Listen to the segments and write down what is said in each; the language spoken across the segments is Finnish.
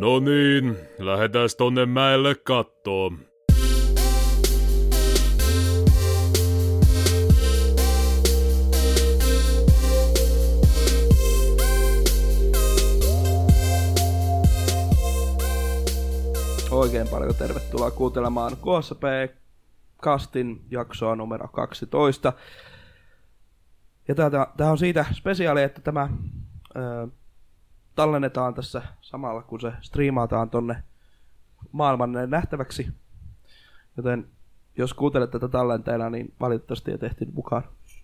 No niin, lähdetään tonne mäelle kattoon. Oikein paljon tervetuloa kuuntelemaan KSP-kastin jaksoa numero 12. Ja tää on siitä spesiaali, että tämä tallennetaan tässä samalla, kun se striimataan tonne maailmanne nähtäväksi. Joten jos kuuntelet tätä tallenteena, niin valitettavasti ei tehty mukaan.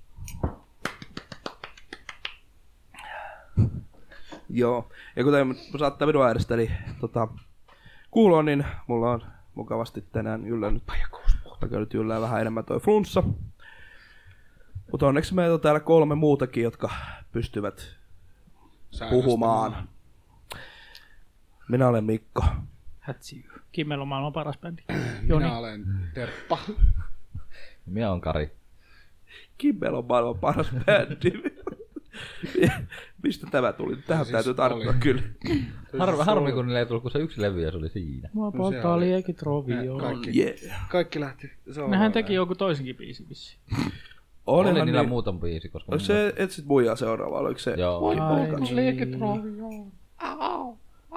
Joo, ja kuten saattaa minun äänestäni kuuloon, niin mulla on mukavasti tänään yllännyt, vaikka nyt yllää vähän enemmän toi flunssa. Mutta onneksi meitä on täällä 3 muutakin, jotka pystyvät puhumaan. Minä olen Mikko. Hätsiy. Kimmel on maailman paras bändi. Minä olen Terppa. Minä olen Kari. Kimmel on maailman paras bändi. Mistä tämä tuli? Tähän siis täytyy tarttua kyllä. Harmi kun niille ei tullut, kun se yksi levy ja se oli siinä. Mua polttaa liekit rovio. Kaikki lähti. Nehän teki joku toisenkin biisi vissiin. Oli niillä muutama biisi. Koska oliko se etsit muijaa seuraava? Oliko se? Joo. Voi polttaa liekit rovio. Au.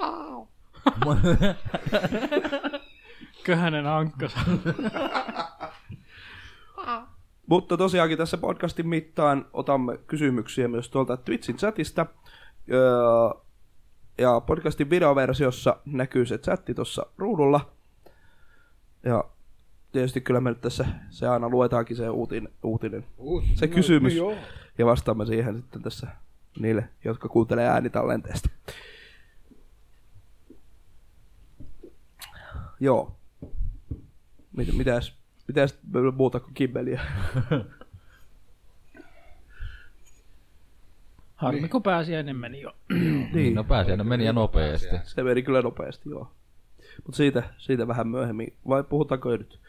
Köhänen ankkas. Mutta tosiaankin tässä podcastin mittaan otamme kysymyksiä myös tuolta Twitchin chatista. Ja podcastin videoversiossa näkyy se chatti tuossa ruudulla. Ja tietysti kyllä me nyt tässä se aina luetaankin se uutinen se kysymys. No, ja vastaamme siihen sitten tässä niille, jotka kuuntelee äänitallenteesta. Joo. Mitäs muuta kuin kimmeliä? Harmi kun pääsiäinen meni jo. Niin, no pääsiäinen meni ja nopeasti. Se meni kyllä nopeasti, joo. Mutta siitä vähän myöhemmin. Vai puhutaanko jo nyt?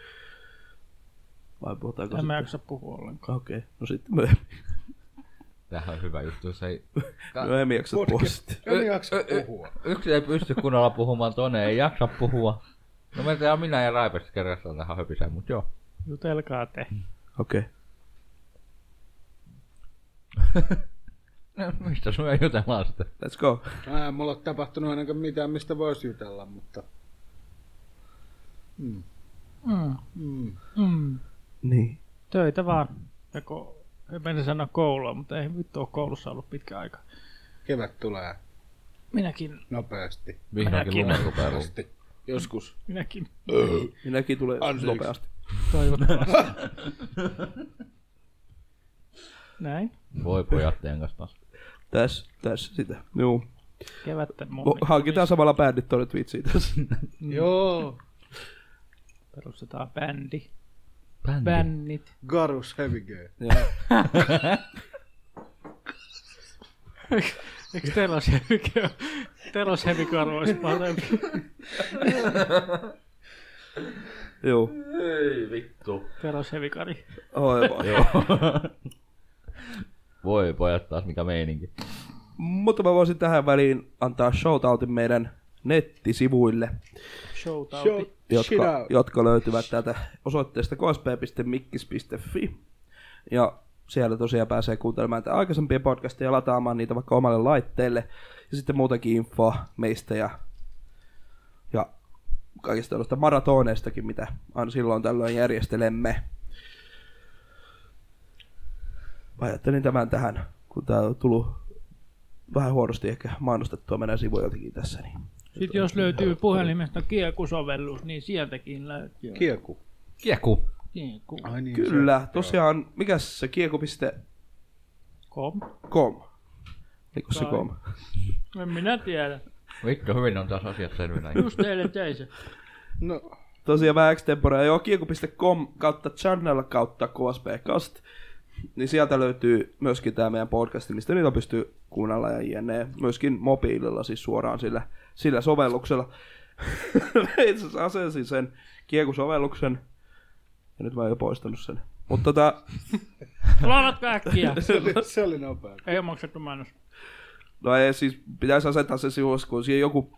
En mä jaksa puhua ollenkaan. Okei, no sitten myöhemmin. Tämähän on hyvä juttu. Se ei... Myöhemmin jaksat puhua sitten. En jaksa puhua. Yksi ei pysty kunnolla puhumaan, toinen ei jaksa puhua. No meitä minä ja Raipesti kerrassaan tähän höpisään, mut joo. Jutelkaa te. Okei. No, mistä sun ei jutellaan sitten? Let's go. Mulla on tapahtunut ainakaan mitään, mistä voisi jutella, mutta... Niin. Töitä vaan. En mennä sanoa koulua, mutta ei vittu ole koulussa ollut pitkä aika. Kevät tulee Minäkin. nopeasti. Vihdoinkin lumen rupeaa. Joskus. Minäkin tulee nopeasti. Toivottavasti. Näin. Voi pojat teidän kanssa taas. Tässä sitä. Joo. Kevättä Hankitaan samalla bändit tuonne Twitchiin tässä. Joo. Perustetaan bändi. Bändi. Bännit. Garus Heavy Gear. Eikö Telos Heavy Gear olisi parempi? Joo. Ei vittu. Telos Heavy Gear. Aivan. Joo. Voi pojat taas mikä meininki. Mutta mä voisin tähän väliin antaa shoutoutin meidän nettisivuille, jotka löytyvät täältä osoitteesta ksp.mikkis.fi. Ja siellä tosiaan pääsee kuuntelemaan aikaisempia podcasteja ja lataamaan niitä vaikka omalle laitteelle. Ja sitten muutakin infoa meistä ja kaikista tällaista maratoneistakin, mitä aina silloin tällöin järjestelemme. Mä ajattelin tämän tähän, kun tää on tullut vähän huonosti ehkä mainostettua meidän sivuiltakin tässä. Niin. Sitten jos löytyy puhelimesta Kieku-sovellus, niin sieltäkin löytyy. Kieku. Ai niin, kyllä, tosiaan, mikäs se kieku.com? Eikö se com? En minä tiedä. Vittu, hyvin on taas asiat selvinä. Just teille tein se. No. Tosiaan vähän extemporea, joo, kieku.com kautta channel kautta KSP-cast. Niin sieltä löytyy myöskin tämä meidän podcasti, mistä niitä pystyy kuunnella ja jne. Myöskin mobiililla, siis suoraan sillä sovelluksella. Itse asiassa asensin sen Kieku-sovelluksen. Ja nyt mä oon jo poistanut sen. Mutta Laitatko äkkiä? Se oli nopea. Ei ole maksettu mainos. No ei, siis pitäisi asettaa se sivussa, kun siihen joku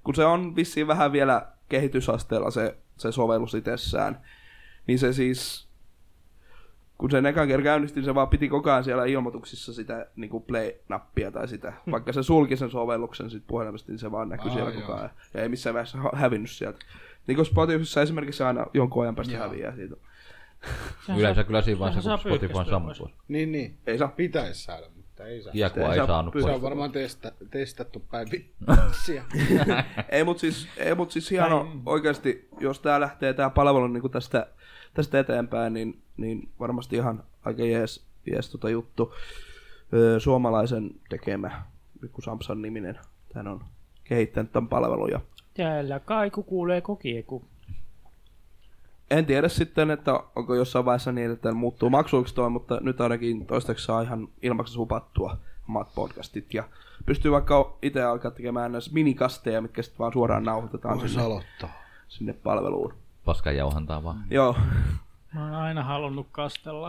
kun se on vissiin vähän vielä kehitysasteella se sovellus itsessään, niin se siis, kun se ekan kerran käynnisti, niin se vaan piti koko ajan siellä ilmoituksissa sitä niin kuin play-nappia tai sitä. Vaikka se sulki sen sovelluksen sit puhelimesta, niin se vaan näkyi siellä koko ajan. Ja ei missään vaiheessa hävinnyt sieltä. Niin kuin Spotifyssa esimerkiksi aina jonkun ajan päästä häviää siitä. Yleensä kyllä siinä vaan se, kun Spotify on sammut pois. Niin. Ei saa. Pitäisi saada, mutta ei saa. Kiekua ei saanut Se pois. on varmaan testattu päivä. Ei mut siis hieno oikeasti, jos tää lähtee tää palvelu niin tästä eteenpäin, niin varmasti ihan aika jees juttu. Suomalaisen tekemä, kun Samsan niminen, tän on kehittänyt tämän palvelun. Ja Täällä kaiku kuulee kokieku. en tiedä sitten, että onko jossain vaiheessa niin, että muuttuu maksuiksi toi, mutta nyt ainakin toistaiseksi saa ihan ilmaksi hupattua omat podcastit. Ja pystyy vaikka itse alkaa tekemään näissä minikasteja, mitkä sitten vaan suoraan nauhoitetaan sinne palveluun. Paskan jauhantaa vaan. Joo. Mä oon aina halunnut kastella.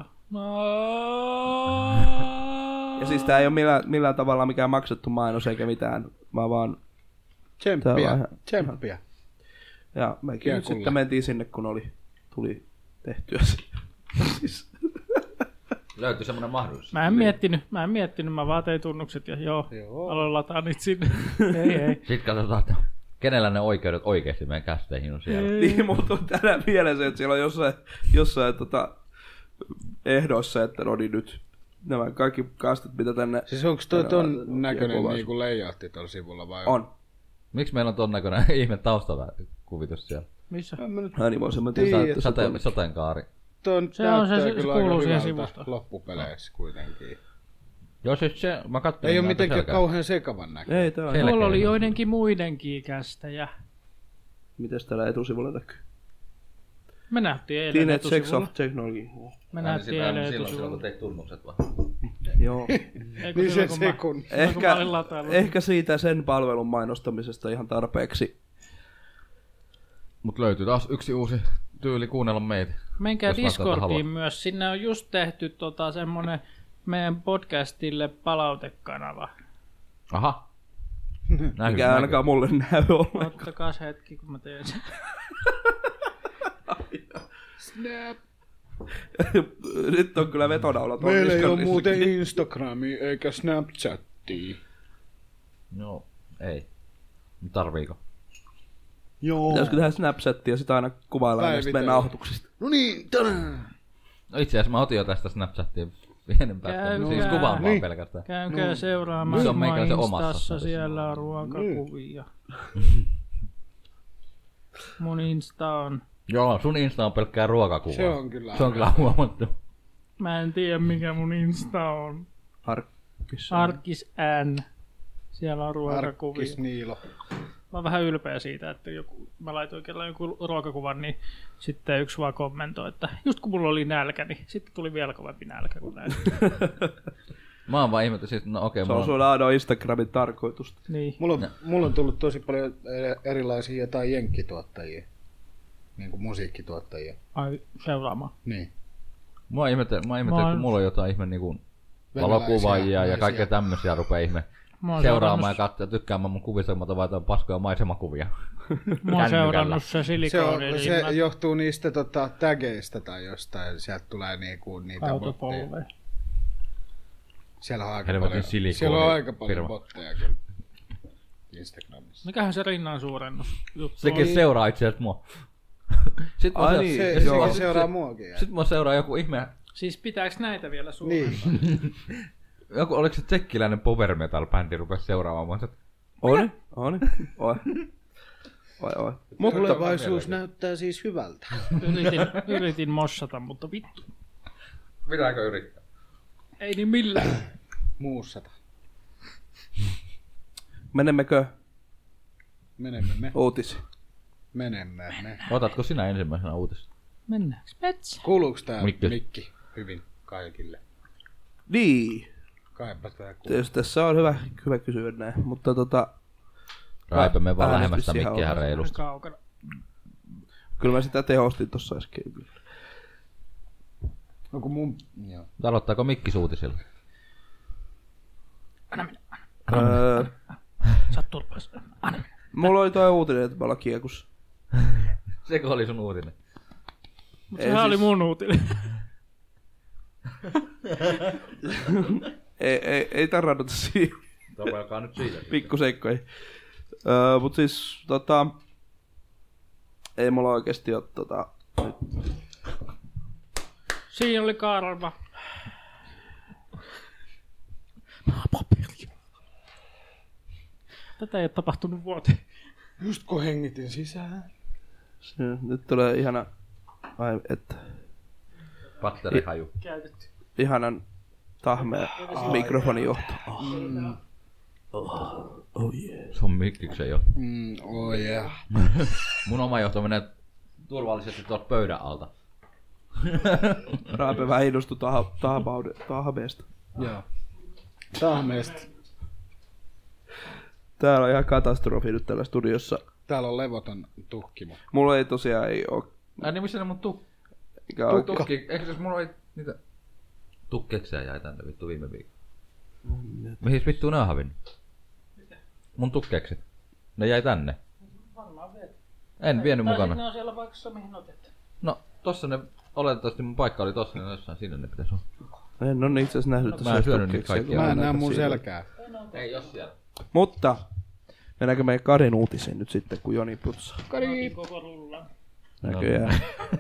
Ja siis tää ei ole millään tavalla mikään maksettu mainos eikä mitään. Mä vaan... Tsemppiä. Ja mekin nyt sitten mentiin sinne, kun tuli tehtyä se. Siis. Löytyi semmonen mahdollisuus. Mä en miettinyt, mä vaan tein tunnukset ja joo. Aloin lataa niitä sinne. ei. Sitten katsotaan, että kenellä ne oikeudet oikeesti meidän kästeihin on siellä. Niin, mutta on tänään mielessä, että siellä on jossain ehdoissa, että no niin nyt nämä kaikki kastit, mitä tänne... Siis onko toi ton näköinen niinku layoutti tuolla sivulla vai? On. Miksi meillä on ton näköinen ihme taustakuvitus siellä? Missä? Niin voisin mä Sateenkaari. Se on se kuuluu siihen sivusta. Loppupeleissä kuitenkin. Joo, siis se, mä kattelin. Ei ole mitenkään kauhean sekavan näköinen. Ei, tää on. Tuolla oli joidenkin muidenkin kästejä. Mites täällä etusivulla näkyy? Me nähtiin eilen Teenage etusivulla. Sex of Technology. Me nähtiin eilen etusivulla. Silloin kun teit tunnukset vaan. Joo. Niin se sekunti. Ehkä siitä sen palvelun mainostamisesta ihan tarpeeksi. Mut löytyy taas yksi uusi tyyli kuunnella meitä. Menkää Discordiin myös. Sinne on just tehty semmonen meidän podcastille palautekanava. Aha. Mikä ainakaan mulle näy ollenkaan. Ottakas hetki, kun mä teen sen. Snap. Nyt on kyllä vetonaula tuolla Meillä ei ole Discordissa. muuten Instagramia eikä Snapchatia. Joo, ei. Tarviiko? Joo. Pitäisikö tehdä Snapchatia ja sitä aina kuvaillaan näistä meidän nauhoituksista? No niin, tänään. No itse asiassa mä otin jo tästä Snapchatia pienen pätkän. Käykää. Siis kuvaamaan Niin. pelkästään. Käykää seuraamaan Se on meikäläisen omassa. Instassa, siellä on ruokakuvia. Mun Insta on... Joo, sun Insta on pelkkää ruokakuvaa. Se on kyllä. Se on kyllä huomattu. Mä en tiedä mikä mun Insta on. Arkis N. Siellä on ruokakuvia. Arkkis Niilo. Mä oon vähän ylpeä siitä, että mä laitoin kerran jonkun ruokakuvan, niin sitten yksi vaan kommentoi, että just kun mulla oli nälkä, niin sitten tuli vielä kovempi nälkä kuin näin. Mä oon vaan ihmettä, siis no okei. Se on sulla aina Instagramin tarkoitusta. Niin. Mulla on tullut tosi paljon erilaisia jotain jenkkituottajia. Niinku musiikkituottajia. Ai, seuraamaan. Niin. Mä ihmettä, kun mulla on jotain ihme niinku valokuvaajia ja kaikkea tämmösiä rupee ihme seuraamaan ja katsoa tykkäämään mun kuvissa, kun mä laitoin paskoja maisemakuvia. Mä oon seurannut se silikooni. Se johtuu niistä tageista tai jostain. Sieltä tulee niinku niitä botteja. Siellä on aika paljon botteja kyllä Instagramissa. Mikähän se rinnan suurennus juttu Sekin seuraa itse asiassa mua. Sitten Se seuraa muakin. Sitten mua seuraa joku ihme. Siis pitääks näitä vielä suurentaa? Niin. Joku, oliko se tsekkiläinen power metal bändi rupesi seuraamaan mua? Oi. Tulevaisuus näyttää siis hyvältä. Yritin mossata, mutta vittu. Pitääkö yrittää? Ei niin millään. Muussata. Menemmekö Menemme me. uutisiin? Menemme me. Otatko sinä ensimmäisenä uutista? Mennäänkö metsään? Kuuluuko tää Mikki. mikki hyvin kaikille? Niin. Kaipa tää kuuluu. Tietysti tässä on hyvä kysyä näin, mutta Raipe, me vaan lähemmäs sitä äänestys mikkiä ihan reilusti. Kaukana. kyllä mä sitä tehostin tossa äsken. Onko mun... Joo. Aloittaako mikki suutisilla? Anna minä. Öö, Sä oot turpais. Anna minä. Mulla oli toi uutinen, että me ollaan kiekossa. Seko oli sun uutinen? Mutta sehän oli mun uutinen. ei tarrannut siihen. Tapelkaa nyt siitä. Pikkuseikkoja. Mut siis ei mulla oikeesti oo Siinä oli karva. Tätä ei ole tapahtunut vuoteen. Just kun hengitin sisään. Nyt tulee ihana... Patterihaju. Käytetty. Ihanan tahmea mikrofonijohto. Oh yeah. Se on mikkiksen jo. Oh yeah. Mun oma johto menee turvallisesti tuolta pöydän alta. Raape vähän innostui tahmeesta. Joo. Tahmeesta. Täällä on ihan katastrofi nyt täällä studiossa. Täällä on levoton tuhkimo. Mulla ei tosiaan oo... Niin missä ne mun tukki? Eikö siis mulla oli niitä... Tukkeksia jäi tänne vittu viime viikolla. Mihin vittu ne on hävinnyt? Mitä? Mun tukkekset. Ne jäi tänne. Varmaan viety. En vienyt mukana. Ne on siellä paikassa, mihin otettu. No, tossa ne... Oletettavasti mun paikka oli tossa, niin jossain sinne ne pitäis olla. En oo itse asiassa nähnyt Mä en syönyt niitä kaikkia. Mä en näe mun selkää. Ei jos siellä. Mutta... Mennäänkö meidän Karin uutisiin nyt sitten, kun Joni putsaa? Kari! Koko rullan. Näköjään.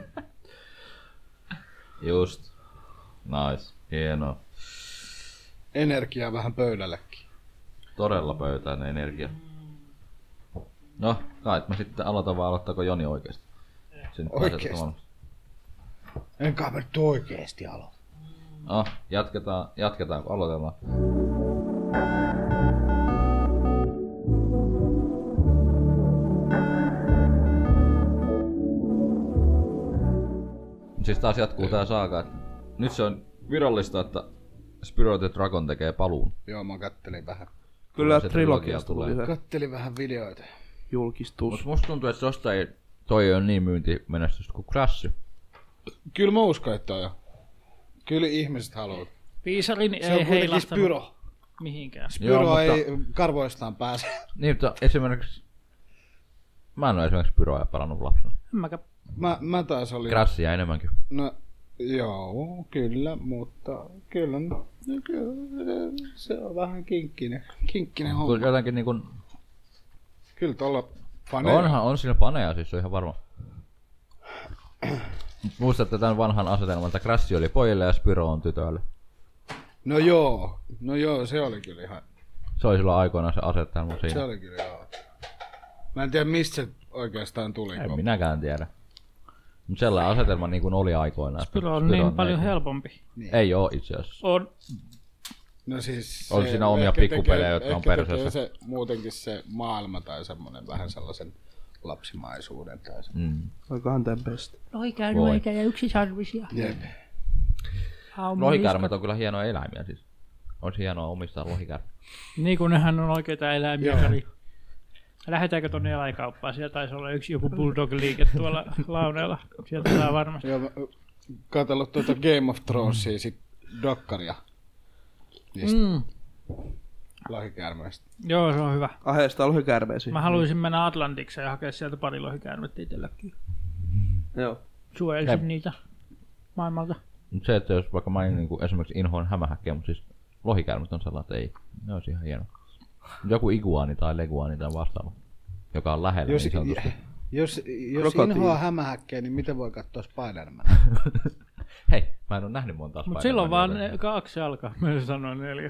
Just. Nice. Hienoa. Energiaa vähän pöydällekin. Todella pöytään energia. No, kai mä sitten aloitan vaan, aloittaako Joni oikeesti? Oikeesti? Enkä mä nyt oikeesti aloita. No, jatketaan kun aloitellaan. Siis taas jatkuu tää saaga, että nyt se on virallista, että Spyro the Dragon tekee paluun. Joo, mä kattelin vähän. Kyllä trilogiasta tuli se kattelin vähän videoita. Julkistus. Mut musta tuntuu, että tosta ei toi on niin myyntimenestystä kuin Crash. Kyllä mä uskon, että on jo. Kyllä ihmiset haluaa. Viisarin ei heilahtanut. Se on kuitenkin Spyro. Mihinkään. Spyro joo, ei karvoistaan pääse. Niin, mutta esimerkiksi... Mä en oo esimerkiksi Spyroa pelannut lapsena. Mä taas olin... Crashia enemmänkin. No, joo, kyllä, mutta kyllä se on vähän kinkkinen homma. Kyllä jotenkin niinkun... Kyllä tuolla faneja. On siinä faneja, siis se on ihan varma. Muistatte tämän vanhan asetelman, että Crash oli pojille ja Spyro on tytöille. No joo, se oli kyllä ihan... Se oli silloin aikoinaan se asetelma siinä. Se oli kyllä joo. Mä en tiedä mistä se oikeastaan tuli. En minäkään tiedä. Mutta sellainen asetelma niin kuin oli aikoinaan. Spyro on niin paljon helpompi. Niin. Ei oo itse asiassa. On. No siis... On siinä omia pikkupelejä, jotka on perseessä. Se muutenkin se maailma tai semmonen vähän sellaisen lapsimaisuuden tai semmonen. Oikohan tän best? Lohikäärmeitä ja yksisarvisia. Jep. Lohikäärmeet on kyllä hienoja eläimiä siis. Olisi hienoa omistaa lohikäärmeitä. Niin kuin nehän on oikeita eläimiä, Kari. Lähdetäänkö tonne eläinkauppaan? Siellä taisi olla joku bulldog-liike tuolla launeella. Sieltä saa varmasti. Joo, katsellut tuota Game of Thronesia sit dokkaria. Lohikäärmeistä. Joo, se on hyvä. Aheesta lohikäärmeisiin. Mä haluaisin mennä Atlantikseen ja hakea sieltä pari lohikäärmettä itselläkin. Joo. Suojelisin niitä maailmalta. Mutta se, että jos vaikka mä niin esimerkiksi inhoan hämähäkkiä, mutta siis lohikäärmet on sellainen, että ei. Ne olisi ihan hieno. Joku iguani tai leguani tai vastaava, joka on lähellä niin sanotusti. Jos inhoaa hämähäkkiä, niin miten voi katsoa Spider-Man? Hei, mä en ole nähnyt montaa Spider-Mania. Mutta silloin vaan 2 alkaa, mä sanoin 4.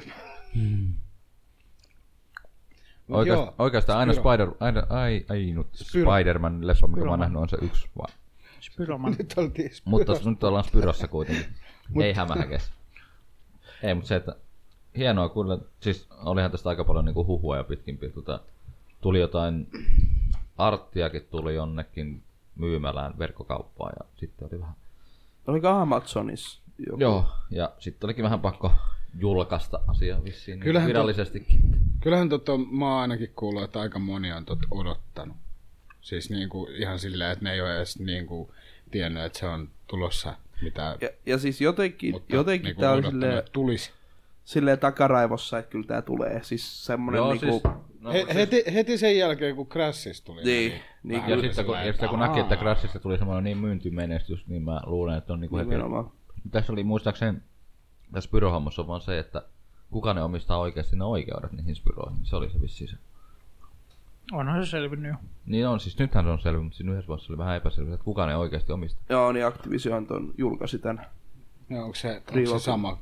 Oikeastaan aina Spider-Man leffa, mikä mä oon nähnyt, on se 1 vaan. Spyroman. Mutta nyt ollaan Spyrossa kuitenkin. Ei hämähäkessä. Ei, mutta se, että hienoa kyllä, siis olihan tästä aika paljon niinku huhua ja pitkin tuli jotain arttiakin tuli jonnekin myymälään verkkokauppaan ja sitten oli vähän... Oliko Amazonissa joku? Joo, ja sitten olikin vähän pakko julkaista asiaa vissiin virallisestikin. Kyllähän mä oon ainakin kuullut, että aika moni on odottanut. Siis niinku ihan silleen, että ne ei ole edes niinku tiennyt, että se on tulossa mitään. Ja siis jotenkin niinku tää oli silleen takaraivossa, että kyllä tää tulee. Siis semmonen joo, niinku... Siis, Heti sen jälkeen, kun Crashista tuli. Niin ja sitten kun näki, että Crashista tuli semmoinen niin myyntimenestys, niin mä luulen, että on niinku heti... Tässä oli muistaakseni, tässä Spyro-hommassa on vaan se, että kuka ne omistaa oikeasti ne oikeudet niihin Spyroihin. Se oli se vissiin se. Onhan se selvinnyt jo. Niin on, siis nythän se on selvinnyt, mutta siinä yhdessä vaiheessa oli vähän epäselvää, että kuka ne oikeasti omistaa. Joo, niin Activision ton julkaisi tän. No, onko se sama?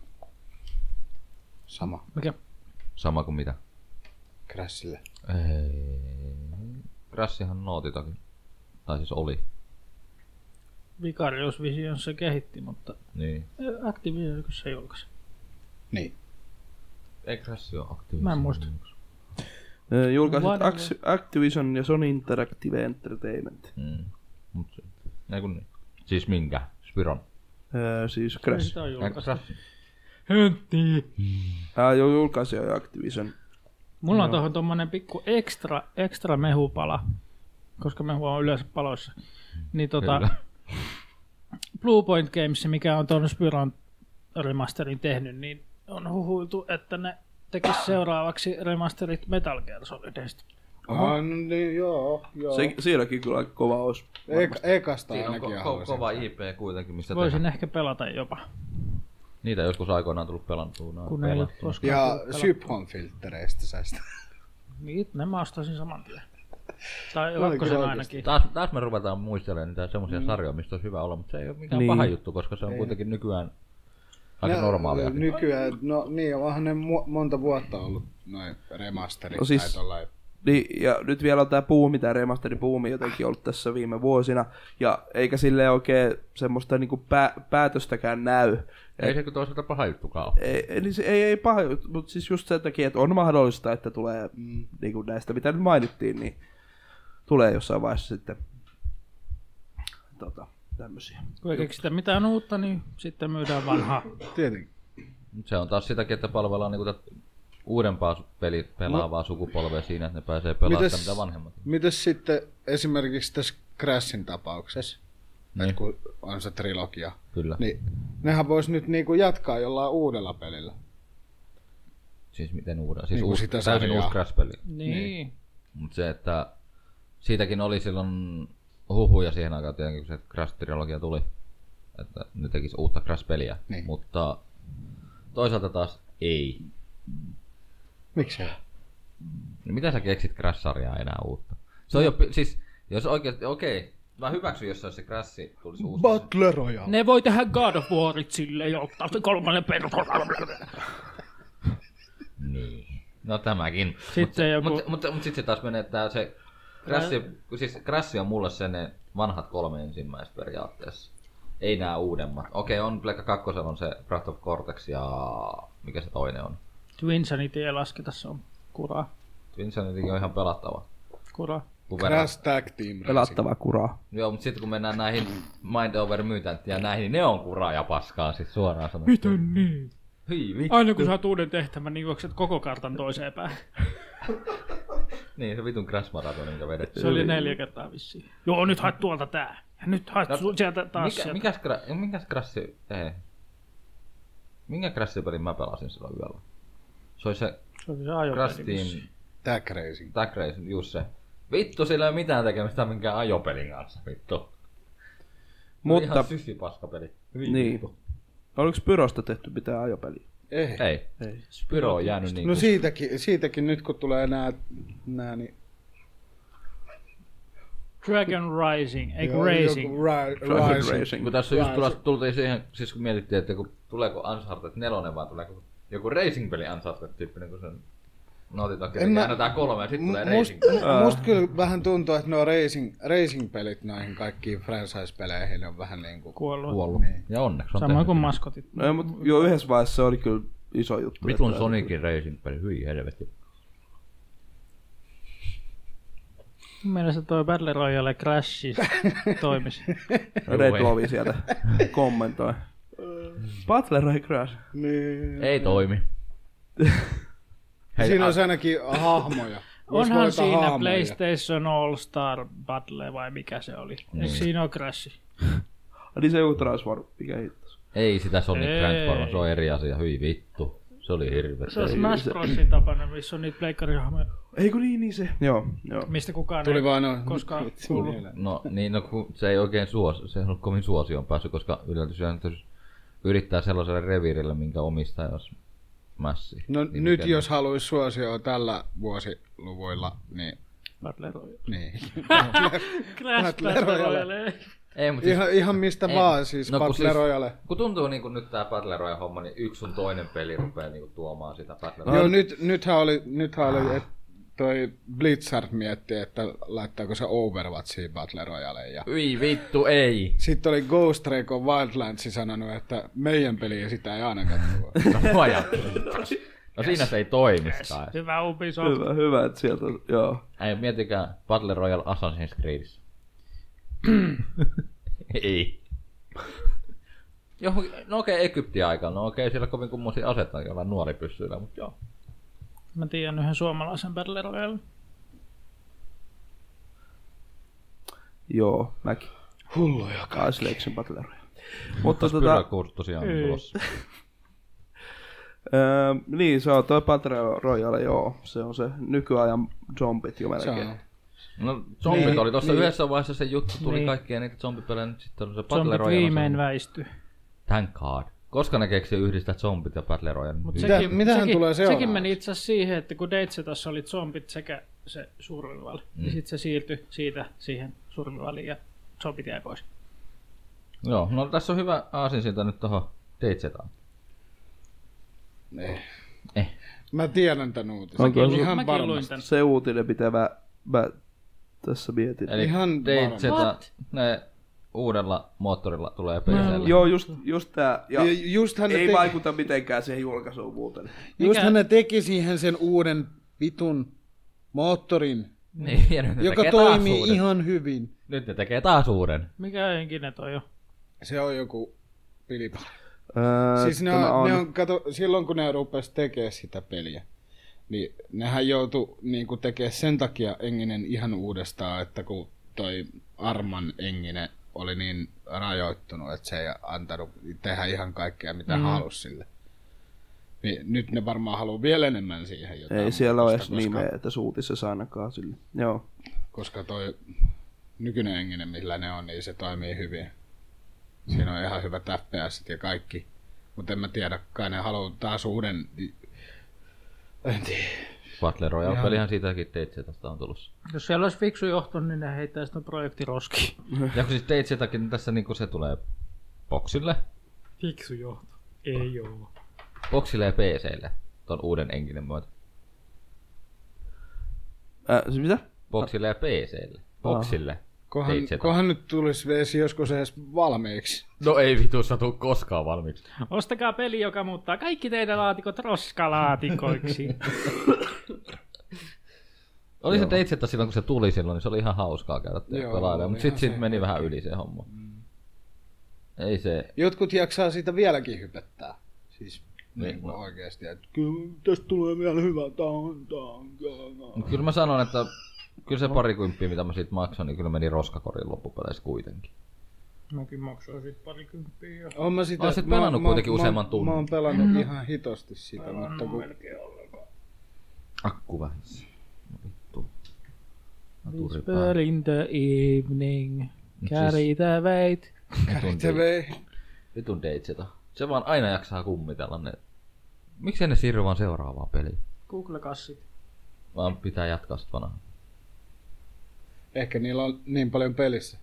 Sama. Mikä? Sama kuin mitä? Crashille. Ei. Crashihan Nautitakin. Tai siis oli. Vicarious Visions se kehitti, mutta niin. Activision kun se julkaisi. Niin. Ei Crash ole Activision. Mä en muista. Julkaisit Activision ja Sony Interactive Entertainment. Niin. Siis minkä? Spyron? Siis Crash. Sitä on julkaistu. Höntti. Julkaisi jo Activision. Mulla on tohon tommonen pikku extra mehupala, koska mehu on yleensä paloissa. Niin Bluepoint Games, mikä on tuon Spyron remasterin tehnyt, niin on huhuiltu, että ne tekis seuraavaksi remasterit Metal Gear Solidista. No niin, joo. Siinäkin kyllä aika kova olisi. Ekasta siinä ainakin on kova IP kuitenkin, mistä voisin ehkä pelata jopa. Niitä joskus aikoinaan tullut pelattua. Kun ei ja Syphon-filttereistä säästä. Ne mä ostasin saman tien. Tai lakkosen ainakin. Taas me ruvetaan muistelemaan niitä semmosia sarjoja, mistä olisi hyvä olla, mutta se ei ole mikään paha juttu, koska se on kuitenkin nykyään aika normaalia. Nykyään, no niin, onhan ne monta vuotta ollut noin remasterit no siis, tai tollain. Niin, ja nyt vielä on tää buumi, tää remasteri-buumi jotenkin ollut tässä viime vuosina, ja eikä sille oikein semmoista niinku päätöstäkään näy. Ei se kun toisaalta paha juttukaan ole. Ei paha juttu, mutta siis just sen takia, että on mahdollista, että tulee niinku näistä, mitä nyt mainittiin, niin tulee jossain vaiheessa sitten tämmösiä. Kun ei keksitä mitään uutta, niin sitten myydään vanhaa. Tietenkin. Se on taas sitäkin, että palvellaan niinku uudempaa pelaavaa sukupolvea siinä, että ne pääsee pelaamaan sitä mitä vanhemmat. Mites sitten esimerkiksi tässä Crashin tapauksessa, niin. Kun on se trilogia, kyllä. Niin nehän vois nyt niinku jatkaa jollain uudella pelillä. Siis miten uudella? Siis niin täysin uusi Crash-peli. Niin. Mutta se, että siitäkin oli silloin huhuja siihen aikaan tietenkin, kun se Crash-trilogia tuli. Että ne tekis uutta Crash-peliä. Niin. Mutta toisaalta taas ei. Miksi? No mitä sä keksit Crash-sarjaa enää uutta? Se on jo, siis, jos oikeesti, okei, mä hyväksyn, jos se olisi se Crash tulisi uusi. Battle Royale. Ne voi tehdä God of Warit silleen ja ottaa se kolmannen niin. No tämäkin. Mutta sitten se taas menee, että se Crash on mulle sen ne vanhat 3 ensimmäistä periaatteessa. Ei nää uudemmat. Okei, on Pleikka 2 on se Breath of Cortex ja mikä se toinen on? Twinsanity ei lasketa, se on kuraa. Twinsanity on ihan pelattava. Kuraa. Crash Tag Team. Pelattava kuraa. Joo, mutta sitten kun mennään näihin Mind Over Mutant ja näihin, niin ne on kuraa ja paskaa siis suoraan sanottuna. Miten niin? Hyi vittu. Aina kun saat uuden tehtävän, niin juokset koko kartan toiseen päähän. Niin, se vitun Crash Marathon, minkä vedettiin. Se oli 4 kertaa vissiin. Joo, nyt haet tuolta tää. Ja nyt haet sieltä taas sieltä. Minkäs Crash... Minkä Crash-pelin mä pelasin silloin yöllä? Se oli se Crash Team... Tag Racing. Tag Racing, just se. Vittu, sillä ei ole mitään tekemistä minkään ajopelin kanssa, vittu. Mutta... Ihan sysipaskapeli. Niin. Vittu. Oliko Spyrosta tehty mitään ajopeliä? Ei. Spyro on jäänyt niin. No siitäkin nyt kun tulee nää niin... Dragon Rising, eikö Racing? Racing. Kun tässä just tultiin siihen, siis kun mietittiin, että tuleeko Uncharted 4 vai tuleeko joku racing-peli Uncharted-tyyppinen, kun se on Nautitakin, annetaan 3 ja sitten tulee racing. Musta kyllä vähän tuntuu, että nuo racing-pelit noihin kaikkiin franchise-peleihin on vähän niinku kuollut. Niin. Ja onneksi on samoin kuin maskotit. No mutta jo yhdessä vaiheessa se oli kyllä iso juttu. Vitun Sonicin racing-peli, hyi helvetti. Mun mielestä toi Battle Royale Crash toimisi. Red Lovi sieltä kommentoi. Battle Royale Crash. Niin. Ei toimi. Siinä on ainakin hahmoja. Onhan siinä hahmoja. PlayStation All Star Battle vai mikä se oli. Niin. Siinä on Crash. Niin se joku Transform, mikä hittas. Ei sitä Sonic Transform, se on eri asia, hyi vittu. Se oli hirveä. Se on Smash Brosin tapana, missä on niitä pleikkarihahmoja. Eikö niin se? Joo. Mistä kukaan tuli ei vaan koskaan kuullut. No kun se ei oikein se ei ollut kovin suosioon päässyt, koska yllätys yrittää sellaiselle reviirille, minkä omistaja olisi mässi. No niin nyt jos haluaisi suosioon tällä vuosiluvuilla, niin... Battle Royale. Niin. Crash Battle Royale. Ei, mutta siis, ihan mistä vaan, siis Battle Royale. Kun tuntuu niin kuin nyt tää Battle Royale homma, niin yksi sun toinen peli rupeaa niin kuin tuomaan sitä Battle Royale. Joo, nythän oli että toi Blizzard mietti, että laittaako se Overwatchiin Battle Royale. Ja Yi vittu, ei. sitten oli Ghost Recon Wildlandsi sanonut, että meidän peliä sitä ei ainakaan tuo. No siinä se ei toimi taas. Hyvä Ubisoft. Hyvä, että sieltä on, joo. Ei, miettikää Battle Royale Assassin's Creedissä. Ei. No okei, Egyptin aikaan. No okei, siellä kovin kummosia asetta jollain nuoripyssyillä, mutta joo. Mä tiedän yhden suomalaisen Battle Royale. Joo, mäkin. Hulluja kai. Ice Lakesin Battle Royale. Mutta tosiaan tulossa. Niin, se on toi Battle Royale, joo. Se on se nykyajan zombit jo melkein. No zombit niin, oli tuossa niin. Yhdessä vaiheessa se juttu, tuli niin. kaikkia niitä zombipelejä, nyt sitten on se Battle Zombit Royale. viimein väistyi. Thank God. Koska ne keksii yhdistää zombit ja Battle Royale? Mitähän tulee seuraavaksi? Sekin meni itse asiassa siihen, että kun Deitsetassa oli zombit sekä se survival, niin sitten se siirtyi siitä siihen survivaliin ja zombit jäi pois. Joo, no tässä on hyvä aasinsilta nyt tohon Deitsetaan. Mä tiedän tän uutisen. Ihan varmasti. Se uutinen, mitä mä tässä mietin. Eli ihan Deitseta, ne uudella moottorilla tulee PC:lle. Joo, just tää. Ja ei ne vaikuta mitenkään siihen julkaisuun muuten. Justhan ne teki siihen sen uuden vitun moottorin, Niin, ja nyt joka toimii ihan hyvin. Nyt ne tekee taas uuden. Mikä henkinen toi on? Se on joku pilipari. Siis ne on, kato, silloin kun ne rupesi tekemään sitä peliä, niin nehän joutui niinku tekemään sen takia Enginen ihan uudestaan, että kun toi Arman Enginen oli niin rajoittunut, että se ei antanut tehdä ihan kaikkea mitä halusi sille. Niin nyt ne varmaan haluaa vielä enemmän siihen jotain. Ei siellä ole edes nimeä, että suutisessa ainakaan sille. Joo. Koska toi nykyinen Enginen, millä ne on, niin se toimii hyvin. Siinä on ihan hyvät FPS ja kaikki. Mutta en mä tiedä, kai ne haluaa taas uuden... En tiedä. Battle Royale-pelihän siitäkin Deitsetasta on tulossa. Jos siellä olisi fiksu johto, niin ne heittää sitä projekti roskiin. Ja kun siis Deitsetakin tässä niinku se tulee boksille. Fiksu johto. Ei oo. Boksille ja PC:lle. Ton uuden Enginen myötä. Siis mitä? Boksille ja PC:lle. Boksille. Kohan nyt tulisi vesi joskus edes valmiiksi. No ei vitussa tuu koskaan valmiiksi. Ostakaa peli, joka muuttaa kaikki teidän laatikot roskalaatikoiksi. Oli se Deitseta silloin, kun se tuli silloin, niin se oli ihan hauskaa käydä pelailemaan, mutta sitten meni vähän yli se homma. Ei se... Jotkut jaksaa siitä vieläkin hypettää. Siis niin oikeesti, että kyllä tästä tulee vielä hyvä. Kyllä mä sanon, että kyllä se parikymppiä, mitä mä siitä maksan, niin kyllä meni roskakoriin loppupeleissä kuitenkin. Mäkin maksoin siitä parikymppiä jo. Oon sitä pelannut kuitenkin useamman tunnin. Mä oon pelannut ihan hitosti sitä, mutta kun... Akku vähissä. No vittu. Whisper in the evening, carry the weight. Carry the weight. Vitun Deitseta. Se vaan aina jaksaa kummitella ne. Miksei ne siirry vaan seuraavaan peliin? Google-kassit. Vaan pitää jatkaa sit vanhaa. Ehkä niillä on niin paljon pelissä.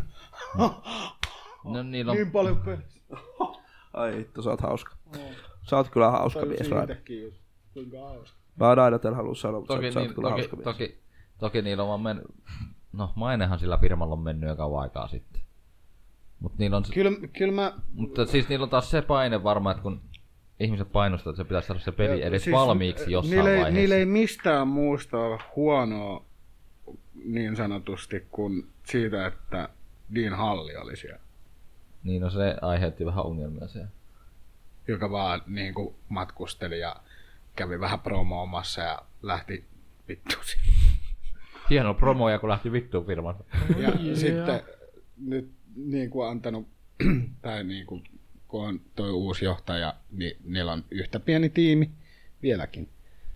No niillä on... Niin paljon pelissä. Ai hitto, sä oot hauska. Sä oot kyllä hauska mies, Raida. Kuinka hauska. Mä oon aina teillä halua sanoa, mutta sä oot kyllä hauska mies. Toki niillä on vaan mennyt... No mainehan sillä firmalla on mennyt jo kauan aikaa sitten. Mut niillä on... Kyllä mä... Mutta siis niillä on taas se paine varmaan, että kun ihmiset painostaa, että se pitäisi saada se peli edes siis valmiiksi jossain vaiheessa. Niillä ei mistään muusta ole huonoa niin sanotusti kuin siitä, että Dean Halli oli siellä. Niin, no se aiheutti vähän ongelmia siellä. Joka vaan niin kuin matkusteli ja kävi vähän promoomassa ja lähti vittuusi. Hieno promoja, kun lähti vittuun firmasta. Ja sitten nyt niin kuin antanut, tai niin kuin kun on toi uusi johtaja, niin niillä on yhtä pieni tiimi vieläkin.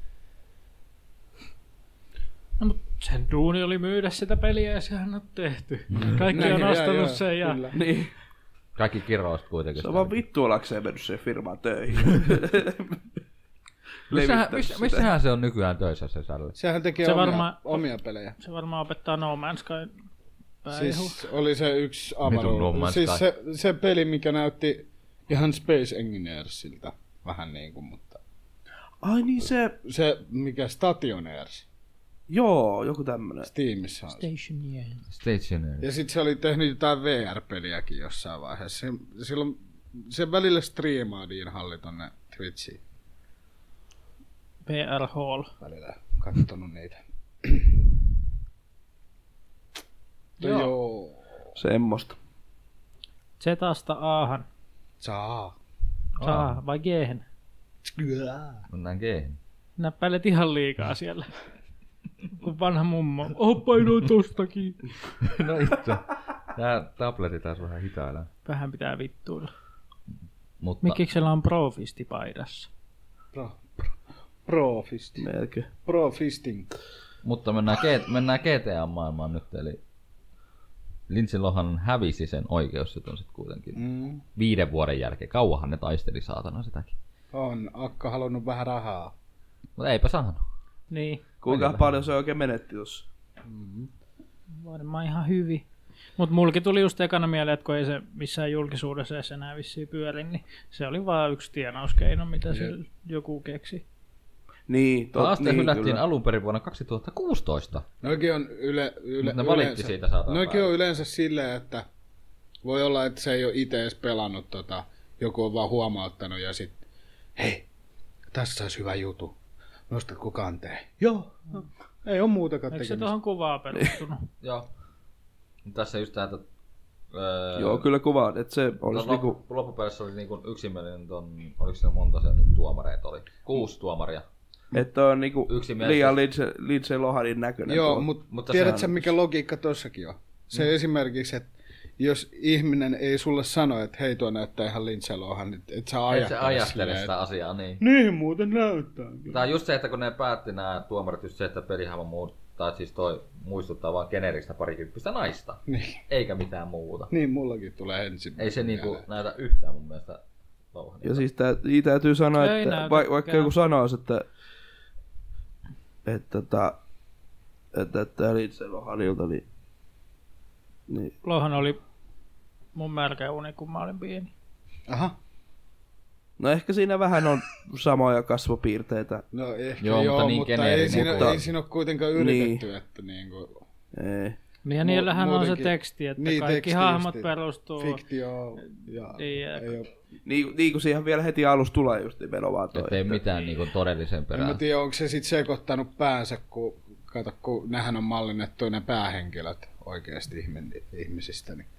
No, mutta sen duuni oli myydä sitä peliä ja sehän on tehty. Kaikki on ostanut sen ja... Niin. Kaikki kiroista kuitenkin. Se on vaan vittu ollakseen mennyt siihen firmaan töihin. Missähän se on nykyään töissä se Sally? Sehän tekee omia pelejä. Se varmaan opettaa No Man's Sky pääihu. Siis oli se yksi avaruus. Siis se peli, mikä näytti ihan Space Engineersiltä. Vähän niin kuin, mutta... Ai niin se... Se, mikä Stationers. Joo, joku tämmönen. Steamissa on. Stationary. Ja sit se oli tehnyt jotain VR-peliäkin jossain vaiheessa. Silloin se välillä striimaadiin halli tonne Twitchiin. VR Hall. Välillä kattonut niitä. Joo. Semmosta. Zetasta Ahan. Saa Vai G:hen? Mennään G:hen. Näppäilet ihan liikaa siellä. Kun vanha mummo. Painoin tostakin. No itse. Tää tableti taas vähän hitailla. Vähän pitää vittuilla. Mutta... Mikiksellä on Profisti paidassa? Profisti. Melkein. Profisting. Mutta mennään GTA-maailmaan nyt, eli Lindsay Lohan hävisi sen oikeusjutun sitten kuitenkin 5 vuoden jälkeen. Kauahan ne taisteli saatana sitäkin. On Akka halunnut vähän rahaa. Mutta eipä saanut. Niin. Kuinka paljon se oikein menetti tossa? Varmaan ihan hyvin. Mutta mulki tuli just ekana mieleen, että kun ei se missään julkisuudessa edes enää vissiin pyöri, niin se oli vaan yksi tienauskeino, mitä se joku keksi. Niin, Aste hylättiin alun perin vuonna 2016. Noikin on ne valitti siitä saatana. Noikin on yleensä silleen, että voi olla, että se ei ole itse edes pelannut joku on vaan huomauttanut ja sitten hei, tässä olisi hyvä jutu. Nostatko kanteen? Joo. Ei ole muutakaan tekemistä. Eikö se tuohon kuvaan perustunut? Joo. Tässä just tää, joo, kyllä kuvaan, että se olisi niinku... Loppupeleissä oli niinku yksimielinen oliko siinä monta siellä tuomareita oli? 6 tuomaria. Että on niinku liian Lindsay Lohanin näköinen. Joo, mutta tiedätkö mikä logiikka tossakin on? Se esimerkiksi, että jos ihminen ei sulle sano, että hei tuo näyttää ihan Lindsay Lohan, niin et sä ajattele sitä asiaa, niin. Niin muuten näyttää. Tää on just se, että kun ne päätti nämä tuomarit just se, että pelihahmo tai siis toi muistuttaa vaan geneeristä parikymppistä naista. Niin. Eikä mitään muuta. Niin, mullakin tulee ensimmäinen. Ei se niinku näytä yhtään mun mielestä Lohanilta. Ja siis täytyy sanoa, että vaikka joku sanoisi, että Lindsay Lohanilta, niin... Lohan oli mun märkä uni, kun mä olin pieni. Aha. No ehkä siinä vähän on samoja kasvopiirteitä. No ehkä joo niin mutta ei siinä ole kuitenkaan yritetty, niin. Että niinku... Ei. Ja niillähän on se teksti, että niin, kaikki hahmot perustuu... Fiktio ja... Niin kuin siihen vielä heti alussa tulee just nimenomaan toi. Että ei mitään niinku todellisen perään. En mä tiedä, onko se sit sekoittanut päänsä, kun nehän on mallinnettu ne päähenkilöt oikeasti ihmisistä. Niin.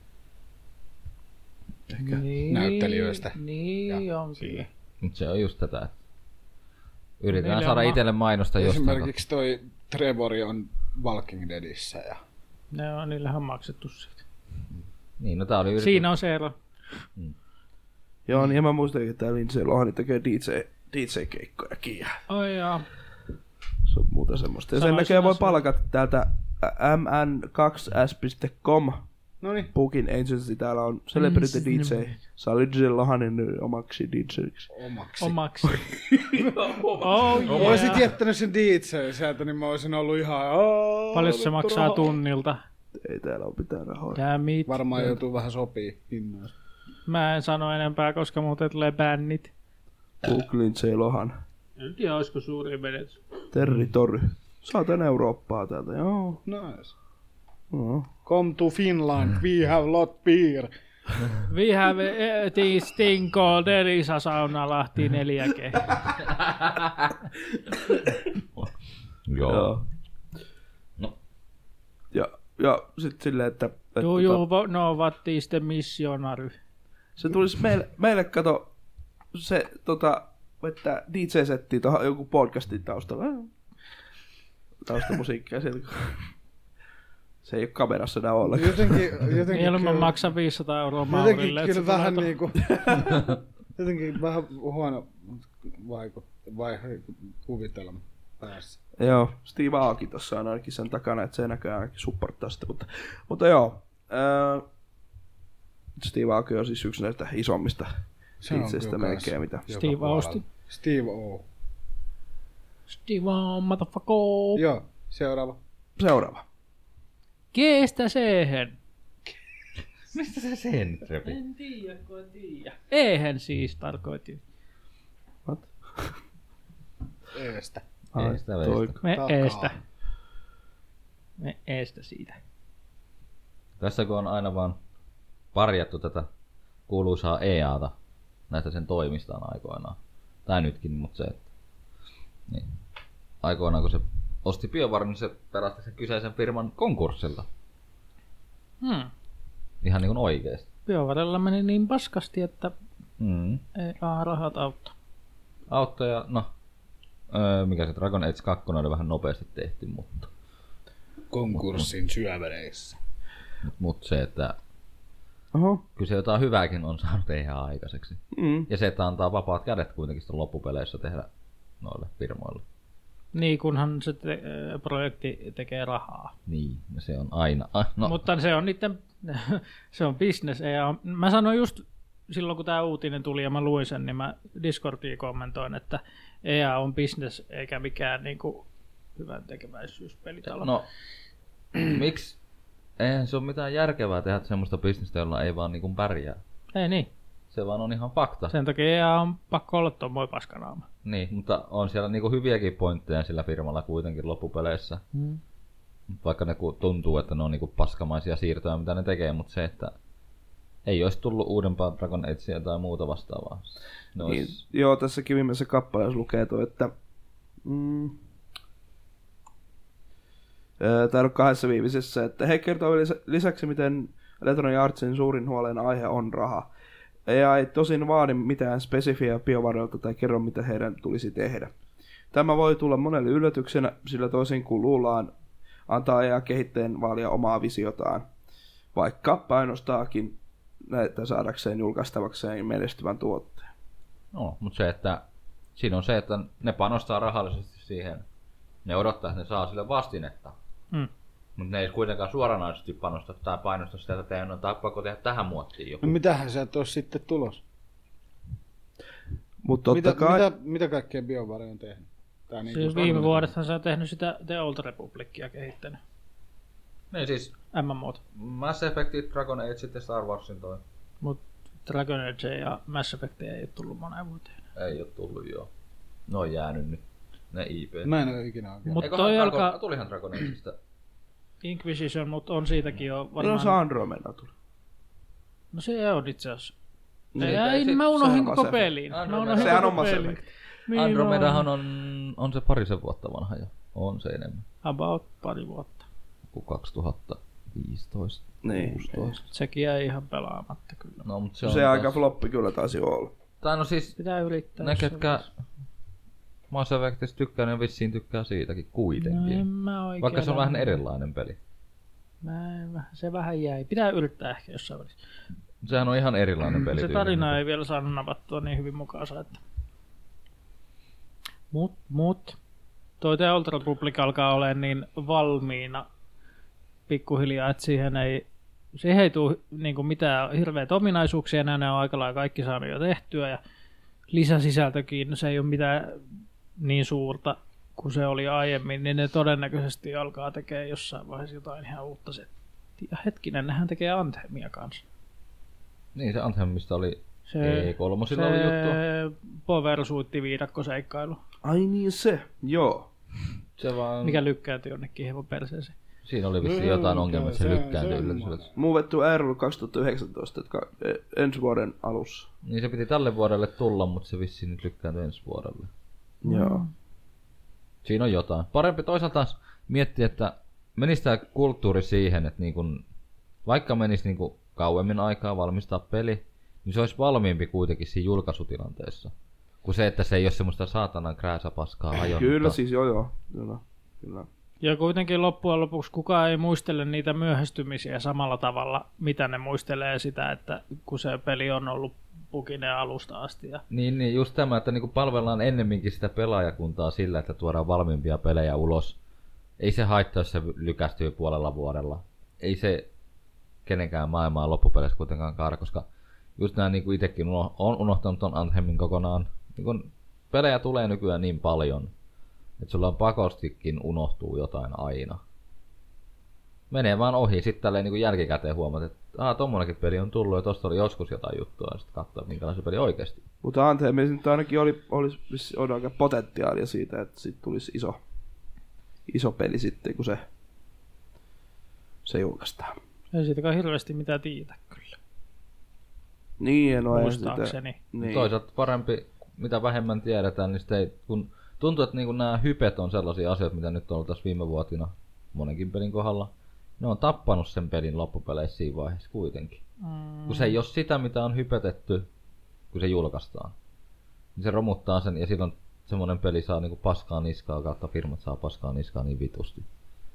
Ehkä näyttelijöistä. Niin onkin. Mutta se on just tätä, että yritetään saada itselle mainosta jostain. Esimerkiksi toi Trevori on Walking Deadissä. Ja... Niillähän on maksettu siitä. Niin, no tää oli siinä on se ero. Joo, niin mä muistan, että tää Lindsay Lohan tekee DJ-keikkojakin. Ai jaa. Se on muuta semmoista. Ja sen näkee voi palkata täältä mn2s.com. Noniin. Booking Agency, täällä on Celebrity DJ. Saa Lindsay Lohanin omaksi DJ:ksi. Omaksi. Oisit jättänyt sen DJ sieltä, niin mä olisin ollut ihan... Paljon se maksaa tunnilta? Ei täällä ole mitään rahoja. Varmaan joutuu vähän sopii hinnoista. Mä en sano enempää, koska muuten tulee bännit. Book Lindsay Lohan. En tiedä, olisiko suuri menetys. Territory. Saa tän Eurooppaa täältä, joo. Nice. No. Come to Finland, we have lot beer. We have this thing called Elisa Saunalahti 4G. Joo. No. Ja sit silleen, että Do you know what is the missionary? Se tulisi meille kato se että DJ-settiin tuohon joku podcastin taustalla. Taustamusiikkia sieltä. Se ei ole kamerassa enää ollenkaan. Jotenkin Ilman maksaa 500 euroa Maurille. Jotenkin kyllä vähän niinku... jotenkin vähän huono kuvitelma päässä. Joo, Steve Aoki tossa on ainakin sen takana, että se näköjään ainakin supporttaa sitä. Mutta joo, Steve Aoki on siis yksi näistä isommista itsestä melkein mitä. Steve Austin. Steve O. Steve O, motherfucker. Joo, seuraava. Keestä seehen. Mistä se sen repi? En tiedä. Eihän siis tarkoitin. What? Eestä. Me eestä siitä. Tässä kun on aina vaan parjattu tätä kuuluisaa EA:ta näistä sen toimistaan aikoinaan. Tai nytkin, mutta se, että niin. Aikoinaan kun se osti BioWare, niin se pelasti sen kyseisen firman konkurssilla. Ihan niin kuin oikeesti. BioWarella meni niin paskasti, että rahat auttaa. Auttaa ja no, mikä se Dragon Age 2 oli vähän nopeasti tehty, mutta... Konkurssin syövereissä. Mutta se, että Oho. kyllä se jotain hyvääkin on saanut ihan aikaiseksi. Ja se, että antaa vapaat kädet kuitenkin sitten loppupeleissä tehdä noille firmoille. Niin, kunhan se projekti tekee rahaa. Niin, ja se on aina... No. Mutta se on niiden... se on business. Mä sanoin just silloin, kun tämä uutinen tuli ja mä luin sen, niin mä Discordiin kommentoin, että EA on business eikä mikään niinku hyvän tekeväisyyspelitalo. No, miksi? Eihän se ole mitään järkevää tehdä semmoista bisnestä, jolla ei vaan niinku pärjää. Ei niin. Se vaan on ihan fakta. Sen takia EA on pakko olla tuommoinen paskanaama. Niin, mutta on siellä niinku hyviäkin pointteja sillä firmalla kuitenkin loppupeleissä. Vaikka ne tuntuu, että ne on niinku paskamaisia siirtoja, mitä ne tekee, mutta se, että ei olisi tullut uudempaa Dragon Agea tai muuta vastaavaa. Niin, joo, tässäkin viimeisessä kappaleessa lukee tuo, että täällä on 2 viimeisessä, että he kertovat lisäksi, miten Electronic Artsin suurin huolen aihe on raha. EA ei tosin vaadi mitään spesifiä BioWarelta tai kerro, mitä heidän tulisi tehdä. Tämä voi tulla monelle yllätyksenä, sillä toisin kuin luullaan, antaa EA kehittäjän vaalia omaa visiotaan, vaikka painostaakin näitä saadakseen julkaistavakseen menestyvän tuotteen. No, mutta se, että siinä on se, että ne panostaa rahallisesti siihen. Ne odottaa, että ne saa sille vastinetta. Mutta ne ei kuitenkaan suoranaisesti panosta tai painosta sitä, että teidän on pakko tehdä tähän muottiin joku. No mitähän sä et ole sitten tulos? Mut totta kai... mitä kaikkea BioWare on tehnyt? Niin siis viime vuodesta sä oot tehnyt sitä The Old Republicia kehittänyt. Niin siis MMOt. Mass Effectit, Dragon Age ja Star Warsin toi. Mut Dragon Age ja Mass Effect ei ole tullut moneen vuoteen. Ei ole tullut joo. Ne on jäänyt nyt. Ne IP. Mä en ole ikinä oikein. Mut toi alkaa... Tulihan Dragon Ageista. Inquisition, mutta on siitäkin jo varmaan... No se Andromeda tuli. No se on itse asiassa. Niin, mä unohdin koko pelin. Sehän on Mass Effect. Andromedahan on se parisen vuotta vanha jo. On se enemmän. About pari vuotta. 2015, niin, 16. Sekin jäi ihan pelaamatta kyllä. No, mutta se aika floppi kyllä taisi olla. Tai no siis, pitää yrittää. Ne ketkä Mass Effectista tykkää, niin vissiin tykkää siitäkin kuitenkin. No, vaikka se on vähän erilainen peli. Se vähän jäi. Pitää yrittää ehkä jossain välissä. Sehän on ihan erilainen peli. Se tarina ei vielä saanut napattua niin hyvin mukaansa, että... Mut. Toi The Old Republic alkaa olemaan niin valmiina pikkuhiljaa, että siihen ei tule niinku mitään hirveitä ominaisuuksia, ne on aika lailla kaikki saanut jo tehtyä ja lisäsisältökin, se ei ole mitään niin suurta kuin se oli aiemmin, niin ne todennäköisesti alkaa tekemään jossain vaiheessa jotain ihan uutta settiä. Ja hetkinen, nehän tekee Anthemia kanssa. Niin, se Anthemista oli E3 oli juttu. Powersuitti-viidakkoseikkailu. Ai niin se, joo. Se vaan... Mikä lykkääntyi jonnekin hieman perseeseen. Siinä oli vissiin jotain ongelmaa, että se lykkääntyi yllätys. Muuvettu R 2019, ensi vuoden alussa. Niin se piti tälle vuodelle tulla, mutta se vissiin nyt lykkääntyi ensi vuodelle. Joo. Siinä on jotain. Parempi toisaalta miettiä, että menisi tämä kulttuuri siihen, että niin kun, vaikka menisi niin kun kauemmin aikaa valmistaa peli, niin se olisi valmiimpi kuitenkin siinä julkaisutilanteessa. Kuin se, että se ei ole semmoista saatanan krääsäpaskaa ajonutta. Kyllä siis joo. Kyllä. Ja kuitenkin loppujen lopuksi kukaan ei muistele niitä myöhästymisiä samalla tavalla, mitä ne muistelee sitä, että kun se peli on ollut pukinen alusta asti. Ja... Niin, just tämä, että niinku palvellaan ennemminkin sitä pelaajakuntaa sillä, että tuodaan valmiimpia pelejä ulos. Ei se haittaa, jos se lykästyy puolella vuodella. Ei se kenenkään maailmaa loppupeleissä kuitenkaan kaada, koska just nämä niinku itsekin on unohtanut ton Anthemin kokonaan. Niinku pelejä tulee nykyään niin paljon, että sulla on pakostikin unohtuu jotain aina. Menee vaan ohi, sitten tälleen niin jälkikäteen huomaat, että tommonenkin peli on tullut ja tosta oli joskus jotain juttua ja sitten katsoa minkälainen se peli oikeasti. Mutta Anthemissa nyt ainakin olisi aika potentiaalia siitä, että siitä tulisi iso peli sitten, kun se julkaistaan. Ei siitäkään hirveästi mitään tiedä kyllä. Niin, no muistaakseni. Ei sitä, niin. Toisaalta parempi, mitä vähemmän tiedetään, niin sitten ei, kun tuntuu, että niin nämä hypet on sellaisia asioita, mitä nyt on ollut tässä viime vuotina monenkin pelin kohdalla. Ne on tappanut sen pelin loppupeleissä siinä vaiheessa kuitenkin. Kun se ei ole sitä, mitä on hypetetty, kun se julkaistaan. Niin se romuttaa sen ja silloin semmoinen peli saa niinku paskaa niskaa kautta firmat saa paskaa niskaa niin vitusti.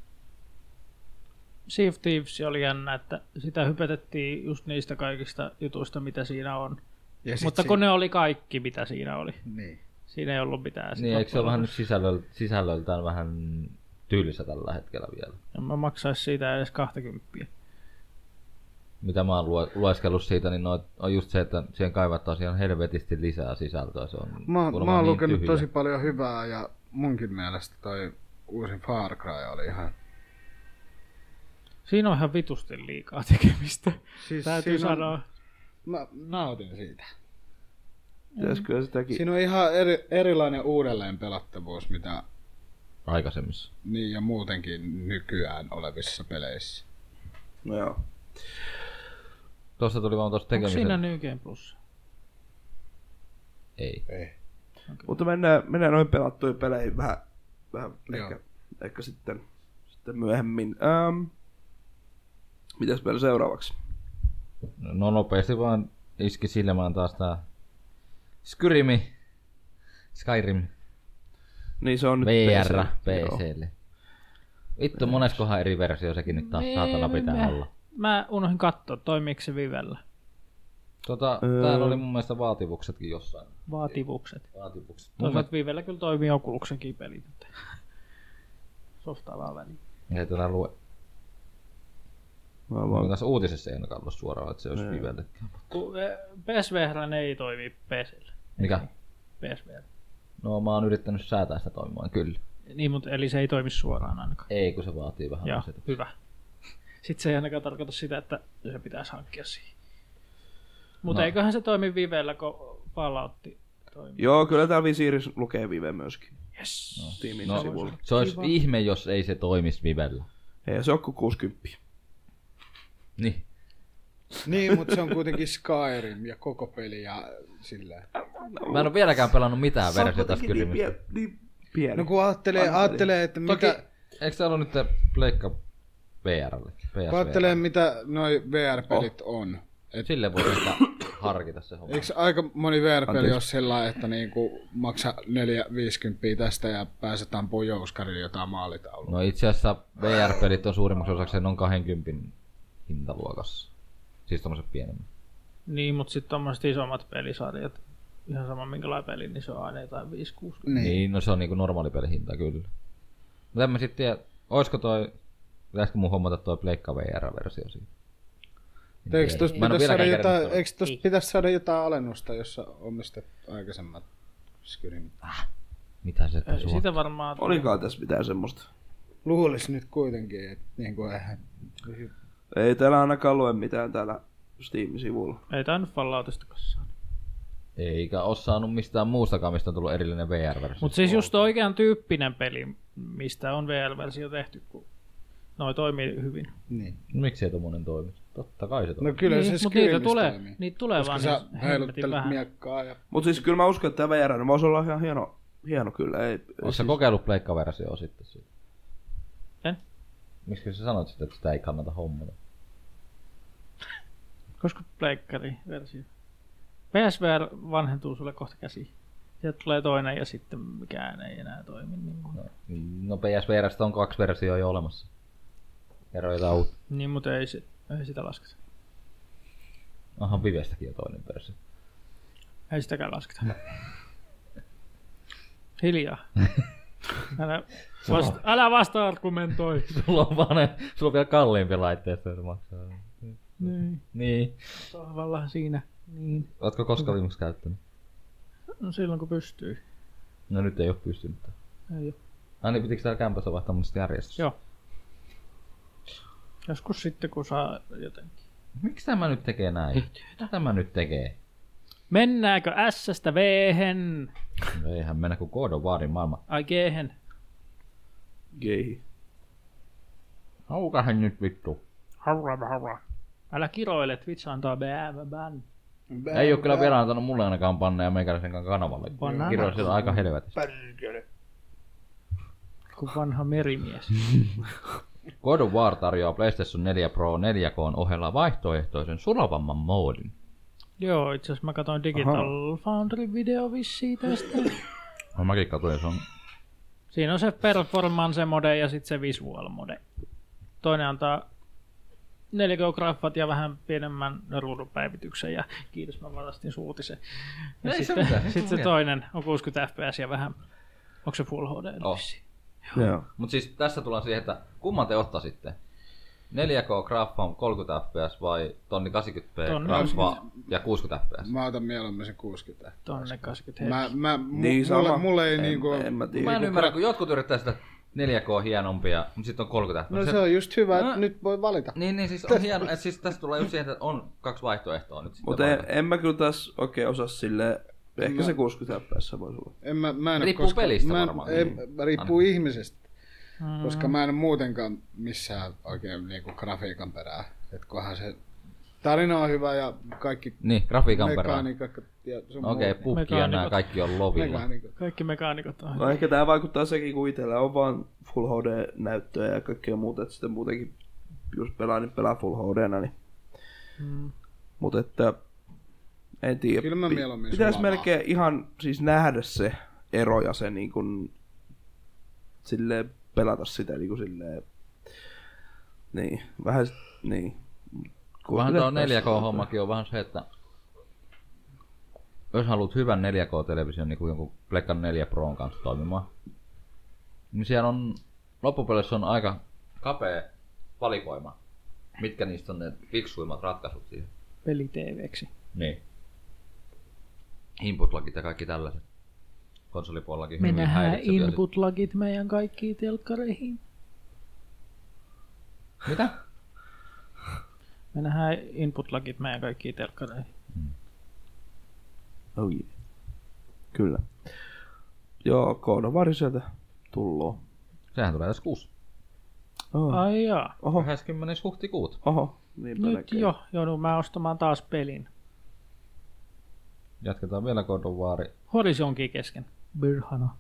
Sea of Thieves oli jännä, että sitä hypetettiin just niistä kaikista jutuista, mitä siinä on. Mutta kun ne oli kaikki, mitä siinä oli. Niin. Siinä ei ollut mitään. Niin, eikö se ole vähän nyt sisällöltään vähän tylsä tällä hetkellä vielä? En mä maksais siitä edes 20. Mitä mä oon lueskellut siitä, niin on just se, että siihen kaivataan ihan helvetisti lisää sisältöä. Se on mä oon niin lukenut tyhjä. tosi paljon hyvää ja munkin mielestä toi uusi Far Cry oli ihan... Siinä on ihan vitusti liikaa tekemistä. Siis täytyy sanoa. Mä nautin siitä. Kyllä sitäkin. Siinä on ihan erilainen uudelleen pelattavuus, mitä Aikaisemmissa. niin ja muutenkin nykyään olevissa peleissä. No joo. Tuossa tuli vaan tuossa Onko tekemisen. siinä New Game Plus? Ei. Ei. Okay. Mutta mennään noin pelattuihin peleihin vähän ehkä sitten myöhemmin. Mitäs meillä seuraavaksi? No nopeasti vaan iski silmään taas tää Skyrim. Niin se on nyt VR PC. PC:lle. Vittu, moneskohan eri versio sekin nyt taas saatana pitää olla. Mä unohdin katsoa, toimiiko se Vivellä. Täällä oli mun mielestä vaativuksetkin jossain. Vaativukset. Vaativukset. Toisaalta Vivellä kyllä toimii Oculussenkin pelit. Softaa vaan väliin. Ei tätä lue. Mä tässä uutisessa ei ainakaan ollut suoraan, että se olisi Vivelle. PSVR ei toimi PC:llä. Mikä? PSVR. No mä oon yrittänyt säätää sitä toimimaan, kyllä. Niin, mutta eli se ei toimi suoraan ainakaan. Ei, kun se vaatii vähän Joo, asetusta. hyvä. Sitten se ei ainakaan tarkoita sitä, että se pitäisi hankkia siihen. Mutta eiköhän se toimi Vivellä, kun Falloutti toimii. Joo, kyllä täällä Visiris lukee Vive myöskin. Yes. Steamin No, sivulla. se olisi ihme, jos ei se toimisi Vivellä. Ei se ole kuin 60. Niin. Niin, mutta se on kuitenkin Skyrim ja koko peli ja silleen. Mä en ole vieläkään pelannut mitään versiota Skyrimistä. Niin pieni. No kun ajattelee että Toki, mitä... eikö täällä ole nyt Pleikka VRlle? Kun ajattelee mitä noi VR-pelit on. Sille voi ehkä harkita se homma. Eikö aika moni VR-peli ole sellainen, että niinku maksa 4-50 tästä ja pääset ampumaan jouskarille jotain maalitaulua? No itse asiassa VR-pelit on suurimmaksi osaksi noin 20 hintaluokassa. Siis tommoset pienemmät. Niin, mutta sitten tommoset isommat pelisarjat, ihan sama minkälainen peli, niin se on aina jotain 5-60. Niin, no se on niinku normaali pelihinta kyllä. Mutta en mä sit tiedä, oisko pitäisikö mun hommata toi Pleikka VR-versio siitä? Eikö tuossa pitäisi saada jotain alennusta, jos sä omistat aikaisemmat Skyrimit? Mitä se tässä Sitä varmaan... Olikaan tässä mitään semmoista? Luulisi nyt kuitenkin, että niinku eihän... Ei täällä ainakaan lue mitään täällä Steam-sivulla. Ei tainnut Falloutista kanssa. Eikä oo saanut mistään muustakaan, mistä on tullut erillinen VR-versio. Mutta siis just oikean tyyppinen peli, mistä on VR-versio tehty, kun noi toimii hyvin. Niin. Miksi ei tommonen toimi? Totta kai se toimii. No kyllä niin, se mutta niitä Skyrimissä tulee, toimii. niitä tulee koska vaan sä niin hemmetin vähän. miekkaa ja... Mut siis kyllä mä uskon, että tämä VR voisi olla ihan hieno kyllä. Oletko sä kokeillut Pleikka-versioa sitten siitä? En. Miksi sä sanoit sitten, että sitä ei kannata hommata? Koska pleikkari-versio. PSVR vanhentuu sulle kohta käsiin. Sieltä tulee toinen ja sitten mikään ei enää toimi. No PSVRstä on 2 versioa jo olemassa. Ero jotain uutta. Niin, mutta ei sitä lasketa. Onhan Vivestäkin jo toinen versio. Ei sitäkään lasketa. Hiljaa. Älä vasta argumentoi. Sulla on vielä kalliimpi laitteesta, että maksaa. Niin. Sohvalla siinä. Niin. Ootko koskaan viimeksi käyttänyt? No silloin kun pystyy. No nyt ei oo pystynyt. Ei oo. Niin pitikö täällä kämpässä vaihtaa mun järjestystä? Joo. Joskus sitten kun saa jotenkin. Miksi tämä nyt tekee näin? Mitä tämä nyt tekee? Mennäänkö S-stä V-hen? No eihän mennä kuin God of Warin maailma. Ai G-hen. Geihin. Haukahan nyt vittu. Harra. Älä kiroile, Twitch antaa ban. Ei oo kyllä vielä antanut mulle ainakaan panneja meikäläisen kanavalle. Kiroil siellä aika helvetissä. Kun vanha merimies. God of War tarjoaa PlayStation 4 Pro 4K:n ohella vaihtoehtoisen sulavamman moodin. Joo, itse asiassa mä katsoin Digital Foundry video vissiin tästä. No mäkin katsoin, se on... Siinä on se performance mode ja sitten se visual mode. Toinen antaa 4K-graffat ja vähän pienemmän ruudunpäivityksen ja kiitos mä varastin suutisen. Ja sitten se toinen on 60 fps ja vähän, onko se Full HD? Joo. Mut siis tässä tullaan siihen, että kumman te ottaisitte? 4K-graffa 30 fps vai tonni 80p graffa ja 60 fps? Mä otan mieluummin sen 60 fps. Tonni 80 Hz. Mulle ei niinku... Mä en ymmärrä, kun jotkut yrittää sitä 4K hienompia, mutta sitten on 30 fps. No se on just hyvä, että nyt voi valita. Niin siis on hieno, että siis tässä tulee just siihen, että on 2 vaihtoehtoa nyt. Mutta en mä kyllä tässä oikein osaa silleen, ehkä se 60 fps voisi olla. Mä en riippuu pelistä varmaan. Riippuu ihmisestä. Koska mä en muutenkaan missään oikein niinku grafiikan perää. Et kunhan se tarina on hyvä ja kaikki niin, grafiikan perää. Okei, pukki ja nää kaikki on lovilla. Kaikki mekaanikot on. No ehkä tää vaikuttaa sekin, kun itsellä on vaan Full HD-näyttöä ja kaikkea muuta, että sitten muutenkin just pelaa Full HD:nä, niin... Mutta että... En tiedä. Kyllä mä mieluummin pitäis melkein ihan siis nähdä se ero ja se niin kun... Silleen pelata sitä niinku silleen... Niin, vähän niin. Vähän tuo 4K-hommakin on vähän se, että... Jos haluat hyvän 4K-television niin kuin jonkun Pleikka 4 Proon kanssa toimimaan, niin siellä on loppupeleissä on aika kapea valikoima. Mitkä niistä on ne fiksuimmat ratkaisut siihen? Peli-TV:ksi. Niin. Input-lagit ja kaikki tällaiset. Konsolipuolellakin hyvin häiritsevät. Me nähdään input-lagit meidän kaikkiin telkkareihin. Mitä? Me nähdään input-lagit meidän kaikkiin telkkareihin. Oh yeah. Kyllä. Joo, God of War sieltä tulloo. Sehän tulee tässä kuussa. Oh. Ai jaa. Oho. 20. huhtikuuta. Oho. Nyt jo, joudun mä ostamaan taas pelin. Jatketaan vielä God of War. Horizonkin kesken. Birhana.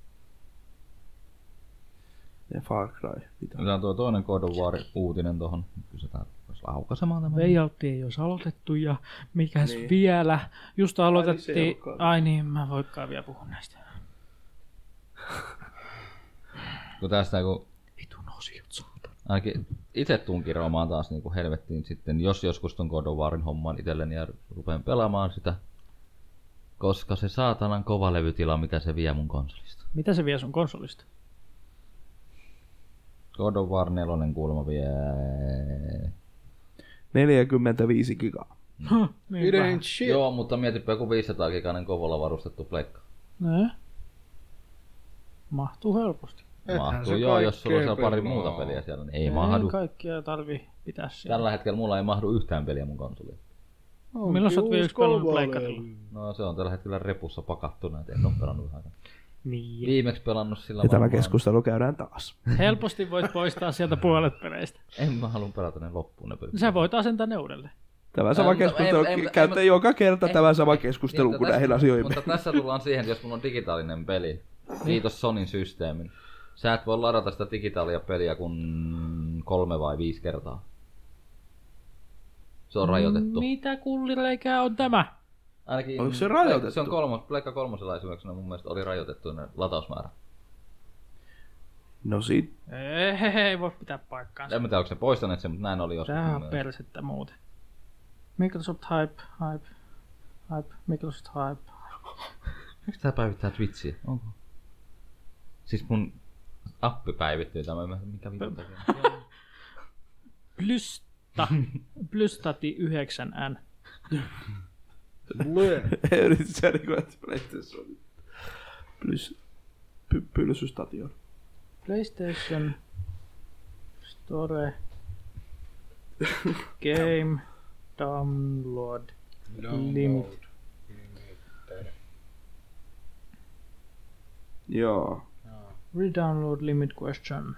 Ja Far Cry. Tämä on tuo toinen God of War uutinen tohon. Kysytään laukaisemaan tämän. Layout ei olisi aloitettu ja mikäs niin. Vielä. Just aloitettiin. Ai niin, mä voikaan vielä puhua näistä. Kun tästä kun... Vitun osiot saatan. Ainakin itse tuun kiroamaan taas niin kuin helvettiin sitten, jos joskus ton God of Warin homman itselleni ja rupean pelaamaan sitä. Koska se saatanan kova levytila, mitä se vie mun konsolista. Mitä se vie sun konsolista? God of War 4 kuulemma vie... 45 gigaa. Niin joo, mutta mietipä joku 500 gigainen kovolla varustettu pleikka. Ne? Mahtuu helposti. Mahtuu joo, jos sulla on siellä pari muuta peliä siellä, niin ei mahdu. Kaikkia tarvii pitää siellä. Tällä hetkellä mulla ei mahdu yhtään peliä mun konsoliin. Milloin sä oot viimeksi pelannut pleikkarilla? No se on tällä hetkellä repussa pakattuna, et en oo pelannut vähän. Niin. Viimeksi pelannut sillä ja tämä keskustelu käydään taas. Helposti voit poistaa sieltä puolet peleistä. En mä halua pelata ne loppuun ne pelit. Sä voit asentaa ne uudelleen. Tämä sama keskustelu käyttää joka kerta tämä sama keskustelu kuin näihin asioihin. Mutta tässä tullaan siihen, että jos mulla on digitaalinen peli, kiitos Sonyn systeemin, sä et voi ladata sitä digitaalia peliä kuin 3 vai 5 kertaa. Se on rajoitettu. Mitä kullireikää on tämä? Ainakin onko se rajoitettu? Se on Pleikka 3:lla esimerkiksi mun mielestä oli rajoitettu ne latausmäärä. No Ei voi pitää paikkaansa. En mä tiedä, onko ne poistaneet sen, mutta näin oli joskus. Tää on persettä muuten. Microsoft Hype. Microsoft Hype. Miksi tää päivittää Twitchiä? Onko? Siis mun appi päivittyy tämä, mikä vittu takia. Plystati 9N. Yritin sä niinku, että PlayStation pylsystation. PlayStation Store Game Download Limit. Joo. Redownload limit question.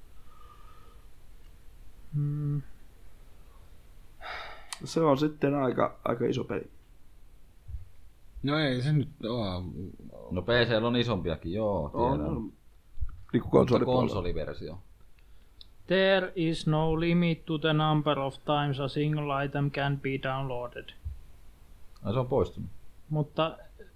Se on sitten aika iso peli. No ei se nyt oo. No PC:llä on isompiakin, joo, tiedän. On. Niinku konsoliversio. There is no limit to the number of times a single item can be downloaded. Se on poistunut. Mutta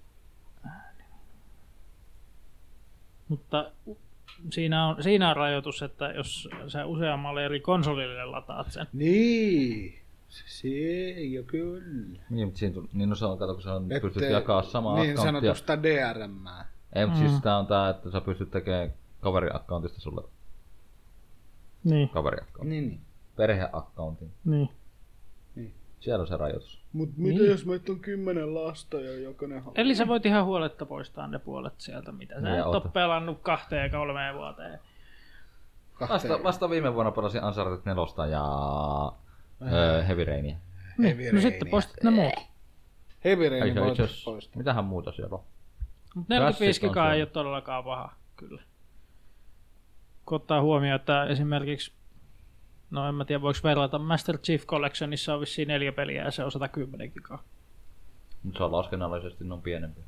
siinä on rajoitus, että jos sä useammalle eri konsolille lataat sen. Niin. Se jo kyllä. Niin, mutta siinä se on, kato, kun sä pystyt jakaa samaa niin accounttia. Niin sanotusta DRM:ää. Ei, mutta siis tää on tää, että sä pystyt tekemään kaveri-accountista sulle niin. Kaveri-accountin. Niin. Perhe-accountin. Niin. Siellä on se rajoitus. Mut mitä jos meitä on 10 lasta ja jokainen haluaa? Eli sä voit ihan huoletta poistaa ne puolet sieltä, mitä sä et oo pelannut 2-3 vuoteen. Vasta viime vuonna pelasin Uncharted 4 ja Heavy Rainia. No sitten poistat ne muut. Heavy Rainin voitais poistaa. Mitähän muuta siellä on? Mut 45 gigaa ei oo todellakaan paha, kyllä. Kun ottaa huomioon, että esimerkiksi, no en mä tiedä voiko verrata, Master Chief Collectionissa on vissiin 4 peliä ja se on 110 gigaa. Mutta se on laskennallisesti noin pienempi.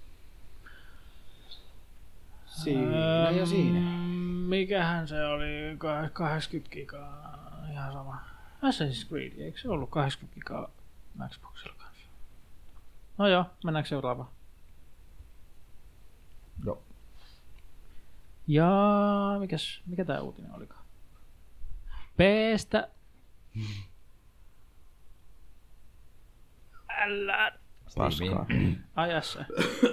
Siinä ja siinä. Mikähän se oli? 80 gigaa, ihan sama. Assassin's Creed, eikö se ollut 80 gigaa Xboxilla kanssa? No joo, mennäänkö seuraavaan? Joo. Ja mikä tää uutinen olikaan? Peestä. Älä. Paskaa. Ajassa.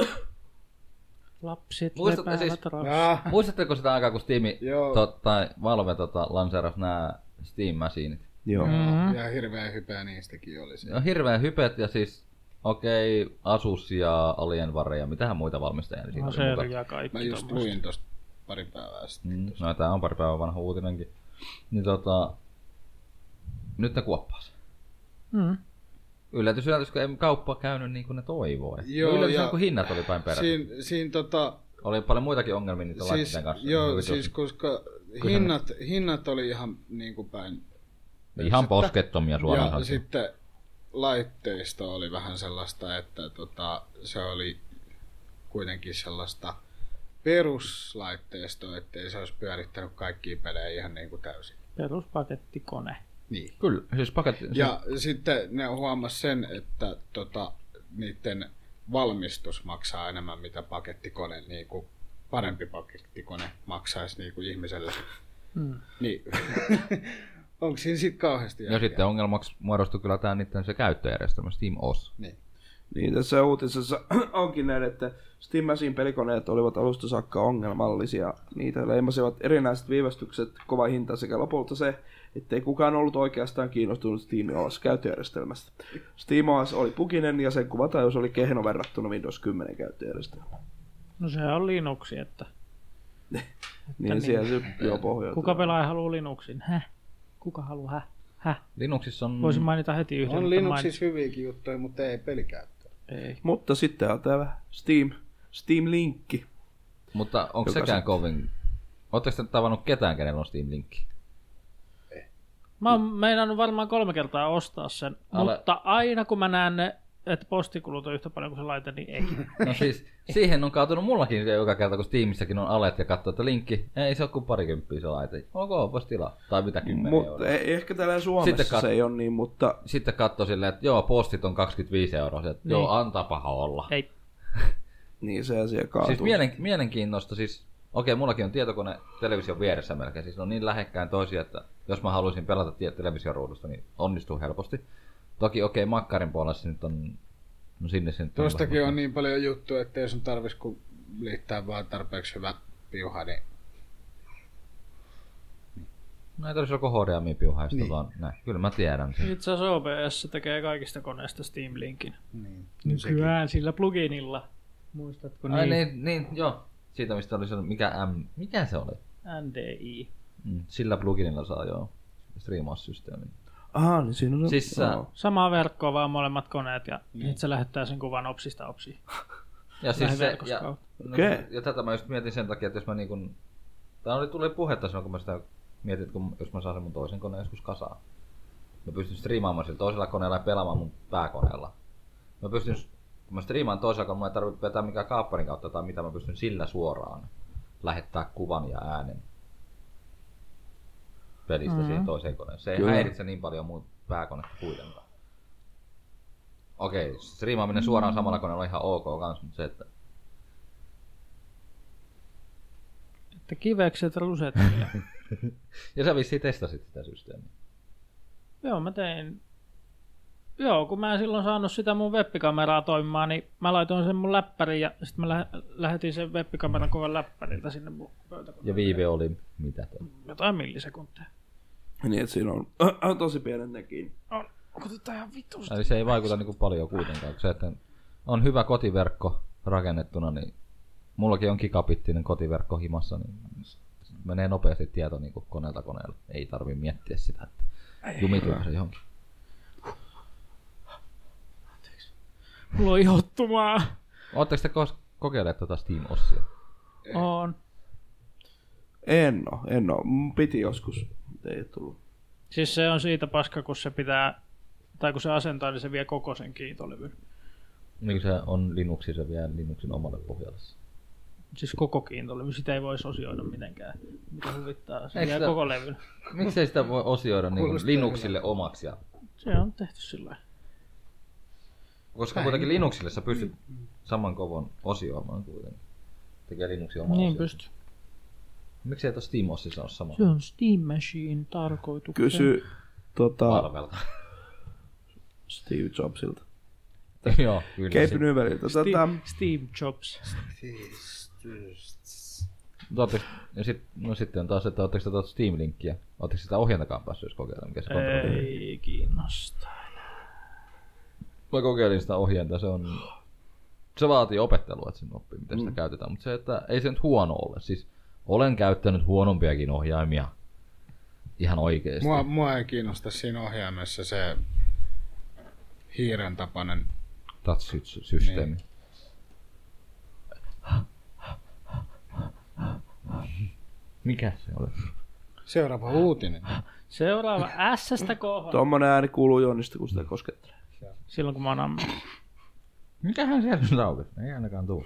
Lapset Muistatteko sitä aikaa, kun Steam tai Valve lanseerasi nämä Steam-masinit? Joo. Ja hirveä hypeä niistäkin oli siinä. No, hirveä hypeet ja siis Asus ja Alienware ja mitähän muita valmistajia. Niin no ja kaikki. Mä just luin tosta pari päivää sitten. No tää on pari päivää vanha uutinenkin. Niin nyt ne kuoppaas. Yllätys, kun ei kauppa käynyt niin kuin ne toivoo. Yllätys, kun hinnat oli päin perässä. Oli paljon muitakin ongelmia niitä laitteiden kanssa. Joo, siis koska hinnat oli ihan niin kuin päin. Ihan poskettomia suoraan. Ja sitten laitteisto oli vähän sellaista, että se oli kuitenkin sellaista peruslaitteistoa, ettei se olisi pyörittänyt kaikkia pelejä ihan niin kuin täysin. Peruspakettikone. Niin. Kyllä, siis paketti. Ja sitten ne huomasi sen, että niiden valmistus maksaa enemmän mitä pakettikone, niin kuin parempi pakettikone maksaisi niin kuin ihmiselle. Niin. Onko siinä sitten kauheasti järkeä? Ja sitten ongelmaksi muodostui kyllä tämä niiden se käyttöjärjestelmä, Steam OS. Niin, tässä uutisessa onkin näin, että Steam Machine pelikoneet olivat alusta saakka ongelmallisia. Niitä leimasivat erinäiset viivästykset, kova hinta sekä lopulta se, ettei kukaan ollut oikeastaan kiinnostunut Steam OS-käyttöjärjestelmästä. Steam OS oli pukinen ja sen kuvatajus oli kehno verrattuna Windows 10 käyttöjärjestelmään. No se on Linuxi, että niin, siellä se jo pohjautuu. Kuka pelaa haluaa Linuxin? Kuka haluaa? Linuxissa on... Voisin mainita heti yhden. On Linuxissa hyviäkin juttuja, mutta ei pelikäyttöä. Ei. Mutta sitten on tämä Steam-linkki. Mutta onko sekään kovin... Oletteko te tavannut ketään, kenellä on Steam-linkki? Mä oon meinannut varmaan 3 kertaa ostaa sen, mutta aina kun mä näen ne että postikulut on yhtä paljon kuin se laite, niin ei. No siis, siihen on kaatunut mullakin joka kerta, kun Steamissäkin on alet ja katsoo, että linkki, ei se ole kuin 20 se laite. Ok, vois tilaa. Tai mitä 10 €. Mutta ehkä täällä Suomessa se ei ole niin, mutta... Sitten katsoo silleen, että joo, postit on 25 €. Että niin. Joo, antapaha olla. Ei. Niin se asia kaatuu. Siis mielenkiinnosta, siis okei, mullakin on tietokone television vieressä melkein. Siis on niin lähekkäin toisia, että jos mä haluaisin pelata television ruudusta, niin onnistuu helposti. Toki okei, makkarin puolella nyt on... No sinne se nyt on. Tuostakin on niin paljon juttuja, että jos on tarvis kun liittää vaan tarpeeksi hyvä piuha, niin... No ei tarvitse olla HDMI-piuha, niin. Vaan näin. Kyllä mä tiedän sen. Itse asiassa OBS tekee kaikista koneista Steam Linkin. Niin. Nykyään sillä pluginilla. Muistatko niin? Ai niin, joo. Siitä mistä oli se, mikä se oli? NDI. Sillä pluginilla saa joo striimaussysteemin. Aha, niin siinä on siis samaa verkkoa vaan molemmat koneet ja sitten se lähettää sen kuvan opsista opsiin. Ja siis se, ja tätä mä just mietin sen takia, että jos mä niin kun... Tää tuli puhetta silloin, kun mä sitä mietin, että jos mä saan sen mun toisen koneen joskus kasaan. Mä pystyn striimaamaan sillä toisella koneella ja pelaamaan mun pääkoneella. Mä pystyn, kun mä striimaan toisella koneella, mä ei tarvitse vetää mikään kaapparin kautta tai mitä, mä pystyn sillä suoraan lähettää kuvan ja äänen pelistä siihen toiseen koneeseen. Se ei häiritse niin paljon mun pääkonetta kuitenkaan. Okei, striimaaminen suoraan samalla koneella on ihan ok kans, mutta se, että kivekset rusettia. Ja sä vissiin testasit sitä systeemiä. Joo, mä tein. Joo, kun mä en silloin saanut sitä mun webkameraa toimimaan, niin mä laitoin sen mun läppäriin ja sitten mä lähetin sen webkameran kuvan läppäriltä sinne mun pöytäkoneen. Ja viive oli mitä? Jotain millisekuntia. Niin, että siinä on tosi pienet nekin. Otetaan ihan vitusti. Eli se ei vaikuta niinku paljon kuitenkaan. Se, että on hyvä kotiverkko rakennettuna, niin mullakin on gigabittinen kotiverkko himassa, niin menee nopeasti tieto niin kuin koneelta koneelle. Ei tarvii miettiä sitä, että jumituuko se johonkin. Mulla on ihottumaa. Ootteko te kokeilleet tuota Steam Ossia? On. En oo. Piti joskus. Ei tullut. Siis se on siitä paska, kun se pitää, tai kun se asentaa, niin se vie koko sen kiintolevyn. Niin se on Linuxi, se vie Linuxin omalle pohjalle. Siis koko kiintolevy, sitä ei voisi osioida mitenkään. Mitä huvittaa, se vie koko levyn. Miksei sitä voi osioida niin Linuxille omaksi? Se on tehty sillä. Koska kuitenkin Linuxille sä pystyt saman kovon osioimaan kuitenkin. Tekee Linuxin omaa niin pystyy. Miksi ei tuossa Steam Ossissa ole sama? Se on Steam Machine tarkoituksena. Kysy Marvelta. Steve Jobsilta. Joo, kyllä. Cape Nyveliltä. Steve Jobs. No sitten on taas, että ootteko te Steam-linkkiä? Ootteko sitä ohjantakaan päässyt jos kokeilla? Mikä se ei kiinnosta. Mä kokeilin sitä ohjainta, se vaatii opettelua, että sen oppii, miten sitä käytetään. Mutta se, että ei se nyt huono ole. Siis olen käyttänyt huonompiakin ohjaimia. Ihan oikeesti. Mua ei kiinnosta siinä ohjaimessa se hiiren tapainen touch-systeemi. Niin. Mikä se oli? Seuraava uutinen. Seuraava S-stä kohon. Tuommoinen ääni kuuluu Jonnista, kun sitä koskettelee. Silloin kun mä oon Mikähän siellä nyt aukesi? Ei ainakaan tuu.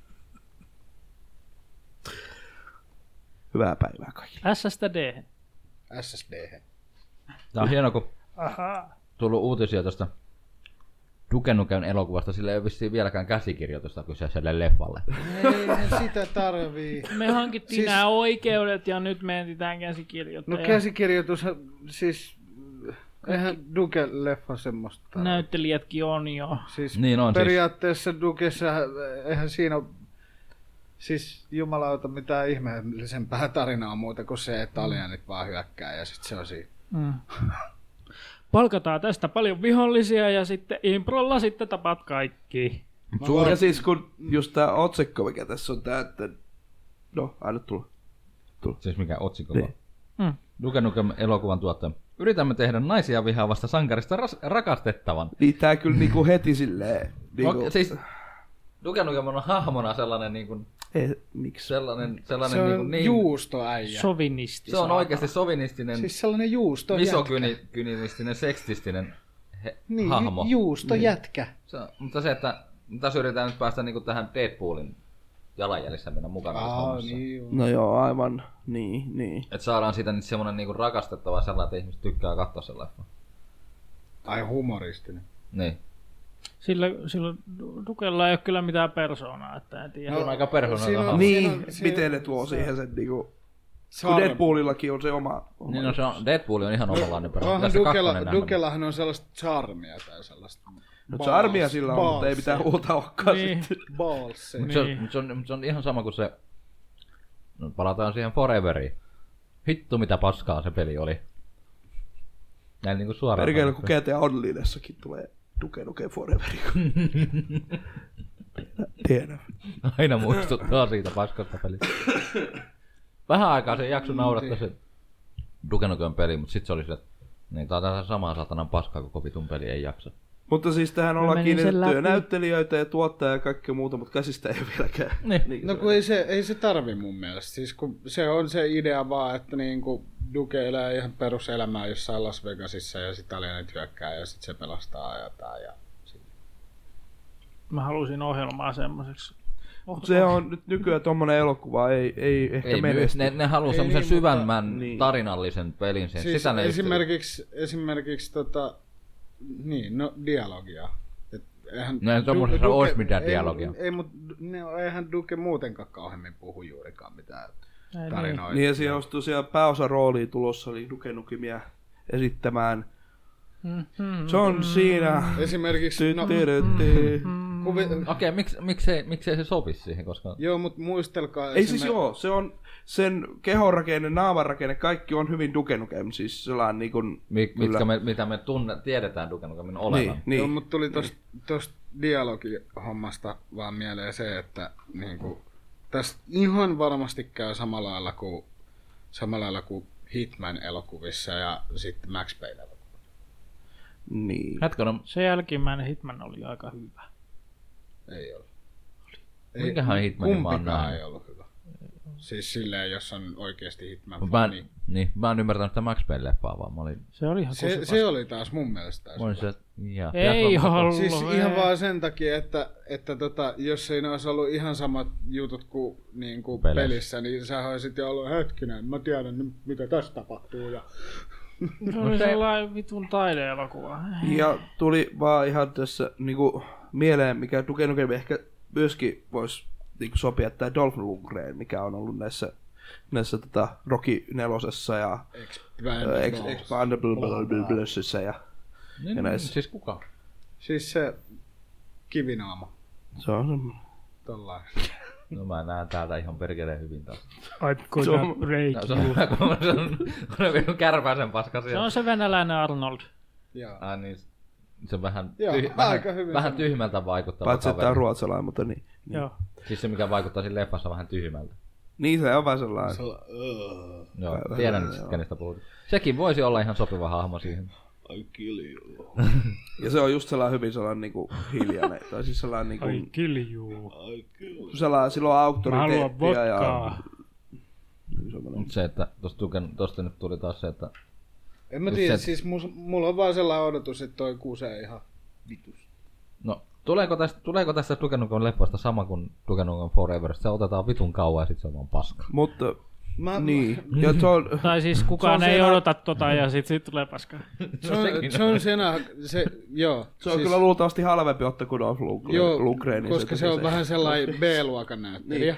Hyvää päivää kaikille. S-stä D. SSD. Tää on hieno, kun tullut uutisia tosta Duke Nukem elokuvasta, sillä ei ole vissiin vieläkään käsikirjoitusta kyseiselle leffalle. Ei sitä tarvii. Me hankittiin nämä oikeudet ja nyt me etsitään käsikirjoittaja. No käsikirjoitus, siis eihän Duke-leffa semmoista tarvii. Näyttelijätkin on jo. Siis niin on, periaatteessa siis Dukessa, eihän siinä ole siis jumalauta mitään ihmeellisempää tarinaa muuta kuin se, että alienit vaan hyökkää ja sit se on siinä. Palkataan tästä paljon vihollisia ja sitten improlla sitten tapat kaikki. Ja siis kun just tää otsikko, mikä tässä on tää, että no, aina tulla. Siis mikä otsikko vaan? Duke Nukem elokuvan tuottaja. Yritämme tehdä naisia vihaavasta sankarista rakastettavan. Niin tää kyllä niinku heti silleen. Niinku... Siis Duke Nukem on hahmona sellainen niinku... Miksi? Sellainen se on niin juustoäijä. Sovinisti. Se on oikeasti sovinistinen. Siis sellainen juusto. Misogynistinen, seksistinen hahmo. Juustojätkä. Mutta se, että tässä yritetään nyt päästä niinku tähän Deadpoolin jalanjäljissä mennä mukana tässä hommassa. Niin, no joo, aivan. Niin. Että saadaan siitä nyt semmonen niinku rakastettava sellainen, että ihmiset tykkää katsoa sen leffan. Ai humoristinen. Niin. Sillä Dukella ei ole kyllä mitään persoonaa, että en tiedä. No, aika persoonaa. Niin, miten ne tuo siihen sen niinku... Kun Deadpoolillakin on se oma... Niin, no se on, Deadpool on ihan omanlainen persoona. Dukellahan on sellaista charmia tai sellaista. No charmia sillä on, mutta ei mitään muuta olekaan niin. sitten. Balls. Se on ihan sama kuin se... No, palataan siihen Foreveriin. Hittu mitä paskaa se peli oli. Näin niinku suoraan. Perkele kun GTA Onlinessakin tulee Duke Foreveri. Tiedän. Aina muistuttaa siitä paskasta pelistä. Vähän aikaa se jakso naurattaa se Duke Nukem peli, mutta sit se oli sille, että niin, tää on tätä samaa satanan paskaa, koko vitun peli ei jaksa. Mutta siis tähän ollaan kiinnitettyä näyttelijöitä ja tuottajia ja kaikkea muuta, mutta käsistä ei ole vieläkään. Niin. No kun ei se tarvi mun mielestä. Siis kun se on se idea vaan, että niinku Duke elää ihan peruselämää jossain Las Vegasissa ja sit alienit hyökkää ja sit se pelastaa jotain. Ja Mä halusin ohjelmaa semmoiseksi. Se on nyt nykyään tommonen elokuva, ei ehkä menesty. Ne haluaa semmoisen syvänmän tarinallisen pelin sen. Siis esimerkiksi dialogia. No tommosessa olisi mitään dialogia. Eihän Duke muutenkaan kauheammin puhu juurikaan mitään tarinoita. Niin ja siellä olisi tosiaan pääosan rooliin tulossa, eli Duke Nukemia esittämään. Se on siinä. Esimerkiksi Okei, miksei se sopisi siihen, koska... Joo, mutta muistelkaa... Ei siis joo, se on sen kehonrakenne, naamanrakenne, kaikki on hyvin Duke Nukem, siis sellainen niin kuin... Mitä me tiedetään Duke Nukemin olevan. Niin. Joo, mutta tuli tosta dialogihommasta vaan mieleen se, että niinku, tässä ihan varmasti käy samalla lailla kuin Hitman-elokuvissa ja sitten Max Payne-elokuvissa. Niin. Se jälkimmäinen Hitman oli aika hyvä. Ei ole. Mikähän Hitmanin mä oon nähnyt? Ei ollut hyvä. Siis silleen, jos on oikeesti Hitman fani. Mä en ymmärtänyt sitä Max Payne-leffaa, vaan mä olin... Se oli ihan se oli taas mun mielestä taas Ei ollut. Siis ihan vaan sen takia, että jos ei ne olisi ollut ihan samat jutut kuin niinku pelissä, niin sä olisit jo ollut hetkinen, mä tiedän mitä tässä tapahtuu. Ja... Se oli sellainen vitun taideelokuva. Ja tuli vaan ihan tässä niinku mieleen, mikä Duke Nukem ehkä myöskin voisi niinku sopia, tämä Dolph Lundgren, mikä on ollut näissä Rocky 4:ssa ja Expandablesissa ja näissä. Siis kuka? Siis se kivinaama. Se on semmoinen. Tollainen. No mä näen täältä ihan perkeleen hyvin taas. Se on kärpäisen paska siellä. Se on se venäläinen Arnold. Joo. Niin, se on vähän tyhmältä vaikuttava kaveri. Paitsi että on ruotsalainen, mutta niin. Joo. Siis se mikä vaikuttaa siinä leffassa vähän tyhmältä. Niin se on vähän sellainen. Joo, tiedän nyt kenestä puhutaan. Sekin voisi olla ihan sopiva hahmo siihen. I kill you. Ja se on just sellainen hyvin sellainen niinku hiljainen. Tai siis sellainen niinku... I kill you. Sellainen, sillä on auktoriteettia ja... Mut se, että tosta nyt tuli taas se, että... En mä tiedä, siis mulla on vaan sellainen odotus, että toi kusee ihan vitus. No, tuleeko tästä Duke Nukem leffasta sama kuin Duke Nukem Forever? Se otetaan vitun kauan ja sit se on vaan paska. Mutta... Niin. Tai siis kukaan ei odota ja sit tulee paskaa. Se on se on kyllä luultavasti halvempi ottaa kuin Dolph Lundgren. Koska se on vähän sellainen B-luokan näyttelijä.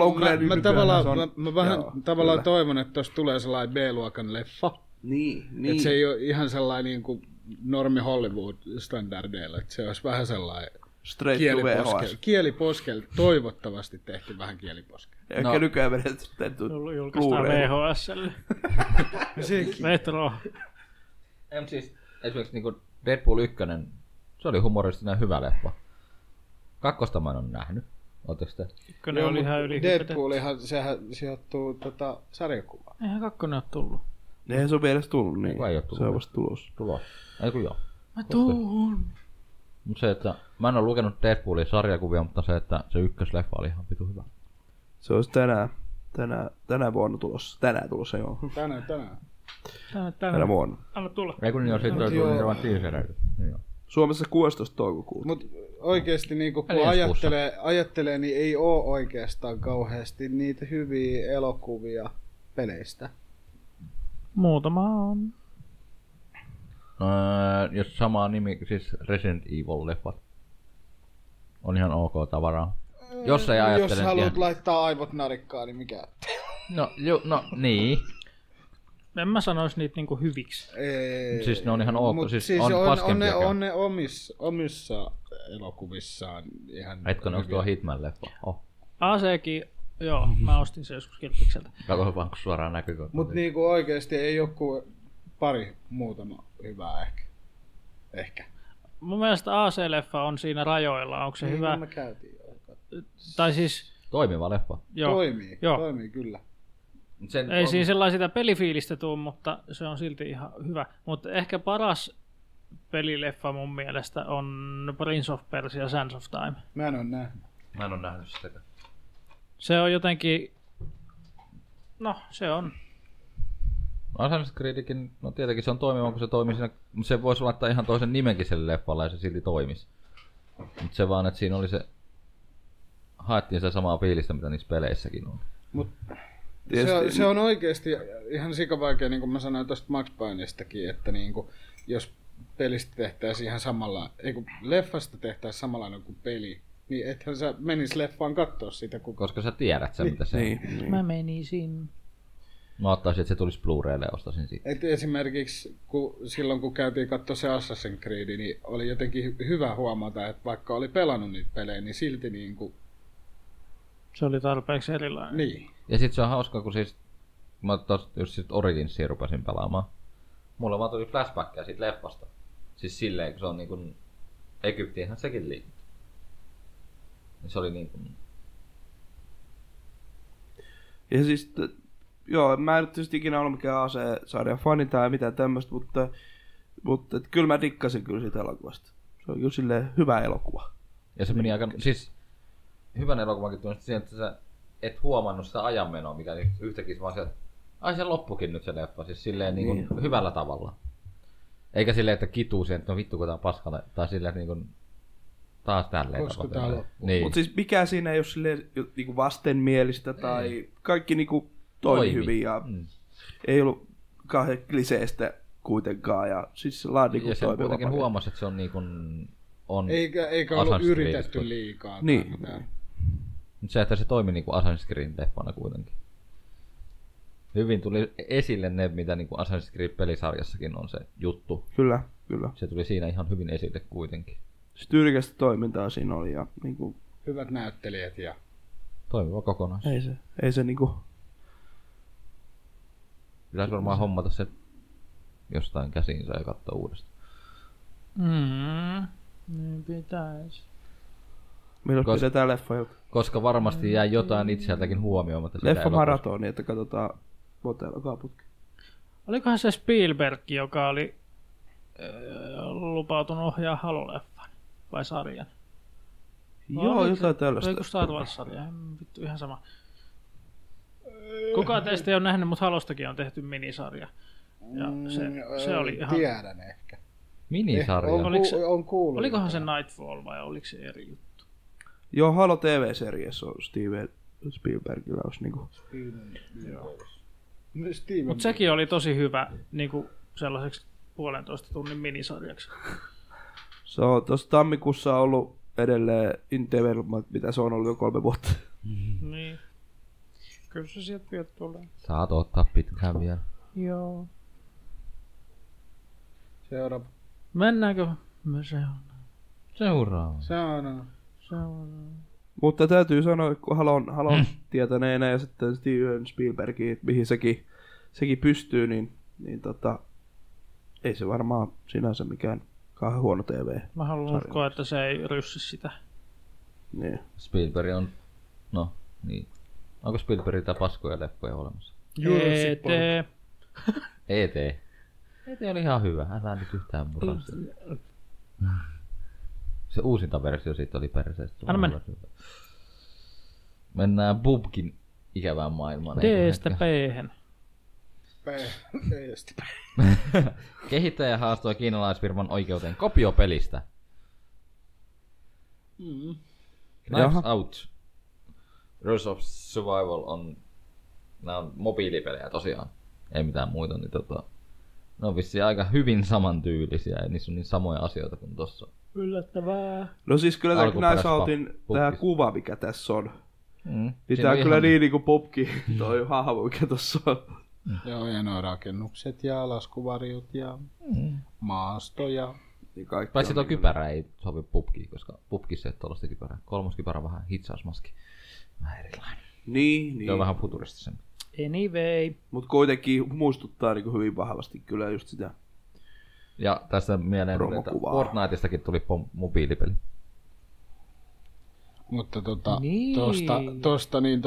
Mä tavallaan toivon, että tosta tulee sellainen B-luokan leffa. Niin. Että se ei ole ihan sellainen niin kuin normi Hollywood-standardeilla. Että se olisi vähän sellainen kieliposkel. Toivottavasti tehty vähän kieliposkel. Ehkä nykyään vedetty julkaistaan VHS:lle. Retro. Siis esimerkiksi niin Deadpool 1, se oli humoristinen hyvä leffa. 2 mä en ole nähnyt. Oletteko te? Ykkönen oli ihan Deadpoolihan, sehän sijoittuu sarjakuvaan. Eihän 2 ole tullut. Eihän se ole vielä tullut, niin. Ei ole tullut. Se on vasta tulos. Ei kun joo. Mä tuun. Mut se, että mä en ole lukenut Deadpoolin sarjakuvia, mutta se, että se ykkösleffa oli ihan vitu hyvä. Se olisi tänä vuonna tulossa. Tänään tulossa, joo. Tänään. tänä vuonna. Anna tulla. Ei kun niin on sitten tuli vaan teasereita. Suomessa 16. toukokuuta. Mut oikeesti niinku kun ajattelee, niin ei oo oikeastaan kauheasti niitä hyviä elokuvia peleistä. Muutama on. Jos sama nimi, siis Resident Evil-leffat. On ihan ok tavaraa. Jos ei ajattele... Jos haluat laittaa aivot narikkaan, niin mikä? No niin. En mä sanois niitä niinku hyviksi. Ei, siis ne on ihan ok. Siis on paskempiakin. On ne omissa elokuvissaan ihan... Etkö ne onko tuo Hitman-leffa? ACkin, joo, mä ostin se joskus Kilpikseltä. Kato vaan, kun suoraan näkyy. Mut niinku oikeesti ei joku muutama hyvää ehkä. Mun mielestä AC-leffa on siinä rajoilla. Onko se niin, hyvä? Me käytiin jo. Tai siis... Toimiva leffa. Joo. Toimii kyllä. Ei siinä sellaista sitä pelifiilistä tuu, mutta se on silti ihan hyvä. Mutta ehkä paras pelileffa mun mielestä on Prince of Persia Sands of Time. Mä en oo nähnyt sitä. Se on jotenkin... No, se on. Assassin's Creedikin, no tietenkin se on toimiva, kun se toimii siinä, mutta se voisi laittaa ihan toisen nimenkin sille leffalle ja se silti toimisi. Mutta se vaan, että siinä oli se, haettiin sitä samaa fiilistä, mitä niissä peleissäkin on. Mut se on oikeesti ihan sikavaikea, niin kuin mä sanoin tosta Max Paynestakin, että niinku, jos pelistä tehtäisiin ihan samalla, ei kun leffasta tehtäisiin samanlainen kuin peli, niin ethän sä menis leffaan kattoo sitä. Koska sä tiedät sen, mitä se on. Mä menisin. Mä ottaisin, että se tulisi Blu-raylle ja ostaisin siitä. Et esimerkiksi silloin, kun käytiin katsoa se Assassin's Creed, niin oli jotenkin hyvä huomata, että vaikka oli pelannut niitä pelejä, niin silti niinku... Se oli tarpeeksi erilainen. Niin. Ja sit se on hauska, kun siis... Mä just sit Originsia rupesin pelaamaan. Mulla vaan tuli flashbackia siitä leffasta. Siis silleen, kun se on niinkun... Egyptiinhän sekin liittyy. Se oli niinkun... Ja siis... Joo, mä en nyt ikinä ole mikään AC-sarjan fani tai mitään tämmöstä, mutta kyllä mä dikkasin kyllä siitä elokuvasta. Se on kyllä silleen hyvä elokuva. Ja se meni aika... Siis... Hyvän elokuvankin tunnustin siihen, että sä et huomannut sitä ajanmenoa, mikä yhtäkkiä vaan sieltä... Ai se loppukin nyt se leffa, siis silleen niin kuin hyvällä tavalla. Eikä silleen, että kituu siihen, että no vittu kun tää on paskalle, tai silleen, että niin kuin... Taas tälleen tapahtuu. Niin. Mut siis mikään siinä ei ole silleen niin vastenmielistä tai kaikki niinku toimi hyvin ja ei ollut kauhean kliseistä kuitenkaan ja siis laadin ja se kuitenkin huomasi, että se on niinku on eikä ollut yritetty liikaa. Niin. Mutta se, että se toimi niinku Assassin's Creed leffana kuitenkin. Hyvin tuli esille ne, mitä niinku Assassin's Creed pelisarjassakin on se juttu. Kyllä. Se tuli siinä ihan hyvin esille kuitenkin. Tyylikästä toimintaa siinä oli ja niinku... Hyvät näyttelijät ja... Toimiva kokonaisuus. Ei se niinku... Pitäisi varmaan hommata se jostain käsiinsä ja katsoa uudestaan. Niin pitäisi. Milloin pidetään leffa-ilta? Koska varmasti jää jotain itseltäkin huomioimatta. Leffa-maratoni, että katsotaan monta elokuvaa putkeen. Olikohan se Spielberg, joka oli lupautunut ohjaa Halo-leffan vai sarjan? Joo, jotain tällaista. Oliko Star Wars-sarja? Vittu ihan sama. Kukaan teistä ei ole nähnyt, mutta Halostakin on tehty minisarja. Ja se oli ihan... Tiedän ehkä. Minisarja? On kuullut. Olikohan se Nightfall vai oliko se eri juttu? Joo, Halo TV-seriassa on Steven Spielbergillä olisi niinku... Mutta sekin oli tosi hyvä niinku sellaiseksi 1,5 tunnin minisarjaksi. Se on tuossa tammikuussa ollut edelleen in development, mitä se on ollut jo 3 vuotta. Niin. Kyllä se sieltä vielä tulee. Saat ottaa pitkään vielä. Joo. Seuraava. Mennäänkö? Seuraava. Mutta täytyy sanoa, kun Halon tietäneenä ja sitten Steven Spielbergin, mihin sekin pystyy, niin ei se varmaan sinänsä mikään kauhean huono TV. Mä haluan uskoa, että se ei ryssy sitä. Niin. Spielberg on... No, niin. Onko Spielbergiltä paskoja leffoja olemassa? E.T. E.T. E.T. oli ihan hyvä, älä nyt yhtään murasta. Se uusinta versio siitä oli perseestä. Anna mennä. Mennään Bubkin ikävään maailmaan. D-stä P-hän. Kehittäjä haastoi kiinalaisfirman oikeuteen kopiopelistä. Knives Out. Rules of Survival on... Nämä on mobiilipelejä tosiaan. Ei mitään muita, niin ne on vissiin aika hyvin samantyylisiä. Ei niissä on niin samoja asioita kuin tossa. Yllättävää. No siis kyllä tämä Knives Outin tää kuva, mikä tässä on. Niin tää on kyllä niin niinku popki toi hahmo, mikä tossa on. Joo, ja nuo rakennukset ja laskuvarjot ja maasto ja... Niin paitsi tuo kypärä ei sovi pupkiin, koska pupkissa ei ole tuollaista kypärää. Kolmoskypärä on vähän hitsausmaski. Vähän erilainen. Niin. Se on vähän futuristisempi. Anyway. Mut kuitenkin muistuttaa niinku hyvin vahvasti kyllä just sitä. Ja tässä mieleen, että Fortniteistakin tuli mobiilipeli. Mutta tosta niin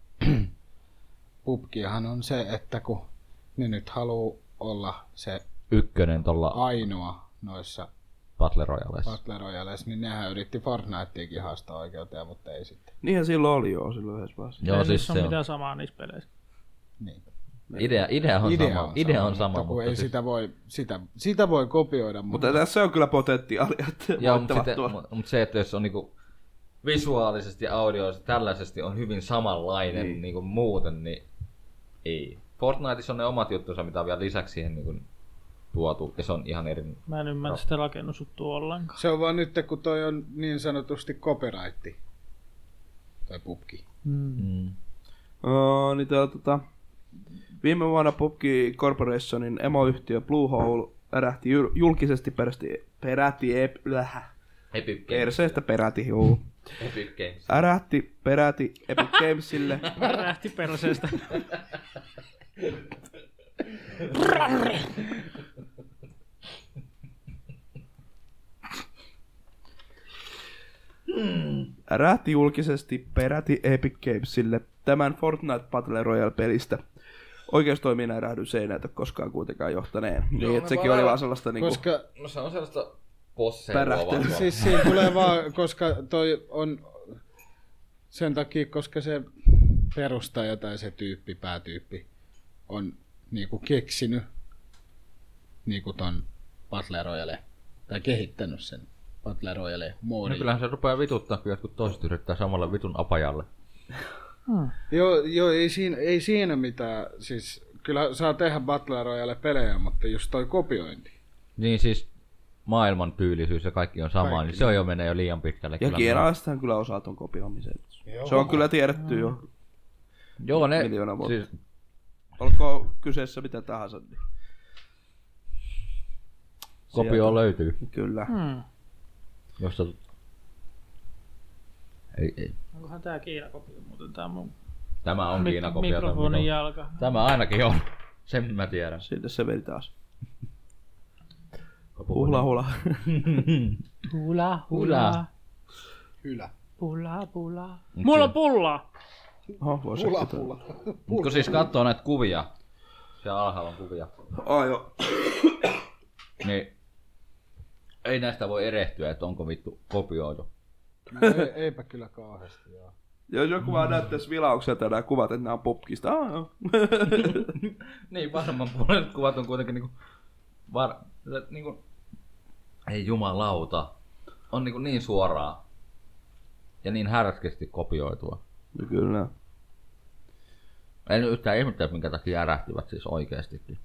PUBGhan on se, että kun ne nyt haluu olla se ykkönen tolla ainoa noissa Battle Royaleissa, niin nehän yritti Fortniteikin haastaa oikeuteen, mutta ei sitten. Niinhän silloin oli silloin yhdessä vaiheessa. Joo, siis on mitään samaa niissä peleissä. Niin. Idea on sama, mutta ei sitä voi kopioida. Mutta tässä on kyllä potentiaalia. Joo, mutta se, että jos on niinku visuaalisesti ja audioisesti tällaisesti on hyvin samanlainen niinku muuten, niin ei. Fortniteissa on ne omat juttunsa, mitä on vielä lisäksi siihen niinku tuotu, ja se on ihan eri. Mä en ymmärrä sitä rakennusuttua ollenkaan. Se on vaan nyt, kun toi on niin sanotusti copyrighti. Tai PUBG. Niin viime vuonna PUBG Corporationin emoyhtiö Bluehole ärähti julkisesti ärähti peräti Epic Gamesille. Ärähti perseestä. Ärähti julkisesti peräti Epic Gamesille tämän Fortnite Battle Royale-pelistä. Oikeustoiminnan ärähdys ei näytä koskaan kuitenkaan johtaneen. Niin, että sekin oli vaan sellaista niinku... Koska... No se on sellaista posseilua. Siis siinä tulee vaan, koska toi on sen takia, koska se perustaja tai se päätyyppi on niinku keksinyt niinku ton Battle Royale, tai kehittänyt sen Battle Royale-moodin. No kyllähän se rupeaa vituttaa, kun jotkut toiset yrittää samalla vitun apajalle. Joo, ei siinä mitään. Siis, kyllä saa tehdä Battle Royale-pelejä, mutta just toi kopiointi. Niin siis maailman tyylisyys ja kaikki on sama, niin se on menee jo liian pitkälle. Ja kiinalaisethan kyllä osaa ton kopioimisen. Se on kyllä tiedetty jo. Joo, ne... Siis... Olkoon kyseessä mitä tahansa. Niin... Kopio löytyy. Kyllä. Josta... Ei. Onkohan tää Kiina-kopio muuten tää mun... Tämä on Kiina-kopio. Mikrofonin jalka. Tämä ainakin on. Sen mä tiedän. Siitä se veri taas. Hula. Hula. Pula. Mulla on pullaa! Pulla. Kun siis katsoo näitä kuvia, siellä alhaalla on kuvia. Joo. Niin ei näistä voi erehtyä, että onko vittu kopioitu. No, eipä kyllä kauheasti, joo. Jos joku vaan näyttäisi vilaukselta nämä kuvat, että nämä on PUBGista. Joo. Niin, varmaan puolet kuvat on kuitenkin niinku... Ei jumalauta. On niin suoraa. Ja niin härskisti kopioitua. No kyllä. En yhtään ihmettää, minkä takia ärähtivät siis oikeastikin.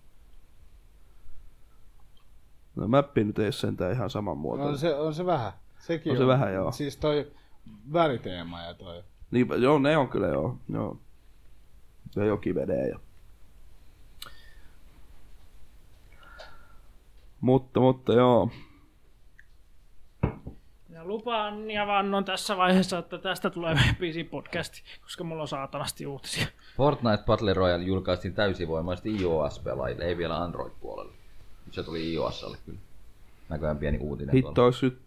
No mäppi nyt ei sentään ihan saman muotoinen. On se vähän. Sekin on se vähän, joo. Siis toi väriteema ja toi. Niin, joo, ne on kyllä joo. Ja joki vedee ja... Mutta joo. Ja lupaan ja vannon tässä vaiheessa, että tästä tulee PC-podcasti, koska mulla on saatanasti uutisia. Fortnite Battle Royale julkaistiin täysivoimaisesti iOS-pelaajille, ei vielä Android-puolelle. Se tuli iOSlle kyllä. Näköjään pieni uutinen. Hitto olisi nyt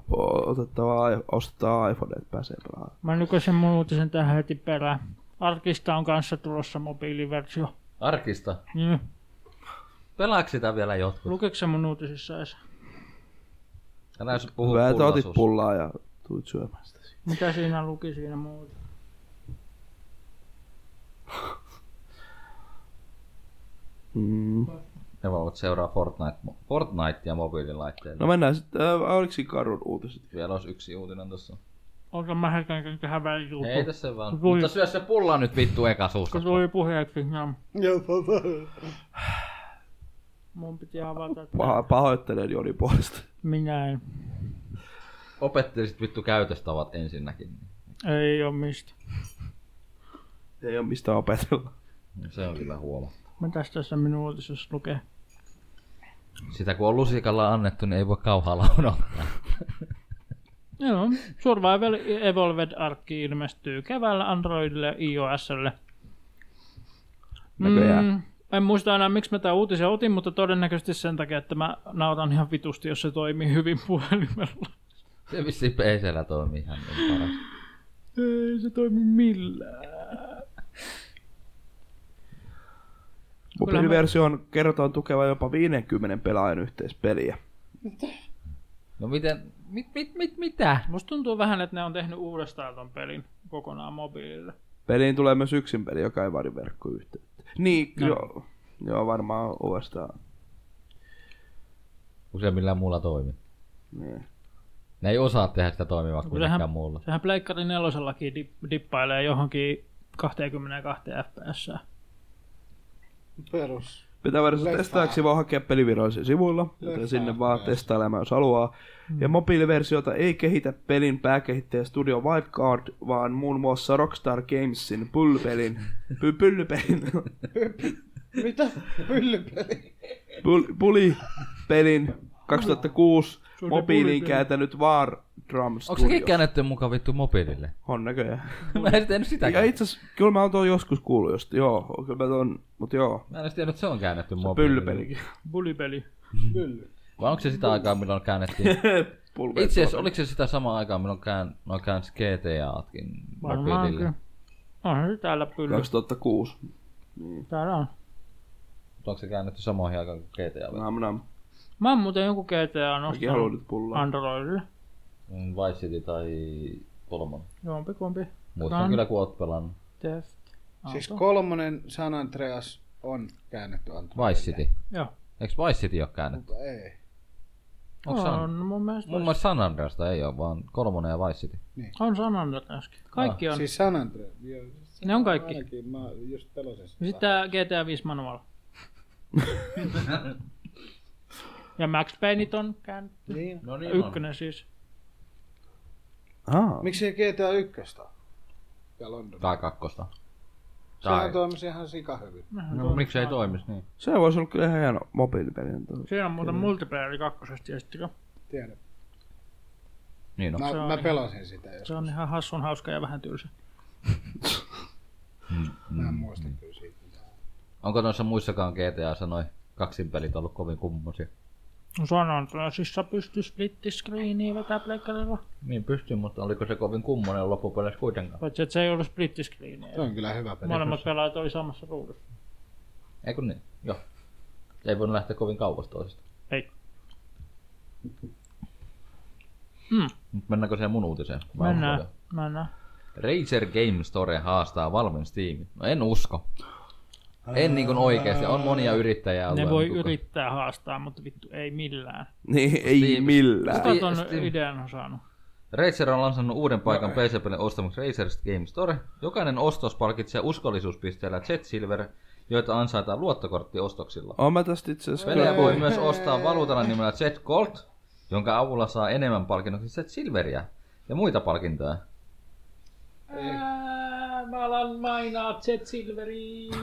ostaa iPhone, että pääsee pelaamaan. Mä nykäisen mun uutisen tähän heti perään. Arkista on kanssa tulossa mobiiliversio. Arkista? Pelaako sitä vielä jotkut? Lukeeko se mun uutisissa edes? Älä jos puhuu hyvä, että otit pullaa ja tulit syömään sitä. Mitä siinä luki siinä muuta? Ne voivat seuraa Fortnitea mobiililaitteilla. No mennään sitten, oliko siinä karun uutiset? Vielä olisi yksi uutinen tossa. Onko mä hetken tähän väliin juttu? Ei tässä vaan. Mutta syö se pulla nyt vittu eka suusta. Kun tuli puheeksi, mun piti avata. Pahoittelen Joni puolesta. Minä en. Opettelisit vittu käytöstavat ensinnäkin. Ei oo mistä. Ei oo mistä opetella. Se on kyllä huomattu. Mitäs tässä minun uutisessa lukee? Sitä kun on lusikalla annettu, niin ei voi kauhalla unohtaa. Joo, Survival Evolved Ark ilmestyy keväällä Androidille ja iOSlle. En muista enää, miksi mä tää uutisen otin, mutta todennäköisesti sen takia, että mä nautan ihan vitusti, jos se toimii hyvin puhelimella. Se vissiin PC:llä toimii ihan niin paras. Ei se toimi millään. Mobiiliversion kerrotaan tukeva jopa 50 pelaajan yhteispeliä. No miten? Mitä? Musta tuntuu vähän, että ne on tehnyt uudestaan ton pelin kokonaan mobiilille. Peliin tulee myös yksin peli, joka ei vaadi verkkoyhteyttä. Niin, no. Joo, varmaan uudestaan. Usein millään muulla toimii. Niin. Ne ei osaa tehdä sitä toimivaa kuin mikään muulla. Sehän Pleikkari 4:llakin dippailee johonkin 22 fps. Perus. Pitää verrata testaajaksi voi hakea pelivirallisia sivuilla, joten sinne vaan testailemaan jos haluaa. Ja mobiiliversiota ei kehitä pelin pääkehittäjä Studio Wildcard, vaan muun muassa Rockstar Gamesin pyllypelin. Mitä? Pyllypeli? Pulipelin 2006 mobiiliin kääntänyt War Drum Studios. Onko sekin käännetty mukaan vittu mobiilille? On näköjään. Mä en tehnyt sitäkään. Ja itse asiassa, kyllä mä oon tuon joskus kuullut just. Joo, kyllä mä tuon, mut joo. Mä en edes tiedä, että se on käännetty mobiilille. Pyllypelikin. Pulipeli. Vai onko se sitä aikaa, milloin käännettiin? Itse asiassa, oliko se sitä samaa aikaa, milloin käänsi GTAtkin mobiilille? Onhan se täällä pylly. 2006. Niin. Täällä on. Onko se käännetty samaan aikaan kuin GTA? Mä oon muuten joku GTA nostanut Androidille. Vice City tai 3. Jompikumpi. Muistan kyllä, kun oot pelannut. Theft. Siis 3 San Andreas on käännetty Androidille. Vice City? Joo. Eikö Vice City ole käännetty? Mutta ei. On mun mielestä San Andreasta ei ole, vaan 3 ja Vice City. Niin. On San Andreaskin. Kaikki on. Siis San Andreas. Ne on kaikki. Ainakin mä just pelasin sitä. Sitten tää GTA 5 manual. Ja Max Payneit on käännetty. Niin. No niin, Ykkönen siis. Miksi ei GTA 1? Ja London. Tai 2. Sehän toimisi ihan sikahyvin. No, miksi ei toimisi niin? Se voisi olla kyllä ihan hieno mobiilipeli. Siinä on muuten multiplayer 2. tietysti. Tiedän. Niin on. Mä pelasin sitä joskus. Se on ihan hassun hauska ja vähän tylsä. Mä en muista kyllä siitä. Onko noissa muissakaan GTA noin kaksinpelit ollut kovin kummosia? No sanon, siis pystyy splittiscreeniin vetää pleikkarilla. Niin pystyy, mutta oliko se kovin kummonen loppupeleissä kuitenkaan? Paitsi että se ei ollut splittiscreeniä. Se on kyllä hyvä peli. Molemmat pelaajat oli samassa ruudussa. Eikö niin? Joo. Ei voinut lähteä kovin kauas toisesta. Ei. Mennäänkö siihen mun uutiseen? Mennään. Razer Game Store haastaa Valven Steamin. No en usko. En niin kuin oikeesti. On monia yrittäjää. Ne voi yrittää haastaa, mutta vittu ei millään. Niin, ei millään. Kuka ton idean on saanut? Razer on lansannut uuden paikan PC-pelin ostamiseksi Razer Game Store. Jokainen ostos palkitsee uskollisuuspisteellä Jet Silver, joita ansaitaan luottokorttiostoksilla. Oon mä tästä itse asiassa. Pelejä voi myös ostaa valuutalla nimellä Jet Gold, jonka avulla saa enemmän palkinnoksi Jet Silveria ja muita palkintoja. Mä alan mainaa Jet Silveria.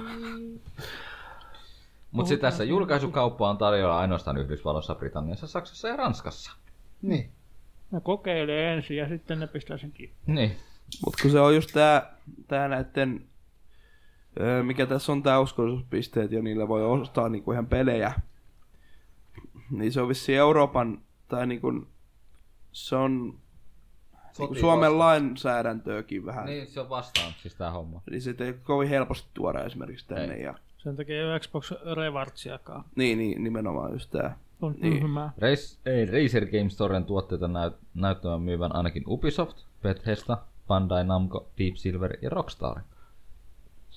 Mutta sitten tässä julkaisukauppa on tarjolla ainoastaan Yhdysvalloissa, Britanniassa, Saksassa ja Ranskassa. Niin. Ne kokeilee ensin ja sitten ne pistää sen kiinni. Niin. Mut kun se on just tää näitten, mikä tässä on tää uskollisuuspisteet ja niillä voi ostaa niinku ihan pelejä. Niin se on vissiin Euroopan, tai niinku, se on niinku Suomen lainsäädäntöäkin vähän. Niin, se on vastaan siis tää homma. Eli se ei kovin helposti tuoda esimerkiksi tänne. Ja sen takia ei ole Xbox Rewardziakaan. Niin, nimenomaan just tää. On tyhmää. Razer Game Storen tuotteita näyttämään myyvän ainakin Ubisoft, Bethesda, Bandai Namco, Deep Silver ja Rockstar.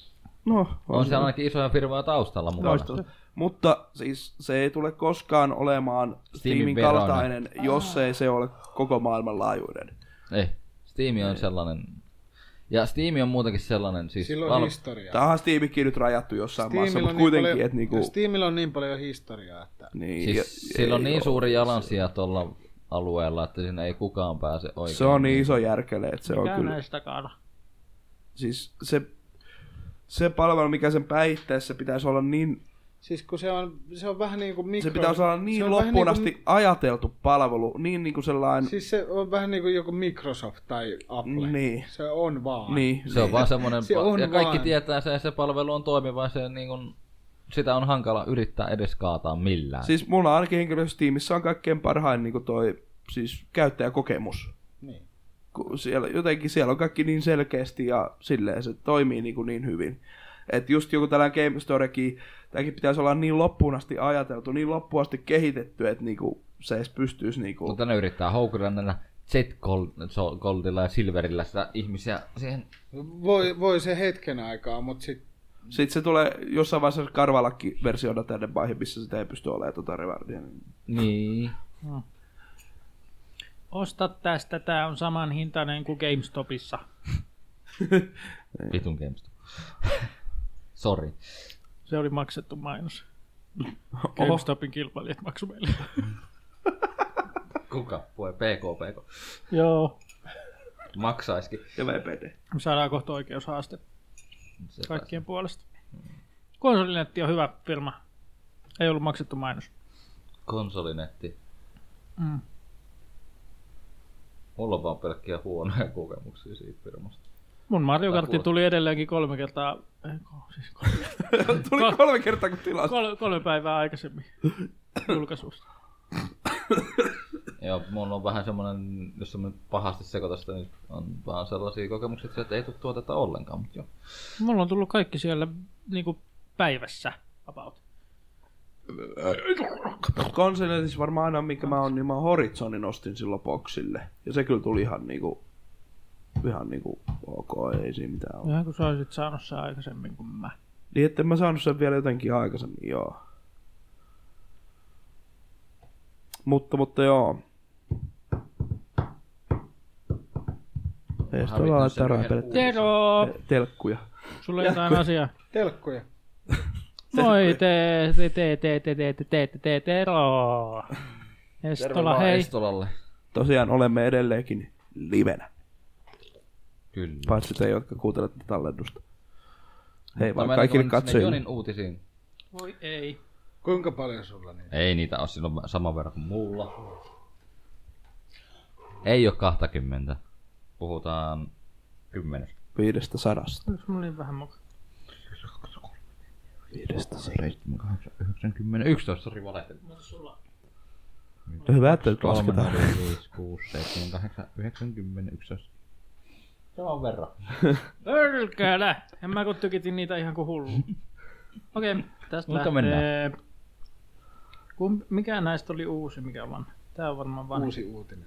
No, on siellä ainakin isoja firmoja taustalla mukana. Mutta siis se ei tule koskaan olemaan Steamin kaltainen, jos ei se ole koko maailman laajuinen. Ei, Steam on sellainen. Ja Steam on muutenkin sellainen. Siis sillä on historiaa. Tämähän Steamikin nyt rajattu jossain maassa, mutta kuitenkin. Että niinku... Steamilla on niin paljon historiaa. Että... Niin, siis sillä on niin suuri jalansija tuolla alueella, että sinne ei kukaan pääse oikein. Se on niin iso järkele, että se on kyllä... näistä kaada? Siis se palvelu, mikä sen päittäessä pitäisi olla niin... Siis kun se on vähän niin kuin Se pitäisi olla niin loppuun asti niin kuin... ajateltu palvelu, niin kuin sellainen... Siis se on vähän niin kuin joku Microsoft tai Apple. Niin. Se on vaan. Niin. Se on vaan semmoinen... ja kaikki vaan. tietää se palvelu on toimiva, se niin kuin... Sitä on hankala yrittää edes kaataa millään. Siis mulla ainakin henkilössä tiimissä on kaikkein parhain niin kuin toi siis käyttäjäkokemus. Niin. Siellä on kaikki niin selkeästi ja silleen se toimii niin hyvin. Että just joku tällainen Game Storekin, tämäkin pitäisi olla niin loppuun asti ajateltu, niin loppuun asti kehitetty, että niinku se edes pystyisi... Niinku... Mutta ne yrittää houkutella näillä Z-Goldilla ja Silverillä sitä ihmisiä siihen... Voi se hetken aikaa, mutta sitten se tulee jossain vaiheessa karvalakki-versiona tänne vaihe, missä sitä ei pysty olemaan revardia. Niin. Osta tästä, tää on saman hintainen kuin GameStopissa. Vitun GameStop. Sori. Se oli maksettu mainos. GameStopin kilpailijat maksu meille. Kuka? Voi PK. Joo. Maksaisikin. Ja VPD. Me saadaan kohta oikeushaaste kaikkien puolesta. Konsolinetti on hyvä firma. Ei ollut maksettu mainos. Konsolinetti. Mulla on vaan pelkkiä huonoja kokemuksia siitä firmasta. Mun Mario Kartti tuli edelleenkin 3 kertaa. Tuli 3 kertaa kun tilasi. 3 päivää aikaisemmin julkaisusta. Joo, mulla on vähän semmonen, jos mä pahasti sekoitasta, niin on vaan sellaisia kokemuksia, että ei tule tuotetta ollenkaan, mutta joo. Mulla on tullut kaikki siellä niinku päivässä about. Konsolissa varmaan aina, minkä mä oon, niin mä Horizonin ostin silloin boxille. Ja se kyllä tuli ihan niinku ok, ei siinä mitään ole. Ihan kun sä olisit saanut sen aikaisemmin kuin mä. Niin, etten mä saanut sen vielä jotenkin aikaisemmin, joo. Mutta joo. Ei sitä olla laittaa raapeletta. Telkkuja. Sulla on jotain asiaa. Telkkuja. Moi Tero. Estola, hei. Estolalle. Tosiaan olemme edelleenkin livenä. Kyllä. Paitsi te, jotka kuuntelette tallennusta. Hei vaan kaikille katsojille. Jonin uutisiin. Voi ei. Kuinka paljon sulla niitä? Ei niitä ole silloin saman verran kuin mulla. Ei oo 20. Puhutaan 10. 500. Onks mulla niin vähän mukaan? 500. 7, 8, 9, 10, 11, sori valehtelin. Mutta sulla... Hyvä, että nyt lasketaan. 3, 4, 5, 6, 7, 8, 9, 10, 11. Saman verran. Pölkälä! En mä kun tykitin niitä ihan kuin hullu. Okei, tästä lähtee. Mikä näistä oli uusi, mikä vanha? Tää on varmaan vanha. Uusi uutinen.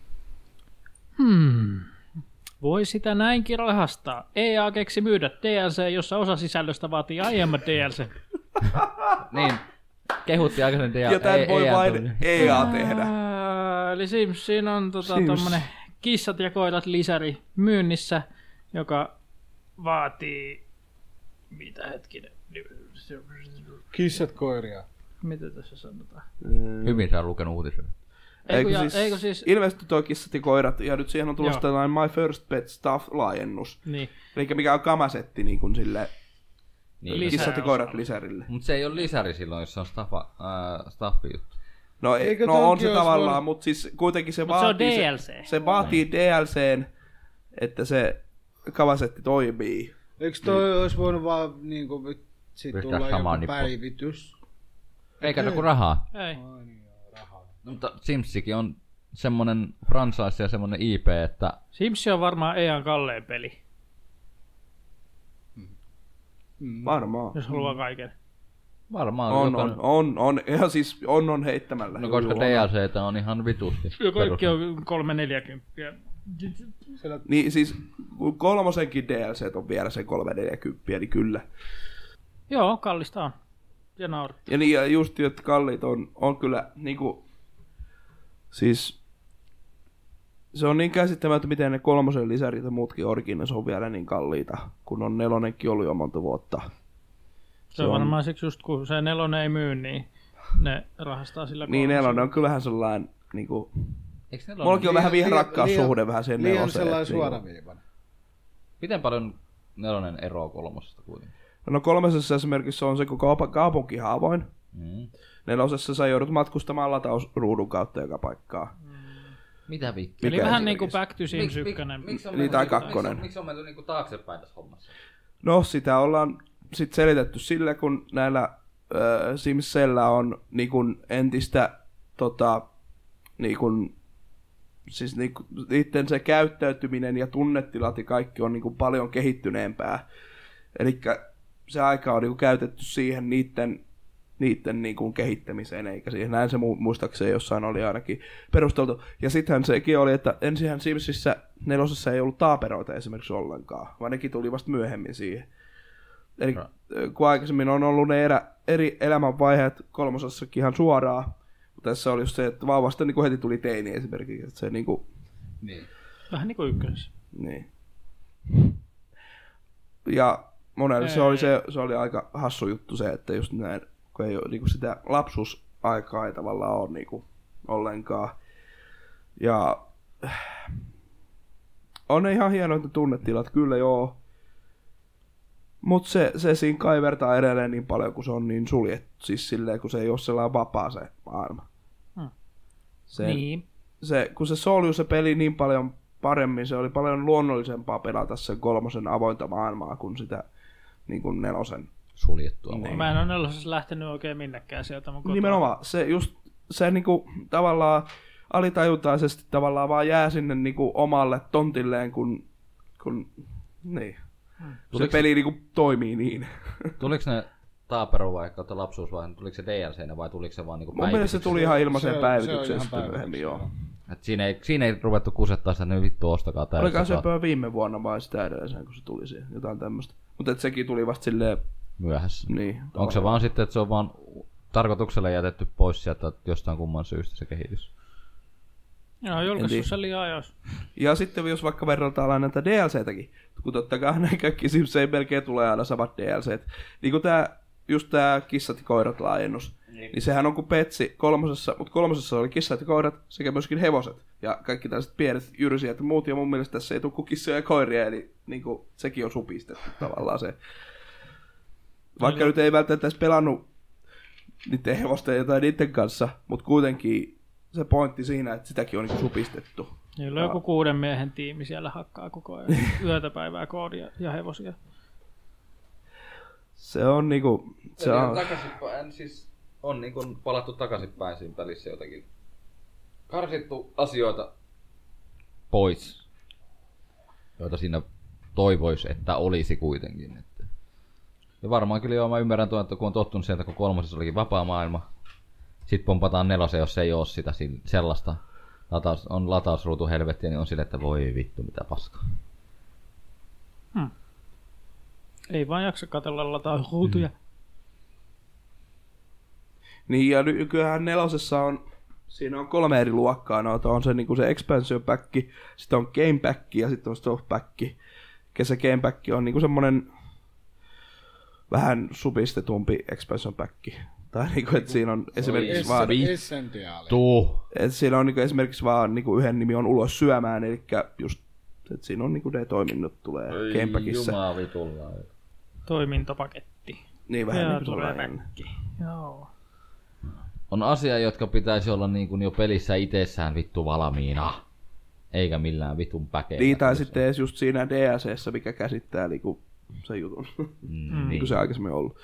Voi sitä näinkin rahastaa. EA keksi myydä DLC, jossa osa sisällöstä vaatii aiemmat DLC. Niin, kehutti aikaisemmin DLC. Ja tän voi vain EA tehdä. Eli Simsin on tommonen kissat ja koirat lisäri myynnissä, joka vaatii... Mitä hetkinen? Kissat koiria. Mitä tässä sanotaan? Hyvin sä oot lukenut uutisen. Eikö siis ilmestyi toi Kissat ja koirat, ja nyt siihen on tulossa tällainen My First Pet Stuff-laajennus. Niin. Eli mikä on kamasetti niin kuin sille Niin. Kissat ja koirat lisärille. Mutta se ei ole lisäri silloin, jos se on staffi juttu. No, on se tavallaan, mutta siis kuitenkin se vaatii, se vaatii DLCn, että se kamasetti toimii. Eikö toi olisi voinut vaan niinku sit tulla joku päivitys? Eikä joku rahaa. Ei. Mutta Simsikin on semmonen franchise ja semmonen IP, että... Sims on varmaan EA:n kallein peli. Varmaan. Jos haluaa kaiken. Varmaan. On. Ja siis on heittämällä. No koska DLCtä on ihan vitusti. Ja kaikki on 340. Niin siis, kun kolmosenkin DLC on vielä se 340, niin kyllä. Joo, kallista on. Ja naurattaa. Ja niin, ja just, että kalliit on kyllä niinku, siis se on niin käsittämättä, miten ne kolmosen lisärit ja muutkin originissa on vielä niin kalliita, kun on nelonenkin ollut jo monta vuotta. Se on varmaan siksi just, kun se nelonen ei myy, niin ne rahastaa sillä niin nelonen on kyllähän sellainen, niinku, mullakin on vähän vihan-rakkaussuhde vähän siihen neloseen. Liian sellainen suoraviivainen. Miten paljon nelonen eroaa kolmosesta kuitenkin? No kolmosessa esimerkiksi on se, kun kaupunki on avoin. Nelosessa sä joudut matkustamaan latausruudun kautta joka paikkaa. Mitä vittu? Eli vähän niinku Back to Sims 1. Niin, tai 2. Miksi on menty niinku taaksepäin tässä hommassa? No, sitä ollaan sit selitetty sille, kun näillä Simsillä on niinkun entistä niinkun, siis niitten se käyttäytyminen ja tunnetilat ja kaikki on niinkun paljon kehittyneempää. Elikkä se aika on niinku käytetty siihen niitten niinku kehittämiseen, eikä siihen. Näin se muistaakseni jossain oli ainakin perusteltu. Ja sittenhän sekin oli, että ensinhän Simsissä 4 ei ollut taaperoita esimerkiksi ollenkaan, vaan nekin tuli vasta myöhemmin siihen. Eli kun aikaisemmin on ollut ne eri elämänvaiheet 3:ssakin ihan suoraan, mutta tässä oli just se, että vauvasta niin heti tuli teini esimerkiksi. Että se niinku, niin. Vähän niin kuin 1. Niin. Ja monelle se oli aika hassu juttu se, että just näin, kun ei ole niinku sitä lapsuusaikaa ei tavallaan ole niinku ollenkaan. Ja on ne ihan hienoita tunnetilat, kyllä joo. Mutta se siinä kaivertaa edelleen niin paljon, kun se on niin suljettu. Siis silleen, kun se ei ole sellainen vapaa se maailma. Niin. Kun se soljui se peli niin paljon paremmin, se oli paljon luonnollisempaa pelata sen 3 avointa maailmaa kuin sitä niin kuin 4 suljettua. Niin. Mä en ole 4 lähtenyt oikein minnekään sieltä mun kotoa. Nimenomaan. Se niinku tavallaan alitajuntaisesti tavallaan vaan jää sinne niinku omalle tontilleen, kun niin. Se peli niinku toimii niin. Tuliko ne taaperu vai kautta lapsuusvaihe, tuliko se DLC:nä vai tuliko se vaan niinku päivityksen? Mun mielestä se tuli ihan ilmaisen päivityksen sitten myöhemmin, joo. Et siinä ei ruvettu kusettaa sitä, nyt vittu ostakaa tää. Oliko se viime vuonna vai sitä edelleen, kun se tuli siihen, jotain tämmöstä. Mutta sekin tuli vasta silleen myöhässä. Niin. Onko se vaan sitten, että se on vaan tarkoituksella jätetty pois sieltä jostain kumman syystä se kehitys? Joo, julkaissut se liian ajoissa. Ja sitten jos vaikka verrataan näitä DLCtäkin, kun totta kai ne kaikki Sims ei melkein tulee aina samat DLCt. Niin kuin just tää kissat ja koirat laajennus, niin sehän on kuin Petsi 3, mutta 3 oli kissat ja koirat sekä myöskin hevoset. Ja kaikki tällaiset pienet jyrsijät ja muut, ja mun mielestä tässä ei tule kuin kissoja ja koiria, eli niin kuin, sekin on supistettu tavallaan se. Vaikka nyt ei välttämättä edes pelannut niiden hevosten tai niiden kanssa, mutta kuitenkin se pointti siinä, että sitäkin on niin supistettu. Niillä on joku 6 miehen tiimi siellä hakkaa koko ajan yötä päivää koodia ja hevosia. Se on niinku... Se on takaisinpäin, siis on niinku palattu takaisinpäin siinä pelissä jotenkin. Karsittu asioita pois, joita siinä toivoisi, että olisi kuitenkin. Että. Ja varmaan kyllä joo, mä ymmärrän tuon, että kun on tottunut sieltä, kun 3 olikin vapaa maailma, sitten pompataan 4, jos ei ole sitä sellaista. On latausruutu helvettiä, niin on sille, että voi vittu, mitä paskaa. Ei vaan jaksa katsella latausruutuja. Niin, ja nykyään 4 on, siinä on 3 eri luokkaa. No, on se, niin se expansion pack, sitten on game pack ja sitten on soft pack. Ja se game pack on niin semmonen vähän supistetumpi expansion pack. Tai niinku, että siinä on esimerkiksi vaan... Että siinä on niinku esimerkiksi vaan niinku yhden nimi on ulos syömään, eli just, että siinä on niinku ne toiminnot tulee Gamepackissa. Toimintopaketti. Niin vähän niinku sellainen. Joo. On asia, jotka pitäisi olla niinku jo pelissä itsessään vittu valmiina. Eikä millään vitun päkeillä. Niin, tai sitten edes just siinä DLC:ssä, mikä käsittää niinku sen jutun. Niin kuin se aikaisemmin on ollut.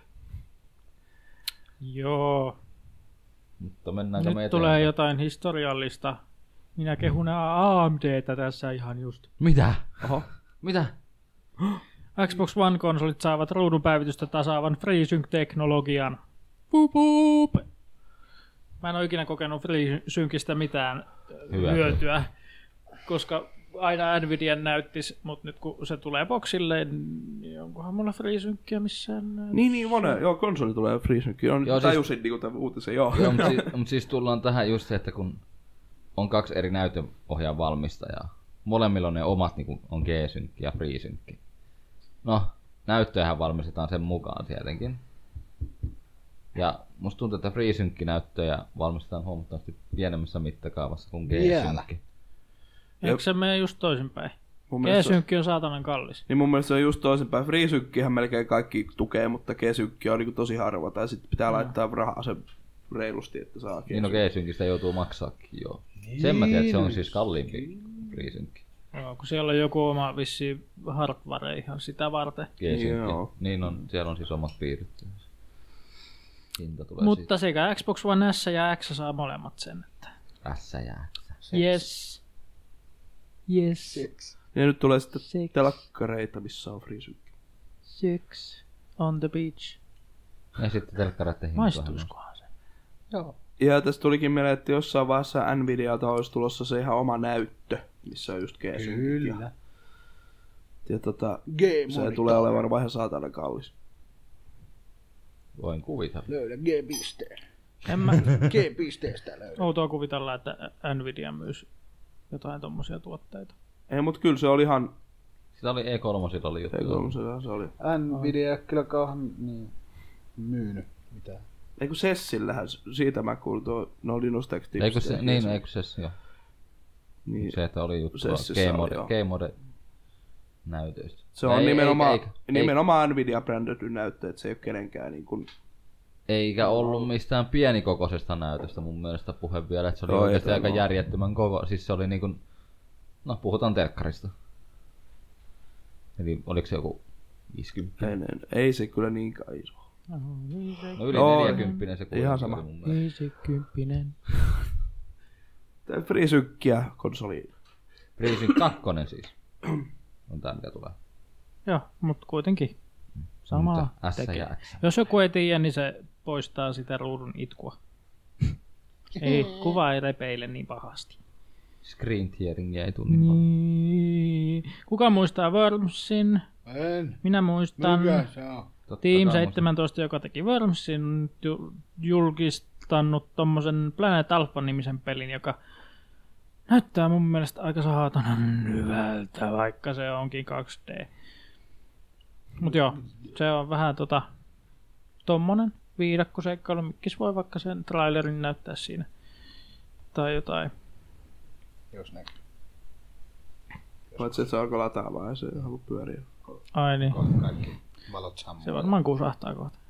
Joo. Mutta mennäänkö me nyt tulee jotain historiallista. Minä kehun AMDtä tässä ihan just. Mitä? Oho. Mitä? Xbox One-konsolit saavat ruudunpäivitystä tasaavan FreeSync-teknologian. Boop, boop. Mä en ole ikinä kokenut FreeSyncistä mitään hyötyä. koska aina Nvidia näyttis, mutta nyt kun se tulee boksille, niin onkohan mulla FreeSynckiä missään näytössä? Niin, joo, konsoli tulee FreeSynckiä. Tajusin siis, niin tämän uutisen, joo. Mutta siis tullaan tähän just se, että kun on 2 eri näytönohjaajan valmistajaa, molemmilla on ne omat, niin kuin on G-synkki ja FreeSyncki. No, näyttöjähän valmistetaan sen mukaan tietenkin. Ja musta tuntuu, että FreeSyncki-näyttöjä valmistetaan huomattavasti pienemmässä mittakaavassa kuin G-synkki. Eikö se mene just toisinpäin? G-synkki on saatanan kallis. Niin mun mielestä se on just toisinpäin. FreeSynckihän melkein kaikki tukee, mutta G-synkki on niin tosi harva. Tai sitten pitää laittaa rahaa se reilusti, että saa G-synkki. Niin no G-synkistä joutuu maksaakin, joo. Sen mä tiedän, että se on siis kalliimpi FreeSyncki. Joo, kun siellä on joku oma vissiin hardware ihan sitä varten. G-synkki. Niin on, siellä on siis omat piirit. Mutta sekä Xbox One S ja X saa molemmat sen. Että... S ja X. Yes. Ja nyt tulee sitten telkkareita, missä on FreeSyncki. 6 on the beach. Ja sitten telkkareiden hinta. Maistuiskohan se? Joo. Ja tässä tulikin mieleen, että jossain vaiheessa Nvidialta olisi tulossa se ihan oma näyttö, missä on just G-synkki. Kyllä. Ja se tulee olemaan vähän saatana kallis. Voin kuvitella. Löydä G-pisteen. En mä G-pisteestä löydä. outoa kuvitella, että Nvidia myys jotain tommosia tuotteita. Ei, mutta kyllä se oli ihan... Sitä oli E3 oli juttu. E3 se oli. Nvidia kyllä kauhan niin myynyt mitään. Eikö Sessillähän, siitä mä kuulin tuo no Linus Tech Tips. Eikö se, niin, eikö se joo. Niin, se, että oli juttua G-mode näytöistä. Se on nimenomaan Nvidia-brändätty näyttö, että se ei ole kenenkään niin kuin... Eikä ollut mistään pienikokoisesta näytöstä mun mielestä puhe vielä, että se oli oikeasti aika järjettömän koko. Siis se oli niin kuin, no puhutaan telkkarista. Eli oliko se joku 50? Ei se kyllä niinkään iso. No yli 40 se kuitenkin. Ihan sama. 50. Tämä FreeSynckiä konsoliin. FreeSync 2 siis. On tää mikä tulee. Joo, mutta kuitenkin. Sama S ja X. Jos joku ei tiedä, niin se poistaa sitä ruudun itkua. Ei, kuva ei repeile niin pahasti. Screen tearingia ei tule niin paljon. Kuka muistaa Wormsin? En. Minä muistan. Mikä se on? Team 17, joka teki Wormsin, julkistanut tommosen Planet Alpha-nimisen pelin, joka näyttää mun mielestä aika saatanan hyvältä, vaikka se onkin 2D. Mut joo, se on vähän tommonen viidakkoseikkailu, mikkis voi vaikka sen trailerin näyttää siinä. Tai jotain. Jos näkyy. Paitsi, että se alkoi lataamaan ja se ei halua pyöriä. Ai niin. Kaikki valot sammuu. Se varmaan kusahtaa kohta.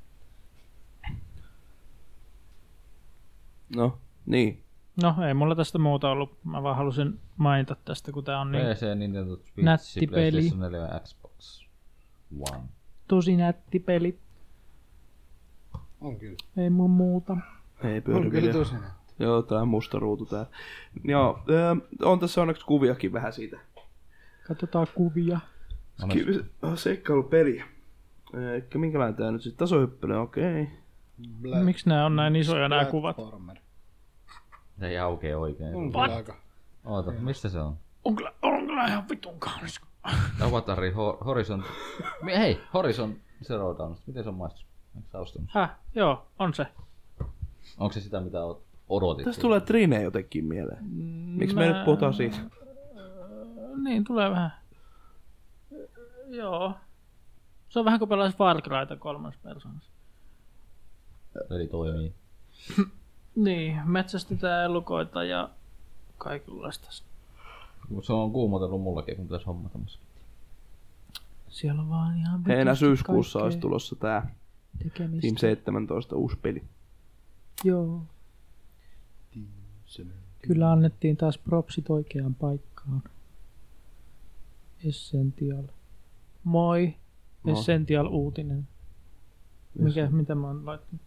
No, niin. No, ei mulla tästä muuta ollut. Mä vaan halusin mainita tästä, kun tää on niin PC, Nintendo Switch, nätti peli. PlayStation 4 ja Xbox One. Tosi nätti peli. On kyllä. Ei mun muuta. Ei pyöri On kyllä tosi nätti. Joo, tää on musta ruutu tää. Joo, on tässä onneksi kuviakin vähän siitä. Katsotaan kuvia. Seikkailupeli. Eikä minkälainen tää nyt sitten? Tasohyppely, okei. Miksi nää on näin isoja nää kuvat? Se ei aukee oikein. On kyllä aika. Oota, missä se on? On kyllä ihan vitun kaunis. Avatari Horizon... Hei, Horizon Zero Dawn. Miten se on maistus? Eikö sä ostanut? Joo, on se. Onko se sitä, mitä odotit? Tässä tulee Trine jotenkin mieleen. Miksi me nyt puhutaan siitä? Niin, tulee vähän. Joo. Se on vähän kuin pelaisi Far Cryta 3. persoonassa. Eli toimii. Niin, metsästetään elukoita ja kaikenlaista. Se on kuumotellut mullakin, kun pitäisi hommata. Siellä on vaan ihan heinä-syyskuussa olisi tulossa tää Team 17 uusi peli. Joo. Kyllä annettiin taas propsit oikeaan paikkaan. Essential. Moi. No. Essential uutinen. Mitä mä oon laittanut?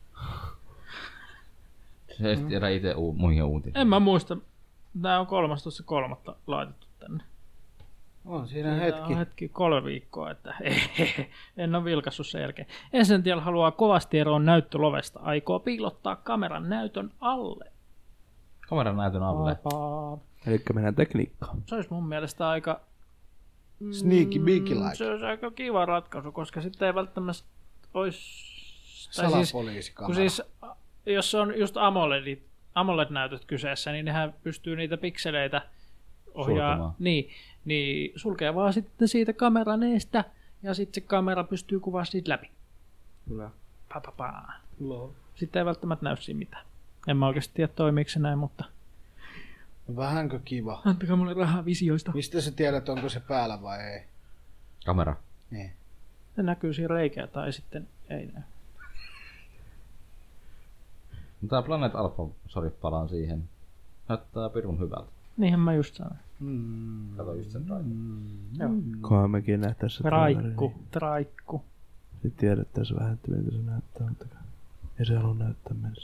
Se ei tiedä itse muihin uutisiin. En mä muista. Tää on 13.3. laitettu tänne. On siinä hetki. 3 viikkoa, että en ole vilkassut sen jälkeen. Essential haluaa kovasti eroon näyttölovesta. Aikoo piilottaa kameran näytön alle. Kameran näytön alle. Elikkä mennään tekniikkaan. Se olisi mun mielestä aika... Sneaky beaky like. Se olisi aika kiva ratkaisu, koska sitten ei välttämättä olisi... Salapoliisikamera. Siis, jos on just AMOLED-näytöt kyseessä, niin nehän pystyy niitä pikseleitä ohjaa. Niin sulkee vaan sitten siitä kameran eestä ja sitten se kamera pystyy kuvaamaan siitä läpi. Kyllä. Sitten ei välttämättä näy siinä mitään. En mä oikeasti tiedä toimiiko se näin, mutta... Vähänkö kiva? Antakaa mulle rahaa visioista. Mistä sä tiedät, onko se päällä vai ei? Kamera. Niin. Se näkyy siinä reikää tai sitten ei näy. Tää Planet Alpha, palaan siihen. Näyttää pirun hyvältä. Niinhän mä just sanoin. Kato just sen Kohan mekin nähtäis se Traikku. Sitten tiedettäis vähän, että miltä se näyttää, mutta ei se halua näyttää meille.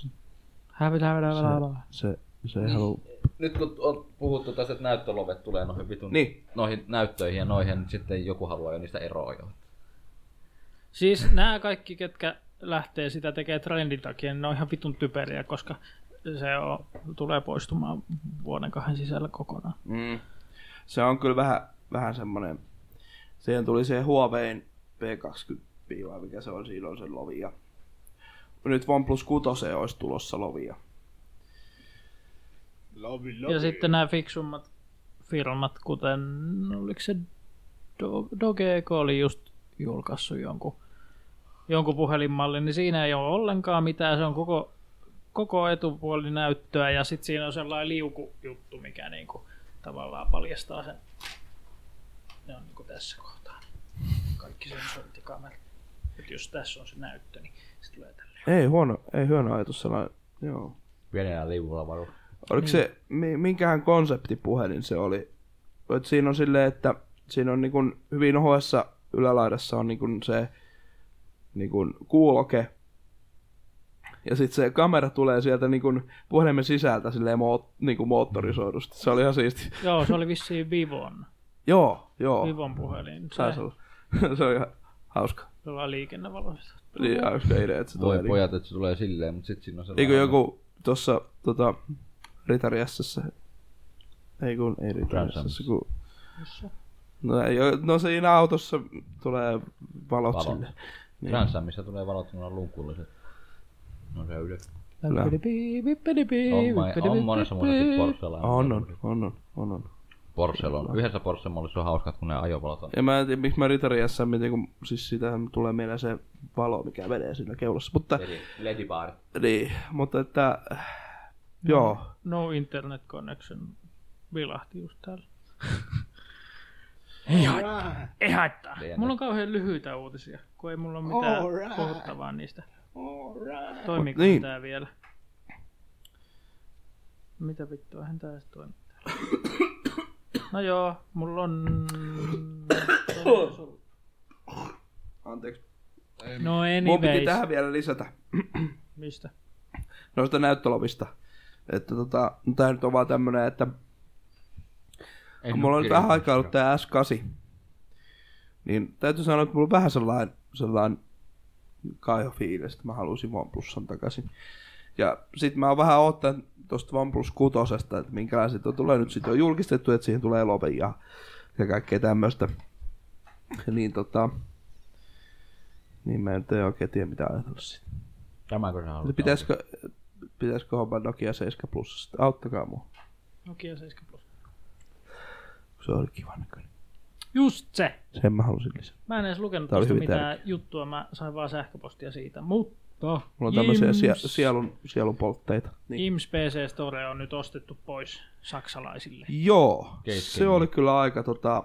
Se ei halua... Nyt kun on puhuttu tästä, että näyttölovet tulee noihin vitun noihin näyttöihin ja noihin, niin sitten joku haluaa jo niistä eroa jo. Siis nämä kaikki, ketkä lähtee sitä tekemään trendin takia, niin ne on ihan vitun typeriä, koska tulee poistumaan vuoden 2 sisällä kokonaan. Se on kyllä vähän semmonen... Siihen tuli se Huawein P20, mikä se on, siinä on se lovi. Ja nyt OnePlus 6 olisi tulossa lovia. Lovi. Ja sitten nämä fiksummat firmat, kuten oliko se Dogeco oli just julkaissut jonkun puhelinmallin, niin siinä ei ole ollenkaan mitään, se on koko etupuoli näyttöä ja sitten siinä on sellainen liukujuttu, mikä niinku tavallaan paljastaa sen. Ne on niinku tässä kohtaa. Kaikki sensorit ja kamerat. Et jos tässä on se näyttö, niin se tulee tälleen. Ei huono ajatus sellainen, joo. Pienellä liuvulla varu. Oliko se, minkähän konseptipuhelin se oli? Et siinä on silleen, että siinä on niinku hyvin ohuessa ylälaidassa on niinku se niinku kuuloke. Ja sitten se kamera tulee sieltä niinku puhelimen sisältä silleen niinku moottorisoidusti. Se oli ihan siisti. Joo, se oli vissiin Vivon. Joo. Vivon puhelin. Se on ihan hauska. Se on liikennevaloista. Niin hauska idea, että se tulee. Voi pojat, että se tulee silleen, mutta sit siinä on sellainen... Eikö joku tossa Ritari S:ssä? Ei Ritari S:ssä, kun... No siinä autossa tulee valot sille. Niin. Transamissa tulee valot, kun on lunkulliset. No se yleensä. On monessa muussakin Porschella. On. Porschella on. Yhdessä Porsche-mallissa on hauskat, kun ne ajovalot on. Ja mä en tiedä, miksi mä Ritariassa mietin, kun siis siitähän tulee mieleen se valo, mikä menee siinä keulassa. Mutta... LED-bar. Niin, mutta että... Joo. No internet connection vilahti just täällä. Ei haittaa. Mulla on kauhean lyhyitä uutisia, kun ei mulla ole mitään puhuttavaa niistä. Toimiiko tää vielä? Mitä vittua, eihän tää edes toimi. No joo, mulla on... Anteeksi. No anyways. Mun piti tähän vielä lisätä. Mistä? Noista näyttölovista. Että tää nyt on vaan tämmönen, että... Kun mulla on nyt vähän aikaa ollut tää S8, niin täytyy sanoa, että mulla on vähän sellainen kaihofiilis, että mä haluaisin OnePlusan takaisin. Ja sit mä oon vähän odottanut tosta OnePlus 6, että minkälaiset tulee nyt sitten on julkistettu, että siihen tulee love ja kaikkea tämmöstä. Niin mä en oikein tiedä mitä ajatella siitä. Tämäkö sä haluat? Pitäisikö homma Nokia 7 Plus? Auttakaa mua. Nokia 7 Plus. Se oli kivan näköinen. Just se! Sen mä halusin lisää. Mä en edes lukenut tästä mitään juttua, mä sain vaan sähköpostia siitä, mutta... Mulla on tämmöisiä sielun poltteita. Niin. IMS PC Store on nyt ostettu pois saksalaisille. Joo, se oli kyllä aika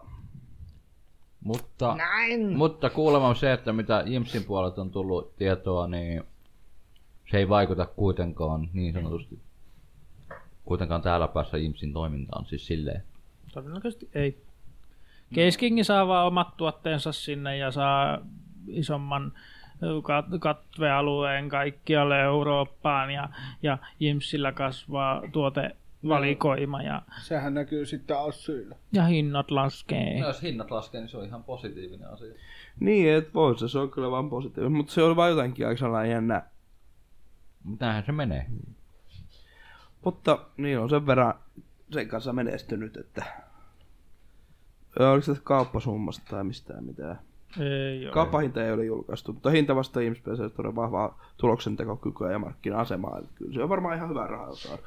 Mutta kuulemma on se, että mitä IMSin puolelta on tullut tietoa, niin se ei vaikuta kuitenkaan niin sanotusti täällä päässä IMSin toimintaan, siis silleen. Todennäköisesti ei. Case King saa vaan omat tuotteensa sinne ja saa isomman katvealueen kaikkialle Eurooppaan ja IMSillä kasvaa tuotevalikoima. Ja sehän näkyy sitten Assyillä. Ja hinnat laskee. No, jos hinnat laskee, niin se on ihan positiivinen asia. Niin, et voi se on kyllä vaan positiivinen, mutta se oli vaan jotenkin aika sellainen jännä. Mutta näinhän se menee. Mutta niin on sen verran sen kanssa menestynyt, että oliko se kauppasummasta tai mistään mitään? Ei ole. Kauppahinta ei ole julkaistu, mutta hinta vasta ihmispelistä on vahvaa tuloksentekokykyä ja markkina-asemaa. Kyllä se on varmaan ihan hyvä rahaa saada.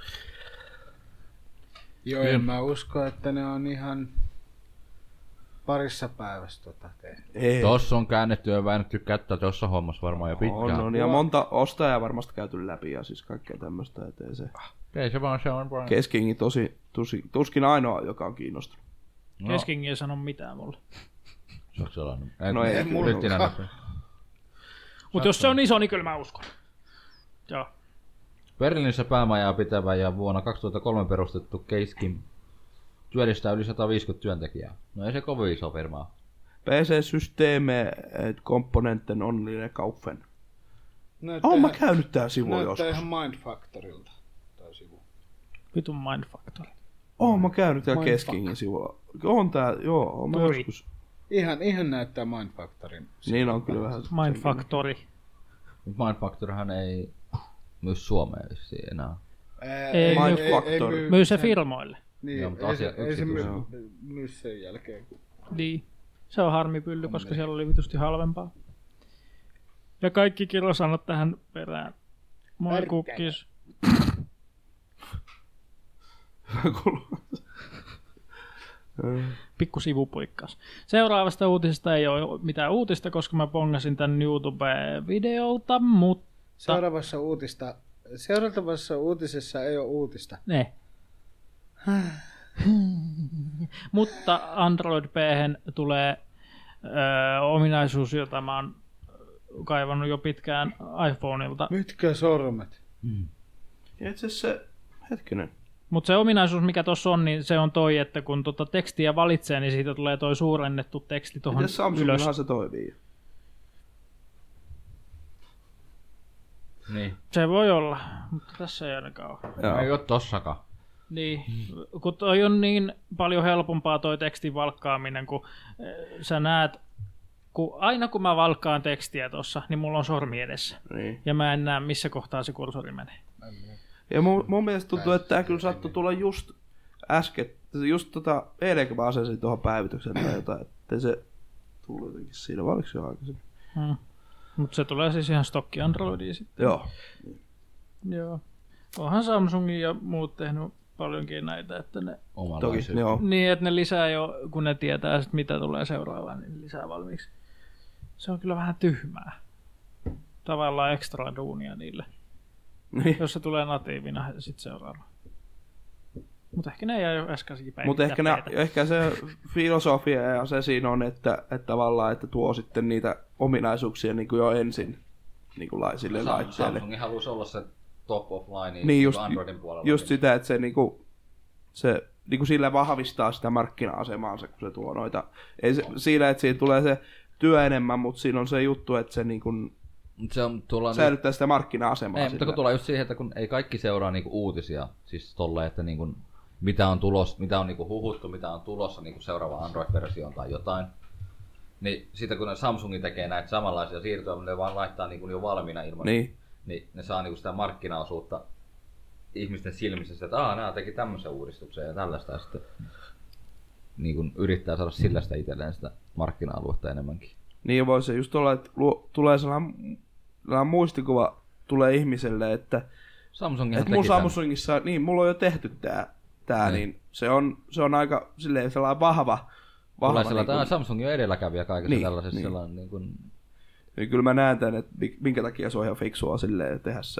Joo, en mä usko, että ne on ihan parissa päivässä tehty. Tossa on käännetty ja väännetty kättä tossa hommassa varmaan jo pitkään. On, ja monta ostajaa varmasti käyty läpi ja siis kaikkea tämmöistä, ettei se... Ei se vaan se on vaan. Keskingi tuskin ainoa, joka on kiinnostunut. No. Keskingi ei sano mitään mulle. Se on sellainen. No ei mulla. Mutta jos se on iso, niin kyllä mä uskon. Joo. Berliinissä päämajaa pitävä ja vuonna 2003 perustettu Keiskin työllistää yli 150 työntekijää. No ei se kovin iso firma. PC-systeeme komponenten onnellinen kaufen. Oon mä käynyt tää sivu joskus. Näyttää ihan Mindfactorilta tää sivu. Vitun Mindfactory. Oon mä käynyt täällä Keskingin sivulla. On tää, joo, oon mä joskus. Ihan näyttää Mindfactorin. Niin on kyllä vähän. Mindfactory. Mindfactoryhan ei myy Suomeen enää. Ei Mindfactory. myy se firmoille. Niin, joo, ei se myy sen jälkeen. Niin. Se on harmipylly, koska siellä oli vitusti halvempaa. Ja kaikki kilosanat tähän perään. Moi kukkis. Pikku sivupuikkaus. Seuraavasta uutisesta ei ole mitään uutista, koska mä pongasin tän YouTube-videolta, mutta... Seuraavassa uutisessa ei ole uutista. Ne. Mutta Android P:hen tulee ominaisuus, jota mä oon kaivannut jo pitkään iPhoneilta. Mitkä sormet? Itse se, hetkinen. Mutta se ominaisuus, mikä tuossa on, niin se on toi, että kun tekstiä valitsee, niin siitä tulee toi suurennettu teksti tuohon ylös. Miten Samsungillahan se toimii? Niin. Se voi olla, mutta tässä ei ainakaan ole. Ei ole tossakaan. Niin, kun toi on niin paljon helpompaa toi tekstin valkkaaminen, kun sä näet, aina kun mä valkkaan tekstiä tossa, niin mulla on sormi edessä. Niin. Ja mä en näe, missä kohtaa se kursori menee. Ja mun mielestä tuntuu, että tää kyllä sattui tulla just äsken, just eilen kun mä asensin tuohon päivitykseen tai jotain, ettei se tullut jotenkin siinä, vai oliko se jo aikaisemmin? Mutta se tulee siis ihan stokki Androidiin sitten. Joo. Joo. Onhan Samsung ja muut tehnyt paljonkin näitä, että ne... Toki, joo. Niin, että ne lisää jo, kun ne tietää sit mitä tulee seuraavaan, niin lisää valmiiksi. Se on kyllä vähän tyhmää. Tavallaan ekstra duunia niille. Niin. Jos se tulee natiivina sitten seuraava. Mutta ehkä ne ei ole äskenkin päivittää. Mutta ehkä se filosofia ja se siinä on, että tavallaan että tuo sitten niitä ominaisuuksia niin kuin jo ensin niin kuin laisille laitteille. Samsungin haluaisi olla se top of line niin just, Androidin puolella. Just sitä, että se niinku sillä vahvistaa sitä markkina-asemaansa, kun se tuo noita. Ei se, siinä, että siinä tulee se työ enemmän, mutta siinä on se juttu, että se niinku säilyttää sitä markkina-asemaa. Ei, mutta kun tulee just siihen, että kun ei kaikki seuraa niinku uutisia, siis tolle, että niinku, mitä on tulossa, mitä on niinku huhuttu, mitä on tulossa niinku seuraava Android-versioon tai jotain. Niin sitten kun Samsung tekee näitä samanlaisia siirtoja, ne vaan laittaa niinku jo valmiina ilman. Niin ne saa niinku sitä markkinaosuutta ihmisten silmissä, että nämä teki tämmöisen uudistuksen ja tällaista, ja sitten niinku yrittää saada sillä sitä itselleen sitä markkina-aluetta enemmänkin. Niin voi se just olla, että tulee sellainen muistikuva tulee ihmiselle, että mun Samsungissa, niin mulla on jo tehty tää niin se on aika silleen sellainen vahva tulee sillä, niin kuin, Samsung on edelläkävijä kaikessa niin, tällaisessa niin. sellainen niin kuin... Niin kyllä mä näen tän, että minkä takia se on ihan fiksua silleen tehdä se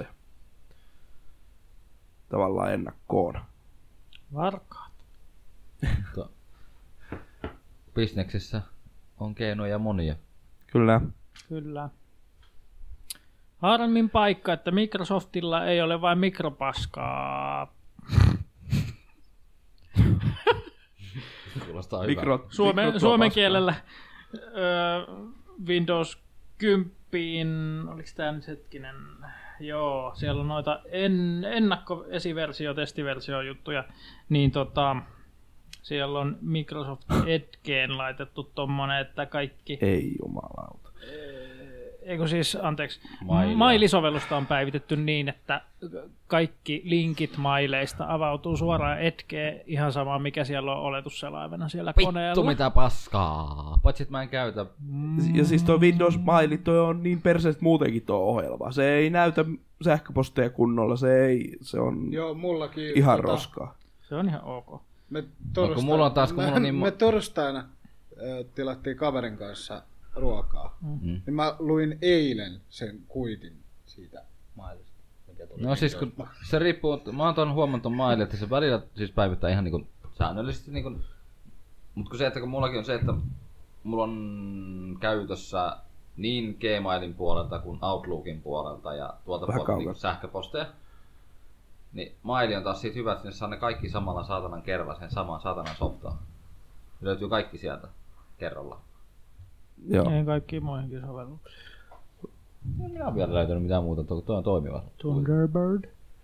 tavallaan ennakkoon. Varkaat. Bisneksessä on keinoja monia. Kyllä. Kyllä. Harmin paikka, että Microsoftilla ei ole vain mikropaskaa. Kuulostaa hyvä. Suomen kielellä Windows 10, oliko tämä nyt hetkinen? Joo, siellä on noita ennakko-esiversio, testiversio juttuja, niin siellä on Microsoft Edgeen laitettu tommonen, että kaikki... Ei jumalauta. eikö siis, anteeksi, Maili-sovellusta on päivitetty niin, että kaikki linkit maileista avautuu suoraan etkeen ihan sama, mikä siellä on oletusselaimena siellä koneella. Vittu mitä paskaa, paitsi että mä en käytä. Ja siis toi Windows Maili, toi on niin perseestä muutenkin tuo ohjelma. Se ei näytä sähköposteja kunnolla, se on joo, mullakin, ihan roskaa. Se on ihan ok. Me torstaina tilattiin kaverin kanssa ruokaa. Niin mä luin eilen sen kuitin siitä mailista. No siis kun se riippuu, mä oon tuon huomannut ton mailin, että se välillä siis päivittää ihan niinku säännöllisesti niinku. Mut kun se, että kun mullakin on se, että mulla on käytössä niin Gmailin puolelta kuin Outlookin puolelta ja tuolta puolelta niinku sähköposteja. Niin maili on taas siitä hyvä, että saa ne kaikki samalla saatanan kerralla sen samaan saatanan softaan. Löytyy kaikki sieltä kerralla. Joo. Ei kaikkiin muihinkin sovelluksiin. No, minä olen vielä löytänyt mitään muuta, tuo on toimiva. Thunderbird.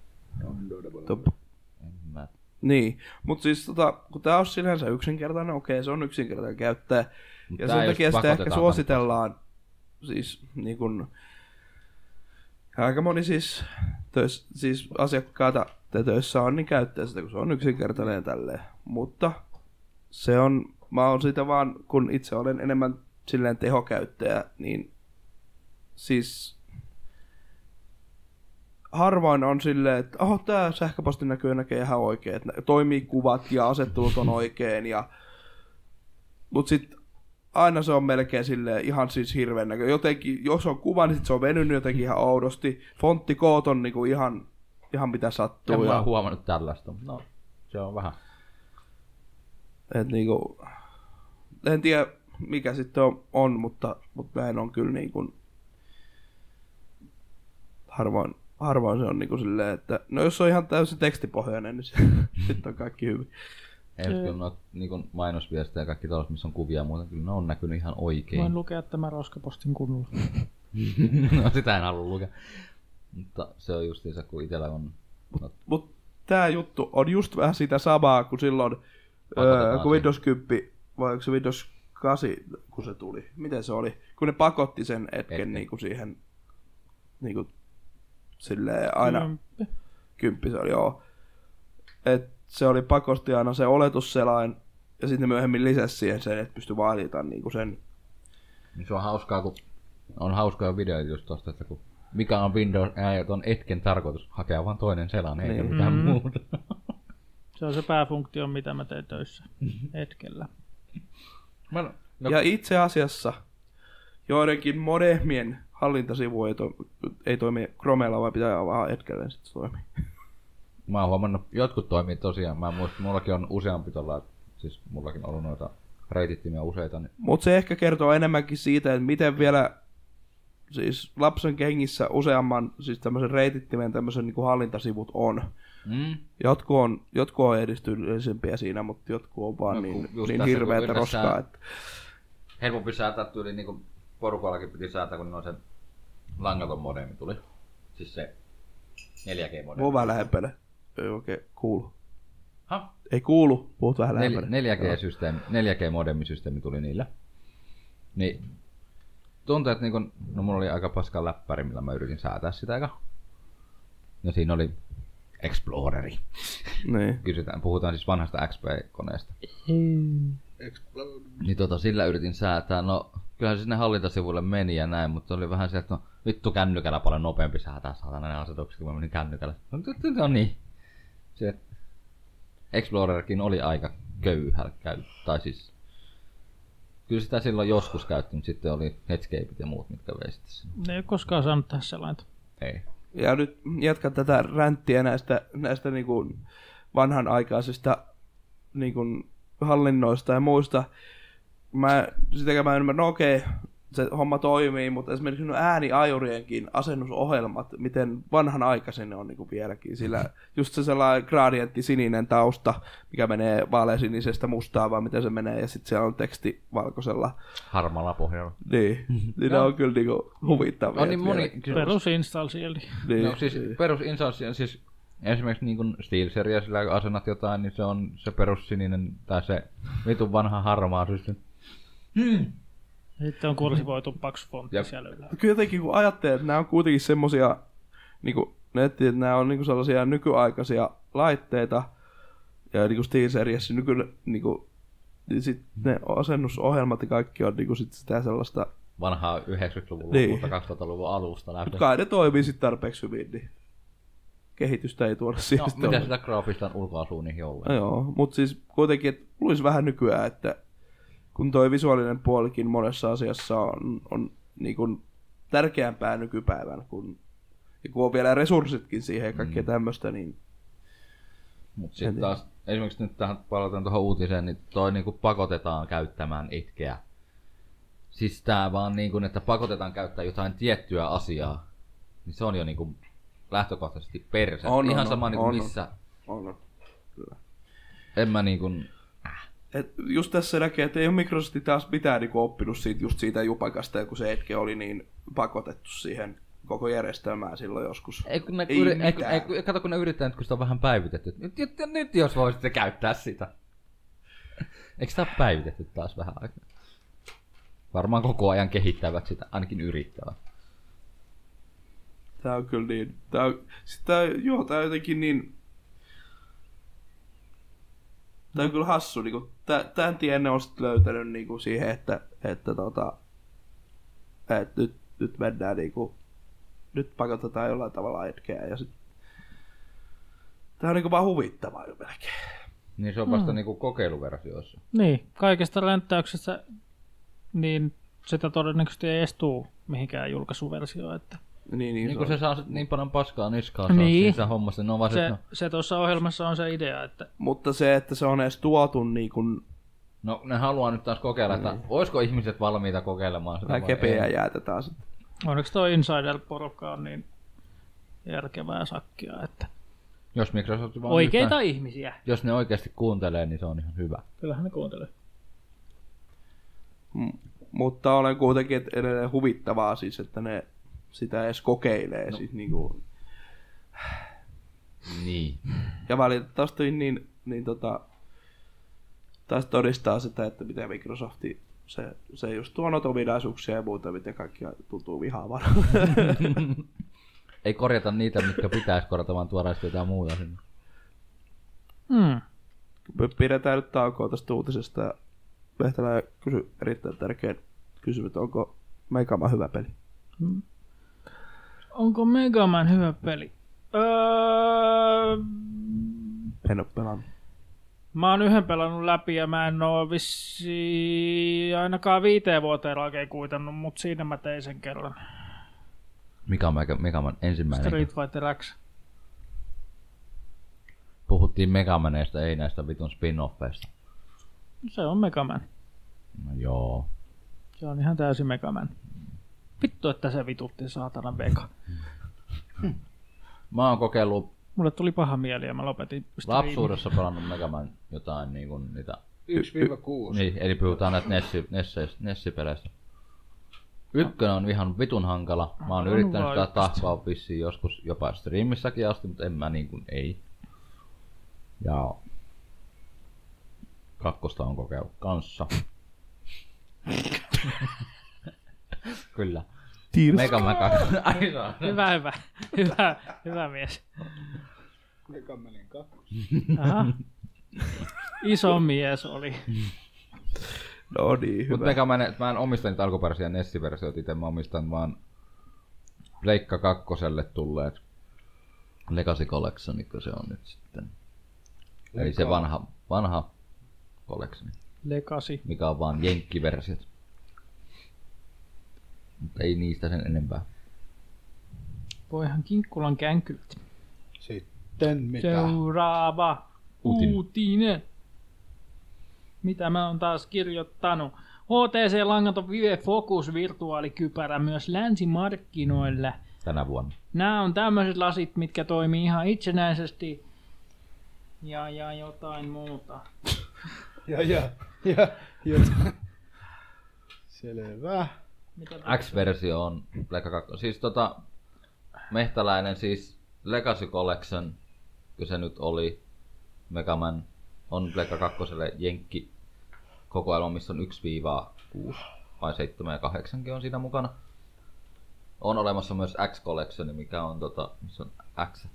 Niin, mutta siis kun tää on sinänsä yksinkertainen, okei, se on yksinkertainen käyttää. Ja sen takia sitä ehkä suositellaan, siis niin kun, aika moni siis asiakkaita töissä on, niin käyttää sitä, kun se on yksinkertainen ja tälleen. Mutta se on, mä oon siitä vaan, kun itse olen enemmän silleen tehokäyttäjä, niin siis harvoin on silleen, että tää sähköposti näkee ihan oikein, että toimii kuvat ja asettelut on oikein, mut sit aina se on melkein silleen ihan siis hirveän näköinen. Jotenkin, jos on kuva, niin sit se on venynyt jotenkin ihan oudosti. Fonttikoot on niinku ihan mitä sattuu. En mä oon huomannut tällaista. No, se on vähän. Et niinku, en tiedä mikä sitten on mutta näin on kyllä niinku, harvoin se on niinku silleen, että no jos on ihan täysin tekstipohjainen, niin sitten on kaikki hyvin. Ei kyllä noita niin mainosviestejä ja kaikki tällaiset, missä on kuvia ja muuta, kyllä ne on näkynyt ihan oikein. Voin lukea tämän roskapostin kunnolla. No sitä en halua lukea. Mutta se on justiinsa, kun itsellä on. Mut tää juttu on just vähän sitä samaa kuin silloin, kun Windows 10, vai onko se Windows 8, kun se tuli. Miten se oli? Kun ne pakotti sen etken niinku siihen, niinku silleen aina. 10 se oli, joo. Et se oli pakosti aina se oletusselain, ja sitten myöhemmin lisäsi siihen sen, että pystyi valitamaan niinku sen. Se on hauskaa, kun on hauskaa videoita just tosta, että kun mikä on Windows, on etken tarkoitus hakea vaan toinen selan, eikä mitään muuta. Se on se pääfunktio, mitä mä teen töissä etkellä. Ja itse asiassa joidenkin modemien hallintasivu ei toimi Chromella, vai pitää vaan etkellä, niin sitten se toimii. Mä oon huomannut, jotkut toimii tosiaan. Mullakin on useampi tuolla, siis mullakin on ollut noita reitittimiä useita. Niin. Mutta se ehkä kertoo enemmänkin siitä, että miten vielä siis lapsen kengissä useamman siis tämmöisen reitittimen tämmöisen niin kuin hallintasivut on. Jotkut on edistyllisempiä siinä, mutta jotkut on vaan niin hirveätä roskaa. Että helpompi säätää tyyliin, niin kuin porukallakin piti säätää, kun noin se langaton modemi tuli. Siis se 4G-modemi. Puhu vähän lähempänä. Ei oikein kuulu. Ha? Ei kuulu, puhut vähän lähempänä. 4G-modemisysteemi tuli niillä. Niin tuntuu, että niin no mulla oli aika paska läppäri, millä mä yritin säätää sitä aika. Ja siinä oli Exploreri. Niin. Puhutaan siis vanhasta XP-koneesta. Niin sillä yritin säätää. No kyllähän se sinne hallintasivuille meni ja näin, mutta oli vähän se, että no vittu kännykällä paljon nopeampi säätää saatana ne asetukset, kun mä menin kännykällä. No niin. Se Explorerkin oli aika köyhä tai siis kyllä sitä silloin joskus käytti, mutta sitten oli Netscapeit ja muut, mitkä vei sitten sen. Ne ei ole koskaan saanut tehdä sellaista. Ei. Ja nyt jatkan tätä ränttiä näistä niinku vanhanaikaisista niinku hallinnoista ja muista. Sitäkään mä ymmärrän, no okei, se homma toimii, mutta esimerkiksi ääniajurienkin asennusohjelmat, miten vanhanaikaisen ne on niinku vieläkin. Sillä just se sellainen gradientti sininen tausta, mikä menee vaaleansinisestä mustaan, vaan miten se menee, ja sitten siellä on teksti valkoisella. Harmaalla pohjalla. Niin, ne on kyllä niinku huvittavia. On niin moni. Perusinstall siellä. Niin. No siis perusinstall, siis esimerkiksi niin kuin SteelSeriesillä asennat jotain, niin se on se perussininen tai se vitun vanha harmaa systeemi. Sitten on kursivoitu paksu fontti siellä yllä. Kyllä jotenkin kun ajattelee, että nämä on kuitenkin semmosia, niinku että nämä on niinku sellaisia nykyaikaisia laitteita, ja niinku SteelSeriessin niinku niin sit ne asennusohjelmat ja kaikki on niinku sit sitä sellaista vanhaa 90-luvun lopulta 2000-luvun alusta läpi. Kai ne toimii sit tarpeeksi hyvin, niin kehitystä ei tuoda siihen. No, mitä sitä graafista ulkoasuu niihin olleen? Joo, mutta siis kuitenkin, että luisi vähän nykyään, että kun toi visuaalinen puolikin monessa asiassa on niin kuin tärkeämpää nykypäivänä, kun on vielä resurssitkin siihen ja kaikkea tämmöistä, niin... Mutta sitten taas, esimerkiksi nyt tähän palataan tuohon uutiseen, niin toi niinku pakotetaan käyttämään itkeä. Siis tää vaan niinku, että pakotetaan käyttää jotain tiettyä asiaa, niin se on jo niinku lähtökohtaisesti perse. Ihan sama niinku missä... On, kyllä. En mä niinku... Et just tässä näkee, että ei ole Microsoft taas mitään niinku oppinut siitä jupakasta, kun se hetke oli niin pakotettu siihen koko järjestelmään silloin joskus. Kato, kun ne yrittää nyt, kun sitä on vähän päivitetty. Nyt jos voisitte käyttää sitä. Eikö sitä ole päivitetty taas vähän aikaa? Varmaan koko ajan kehittävät sitä, ainakin yrittävät. Tää on kyllä niin... Tää on jotenkin niin... Tää on kyllä hassu, niinku... Tän tien ne on sit löytänyt niinku siihen, että nyt mennään niinku... Nyt pakotetaan jollain tavalla etkeä ja sit... Tää on niinku vaan huvittavaa jo melkein. Niin se on vasta niinku kokeiluversioissa. Niin, kaikesta ränttäyksestä niin sitä todennäköisesti ei edes tuu mihinkään julkaisuversioon, että... Niin kun se saa niin paljon paskaa niskaa niin. siinä hommassa, no se tuossa ohjelmassa on se idea, että... Mutta se, että se on edes tuotu niin kuin... No ne haluaa nyt taas kokeilla, että olisiko ihmiset valmiita kokeilemaan sitä. Vähän kepeä jäätä taas. Onneksi tuo Insider-porukka on niin järkevää sakkia, että... Jos Microsoft vaan oikeita ihmisiä. Jos ne oikeasti kuuntelee, niin se on ihan hyvä. Kyllähän ne kuuntelee. Mutta olen kuitenkin edelleen huvittavaa siis, että ne sitä edes kokeilee. No. Siis niinku... Niin. Ja valitettavasti niin taas todistaa sitä, että miten Microsofti se just tuonut ominaisuuksia ja muuta, miten kaikki tuntuu vihaavan. Ei korjata niitä, mitkä pitäisi korjata, vaan tuoda jotain muuta sinne. Pidetään nyt taukoa tästä uutisesta. Mehtälä kysy erittäin tärkeä kysymys, että onko Mega Man hyvä peli? Onko Mega Man hyvä peli? En ole pelannut. Mä oon yhden pelannut läpi ja mä en oo vissiin ainakaan 5 vuoteen oikein kuitannut, mut siinä mä tein sen kerran. Mikä on Mega Man ensimmäinen? Street Fighter X. Puhuttiin Mega Maneista, ei näistä vitun spin-offeista. Se on Mega Man. No joo. Se on ihan täysin Mega Man. Vittu, että se vitutti saatana Vega. Mä oon kokeillut... Mulle tuli paha mieli ja mä lopetin streamin. Lapsuudessa pelannut Mega Man jotain niinku niitä... 1-6. Niin, eli puhutaan näitä Nessi-peleistä. Ykkönen on ihan vitun hankala. Mä oon yrittänyt sitä tahkoa vissiin joskus jopa streamissäkin asti, mutta en mä niinku ei. Ja... Kakkosta on kokeillut kanssa. Kyllä. Mega Man 2. Hyvä mies. Mega Manin 2. Aha. Iso mies oli. No niin, hyvä. Mut Mega Man, mä en omista niitä alkuperäisiä Nessi-versioita, itse mä omistan vaan Pleikka 2:lle tulleet Legacy Collection, se on nyt sitten. Eli se vanha Collection. Legacy. Mikä on vaan jenkkiversiot. Mutta ei niistä sen enempää. Voihan Kinkkulan känkyt. Sitten mitä? Seuraava uutinen. Mitä mä oon taas kirjoittanut? HTC langaton Vive Focus virtuaalikypärä myös länsimarkkinoille. Tänä vuonna. Nämä on tämmöiset lasit, mitkä toimii ihan itsenäisesti. Ja jotain muuta. Ja jotain. Selvä. X-versio on Pleikka 2. Siis mehtäläinen siis Legacy Collection, kun se nyt oli Mega Man, on Pleikka 2:lle jenkki kokoelma, missä on 1-6 vai 7 ja 8 on siinä mukana. On olemassa myös X Collection, mikä on missä on X.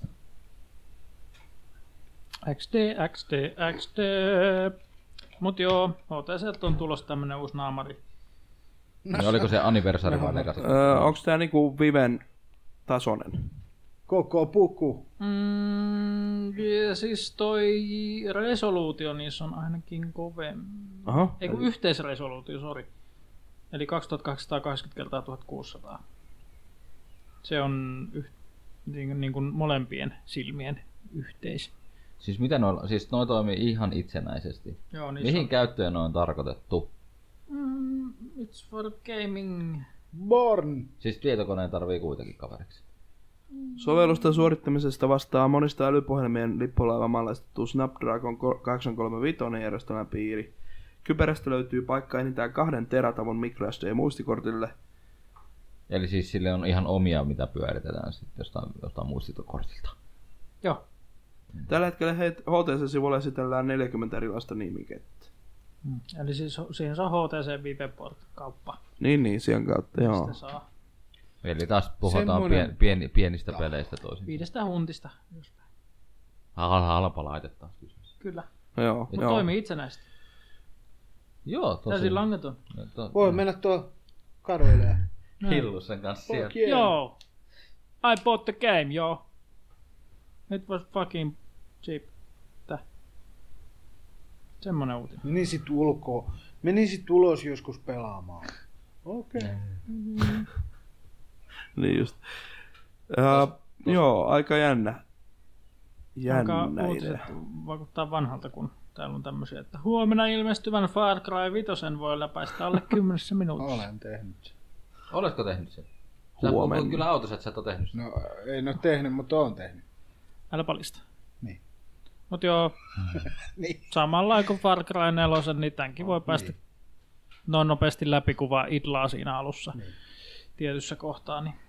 XD. Mut joo, HTC on tulossa tämmönen uusi naamari. No, oliko se anniversari vai negasi? Onks tää niinku Viven tasonen? Koko puku. Ja siis toi resoluutio niissä on ainakin kovempi. Aha. Ei kun yhteisresoluutio, sori. Eli 2280 x 1600. Se on niin kuin molempien silmien yhteis. Siis miten noi toimii ihan itsenäisesti. Joo, mihin käyttöön ne on tarkoitettu? It's for gaming. Born. Siis tietokoneen tarvii kuitenkin kaveriksi. Sovellusten suorittamisesta vastaa monista älypuhelmien lippulaivan mallistettu Snapdragon 835 järjestelmäpiiri. Kypärästä löytyy paikka enintään 2 teratavun microSD-muistikortille. Eli siis sille on ihan omia, mitä pyöritetään sitten jostain muistitokortilta. Joo. Tällä hetkellä HTC-sivulla esitellään 40 erilaista nimikettä. Eli siis siihen saa HTC Viveport-kauppa. Niin, siihen kautta, joo. Mistä saa? Eli taas puhutaan pienistä peleistä toisin. 5 huntista. Halpa laite taas kysymys. Kyllä. Joo, mutta toimii itsenäisesti. Joo, tosi. Täysin langaton. Voi mennä tuo kaduille. Hillu sen kanssa siellä. Yeah. Joo. I bought the game, joo. It was fucking cheap. Semmonen uutinen. Menisit ulos joskus pelaamaan. Okei. Niin just. Joo, aika jännä. Uutiset vaikuttaa vanhalta, kun täällä on tämmöisiä, että huomenna ilmestyvän Far Cry 5 voi läpäistä alle 10 minuutissa. Olen tehnyt sen. Oletko tehnyt sen? Huomenna. Sä kyllä autossa, että sä et ole tehnyt sen. No, en ole tehnyt, mutta oon tehnyt. Älä palista. Niin. Mut joo, Niin. samalla kuin Far Cry 4, niin tämänkin voi päästä noin nopeasti läpi, kun vaan idlaa siinä alussa tietyssä kohtaa. Niin.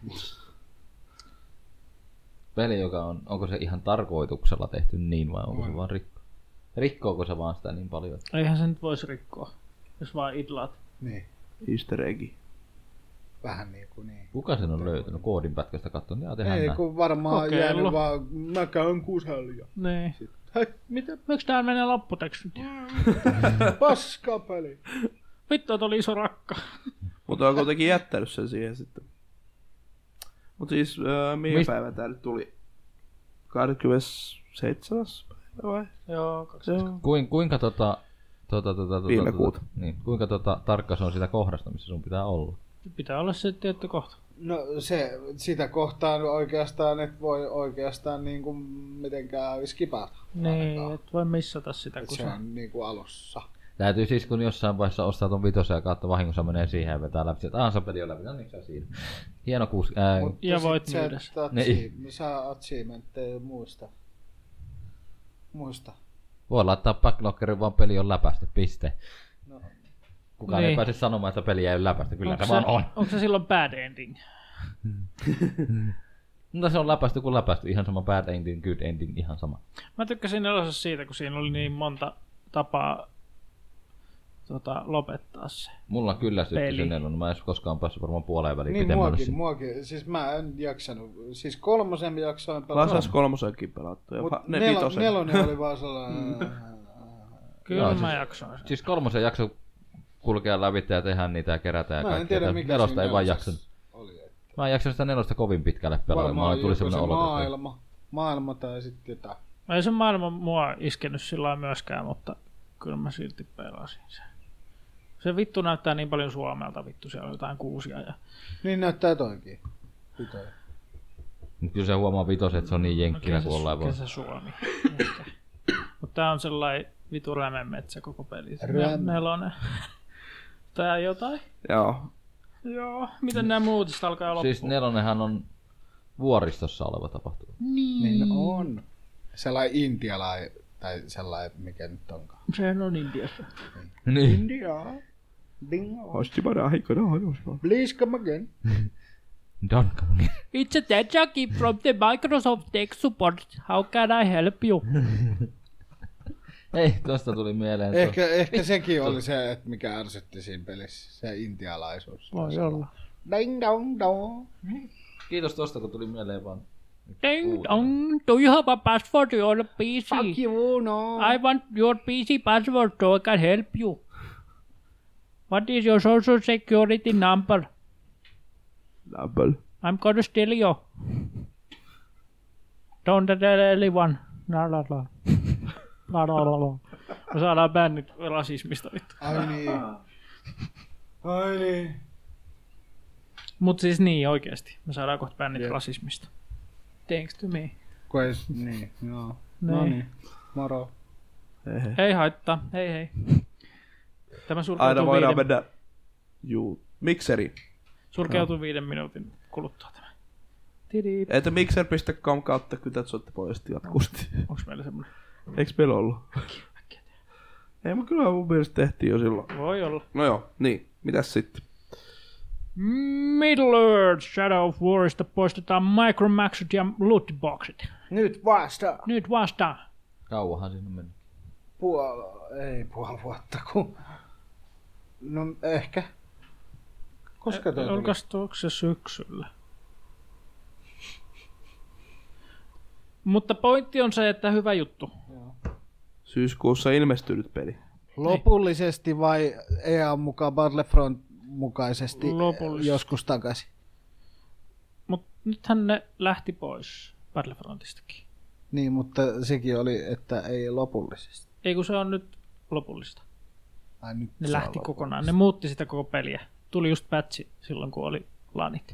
Peli, joka onko se ihan tarkoituksella tehty niin vai onko se vaan rikkooko se vaan sitä niin paljon? Eihän se nyt voisi rikkoa, jos vaan idlaat. Niin. Easter egg. Vähän niinku niin. Kuka sen on löytänyt? Koodinpätkästä katsonut ja tehdään Ei, näin. kun varmaan Kokeillut. jäänyt vaan, mä käyn kuselja. Niin. Hei, mitä? Miksi täällä menee lopputekstit? Paskapeli. Vittu, että oli iso rakka. Mutta on kuitenkin jättänyt sen siihen sitten. Mutta siis, mihin päivä tää nyt tuli? 27. päivä vai? Joo, 2. Kuinka Viime kuuta. Niin, kuinka tarkka se on sitä kohdasta, missä sun pitää olla? Pitää olla se tietty kohta. No sitä kohtaan oikeastaan et voi oikeastaan niinku mitenkään skipata. Niin, et voi missata sitä, kun se on niinku alussa. Täytyy siis, kun jossain vaiheessa ostaa ton 5 ja kautta vahingossa menee siihen ja vetää läpi, että se peli on läpi, no niin se siinä. Hieno kuusi. Ja voit myydä. Saa achievementteja muista. Voi laittaa backloggerin, vaan peli on läpästy, piste. No. Kukaan ei pääse sanomaan, että peli ei ole läpästy, kyllä onko se vaan on. Onko se silloin bad ending? Mutta se on läpästy kuin läpästy, ihan sama bad ending, good ending, ihan sama. Mä tykkäsin nelosessa siitä, kun siinä oli niin monta tapaa lopettaa se. Mulla kyllästytti se nelonen, mä en koskaan päässyt varmaan puoleen väliin niin pitemmälle. muakin, siis mä en jaksanut, siis 3 jaksoin pelata. Lasas 3:nkin pelattu ja ne 5. Nelonen oli vaan sellainen. Kyllä mä jaksoin. Siis 3 jakso kulkea läpi ja tehdä niitä ja kerätä ja mä en kaikkea. tiedä mikä Nelosta ei vaan jaksanut. Mä en jaksanut sitä 4 kovin pitkälle pelata. Varmaan tuli joku se olo, maailma tai sitten jotain. Ei se maailma mua iskenyt sillä myöskään, mutta kyllä mä silti pelasin sen. Se vittu näyttää niin paljon Suomelta, vittu siellä on jotain kuusia. Ja... Niin näyttää toikin. Kyllä se huomaa 5, että se on niin jenkkinä kuin ollaan voi. Se Suomi. Mutta tää on sellainen vitu rämenmetsä koko peli. Nelonen. Tää jotain? Joo. Joo. Miten nämä muutiset alkaa loppua? Siis nelonenhan on vuoristossa oleva tapahtuma. Niin on. Sellainen intialainen, tai sellainen, mikä nyt onkaan. Sehän on Indiassa. Niin. India. Bingo. Please come again. Don't come again. It's a Tajaki from the Microsoft Tech Support. How can I help you? Ei, tosta tuli mieleen. Ehkä sekin oli se, että mikä ärsytti siinä pelissä. Se intialaisuus. Voi olla. Ding dong dong. Kiitos tosta, kun tuli mieleen vaan. Ding dong, do you have a password to your PC? Fuck you, no. I want your PC password so I can help you. What is your social security number? I'm gonna steal you. Don't tell anyone. La la la. La la la la. Me saadaan bännit rasismista vittu. Ai niin. Mut siis niin oikeesti. Me saadaan kohta bännit rasismista. Thanks to me. Niin, joo. No niin. Moro. Ei haittaa. Hei. Tämä sulkeutuu aina voidaan mennä mikseri. Sulkeutuu 5 minuutin kuluttua tämä. Että mixer.com kautta kytätsoitte poisesti jatkusti. Onks meillä semmonen? Eiks meillä ollut? Ei, mutta kyllä mun mielestä tehtiin jo silloin. Voi olla. No joo, niin. Mitäs sitten? Middle-earth Shadow of Warista poistetaan Micromaxit ja lootboxit. Nyt vasta. Nyt vasta. Kauahan siinä on mennyt. Puoli vuotta, kun... No ehkä. Koska toi tuli? Olkastuuko se syksyllä? Mutta pointti on se, että hyvä juttu. Syyskuussa ilmestynyt peli. Lopullisesti vai EA mukaan Battlefront mukaisesti joskus takaisin? Mutta nythän ne lähti pois Battlefrontistakin. Niin, mutta sekin oli, että ei lopullisesti. Ei kun se on nyt lopullista. Ai, nyt ne lähti kokonaan. Ne muutti sitä koko peliä. Tuli just patchi silloin, kun oli lanit.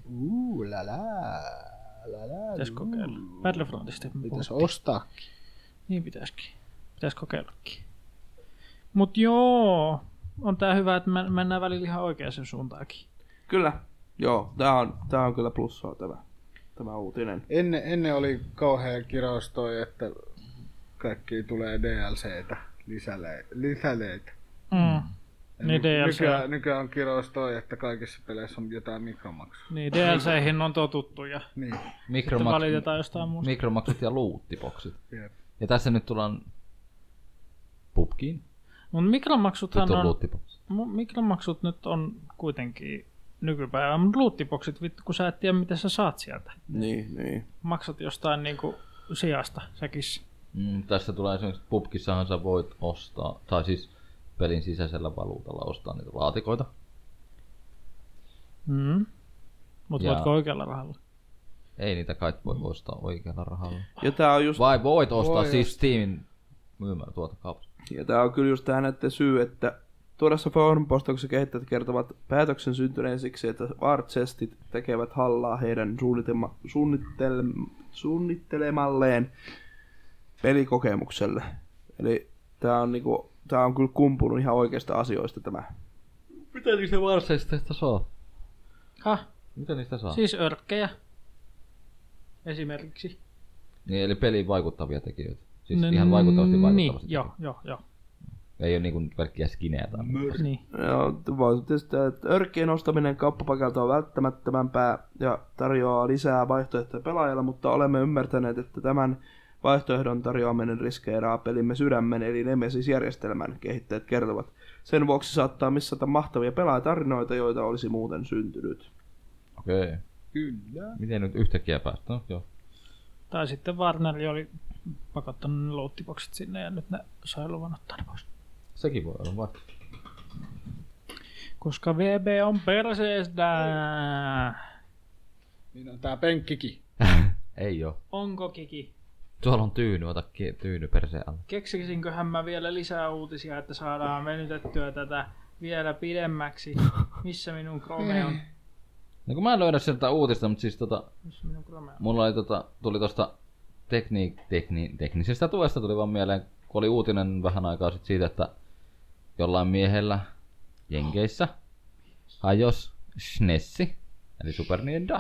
Pitäis kokeilla. Battlefrontista pitäis ostaakin. Niin pitäisikin. Pitäis kokeillakin. Mut joo, on tää hyvä, että mennään välillä ihan oikeaan suuntaankin. Kyllä. Joo, tää on kyllä plussaa tämä uutinen. Ennen oli kauhea kirous toi, että kaikki tulee DLCtä, lisäleitä. Niin nykyään on kirous toi, että kaikissa peleissä on jotain mikromaksua. Niin, DLCihin on totuttu ja niin. Sitten valitetaan jostain muusta. Mikromaksut ja loottiboxit. Ja tässä nyt tullaan PUBGiin. Mutta mikromaksut nyt on kuitenkin nykypäivä, mutta loottiboxit, vittu, kun sä et tiedä, mitä sä saat sieltä. Niin. Maksat jostain niinku sijasta, säkis. Tässä tulee esimerkiksi PUBGissahan sä voit ostaa, tai siis pelin sisäisellä valuutalla ostaa niitä laatikoita. Mutta voitko oikealla rahalla? Ei niitä kai voi ostaa oikealla rahalla. Ja tää on just... Vai voit ostaa siis Steamin myymällä tuota kaupasta. Ja tää on kyllä just tähän näiden syy, että tuossa forum-postauksessa kehittäjät kertovat päätöksen syntyneen siksi, että War Chestit tekevät hallaa heidän suunnittelemalleen pelikokemukselle. Eli tää on kyllä kumpunut ihan oikeista asioista tämä. Mitä niistä War Chestistä saa? Mitä niistä saa? Siis örkkejä. Esimerkiksi. Niin, eli peliin vaikuttavia tekijöitä. Siis ihan vaikuttavasti vaikuttavasti. Niin, joo. Ei ole niinku pelkkiä skinejä tai niin. Joo, tietysti, että örkkien ostaminen kauppapaikalta on välttämättömämpää ja tarjoaa lisää vaihtoehtoja pelaajalle, mutta olemme ymmärtäneet, että tämän vaihtoehdon tarjoaminen riskeeraa pelimme sydämen eli Nemesis-järjestelmän, kehittäjät kertovat. Sen vuoksi saattaa missata mahtavia pelaajatarinoita, joita olisi muuten syntynyt. Okei. Kyllä. Miten nyt yhtäkkiä päästä? No, joo. Tai sitten Warner oli pakottanut ne loottiboxit sinne ja nyt ne sai luvan ottaa ne pois. Sekin voi olla vaikka. Koska VB on perseestä. Niin on tää penkkikin. Ei oo. Onko kiki? Tuolla on tyyny, ota tyyny perseen alle. Keksisinköhän mä vielä lisää uutisia, että saadaan venytettyä tätä vielä pidemmäksi. Missä minun Chrome on? No kun mä en löydä sieltä uutista, mutta siis mulla oli tuli tosta teknisestä tuesta tuli vaan mieleen, kun oli uutinen vähän aikaa sitten siitä, että jollain miehellä Jenkeissä hajos SNESi, eli Super Nintendo.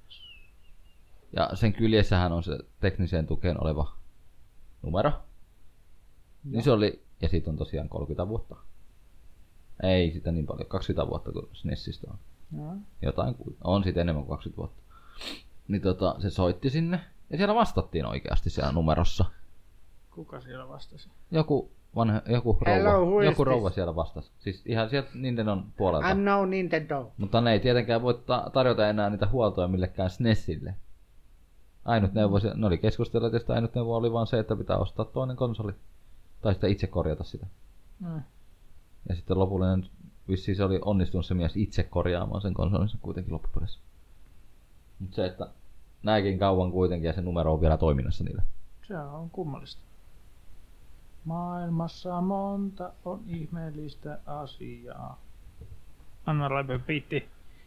Ja sen kyljessähän on se tekniseen tukeen oleva numero. Niin se oli, ja siitä on tosiaan 30 vuotta. Ei sitä niin paljon, 20 vuotta kun SNESistä on. Jotain, on siitä enemmän kuin 20 vuotta. Niin se soitti sinne, ja siellä vastattiin oikeasti siellä numerossa. Kuka siellä vastasi? Joku joku rouva siellä vastasi. Siis ihan sieltä Nintendon puolelta. I know Nintendo. Mutta ne ei tietenkään voi tarjota enää niitä huoltoja millekään SNESille. Ainut neuvo, ne oli keskustelleet, että ainut neuvo oli vaan se, että pitää ostaa toinen konsoli. Tai sitten itse korjata sitä. Ja sitten lopullinen, vissiin se oli onnistunut se mies itse korjaamaan sen konsolinsa kuitenkin loppupeleissä. Mutta se, että näinkin kauan kuitenkin ja se numero on vielä toiminnassa niillä. Se on kummallista. Maailmassa monta on ihmeellistä asiaa. Anna Raipe biitti.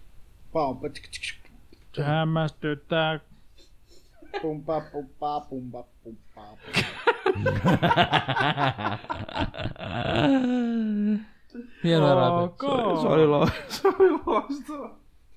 Se hämmästyttää. Pumpa, pumpa, pumpa, pumpa. Hienoa Raipe. Se oli loistava.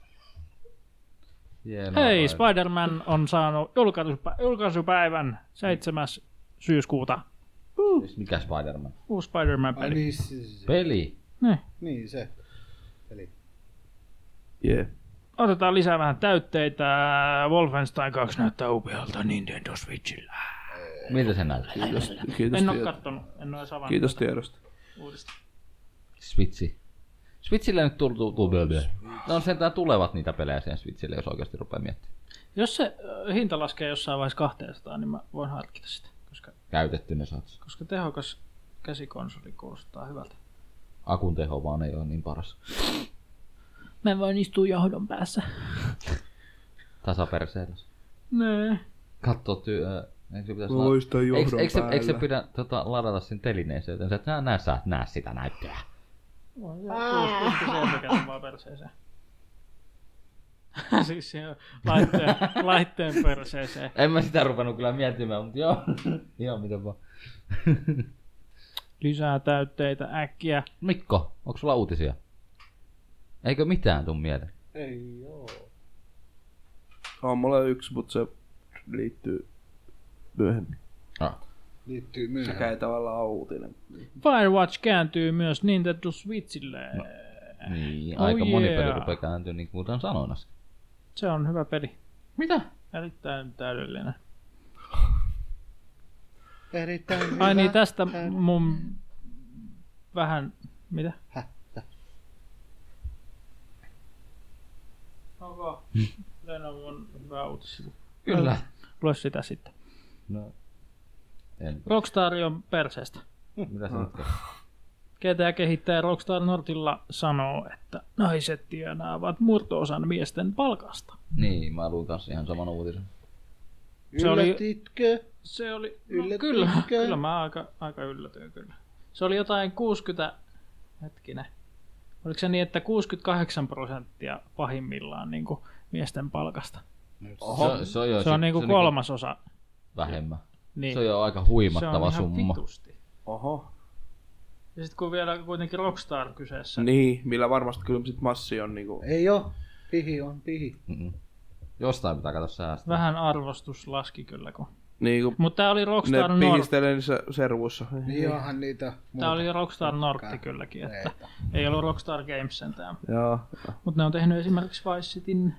Hei, Spider-Man on saanut julkaisupäivän 7. syyskuuta. Siis mikä Spider-Man? Uusi Spider-Man-peli. Niin, Peli? Niin se. Peli. Yeah. Otetaan lisää vähän täytteitä. Wolfenstein 2 näyttää upealta Nintendo Switchillä. Miltä se näyttää? Kiitos en ole kattonut, en ole edes avannut. Kiitos tiedosta. Uudesta. Switchi. Switchillä nyt on sentään tulevat niitä pelejä siihen Switchille, jos oikeasti rupeaa miettimään. Jos se hinta laskee jossain vaiheessa 200, niin mä voin harkita sitä. Käytetty ne saat. Koska tehokas käsikonsoli kuulostaa hyvältä. Akun teho vaan ei ole niin paras. Mä voin istua johdon päässä. Tasaperseellä. Nee. Katso eikö se pidä ladata sen telineeseen, joten sä et näe sitä näyttöä. Vaan perseeseen. Siis siihen laitteen perseeseen. En mä sitä ruvennut kyllä miettimään, mutta joo. Ihan mitä vaan. Lisää täytteitä äkkiä. Mikko, onko sulla uutisia? Eikö mitään tuu mieleen? Ei joo. On mulla yksi, mutta se liittyy myöhemmin. Liittyy myöhemmin. Sekä ei tavallaan ole uutinen. Firewatch kääntyy myös Nintendo Switchille. Niin, aika moni peli rupeaa kääntyä niin kuin puhutaan sanoin. Se on hyvä peli. Mitä? Erittäin täydellinen. Erittäin hyvä. Ai niin, tästä mun vähän... Mitä? Onko? Lenovo'n hyvä uutisivu. Kyllä. Lue sitä sitten. No. En. Rockstar on perseestä. Mitä sä nyt GTA-kehittäjä Rockstar Northilla sanoo, että naiset tienaavat murto-osan miesten palkasta. Niin, mä luin kanssa ihan saman uutisen. Yllätitkö? Se oli kyllä mä aika yllätyin kyllä. Se oli jotain 60 hetkinen. Oliko se niin, että 68% pahimmillaan niin kuin miesten palkasta? Oho. Se on niin kuin kolmasosa. Vähemmän. Niin. Se on jo aika huimattava summa. Se on ihan vitusti. Oho. Ja sitten kun vielä kuitenkin Rockstar kyseessä. Niin, millä varmasti kyllä sit massi on niinku... Ei oo. Pihi on pihi. Jostain pitää katsoa säästää. Vähän arvostus laski kyllä. Niin, mutta tää oli Rockstar ne pihistelee niissä servuissa. Niin onhan niitä. Tää oli Rockstar North kylläkin, että ei ollut Rockstar Games sentään. Joo. Mutta ne on tehnyt esimerkiksi Vice Cityn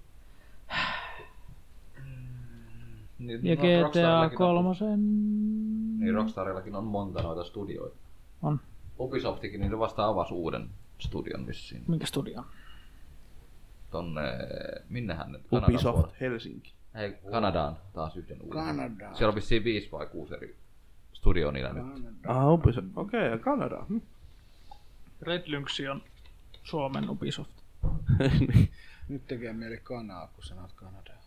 ja GTA 3. Niin Rockstarillakin on monta noita studioita. On. Ubisoftikin niin vasta avasi uuden studion vissiin. Minkä studio? Tonne, minnehän ne? Ubisoft Helsinki. Ei, Kanadaan taas yhden uuden. Kanadaan. Siellä on vissiin 5 vai 6 eri studioa niillä nyt. Ubisoft. Okei, Kanada. Red Lynx on Suomen Ubisoft. Nyt tekee mieli kanaa, kun sanot Kanadaa.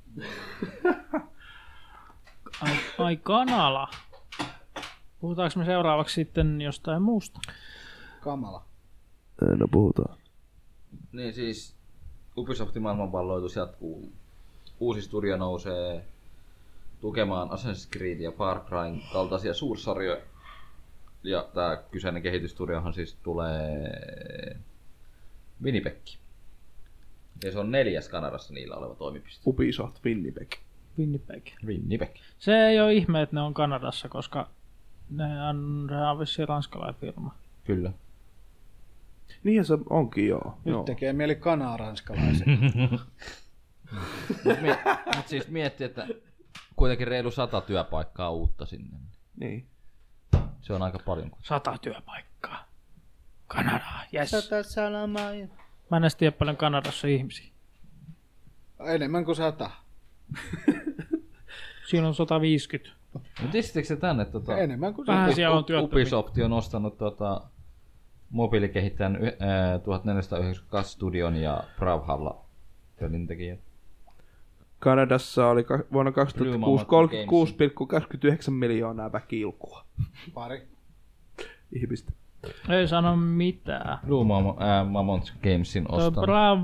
Ai Kanala. Puhutaanko me seuraavaksi sitten jostain muusta? Kamala. No puhutaan. Niin siis Ubisoftin maailmanvalloitus jatkuu. Uusi studio nousee tukemaan Assassin's Creed ja Far Cryn kaltaisia suursarjoja. Ja tää kyseinen kehitysstudiohan siis tulee Winnipeg. Ja se on 4. Kanadassa niillä oleva toimipiste. Ubisoft Winnipeg. Winnipeg. Se ei ole ihme, että ne on Kanadassa, koska se on vissiin ranskalainen firma. Kyllä. Niin se onkin joo. Nyt joo. tekee mieli kanaa ranskalaisen. Mutta siis mietti, että kuitenkin reilu 100 työpaikkaa uutta sinne. Niin. Se on aika paljon. 100 työpaikkaa. Kanadaa, yes. 100 salamaa. Mä en edes tiedä paljon Kanadassa ihmisiä. Enemmän kuin 100. Siinä on 150. Mutta tiesittekö se tänne? Enemmän kuin Vähän siellä on työttömiä. Ubisoft on ostanut mobiilikehittäjän 1492 Studion ja Brawlhalla pelintekijät. Kanadassa oli vuonna 2006 36,29 miljoonaa väkiilkua. Pari. Ihmistä. Ei sano mitään. Blue Mammoth Gamesin ostanut.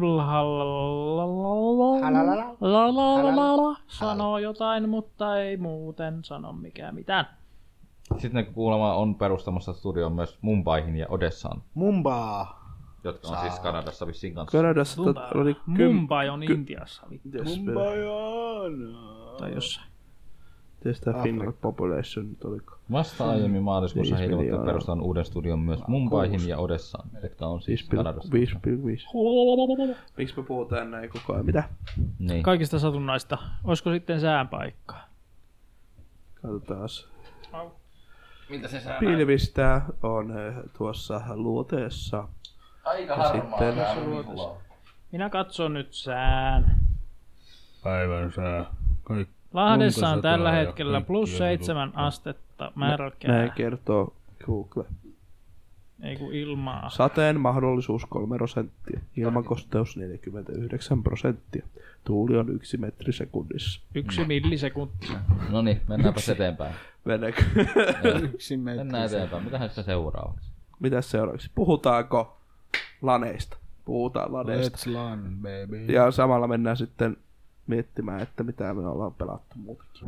Bravlhalla sanoo jotain, mutta ei muuten sano mitään. Sitten ne kuulemma on perustamassa studion myös Mumbaihin ja Odessaan. Mumbaa. Jotka on siis Kanadassa vissiin kanssa. Kanadassa oli Mumbai on Intiassa. Mumbai on. Tai jossain. Testää Finland Population nyt oliko. Vasta aiemmin maaliskuussa he ilmoittivat perustavan uuden studion myös Mumbaihin ja Odessaan, jotka on siis Kanadassa. 5,5. Miksi me puhutaan näin koko ajan? Mitä? Niin. Kaikista satunnaista. Olisiko sitten säänpaikkaa? Katsotaas. Miltä se sää Pilvistä on tuossa luoteessa. Aika harmaa Minä katson nyt sään. Päivän sää. Lahdessa on tällä hetkellä +7 astetta märkää. Näin kertoo Google. Ei kun ilmaa. Sateen mahdollisuus 3%. Ilmankosteus 49%. Tuuli on 1 metri sekunnissa. 1 millisekunti. Noniin, mennäänpä eteenpäin. Mennäänkö? Mennään eteenpäin. Mitähän sitä seuraavaksi? Mitäs seuraavaksi? Puhutaanko laneista? Puhutaan laneista. Let's LAN, baby. Ja samalla mennään sitten miettimään, että mitä me ollaan pelattu muutenkin.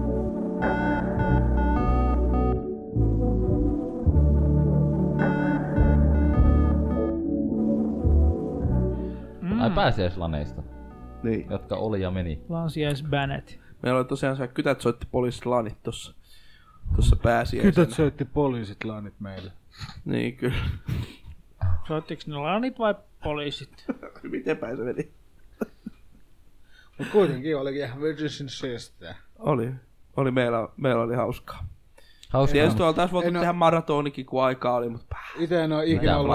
Ai pääsiäislaneista, Niin. jotka oli ja meni. Lansiaisbänet. Meillä oli tosiaan se kytät soitti poliisit lanit tossa pääsiäisenä. Kytöt soitti poliisit lanit meille. Niin kyllä. Soittiko ne lanit vai poliisit? Miten päin se meni? Mut kuitenkin olikin ihan virgin siistiä. Oli meillä oli hauskaa. Hauskaa. Tietysti tuolla taas voitu tehdä maratonikin, kun aikaa oli, mutta Ite en oo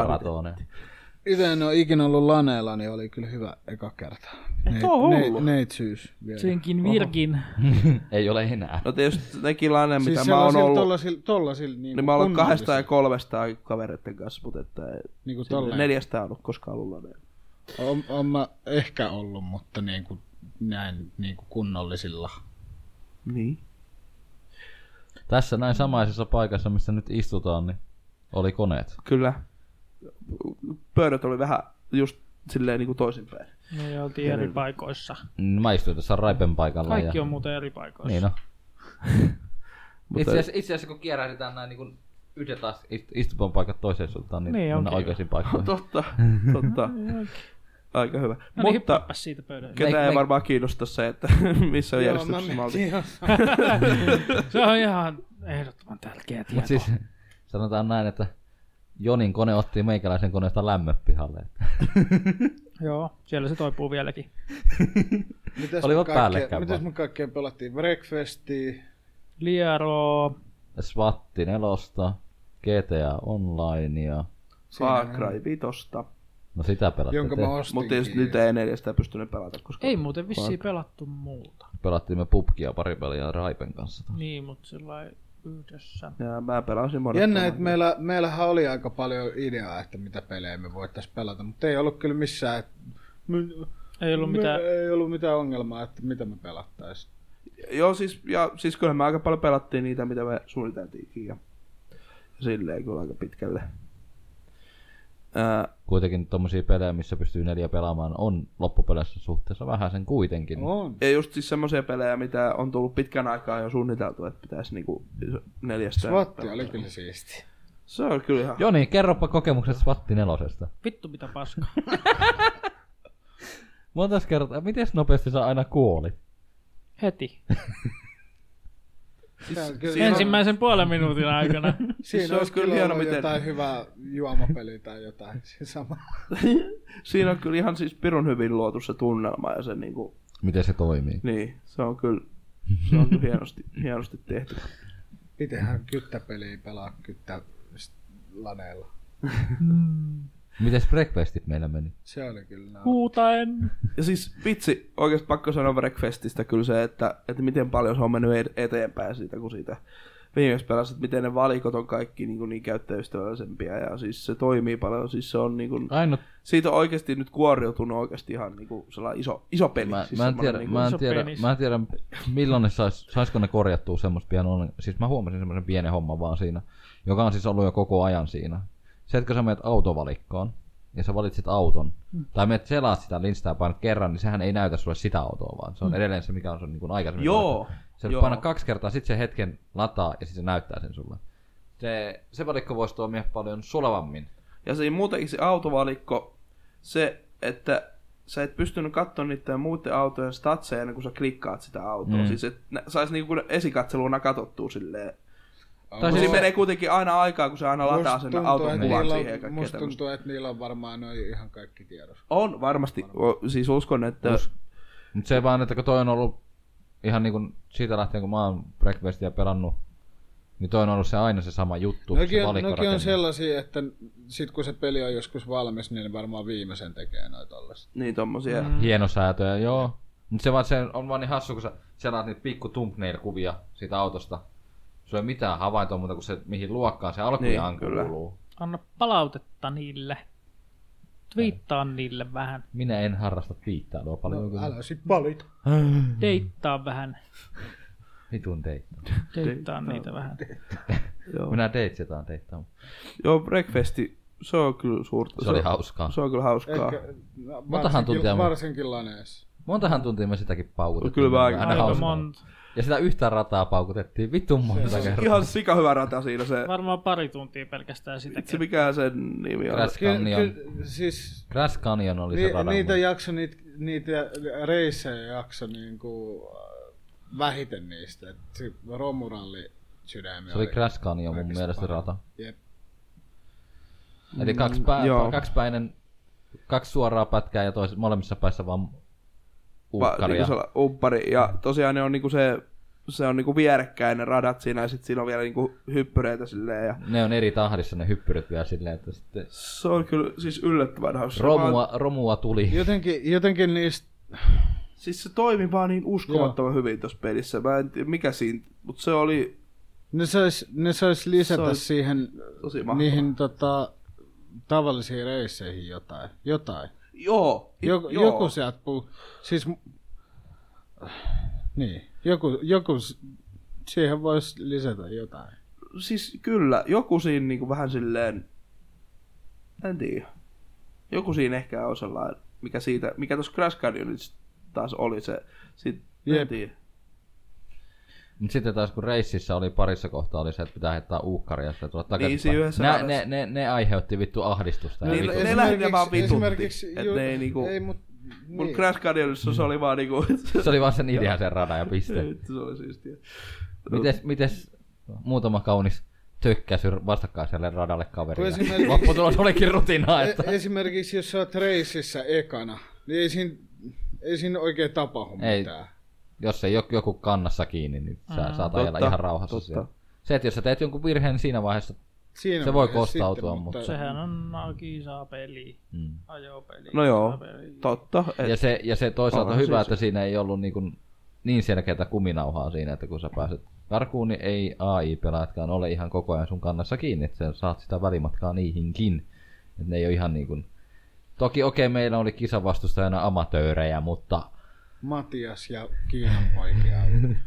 ikinä ollut laneella, niin oli kyllä hyvä eka kerta. Neitsyys vielä. Senkin virkin. Ei ole enää. No tietysti nekin lane, mitä Siis mä oon ollut. Tollasil Niin mä oon ollut 2 ja 3 kavereiden kanssa, mutta että niinku 4 on ollut koskaan ollut laneella. on mä ehkä ollut, mutta niinku näin niinku kunnollisilla. Niin. Tässä näin samaisessa paikassa, missä nyt istutaan, niin oli koneet. Kyllä. Pöydät oli vähän just silleen niinku toisinpäin. Me oltiin eri paikoissa. Mä istuin tässä Raipen paikalla. Kaikki on muuten eri paikoissa. Niin no. Mutta Itse asiassa kun kierähdetään näin niin kuin yhdet istupan paikat toiseen suuntaan, niin Niin, mennään onkin oikeisiin paikkoihin. totta. Aika hyvä. No niin, Mutta hyppääpäs siitä pöydälle. ketä ei varmaan kiinnosta se, että missä on järjestyksessä me oltiin. Se on ihan ehdottoman tärkeä tieto. Mutta siis sanotaan näin, että Jonin kone otti meikäläisen koneesta lämmöt pihalle. Joo, siellä se toipuu vieläkin. Olivat päällekkäin Mitäs vaan. me kaikkeen pelattiin? Breakfastia. Liero. Swatti 4, GTA Onlinea. Far Cry 5. No sitä pelattiin. Jonka mä ostin. Mutta tietysti nyt ei 4 sitä pystynyt pelata, koska Ei muuten vissiin pelattu muuta. Pelattiin me PUBGia pari peliä Raipen kanssa. Niin, mutta sillä yhdessä. ja mä pelasin monet. Jännä, että meillähän oli aika paljon ideaa, että mitä pelejä me voitais pelata, mutta ei ollut kyllä missään, Ei ollut mitään ongelmaa, että mitä me pelattais. Joo, siis kyllä me aika paljon pelattiin niitä, mitä me suunniteltiinkin ja silleen kyllä aika pitkälle. Kuitenkin tommosia pelejä, missä pystyy 4 pelaamaan, on loppupeleissä suhteessa vähän sen kuitenkin. On. Ja just siis semmoisia pelejä, mitä on tullut pitkän aikaa jo suunniteltu, että pitäisi niinku 4. Swatti oli kyllä siisti. Se on kyllä ihan... Joni, kerropa kokemukset Swatti 4. Vittu mitä paskaa. Montas kertaa, miten nopeasti sä aina kuolit? Heti. Siinä Ensimmäisen puolen minuutin aikana. Siinä olisi kyllä hieno ollut jotain hyvää juomapeliä tai jotain. Siinä on kyllä ihan siis pirun hyvin luotu se tunnelma ja se Miten se toimii? Niin, se on kyllä hienosti tehty. Pitihän kyttäpeliä pelaa kyttälaneilla. Mites breakfastit meillä meni? Se oli kyllä. Huutaen. Ja siis vitsi, oikeesti pakko sanoa breakfastista kyllä se, että miten paljon se on mennyt eteenpäin siitä, kun siitä viimeksi pelasit, että miten ne valikot on kaikki niin käyttäjäystävällisempiä ja siis se toimii paljon, siis se on niin siitä on oikeasti nyt kuoriutunut oikeasti ihan niin sellainen iso peli. Mä en tiedä milloin ne saisiko ne korjattua semmoista pian, siis mä huomasin semmoisen pienen homman vaan siinä, joka on siis ollut jo koko ajan siinä. Se, että kun sä menet autovalikkoon ja sä valitset auton, tai menet selaat sitä linstää ja painat kerran, niin sehän ei näytä sulle sitä autoa vaan. Se on edelleen se, mikä on sun niin aikaisemmin. Joo. Se painat 2 kertaa, sit se hetken lataa ja sit se näyttää sen sulle. Se valikko voisi toimia paljon sulavammin. Ja se muutenkin se autovalikko, se, että sä et pystynyt katsomaan niiden muiden autojen statseja ennen kuin sä klikkaat sitä autoa. Siis et sais niinku esikatseluna katsottua silleen. Tai siis menee kuitenkin aina aikaa, kun se aina lataa sen auton kuvan siihen. Musta tuntuu, että niillä on varmaan ihan kaikki tiedossa. On varmasti. Siis uskon, että... Mutta se vaan, että kun toi on ollut ihan niinku siitä lähtien, kun mä oon breakfastia pelannut, niin toi on ollut se aina se sama juttu. Nokin on sellaisia, että sit kun se peli on joskus valmis, niin ne varmaan viimeisen tekee noita tollasia. Niin tommosia. Hienosäätöjä, joo. Mutta se on vaan niin hassu, kun sä selaat niitä pikku thumbnail-kuvia siitä autosta. Se ei ole mitään havaintoa muuta kuin se, mihin luokkaan se alkujaan kuuluu. Anna palautetta niille. Twiittaa niille vähän. Minä en harrasta twiittailua paljon. No, älä sit valita. Deittaa vähän. Vitun deittaa. Deittaa niitä vähän. Minä deitsetaan deittaamaan. Joo, breakfasti, se on kyllä suurta. Se oli hauskaa. Se on kyllä hauskaa. Varsinkin laneessa. Montahan tuntia me sitäkin paukutettiin. Kyllä aika monta. Ja sitä yhtä rataa paukutettiin vitun monta kertaa. Ihan sika hyvä rata siinä se. Varmaan pari tuntia pelkästään sitä. Se mikä sen nimi on? Grass Canyon oli se radan. Niitä reissejä jakso niinku vähiten niistä. Romuralli sydämiä. Se oli Grass Canyon mun mielestä rata. Jep. Eli kaksipäinen, 2 suoraa pätkää ja molemmissa päissä vaan Umppari. Ja tosiaan ne on niinku se on niinku vierekkäin ne radat siinä ja sit siinä on vielä niinku hyppyreitä silleen. Ja ne on eri tahdissa ne hyppyrit vielä silleen, että sitten... Se on kyllä siis yllättävän hauska. Romua tuli. Jotenkin niistä... Siis se toimi vaan niin uskomattoman hyvin tossa pelissä. Mä en tiedä mikä siinä, mut se oli... Ne sais lisätä siihen niihin tavallisiin reisseihin jotain. Joo. Joku sieltä siis niin, joku siihen voisi lisätä jotain. Siis kyllä, joku siinä niinku vähän silleen, en tiedä. Joku siinä ehkä on sellainen, mikä tuossa Crash Canyonissa taas oli se, en tiedä. Mut sitten taas kun reississä oli parissa kohtaa oli se, että pitää heittää uukkaria ja tulla takaisin. Niin, ne aiheutti vittu ahdistusta. Ne lähinnä vaan vitutti. Et ne ei niinku... Mut Crash Canyonissa se oli vaan niinku... Se oli vaan sen idea sen radan ja piste. Se oli siistiä. Mites muutama kaunis tökkäsy vastakkaiselle radalle kaverille? Lopputulos olikin rutinaa. Esimerkiksi jos sä oot reississä ekana, niin ei siinä oikein tapahdu mitään. Jos ei joku kannassa kiinni, niin sä saat ajella ihan rauhassa siellä. Se, että jos sä teet jonkun virheen, siinä vaiheessa se voi kostautua. Mutta sehän on kisapeli, ajopeli. No joo, totta. Ja se toisaalta on hyvä, että siinä ei ollut niin selkeätä kuminauhaa siinä, että kun sä pääset karkuun, niin ei AI-pelaajatkaan ole ihan koko ajan sun kannassa kiinni, että sä saat sitä välimatkaa niihinkin. Että ne ei ole ihan niin kuin... Toki meillä oli kisavastustajana amatöörejä, mutta... Matias ja Kiinan poikia.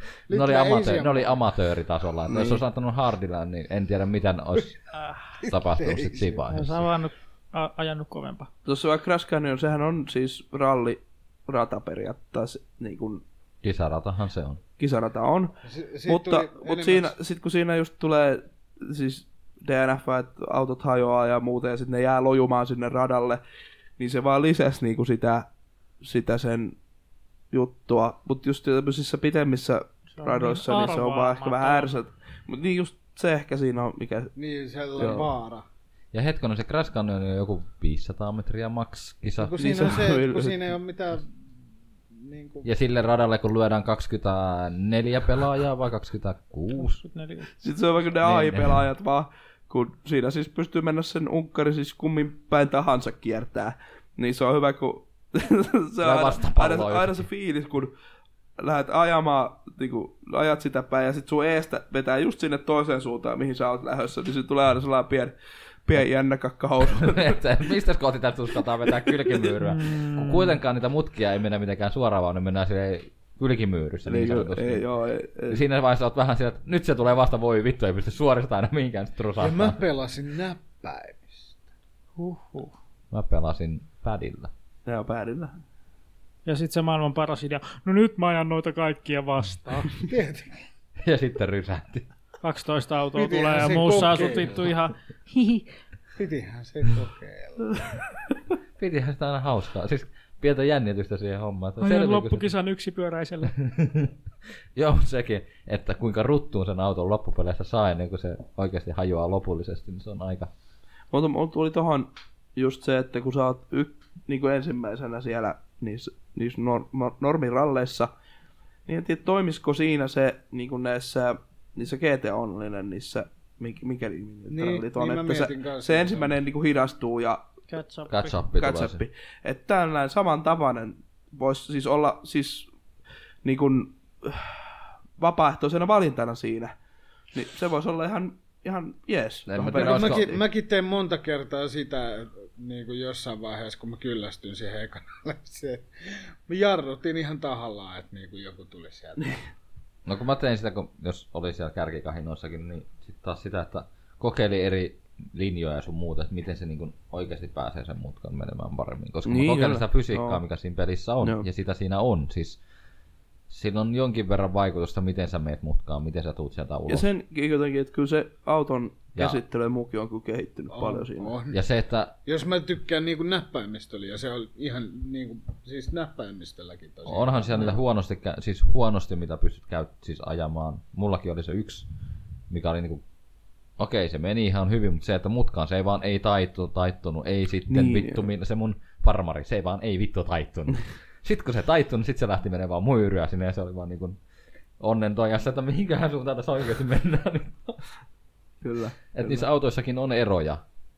Ne oli amatööritasolla. Jos olisi antanut hardilla, niin en tiedä miten olisi tapahtunut sitten siinä vaiheessa. Olisi ajanut kovempaa. Tuossa vaikka Crash Canyon, sehän on siis rallirata periaatteessa. Niin kuin kisaratahan se on. Kisarata on. Mutta kun siinä just tulee siis DNF, että autot hajoaa ja muuta ja sitten ne jää lojumaan sinne radalle, niin se vaan lisäsi niinku sitä sen juttua, mutta just tämmöisissä pitemmissä radoissa niin se on vaan ehkä vähän ärsät. Mutta niin just se ehkä siinä on mikä... Niin, sellainen vaara. Ja hetkonen se Crash Canyon on joku 500 metriä maks kisa. Kun siinä ei ole mitään niinku... Ja sille radalle kun lyödään 24 pelaajaa vai 26? 24. Sitten se on vaikka ne AI-pelaajat vaan, kun siinä siis pystyy mennä sen unkkari siis kummin päin tahansa kiertää. Niin se on hyvä, kun se on aina se fiilis, kun lähdet ajamaan, niin kun ajat sitä päin ja sit sun eestä vetää just sinne toiseen suuntaan, mihin sä oot lähdössä, niin sit tulee aina sellainen pieni jännä kakkahousu. Mistä kohti tästä uskaltaan vetää kylkimyyryä? Kun kuitenkaan niitä mutkia ei mennä mitenkään suoraan, vaan ne mennään silleen kylkimyyryssä. Niin ei. Siinä vaiheessa oot vähän sillä, että nyt se tulee vasta, voi vittu, ei pysty suoristamaan aina mihinkään sit rusahtaa. Ja mä pelasin näppäimistä. Mä pelasin padilla. Joo, padilla. Ja sit se maailman paras idea. No nyt mä ajan noita kaikkia vastaan. Ja sitten rysähti. 12 autoa tulee ja muussa asut vittu ihan hihi. Pitihän se kokeilla. Pitihän sitä aina hauskaa. Siis pientä jännitystä siihen hommaan. Ajan loppukisan yksipyöräisellä. Joo, sekin, että kuinka ruttuun sen auton loppupeleissä saa ennen kuin se oikeasti hajoaa lopullisesti, niin se on aika... Mulla tuli tohon just se, että kun sä oot niin kuin ensimmäisenä siellä niissä normiralleissa, niin en tiedä, toimisiko siinä se niin kuin niissä GT Onlinen, niissä, mikä rallit on, että se ensimmäinen niin kuin hidastuu ja catch-up. Että tällainen samantapainen voisi siis olla siis niin kuin vapaaehtoisena valintana siinä. Niin se voisi olla ihan jees. Mäkin teen monta kertaa sitä niin kuin jossain vaiheessa, kun mä kyllästyn siihen ekanalle. Mä jarrutin ihan tahallaan, että niin kuin joku tuli sieltä. No kun mä tein sitä, jos oli siellä kärkikahinoissakin, niin sitten taas sitä, että kokeili eri linjoja ja sun muuta, että miten se niin kuin oikeasti pääsee sen mutkan menemään paremmin. Koska mä kokeilin sitä fysiikkaa, mikä siinä pelissä on, ja sitä siinä on. Siis siinä on jonkin verran vaikutusta, miten sä meet mutkaan, miten sä tuut sieltä ulos. Ja sen jotenkin, että kyllä se auton käsittelymuki on kyllä kehittynyt paljon siinä. Ja se, että... Jos mä tykkään niin kuin näppäimistöllä, ja se on ihan niin kuin, siis näppäimistölläkin tosiaan. Onhan siellä niitä huonosti, mitä pystyt siis ajamaan. Mullakin oli se yksi, mikä oli niinku... Okei, se meni ihan hyvin, mutta se, että mutkaan se ei vaan taittunut, ei sitten niin, vittu, se mun farmari, se ei vaan ei vittu taittunut. Sitten kun se taittui, niin sitten se lähti menemään vaan muyryä sinne ja se oli vaan niin kuin onnentojassa, että mihinkähän suuntaan tässä oikeasti mennään. Kyllä. Että niissä autoissakin on eroja.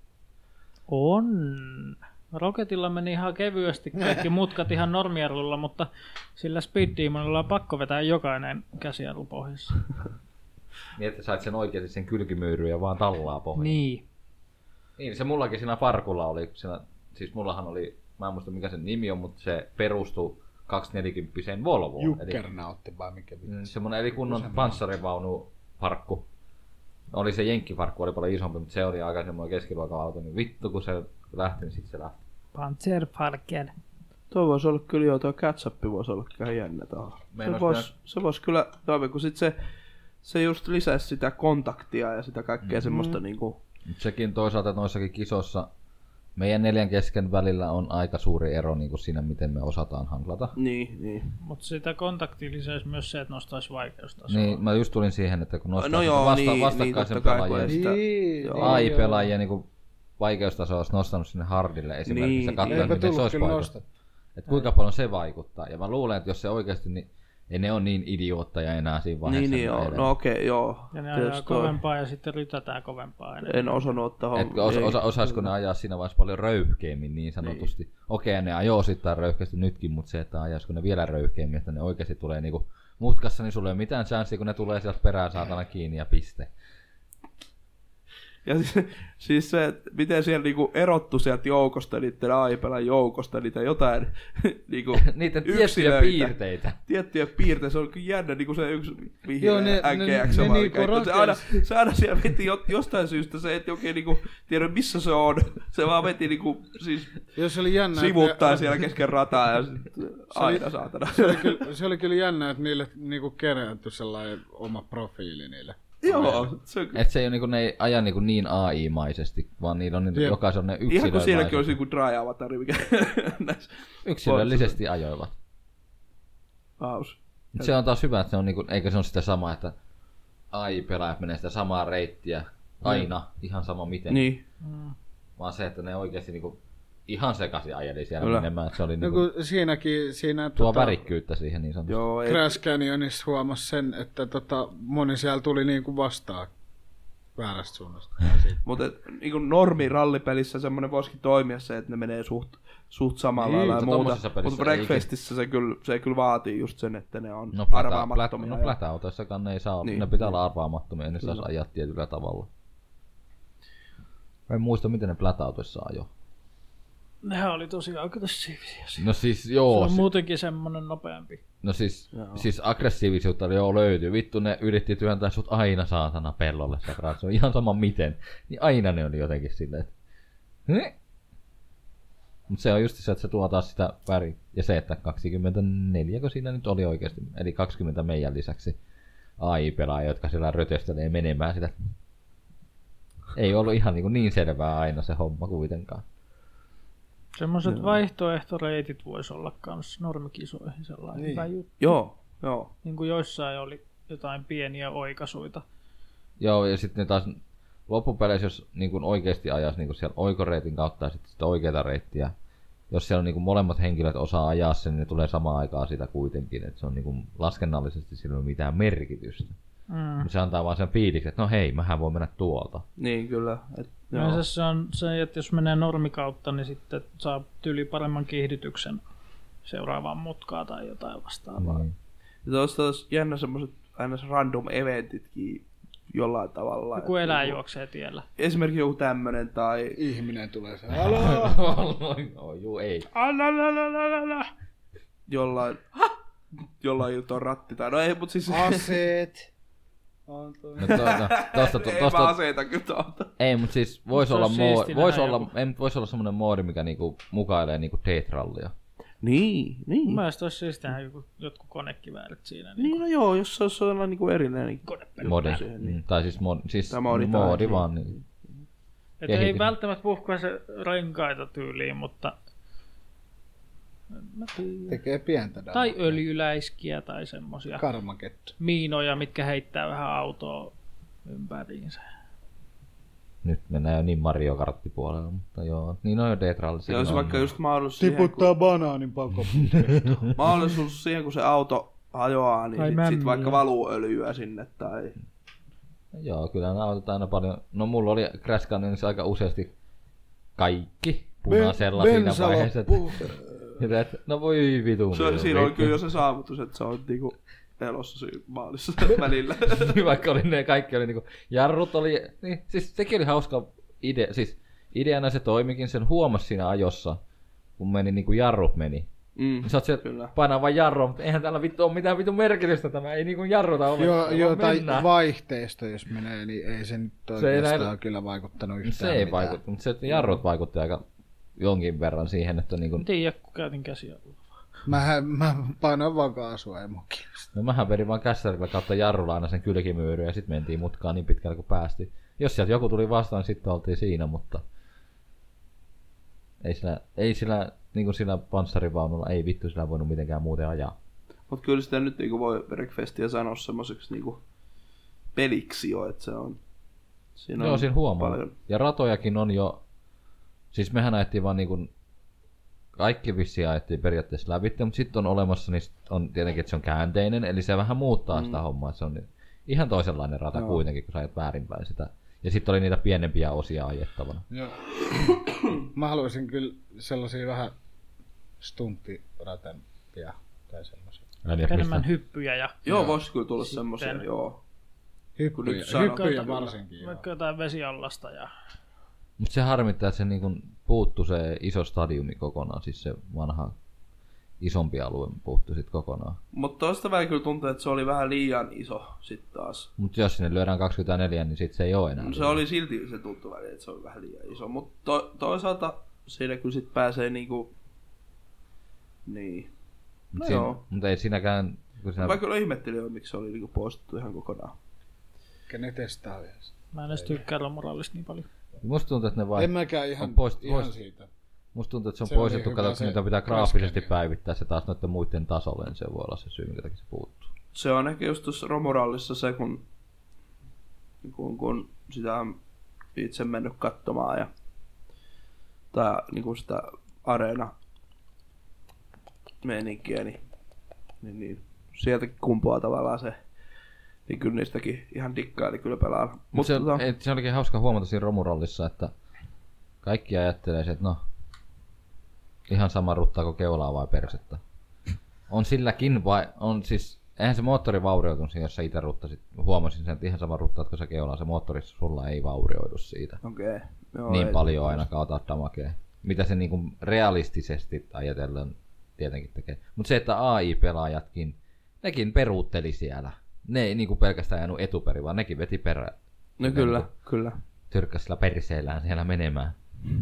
On. Rocketilla meni ihan kevyesti kaikki mutkat ihan normiarlulla, mutta sillä Speed Demonilla on pakko vetää jokainen käsijarru pohjassa. Niin, että sait sen oikeasti sen kylkimyyryä ja vaan tallaa pohjassa. Niin, se mullakin siinä farkulla oli. Siis mullahan oli, mä en muista mikä sen nimi on, mutta se perustui 240 Volvoon. Jukkernautti vai mikä vitsi. Semmoinen eli kunnon panssarivaunu farkku. Oli se jenkkifarkku, oli paljon isompi, mutta se oli aika semmoinen keskiluokan auto. Niin vittu kun se lähti, niin sit se lähti. Panzerfarken. Tuo voisi olla kyllä jo, tuo catch-up voisi olla ihan jännä taas. Se voisi kyllä toimia, kun sit se just lisäisi sitä kontaktia ja sitä kaikkea semmoista niinku... Sekin toisaalta noissakin kisossa meidän 4 kesken välillä on aika suuri ero niin kuin siinä, miten me osataan handlata. Niin. Mutta sitä kontaktia lisäisi myös se, että nostaisi vaikeustasoa. Niin, mä just tulin siihen, että kun nostaa vastakkaisen pelaajien, AI-pelaajien niin vaikeustasoa olisi nostanut sinne hardille esimerkiksi. Niin, katsoa, miten se olisi vaikuttanut. Että kuinka paljon se vaikuttaa. Ja mä luulen, että jos se oikeasti... Niin ei ne on niin idiootteja enää siinä vaiheessa. Niin joo. No okei, joo. Ja ne ajaa kovempaa ja sitten rytätään kovempaa enemmän. En osannut ottaa hommaa. Osaisiko ne ajaa siinä vaiheessa paljon röyhkeämmin niin sanotusti? Niin. Okei, ne ajoo sitten röyhkeästi nytkin, mutta se, että ajaisiko ne vielä röyhkeämmin, että ne oikeasti tulee niinku mutkassa, niin sulla ei ole mitään chanssia, kun ne tulee sieltä perään saatana kiinni ja piste. Ja siis se, miten siellä niinku erottu sieltä joukosta, niiden AI-pelän joukosta, niitä jotain niinku niiden tiettyjä piirteitä. Tiettyjä piirteitä, se on kyllä jännä, niinku se yksi vihreä NGX sama niinku se aina siellä veti jostain syystä se, että oikein niinku tiedä missä se on. Se vaan veti niinku siis sivuttaa siellä kesken rataa ja aina saatana. Se oli kyllä jännä, että niille niinku kerätty sellainen oma profiili niille. Joo. Että se ei ole niinku, ne ei aja niinku niin AI-maisesti, vaan niillä on jokaisen on ne yksilöimäisesti. Ihan kuin siinäkin olisi joku dry-avatari, mikä yksilöllisesti ajoivat. Haus. Se on taas hyvä, että se on niinku, eikä se ole sitä samaa, että AI-pelaajat menee sitä samaa reittiä aina, ihan sama miten. Niin. Vaan se, että ne oikeasti niinku ihan sekaisin ajeli siellä menemään. Se oli niinku, siinä tuo värikkyyttä siihen niin sanotusti. Joo, Crash Canyonissa huomasi sen, että moni siellä tuli niinku vastaan väärästä suunnasta. Mutta niin normi rallipelissä semmoinen voisikin toimia se, että ne menee suht samalla lailla ja muuta. Mutta Breakfastissa se kyllä vaatii just sen, että ne on arvaamattomia. No plätäautoissakaan ne ei saa, ne pitää olla arvaamattomia, ne saisi ajaa tietyllä tavalla. En muista, miten ne plätäautoissa ajoi. Nehän oli tosi aggressiivisia. No siis joo. Se on muutenkin semmonen nopeampi. No siis aggressiivisuutta joo löytyy. Vittu ne yritti työntää sut aina saatana pellolle. Se on ihan sama miten. Niin aina ne oli jotenkin silleen, että... Mutta se on just se, että se tuo taas sitä väri. Ja se, että 24 kun siinä nyt oli oikeasti. Eli 20 meidän lisäksi AI-pelaajia, jotka siellä rötöstelee menemään sitä. Ei ollut ihan niin selvää aina se homma kuitenkaan. Semmoiset vaihtoehtoreitit vois olla kans normikisoihin sellainen hyvä juttu. Joo. Niin kuin joissain oli jotain pieniä oikaisuita. Joo, ja sitten taas loppupeleissä, jos niin oikeasti ajaisi niin siellä oikoreitin kautta ja sitten sitä oikeaa reittiä, jos siellä on niin molemmat henkilöt osaa ajaa sen, niin ne tulee samaan aikaan sitä kuitenkin. Että se on niin laskennallisesti sillä ei ole mitään merkitystä. Se antaa vaan sen fiiliksen, että no hei, mähän voi mennä tuolta. Niin, kyllä. Se on se, että jos menee normikautta, niin sitten saa tyyli paremman kiihdytyksen seuraavaan mutkaan tai jotain vastaavaa. Ja tuosta olisi jännä semmoiset aina random eventitkin jollain tavalla. Joku eläin juoksee tiellä. Esimerkiksi joku tämmönen tai... Ihminen tulee se. Juu, ei. Jollain on ratti tai... No ei, mut siis... Aseet. Ei aseita kyllä tuolta. Ei, mutta siis voisi olla semmoinen moodi, mikä niinku mukailee niinku Death-rallia. Niin. Mun mielestä olisi siis tähän jotkut konekiväärit siinä. Niin, no joo, jos se olisi sellainen niinku erillinen modi. Tai siis moodi vaan. Niin. Että ei välttämättä puhkaise renkaita tyyliin, mutta... Tekee pientä damaa. Tai öljyläiskiä tai semmosia karmakettu. Miinoja, mitkä heittää vähän autoa ympäriinsä. Nyt mennään jo niin Mario Kart-puolella, mutta joo. Niin on jo Death-rallissa. Jos vaikka just mahdollisuus tiputtaa banaanin pakoputkeen. Mahdollisuus siihen, kun se auto hajoaa, niin sit vaikka valuu öljyä sinne tai... Joo, kyllä nämä autot aina paljon... No mulla oli Crash Canyonissa aika useasti kaikki punaisella siinä vaiheessa. No voi vitun. Siinä oli kyllä jo se saavutus, että sä oot niinku elossa maalissa välillä. Vaikka oli ne kaikki oli niinku, jarrut oli, niin siis sekin oli hauska idea, siis ideana se toimikin, sen huomasi siinä ajossa, kun meni niinku jarrut meni. Sä oot siellä painaa vaan jarrua, mutta eihän täällä vittu ole mitään vitun merkitystä, tämä ei niinku jarruta ole. Joo, tai vaihteesta jos menee, niin ei se nyt oikeastaan kyllä vaikuttanut yhtään se ei vaikuttanut, mutta se, että jarrut vaikutti aika jonkin verran siihen, että niinku... Tiedä, kun käytin käsiä. Mä painoin vaan kaasua emokin. No mähän vedin vaan kässärillä kautta jarrulla aina sen kylkimyyryä ja sit mentiin mutkaan niin pitkälle kuin päästiin. Jos sieltä joku tuli vastaan, niin sitten oltiin siinä, mutta... Ei sillä niin kuin sillä panssarivaunulla, ei vittu sillä voinut mitenkään muuten ajaa. Mut kyllä sitä nyt niinku voi Breakfastia sanoa semmoiseksi niinku peliksi jo, että se on... Joo, siinä huomaa. Paljon. Ja ratojakin on jo... Siis mehän ajettiin vaan niinku... Kaikki vissiin ajettiin periaatteessa läpi, mutta sitten on olemassa, niin on tietenkin, että se on käänteinen, eli se vähän muuttaa sitä hommaa. Se on ihan toisenlainen rata kuitenkin, kun sä ajat väärinpäin sitä. Ja sitten oli niitä pienempiä osia ajettavana. Joo. Mä haluaisin kyllä sellaisia vähän stunttiratempia tai sellaisia. Enemmän hyppyjä ja... Joo, voisi kyllä tulla semmoisia, joo. Hyppyjä varsinkin, vaikka jotain vesiallasta ja... Mutta se harmittaa, että se niinku puuttu se iso stadiumi kokonaan, siis se vanha isompi alue puuttu sit kokonaan. Mutta toista vähän kyllä tuntuu, että se oli vähän liian iso sit taas. Mutta jos sinne lyödään 24, niin sit se ei ole enää. No, se oli silti, se tuntui väliin, että se oli vähän liian iso. Mutta toisaalta siinä kyllä sit pääsee niinku... Niin. No joo. Mutta ei siinäkään... Mä kyllä ihmettelin, miksi se oli niinku poistettu ihan kokonaan. Kenen testaa vielä? Mä en edes tykkää romorallista niin paljon. Musta tuntuu, että ne en mäkään ihan siitä. Musta tuntuu, että se on poistettu, että niitä pitää graafisesti päivittää se taas noiden muiden tasolle, niin se voi olla se syy, minkä takia se puuttuu. Se on ehkä just tuossa romorallissa se, kun sitä on itse mennyt katsomaan ja tai niinku sitä areena meininkiä, niin sieltäkin kumpuaa tavallaan se, niin kyllä niistäkin ihan dikkaili kyllä pelaa. Mutta se olikin hauska huomata siinä romurallissa, että kaikki ajattelee, että no, ihan sama ruttaako keulaa vai persettä. On silläkin vai, on siis, eihän se moottori vaurioitunut siinä, jos sä itse ruttasit. Huomasin sen, että ihan sama ruttaatko sä keulaa, se moottorissa sulla ei vaurioidu siitä. Okei. Joo, niin paljon ainakaan otat damakea. Mitä se niinku realistisesti ajatellen tietenkin tekee. Mutta se, että AI-pelaajatkin, nekin peruutteli siellä. Ne ei niinku pelkästään jäänyt etuperi, vaan nekin veti perään. No kyllä, kyllä. Tyrkkäs sillä perseellään siellä menemään.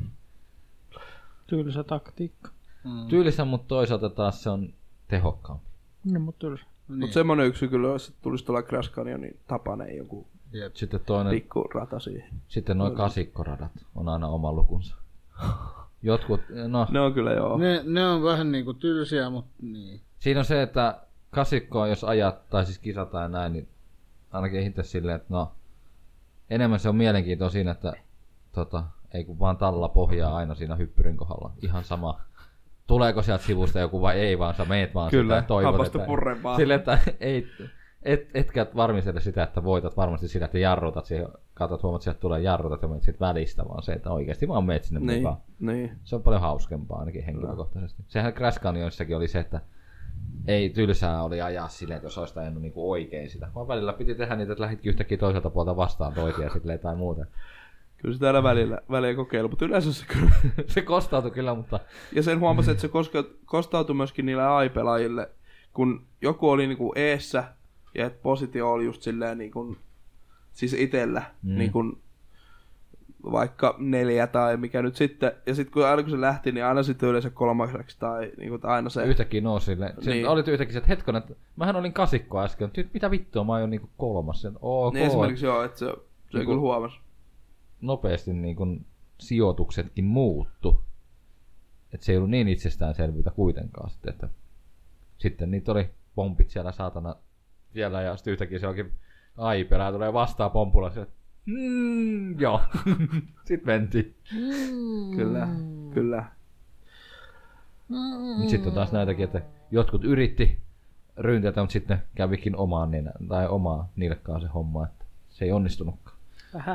Tylsä taktiikka. Tylsä, mutta toisaalta taas se on tehokkaampi. No, mutta tylsä. Niin. Mutta semmonen yksi kyllä, jos tulisi tuolla Crash Canyonin tapainen joku sitten toinen, pikku rata siihen. Sitten nuo kasikkoradat on aina oma lukunsa. Jotkut, no. Ne on kyllä joo. Ne on vähän niinku tylsiä, mutta niin. Siinä on se, että kasikkoa jos ajat, tai siis kisataan ja näin, niin ainakin itse silleen, että no, enemmän se on mielenkiintoa siinä, että ei kun vaan talla pohjaa aina siinä hyppyrin kohdalla. Ihan sama. Tuleeko sieltä sivusta joku vai ei, vaan sä meet vaan kyllä, sitä ja toivot, että purrempaa. Sille, että etkä varmistele sitä, että voitat varmasti sitä, että jarrutat siihen, katsot huomaat, että sieltä tulee jarrutat ja menet siitä välistä, vaan se, että oikeasti vaan meet sinne niin, mukaan. Niin. Se on paljon hauskempaa ainakin henkilökohtaisesti. Sehän Crash Canyonssakin oli se, että ei tylsää oli ajaa silleen, että jos olisit ajanut niinku oikein sitä. Vaan välillä piti tehdä niitä, että lähditkin yhtäkkiä toiselta puolta vastaan toisia silleen tai muuta. Kyllä se täällä välillä kokeilu, mutta yleensä se kyllä. Se kostautui kyllä, mutta... Ja sen huomasin, että se kostautui myöskin niille AI-pelaajille, kun joku oli niinku eessä ja että positio oli just silleen niinku, siis itellä, niinku vaikka 4 tai mikä nyt sitten. Ja sitten kun aina kun se lähti, niin aina sitten yleensä 3 tai niinku aina se... Yhtäkkiä nousi silleen. Niin. Olit yhtäkkiä, että hetkonen, että mähän olin kasikko äsken, mitä vittua, mä oon niinku 3. Sen, ok. Niin esimerkiksi joo, että se niin kyllä huomasi. Nopeasti niin kun sijoituksetkin muuttu. Että se ei ollut niin itsestäänselvyyttä kuitenkaan sitten, että sitten niitä oli pompit siellä saatana siellä ja sitten yhtäkkiä se onkin AI-pelää tulee vastaan pompulla se, joo. Sitten mentiin. Kyllä. Sitten on taas näitäkin, että jotkut yritti ryyntätä, mutta sitten kävikin omaa nilkkaan se homma, että se ei onnistunutkaan. Vähän.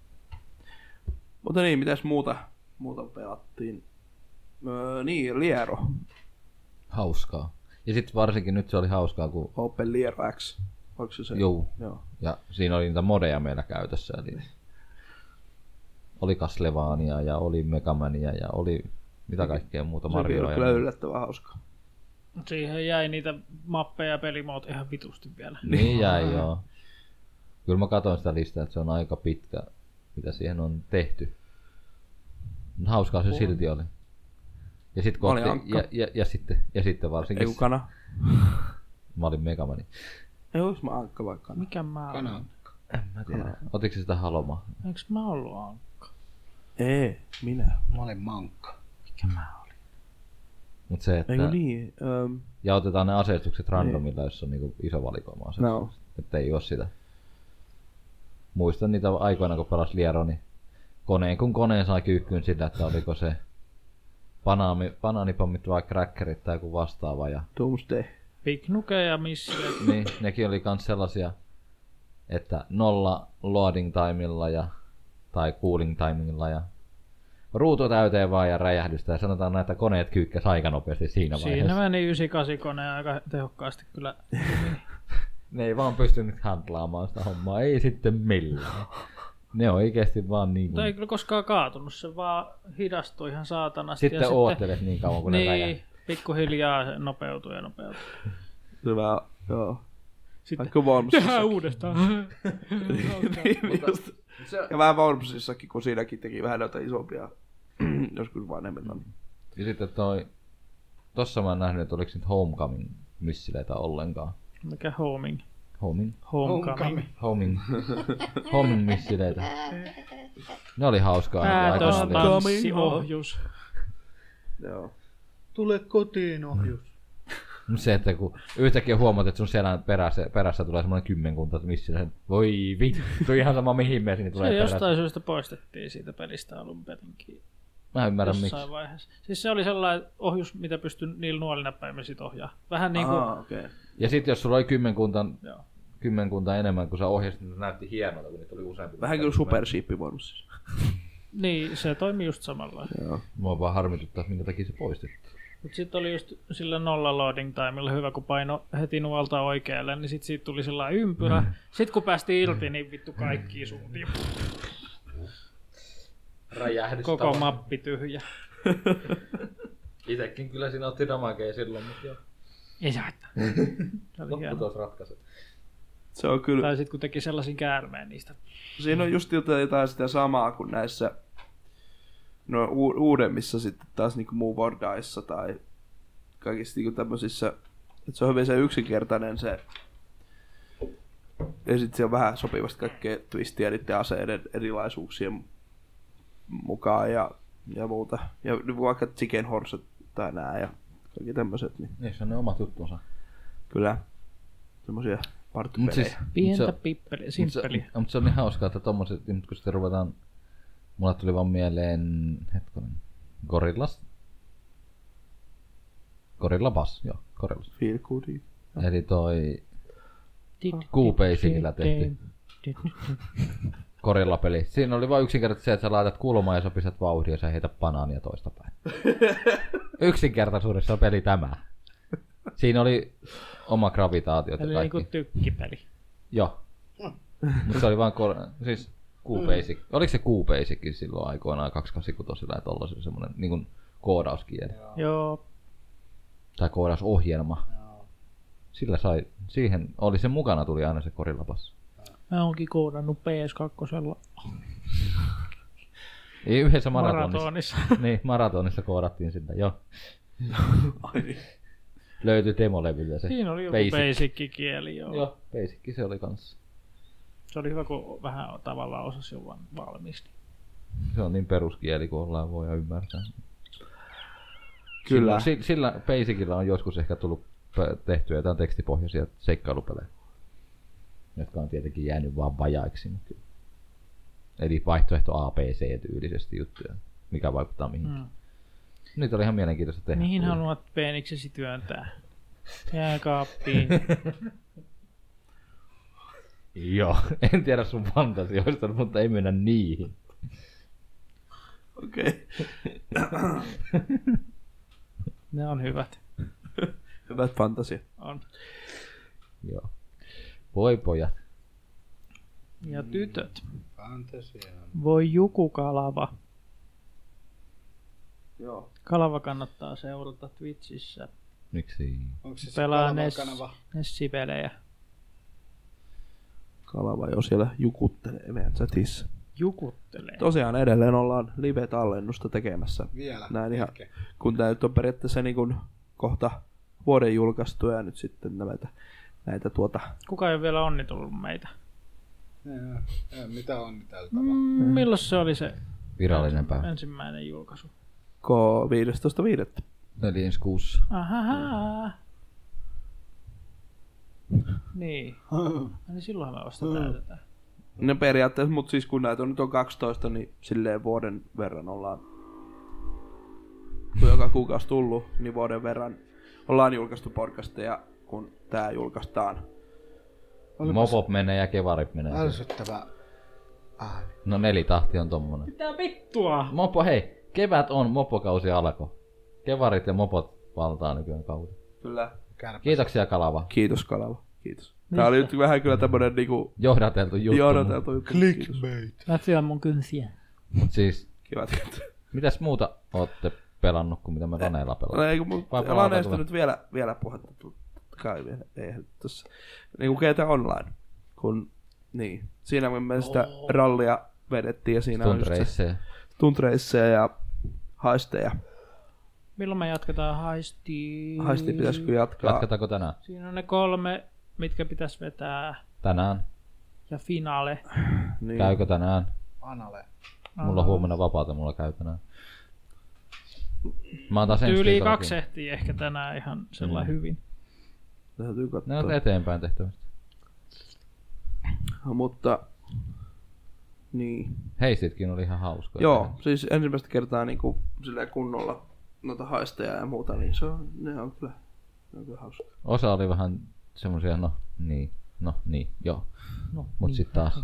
Mutta niin, mitäs muuta pelattiin? Niin, Liero. Hauskaa. Ja sitten varsinkin nyt se oli hauskaa, kun... Open Liero X. Oliko se se? Joo. Ja siinä oli niitä modeja meillä käytössä. Eli oli Castlevania ja oli Megamania ja oli mitä kaikkea muuta Marioa. Se oli kyllä yllättävän hauskaa. Siihen jäi niitä mappeja ja pelimoot ihan vitusti vielä. Niin jäi, joo. Kyllä mä katsoin sitä listaa, että se on aika pitkä, mitä siihen on tehty. Mutta hauskaa se silti oli. Ja sit ja sitten varsinkin... Ei kun kana. Mä olin Megamani. Ei olis mä Ankka vai kana? Mikä mä olin? En mä tiedä. Otitko sitä Halomaa? Eiks mä ollut Ankka? Ei, minä. Mä olin Mankka. Mikä mä olin? Mut se, että... Eikö niin? Ja otetaan ne aseistukset randomilla, jos on niinku iso valikoima aseistuksia. No. Että ei oo sitä. Muistan niitä aikoina, kun pelas Liero, niin koneen sai kyykkyyn sillä, että oliko se banaanipommit vai crackerit tai joku vastaava. Ja... Doomsday. Big Nuke ja Missile. Niin, nekin oli kans sellaisia, että 0 loading timella tai cooling timella ja ruutu täyteen vaan ja räjähdystä ja sanotaan näitä koneet kyykkäs aika nopeasti siinä vaiheessa. Siinä meni 98 kone aika tehokkaasti kyllä. Ne ei vaan pystynyt handlaamaan sitä hommaa, ei sitten millään. Ne on oikeesti vaan niin kuin... Mutta ei kyllä koskaan kaatunut, se vaan hidastui ihan saatanasti. Sitten oottelet niin kauan kun ne räjähtää. Niin, pikkuhiljaa nopeutuu ja nopeutuu. Hyvä, joo. Sitten Vaikka Wormsissakin. tehdään uudestaan. Ja vähän Wormsissakin, kun siinäkin teki vähän noita isompia joskus vanhemmilta. Ja sitten tossa mä oon nähnyt, että oliko nyt Homecoming missileitä ollenkaan. Mikä homing? Homecoming missileitä. Ne oli hauskaa. Päätösmanssiohjus. Joo. Tule kotiin ohjus. Se, että kun yhtäkkiä huomaat, että sun selän perässä tulee semmoinen 10 missileitä. Voi vittu, ihan sama mihin me sinne tulee se perässä. jostain syystä poistettiin siitä pelistä alun perinkin. Mä ymmärrän miksi. Jossain vaiheessa. Siis se oli sellainen ohjus, mitä pystyn niillä nuolinäppäimillä sit ohjaa. Vähän niinku... Okay. Ja sit jos sulla oli kymmenkunta enemmän, kun sä ohjasit, niin näytti hienolta, kun niitä oli useampi. Vähän kyllä Super Sheep voinut siis. Niin, se toimi just samalla. Joo. Mua vaan harmituttaa, minkä takia se poistettiin. Mut sit oli just sillä nolla loading timella hyvä, kun paino heti nuolta oikealle, niin sit siitä tuli sellainen ympyrä. Sit kun päästiin irti, niin vittu kaikkiin suuntiin. Räjähdys. Koko mappi tyhjä. Itekin kyllä siinä otti damagea silloin, mutta joo. Ei se haittaa. Lopputulos ratkaisi. Se on kyllä. Tai sit kun teki sellaisen käärmeen niistä. Siinä on just jotain sitä samaa kuin näissä uudemmissa sitten taas niinku Move or Dieissa tai kaikissa niinku tämmöisissä, että se on hyvin se yksinkertainen se, ja sitten se on vähän sopivasti kaikkea twistiä niiden aseiden erilaisuuksien mukaan ja muuta. Ja vaikka Chicken Horse tai nää ja kaikki tämmöiset. Niin se on ne omat juttunsa. kyllä, semmosia partypelejä. Pientä pippeliä, simppeliä. Mutta se on niin hauskaa, että tommoset, nyt kun sitten ruvetaan, mulle tuli vaan mieleen, Gorilla Bass, joo, Gorilla. Feel good. Eli toi Q-Basicillä tehty Gorilla-peli. Siinä oli vain yksinkertaisesti se, että sä laitat kulmaa ja sä pistät vauhdia ja sä heität banaania toista päin. Yksinkertaisuudessa on peli tämä. Siinä oli oma gravitaatio ja eli kaikki. niinku tykkipeli. Joo. Mutta se oli vaan siis Q-Basic. Oliko se Q-Basicin silloin aikoinaan 286 ja tollasilla semmonen niin koodauskieli? Joo. Tai koodausohjelma. Sillä sai, siihen oli se mukana, tuli aina se Gorilla Bass. Mä oonkin koodannut PS2. Ei yhdessä maratonissa. Niin, maratonissa koodattiin sitä, joo. Löytyi demolevyltä se. Siinä oli joku basic-kieli, joo. Joo, basic se oli kanssa. Se oli hyvä, kun vähän tavallaan osasi jo valmiiksi. Se on niin peruskieli, kun ollaan voi ymmärtää. Kyllä. Sillä basicilla on joskus ehkä tullut tehtyä jotain tekstipohjaisia seikkailupelejä, jotka on tietenkin jäänyt vaan vajaiksi. Eli vaihtoehto A, B, C tyylisesti juttuja, mikä vaikuttaa mihinkin. Nyt oli ihan mielenkiintoista tehdä. Mihin haluat peeniksesi työntää? Jääkaappiin. Joo, en tiedä sun fantasioista, mutta ei mennä niihin. Okei. Ne on hyvät. Hyvät fantasia. On. Joo. Voi pojat. Ja tytöt. Fantasia. Voi Juku Kalava. Joo. Kalava kannattaa seurata Twitchissä. Miksi? Onko se Pelaa Kalava-kanava? Nessi-pelejä. Kalava jo siellä jukuttelee meidän chatissa. Jukuttelee. Tosiaan edelleen ollaan live-tallennusta tekemässä. Vielä. Näin ihan, kun tämä nyt on periaatteessa niin kuin kohta vuoden julkaistu ja nyt sitten näitä Kuka ei ole vielä onnitellut meitä? Mitä onniteltavaa? Milloin se oli se virallinen päivä? ensimmäinen julkaisu? 15.5. Eli ensi kuussa. Ahaha. Niin. Niin silloin me vasta täytetään. No periaatteessa, mutta siis kun näitä on nyt on 12, niin silleen vuoden verran ollaan, kun joka kuukausi tullut, niin vuoden verran ollaan julkaistu podcasteja, kun tää julkaistaan. Mopop menee ja kevarit menee. Ärsyttävä. No 4 tahti on tommonen. Mitä vittua? Mopo, hei, kevät on, mopokausi alkoi. Kevarit ja mopot valtaa nykyään kautta. Kyllä. Kiitoksia Kalava. Kiitos Kalava, kiitos. Tää oli nyt vähän kyllä tämmönen niinku Johdateltu juttu. Clickbait. Mä syön mun kynsiä. Mut siis, Kivat. mitäs muuta ootte pelannut kuin mitä me Laneilla No pelataan? ei kun mun Laneesta nyt vielä puhetta. Totta kai vielä. Eihän tossa. Niinku GTA Online. Kun, niin. Siinä me sitä rallia vedettiin ja siinä on just se stunt raceja ja haisteja. Milloin me jatketaan haistiin? Haistiin pitäisikö jatkaa? Jatketaanko tänään? Siinä on ne 3, mitkä pitäisi vetää. Tänään. Ja finaale. Niin. Käykö tänään? Anale. Mulla on huomenna vapaata, mulla käy tänään. Mä oon taas ensi Yli viikolla 2 ehtii ehkä tänään ihan sellainen hyvin. Täytyy katsoa. Ne on eteenpäin tehtävästi. Mutta Niin. Heistitkin oli ihan hauskoja. Joo, siis ensimmäistä kertaa niinku silleen kunnolla noita haisteja ja muuta, niin ne on kyllä hauska. Osa oli vähän semmosia, joo. No, mut sit taas.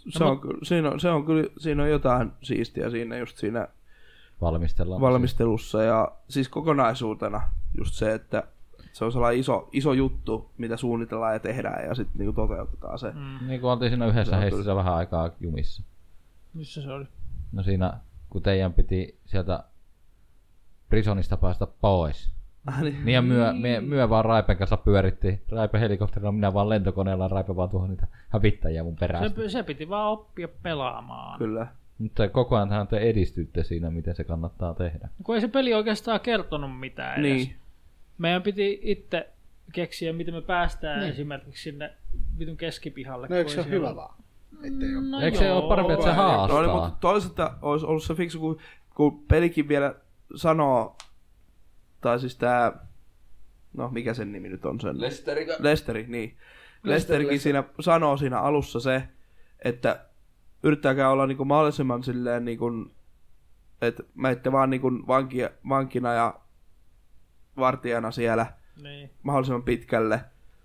Siinä on jotain siistiä siinä just siinä valmistelussa ja siis kokonaisuutena just se, että se on sellainen iso juttu, mitä suunnitellaan ja tehdään ja sitten niinku toteutetaan se. Niin kuin oltiin siinä yhdessä heistissä vähän aikaa jumissa. Missä se oli? No siinä, kun teidän piti sieltä prisonista päästä pois. Niin ja myö vaan Raipen kanssa pyörittiin. Raipe helikopterilla, minä vaan lentokoneella, Raipe vaan tuohon niitä hävittäjiä mun perästä. Se piti vaan oppia pelaamaan. Kyllä. Mutta koko ajan te edistytte siinä, miten se kannattaa tehdä. Kun ei se peli oikeastaan kertonut mitään edes. Niin. Meidän piti itse keksiä, miten me päästään esimerkiksi sinne vitun keskipihalle. No eikö se ole hyvä vaan? Eikö se ole parempi, että se haastaa? No, mutta toisaalta olisi ollut se fiksu, kun pelikin vielä sanoo, tai siis tää, no mikä sen nimi nyt on sen? Lesteri, niin. Lesterikin siinä sanoo siinä alussa se, että yrittäkää olla niinku mahdollisimman silleen niinku, että meitte vaan niinku vankina ja vartijana siellä niin mahdollisimman pitkälle.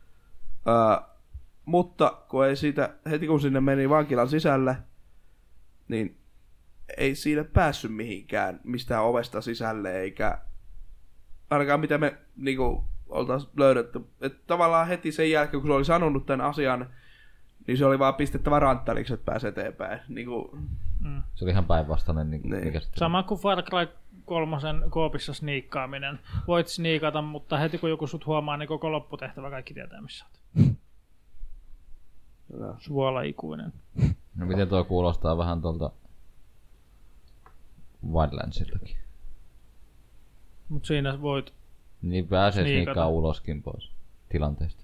Mutta kun ei siitä, heti kun sinne meni vankilan sisälle, niin ei siinä päässyt mihinkään mistään ovesta sisälle, eikä ainakaan mitä me niinku oltaisiin löydetty. Että tavallaan heti sen jälkeen, kun se oli sanonut tämän asian, niin se oli vaan pistettävä ranttariksi, että pääsee eteenpäin. Niinku, se oli ihan päinvastainen. Niin. Sama kuin Far Cry 3 koopissa sniikkaaminen. Voit sniikata, mutta heti kun joku sut huomaa, niin koko lopputehtävä kaikki tietää missä olet. Suola ikuinen. No miten tuo kuulostaa vähän tuolta Wildlandsiltakin. Mut siinä voit niin pääsee sniikkaa uloskin pois tilanteesta.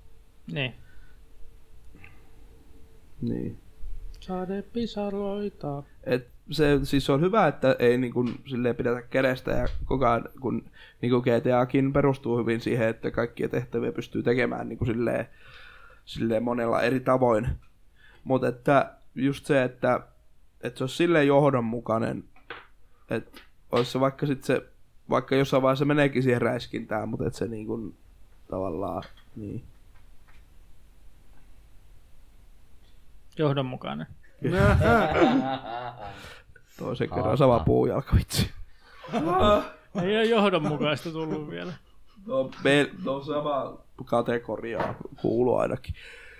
Niin. Sadepisaroita. Et se siis on hyvä, että ei niinku silleen pidetä kädestä ja koko ajan, kun niinku GTAkin perustuu hyvin siihen, että kaikkia tehtäviä pystyy tekemään niinku silleen monella eri tavoin. Mutta että just se, että se olisi silleen johdonmukainen, että olisi se vaikka sit se, vaikka jossain vaiheessa meneekin siihen räiskintään, mutta että se niinku tavallaan, niin. Johdonmukainen. Toisen kerran sama puujalkavitsi. Ei ole johdonmukaista tullut vielä. No sama kategoriaa kuuluu ainakin.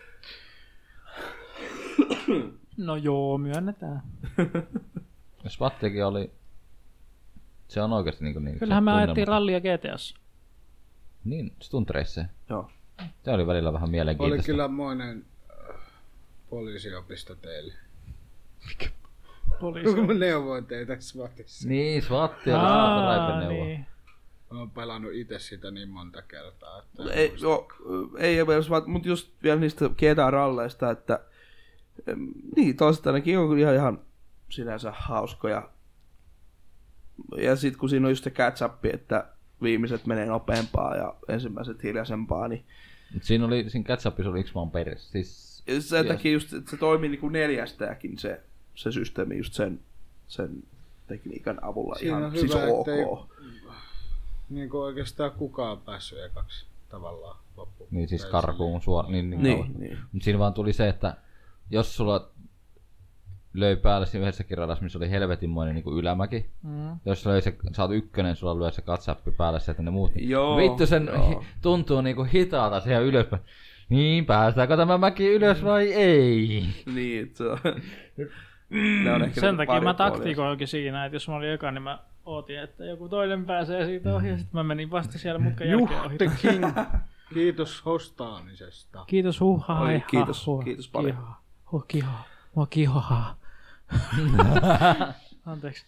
No joo, myönnetään. SWATikin oli, se on oikeasti niin kyllähän me ajettiin rallia GTAssa. Niin, stuntreissa. Joo. Se oli välillä vähän mielenkiintoista. Oli kyllä monen poliisiopisto teille. Mikä poliisi? Kun mä neuvoin teitä SWATissa. Niin, SWAT oli Raipen neuvo. Niin. Mä oon pelannut itse sitä niin monta kertaa. Että ei ole SWAT, mutta just vielä niistä GTA-ralleista, että niin, toiset ainakin on ihan sinänsä hauskoja. Ja sit kun siinä on just se catch-up, että viimeiset menee nopeampaa ja ensimmäiset hiljaisempaa, niin siinä catch-upissa oli yksi vaan perässä. Siis sen takia just, että se toimii niin kuin neljästäkin se systeemi just sen tekniikan avulla siinä ihan on siis hyvä, ok. Niin kuin oikeastaan kukaan päässyt ekaksi tavallaan loppuun. Niin siis karkuun suoraan. Niin. Mutta siinä vaan tuli se, että jos sulla löi päälle siinä yhdessäkin radassa, missä oli helvetinmoinen niin kuin ylämäki. Jos sä oot ykkönen, sulla lyö se katsappi päälle se, että ne muut. Vittu sen tuntuu niin kuin hitaalta siihen ylöspäin. Niin, päästäänkö tämä mäki ylös vai ei? Niin, se on. Sen takia mä taktikoinkin siinä, että jos mä olin eka, niin mä ootin, että joku toinen pääsee siitä ohi, ja sitten mä menin vasta siellä mutkan jälkeen ohi. King. Kiitos hostaamisesta. Kiitos Kiitos paljon. Mua kihohaa. Anteeksi.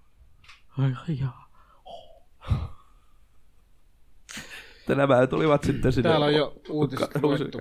Nämä tulivat sitten sinne. Täällä on jo uutiset luettu.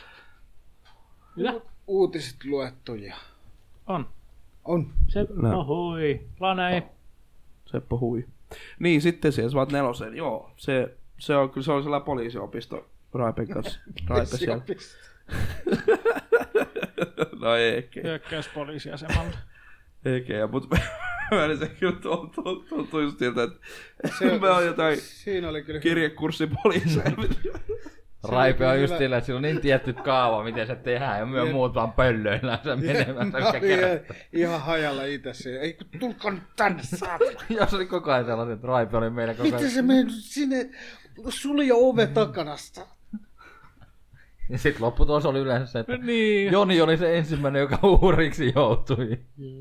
Uutiset luettuja. On. Seppo hui. Lanei. Seppo hui. Niin, sitten siellä SWAT 4. Joo, se on kyllä sellainen poliisiopisto Raipen kanssa. Raipe siellä. No eikä. Hyökkäyspoliisiasemalle. Eikä, mutta se kyllä tuntuu just siltä, että me on jotain kirjekurssipoliiseja. Raipe on just sillä, että sillä on niin tietty kaava, miten se tehdään, ja myö muut vaan pöllöillään sen menemässä, mikä kertaa. Ihan hajalla itse siihen. Ei kun tulkaa nyt tänne, saatana. Jos oli koko ajan sellainen, että Raipe oli meidän koko ajan. Miten se meni sinne, sulje ove takanasta. Ja sit lopputulos oli yleensä se, että niin. Joni oli se ensimmäinen, joka uhriksi joutui.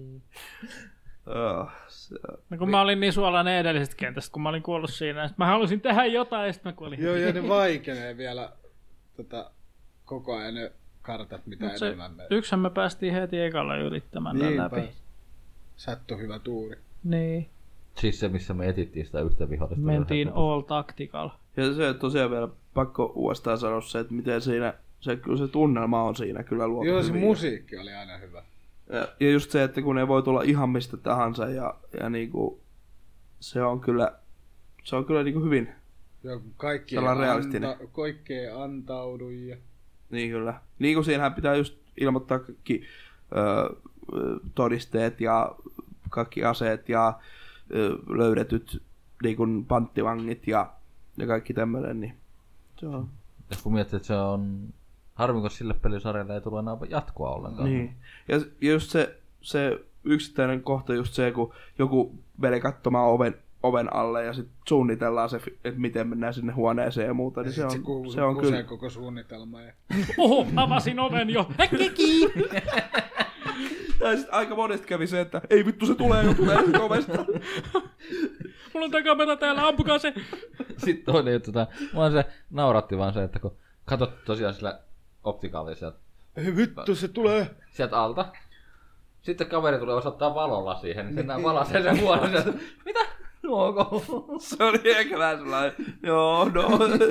No kun mä olin niin suolainen edellisestä kentästä, kun mä olin kuollut siinä, mä halusin tehdä jotain, ja sitten mä kuolin. Joo, ja ne vaikenee vielä koko ajan ne kartat, mitä enemmän me. Yksihän me päästiin heti ekalla ylittämään läpi. Sattui hyvä tuuri. Niin. Siis se, missä me etittiin sitä yhtä vihollista. Mentiin all tactical. Ja se tosiaan vielä pakko uudestaan sanoa se, että miten siinä, kyllä se tunnelma on siinä kyllä luotu. Joo, se musiikki oli aina hyvä. Ja just se, että kun ne voi tulla ihan mistä tahansa ja niinku, se on kyllä niinku hyvin realistinen. Kaikkea antaudu ja... Niin kyllä. Niin kuin siinähän pitää just ilmoittaa kaikki todisteet ja kaikki aseet ja löydetyt niin kuin panttivangit ja kaikki tämmöinen. Niin se on. Ja kun miettii, että se on harmi, kun sille pelisarjalle ei tule enää jatkoa ollenkaan. Niin. Ja just se yksittäinen kohta just se, kun joku menee katsomaan oven alle ja sitten suunnitellaan se, että miten mennään sinne huoneeseen ja muuta. Niin se on kyllä koko suunnitelma. Ja... Oho, avasin oven jo. Kiki! Ja sitten aika monesti kävi se, että ei vittu se tulee ovesta. Mulla on takamera täällä, ampukaa se. Sitten toinen juttu, mulla se nauratti vaan se, että kun katsot tosiaan sillä optikaalisella. Ei vittu, se tulee. Sieltä alta. Sitten kaveri tulee osoittaa valolla siihen, niin se valasee sen huoneeseen. Mitä? Nuoko? Se oli ehkä vähän sellainen, joo, no.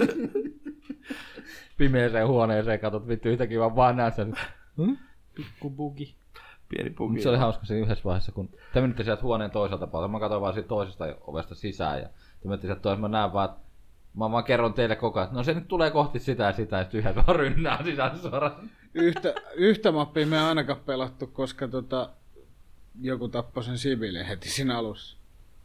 Pimeeseen huoneeseen katsot vittu yhtäkin vaan näet sen. Pikku bugi. Pieni bugi. Se oli hauska siinä yhdessä vaiheessa, kun te menitte sieltä huoneen toiselta puolelta. Mä katsoin vaan siitä toisesta ovesta sisään ja te menitte sieltä toisesta. Mä näen vaan, että mä vaan kerron teille koko ajan, että no se nyt tulee kohti sitä ja sitä ja sitten yhdet vaan rynnää sisään suoraan. Yhtä mappia me ei ainakaan pelattu, koska joku tappoi sen siviilin heti siinä alussa.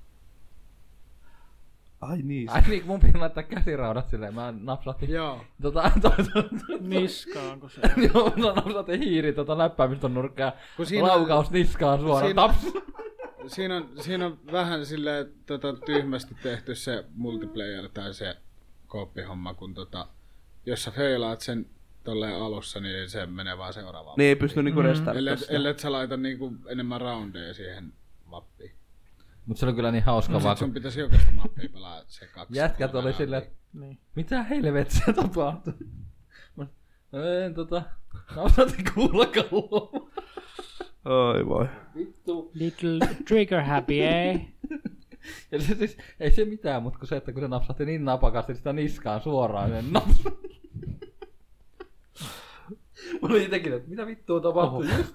Ai niin. Ai niin, mun pitää laittaa käsiraudat silleen, mä napsahtin. Joo. Niskaanko se? Joo, mä napsahtin hiiri läppäämistön nurkkaa. Laukaus niskaan suoraan. Siinä on vähän silleen tyhmästi tehty se multiplayer tai se kooppihomma, kun jos sä feilaat sen tolleen alussa, niin se menee vaan seuraavaan. Niin ei pysty niinku restarttaa. Ellet sä laita niinku enemmän roundeja siihen mappiin. Mut se oli kyllä niin hauska vaan. Sun pitäisi jokaista mappia pelaa se 2. Jätkät oli silleen, niin. Mitä helvetsiä tapahtuu? Napsahtin kuulakalloon. Oi voi. Vittu. Little trigger happy, eh? Ja se siis, ei se mitään, mutta se, että kun se napsahti niin napakasti sitä niskaan suoraan, niin Mä olin itekin, että mitä vittua tapahtui just.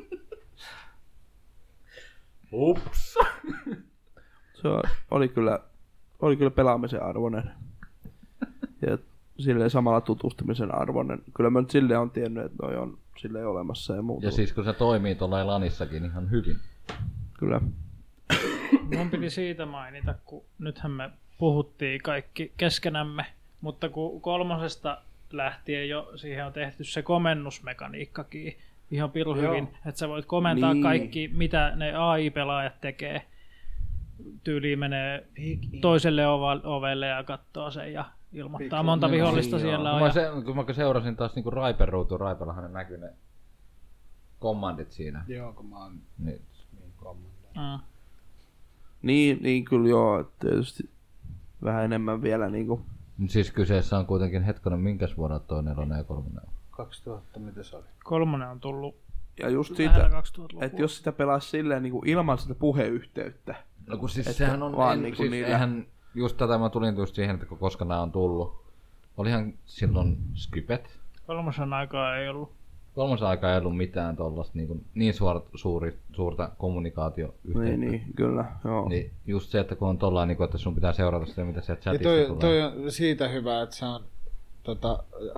Ups. Se oli kyllä pelaamisen arvoinen. Ja silleen samalla tutustumisen arvoinen. Kyllä mä nyt silleen on tiennyt, että noi on silleen olemassa ja muuta. Ja siis kun se toimii tuollain LANissakin ihan hyvin. Kyllä. Mun piti siitä mainita, kun nythän me puhuttiin kaikki keskenämme, mutta kun 3. lähtien jo siihen on tehty se komennusmekaniikkakin ihan pirun hyvin, että sä voit komentaa kaikki, mitä ne AI-pelaajat tekee. Tyyliin menee toiselle ovelle ja katsoo sen ja ilmoittaa monta vihollista siellä on. Kun mä seurasin taas niinku Raipen ruutuun, Raipellahan ne näkyy ne kommandit siinä. Joo, kun mä oon niin kommandit. Niin kyllä joo, että tietysti vähän enemmän vielä niinku. Siis kyseessä on kuitenkin hetkonen, minkäs vuonna toi 4 ja 3 on? 2000, mitä se oli? 3 on tullut ja just sitä, että jos sitä pelaa silleen niinku ilman sitä puheyhteyttä. No kun siis sehän on, vaan niinku siis eihän, just tätä mä tulin just siihen, että koska nää on tullut. Olihan silloin Skypet. 3 aikaa ei ollut. 3 aikaa ei ollut mitään tollasta niin suurta kommunikaatioyhteyttä. Niin, kyllä, joo. Niin just se, että kun on tollain, niin että sun pitää seurata sitä, mitä sieltä chatista tulee. Toi on siitä hyvä, että se on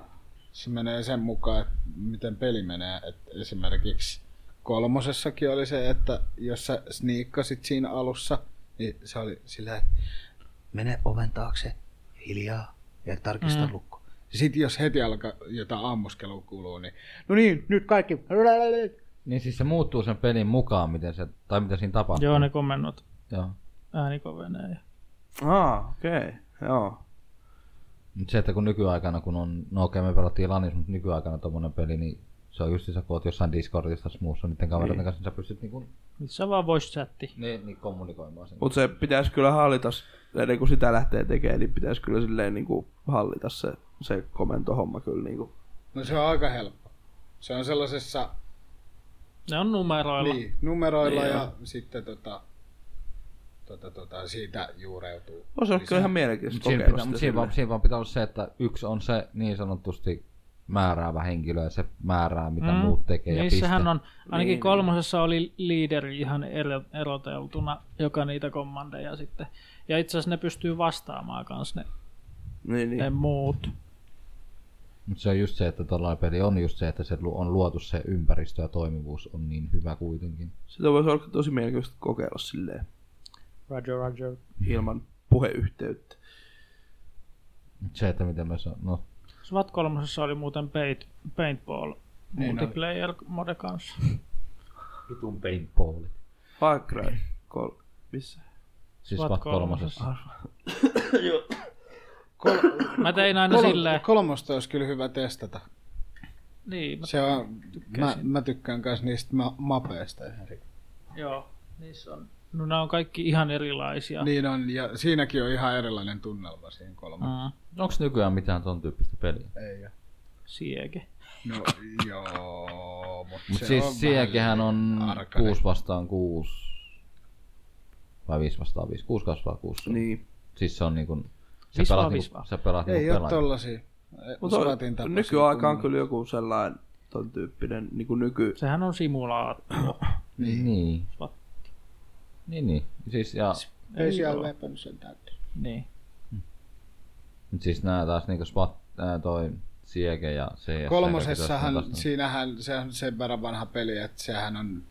Se menee sen mukaan, että miten peli menee. Et esimerkiksi 3:ssakin oli se, että jos sä sniikkasit siinä alussa, niin se oli sillä, että mene oven taakse hiljaa ja tarkista lukko. Sitten jos heti alkaa jotain ammuskelua kuuluu, niin no niin, nyt kaikki. Niin siis se muuttuu sen pelin mukaan, miten siinä tapahtuu. Joo, ne komennot. Joo. Ääni kovenee. Okei, joo. Mutta se, että kun nykyaikana, kun on, no okei, me pelattiin LANissa, mutta nykyaikana tommonen peli, niin se on just se, kun oot jossain Discordissa tai muussa niiden kavereiden kanssa, niin sä pystyt niinku... Missä vaan voice chatti. Niin kommunikoimaan sen. Mut se pitäisi kyllä hallita, ennen kuin sitä lähtee tekemään, niin pitäisi kyllä silleen niinku hallita se komentohomma kyllä niinku. No se on aika helppo. Se on sellaisessa... Ne on numeroilla. Niin, numeroilla niin ja sitten siitä juureutuu. Se on kyllä ihan mielenkiintoista kokeilla sitä. Siinä vaan pitää olla se, että yksi on se niin sanotusti määräävä henkilö ja se määrää mitä muut tekee ja piste. Niissähän on, ainakin 3:ssa oli liideri ihan eroteltuna, joka niitä kommandeja sitten. Ja itse asiassa ne pystyy vastaamaan kans ne muut. Mutta se on just se, että tällainen peli on just se, että se on luotu se ympäristö ja toimivuus on niin hyvä kuitenkin. Sitä voisi olla tosi mielenkiintoista kokeilla silleen. Roger. Ilman puheyhteyttä. Se, että miten me no. SWAT 3:ssa oli muuten paintball multiplayer mode kanssa. Vitun paintballit. Far Cry 3. Missä? Siis SWAT 3:ssa. Joo. Mä tein aina silleen. 3 olisi kyllä hyvä testata. Niin. Mä tykkään myös niistä mapeista ihan Joo, niissä on. No nämä on kaikki ihan erilaisia. Niin on, ja siinäkin on ihan erilainen tunnelma siinä 3. Onks nykyään mitään ton tyyppistä peliä? Ei oo. Siege. No joo, mutta siis Siegehän on 6 vastaan 6. Vai 5 vastaan 5. 6 kasvaa 6. Niin. Siis se on niinku... Sä pelaat ei niinku oo tollasia. Nykyaika on kyllä joku sellainen ton tyyppinen niinku Sehän on simulaatio. Niin. Niin. Siis ja... Ei siellä weapons on täytyy. Niin. Mut siis nää taas niinku SWAT, toi Siege ja CS. 3:ssahan siinähän se on sen verran vanha peli, että sehän on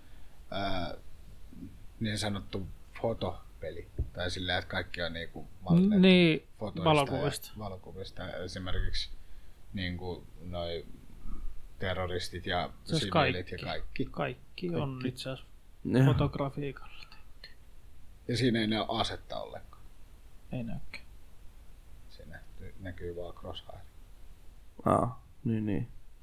niin sanottu fotopeli. Tai sillä, että kaikki on niinku niin, valokuvista. Esimerkiksi niinku noi terroristit ja siviilit ja kaikki. Kaikki on itse asiassa fotografiikalla tehty. Ja siinä ei näy asetta ollenkaan. Ei näykään. Se näkyy vaan crosshair. Niin.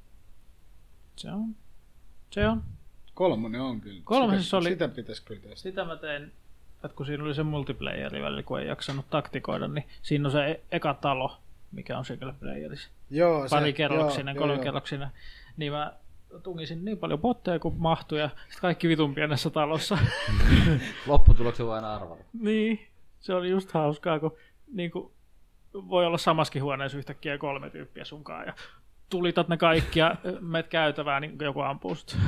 Se on. 3 on kyllä. 3:ssa oli... Sitä pitäisi kyllä tehdä. Sitä mä tein, että kun siinä oli se multiplayeri välillä, kun ei jaksanut taktikoida, niin siinä on se eka talo, mikä on single playerissa. Joo, parikerroksinen, 3-kerroksinen. Niin mä tungisin niin paljon botteja kuin mahtui ja sitten kaikki vitun pienessä talossa. Lopputuloksen voi aina arvata. Niin, se oli just hauskaa, kun niinku, voi olla samaskin huoneessa yhtäkkiä 3 tyyppiä sunkaan ja tulitat ne kaikki ja meet käytävään, niin joku ampuu sut.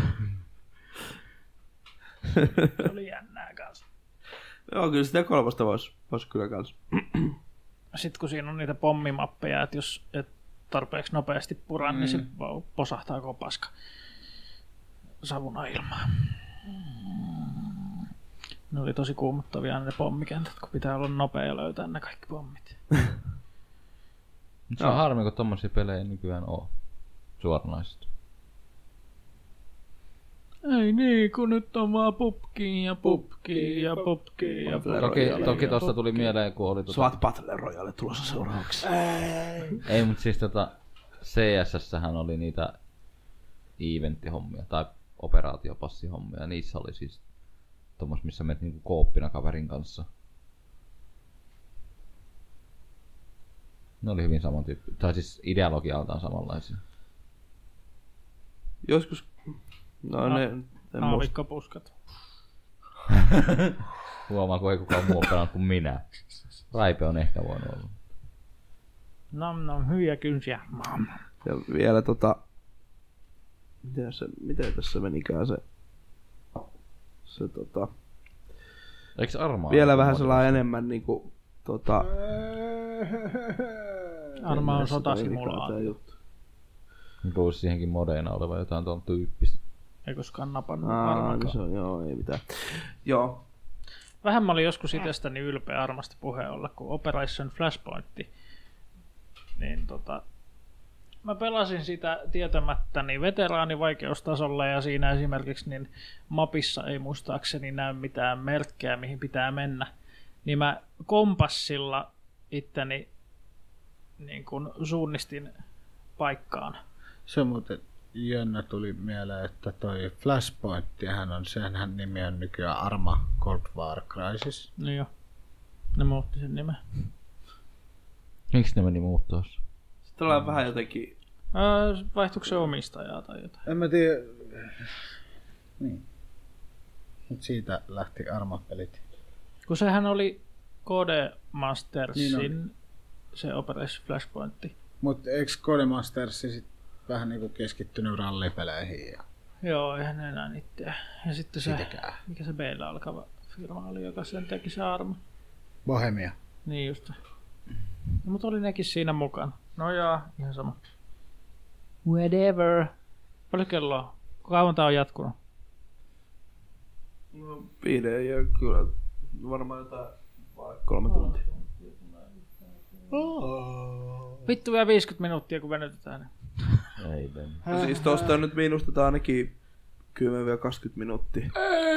Se oli jännää kanssa. Joo, kyllä sitä 3 vois kyllä kanssa. Sitten kun siinä on niitä pommimappeja, että jos et tarpeeksi nopeasti puran, niin se posahtaa kuin paska savuna ilmaan. Ne oli tosi kuumottavia ne pommikentät, kun pitää olla nopea ja löytää ne kaikki pommit. Se on harmi, kun tommosia pelejä nykyään oo suoranaisesti. Ei niin, kun nyt on vaan pupkiin ja pupkiin ja pupkiin ja pupkiin. Toki tosta tuli mieleen, kun oli SWAT Battle Royale tulossa seuraavaksi. Ei, mutta siis CS:ssähän oli niitä eventtihommia tai operaatiopassihommia. Niissä oli siis tommos, missä menet niinku kooppina kaverin kanssa. Ne oli hyvin samantyyppisiä, tai siis ideologialtaan samanlaisia. Joskus... Naavikkopuskat. Huomaa, kun ei kukaan muu pelannut kuin minä. Raipe on ehkä voinut olla. Nom, hyviä kynsiä. Ja vielä miten tässä menikään se Eikö Arma vielä vähän sellainen enemmän niinku Arma on sotasimulaatio. Plus siihenkin modeina oleva jotain tuon tyyppistä. Ei koskaan napannut armakaan. Joo, ei mitään. Joo. Vähän mä olin joskus itsestäni ylpeä Armasta puheen olla, kun Operation Flashpointti. Niin mä pelasin sitä tietämättäni veteraanivaikeustasolla ja siinä esimerkiksi niin mapissa ei muistaakseni näy mitään merkkejä, mihin pitää mennä. Niin mä kompassilla itteni niin kun suunnistin paikkaan. Se muuten jännä tuli mieleen, että toi Flashpointtihan on, senhän nimi on nykyään Arma Cold War Crisis. No joo, ne muutti sen nimen. Miksi ne meni muuttua? Sitten ollaan vähän jotenkin... Vaihtuiko se omistajaa tai jotain? En mä tiedä. Niin. Mut siitä lähti Arma-pelit. Kun sehän oli Codemastersin niin se Operation Flashpointti. Mut eikö Codemastersi sit vähän niinku keskittynyt rallipeleihin? Ja... Joo, eihän ne enää niitä. Ja sitten se, mikä se B:llä alkava firma oli, joka sen teki se Arma. Bohemia. Niin just. No, mutta oli nekin siinä mukana. No joo, ihan sama. Whatever. Paljon kelloa? Kauan tää on jatkunut? No, pide ja kyllä varmaan jotain 3 tuntia. Vittu vielä 50 minuuttia kun venytetään. Ei no, siis tosta nyt miinustetaan ainakin 10-20 minuuttia.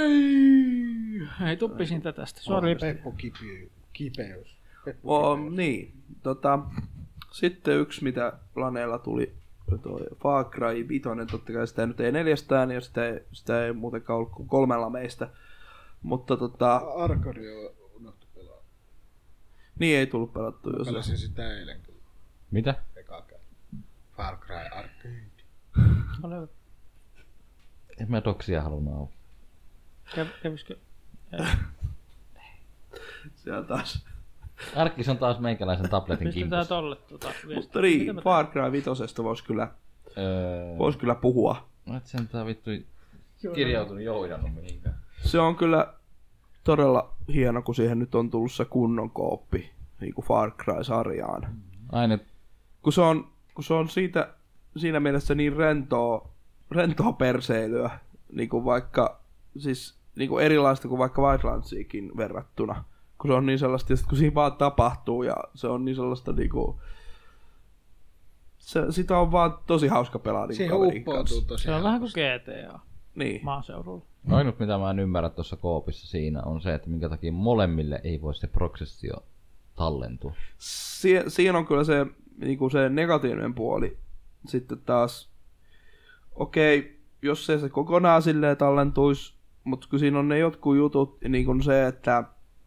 Ei tuppisin tästä. Sori. Peppo kipeys. Niin. Sitten yksi mitä planeella tuli toi Far Cry 5, totta kai sitä nyt ei 4 ja sitä ei muutenkaan ollut kuin 3 meistä. Mutta Arkadia unohtu pelaa. Niin ei tullut pelattua. Jos pelasin sitä eilen kyllä. Mitä? Eka kerta. Far Cry Arcade. En mä doksia halunnut auki. Kävisikö? Se on taas... Arkis on taas meikäläisen tabletin kimpussa. Pistetään tolle mutta niin, Far Cry 5 vois kyllä puhua. Et sen tää vittu kirjautunut johdannut mihinkään. Se on kyllä todella hieno, kun siihen nyt on tullut se kunnon kooppi niin kuin Far Cry-sarjaan. Aine. Kun se on siinä mielessä niin rentoa perseilyä, niin kuin vaikka siis niin kuin erilaista kuin vaikka Wildlandsiakin verrattuna. Kun se on niin sellaista, kun siinä vaan tapahtuu ja se on niin sellaista niinku... Sitä on vaan tosi hauska pelaa niin kaverin kanssa. Se on vähän kuin GTA niin. Maaseudulla. Ainut mitä mä en ymmärrä tuossa koopissa siinä on se, että minkä takia molemmille ei voi se progressio tallentua. Siinä on kyllä se, niinku se negatiivinen puoli. Sitten taas, okei, jos ei se kokonaan silleen tallentuisi, mutta kun siinä on ne jotkut jutut, niin kuin se, että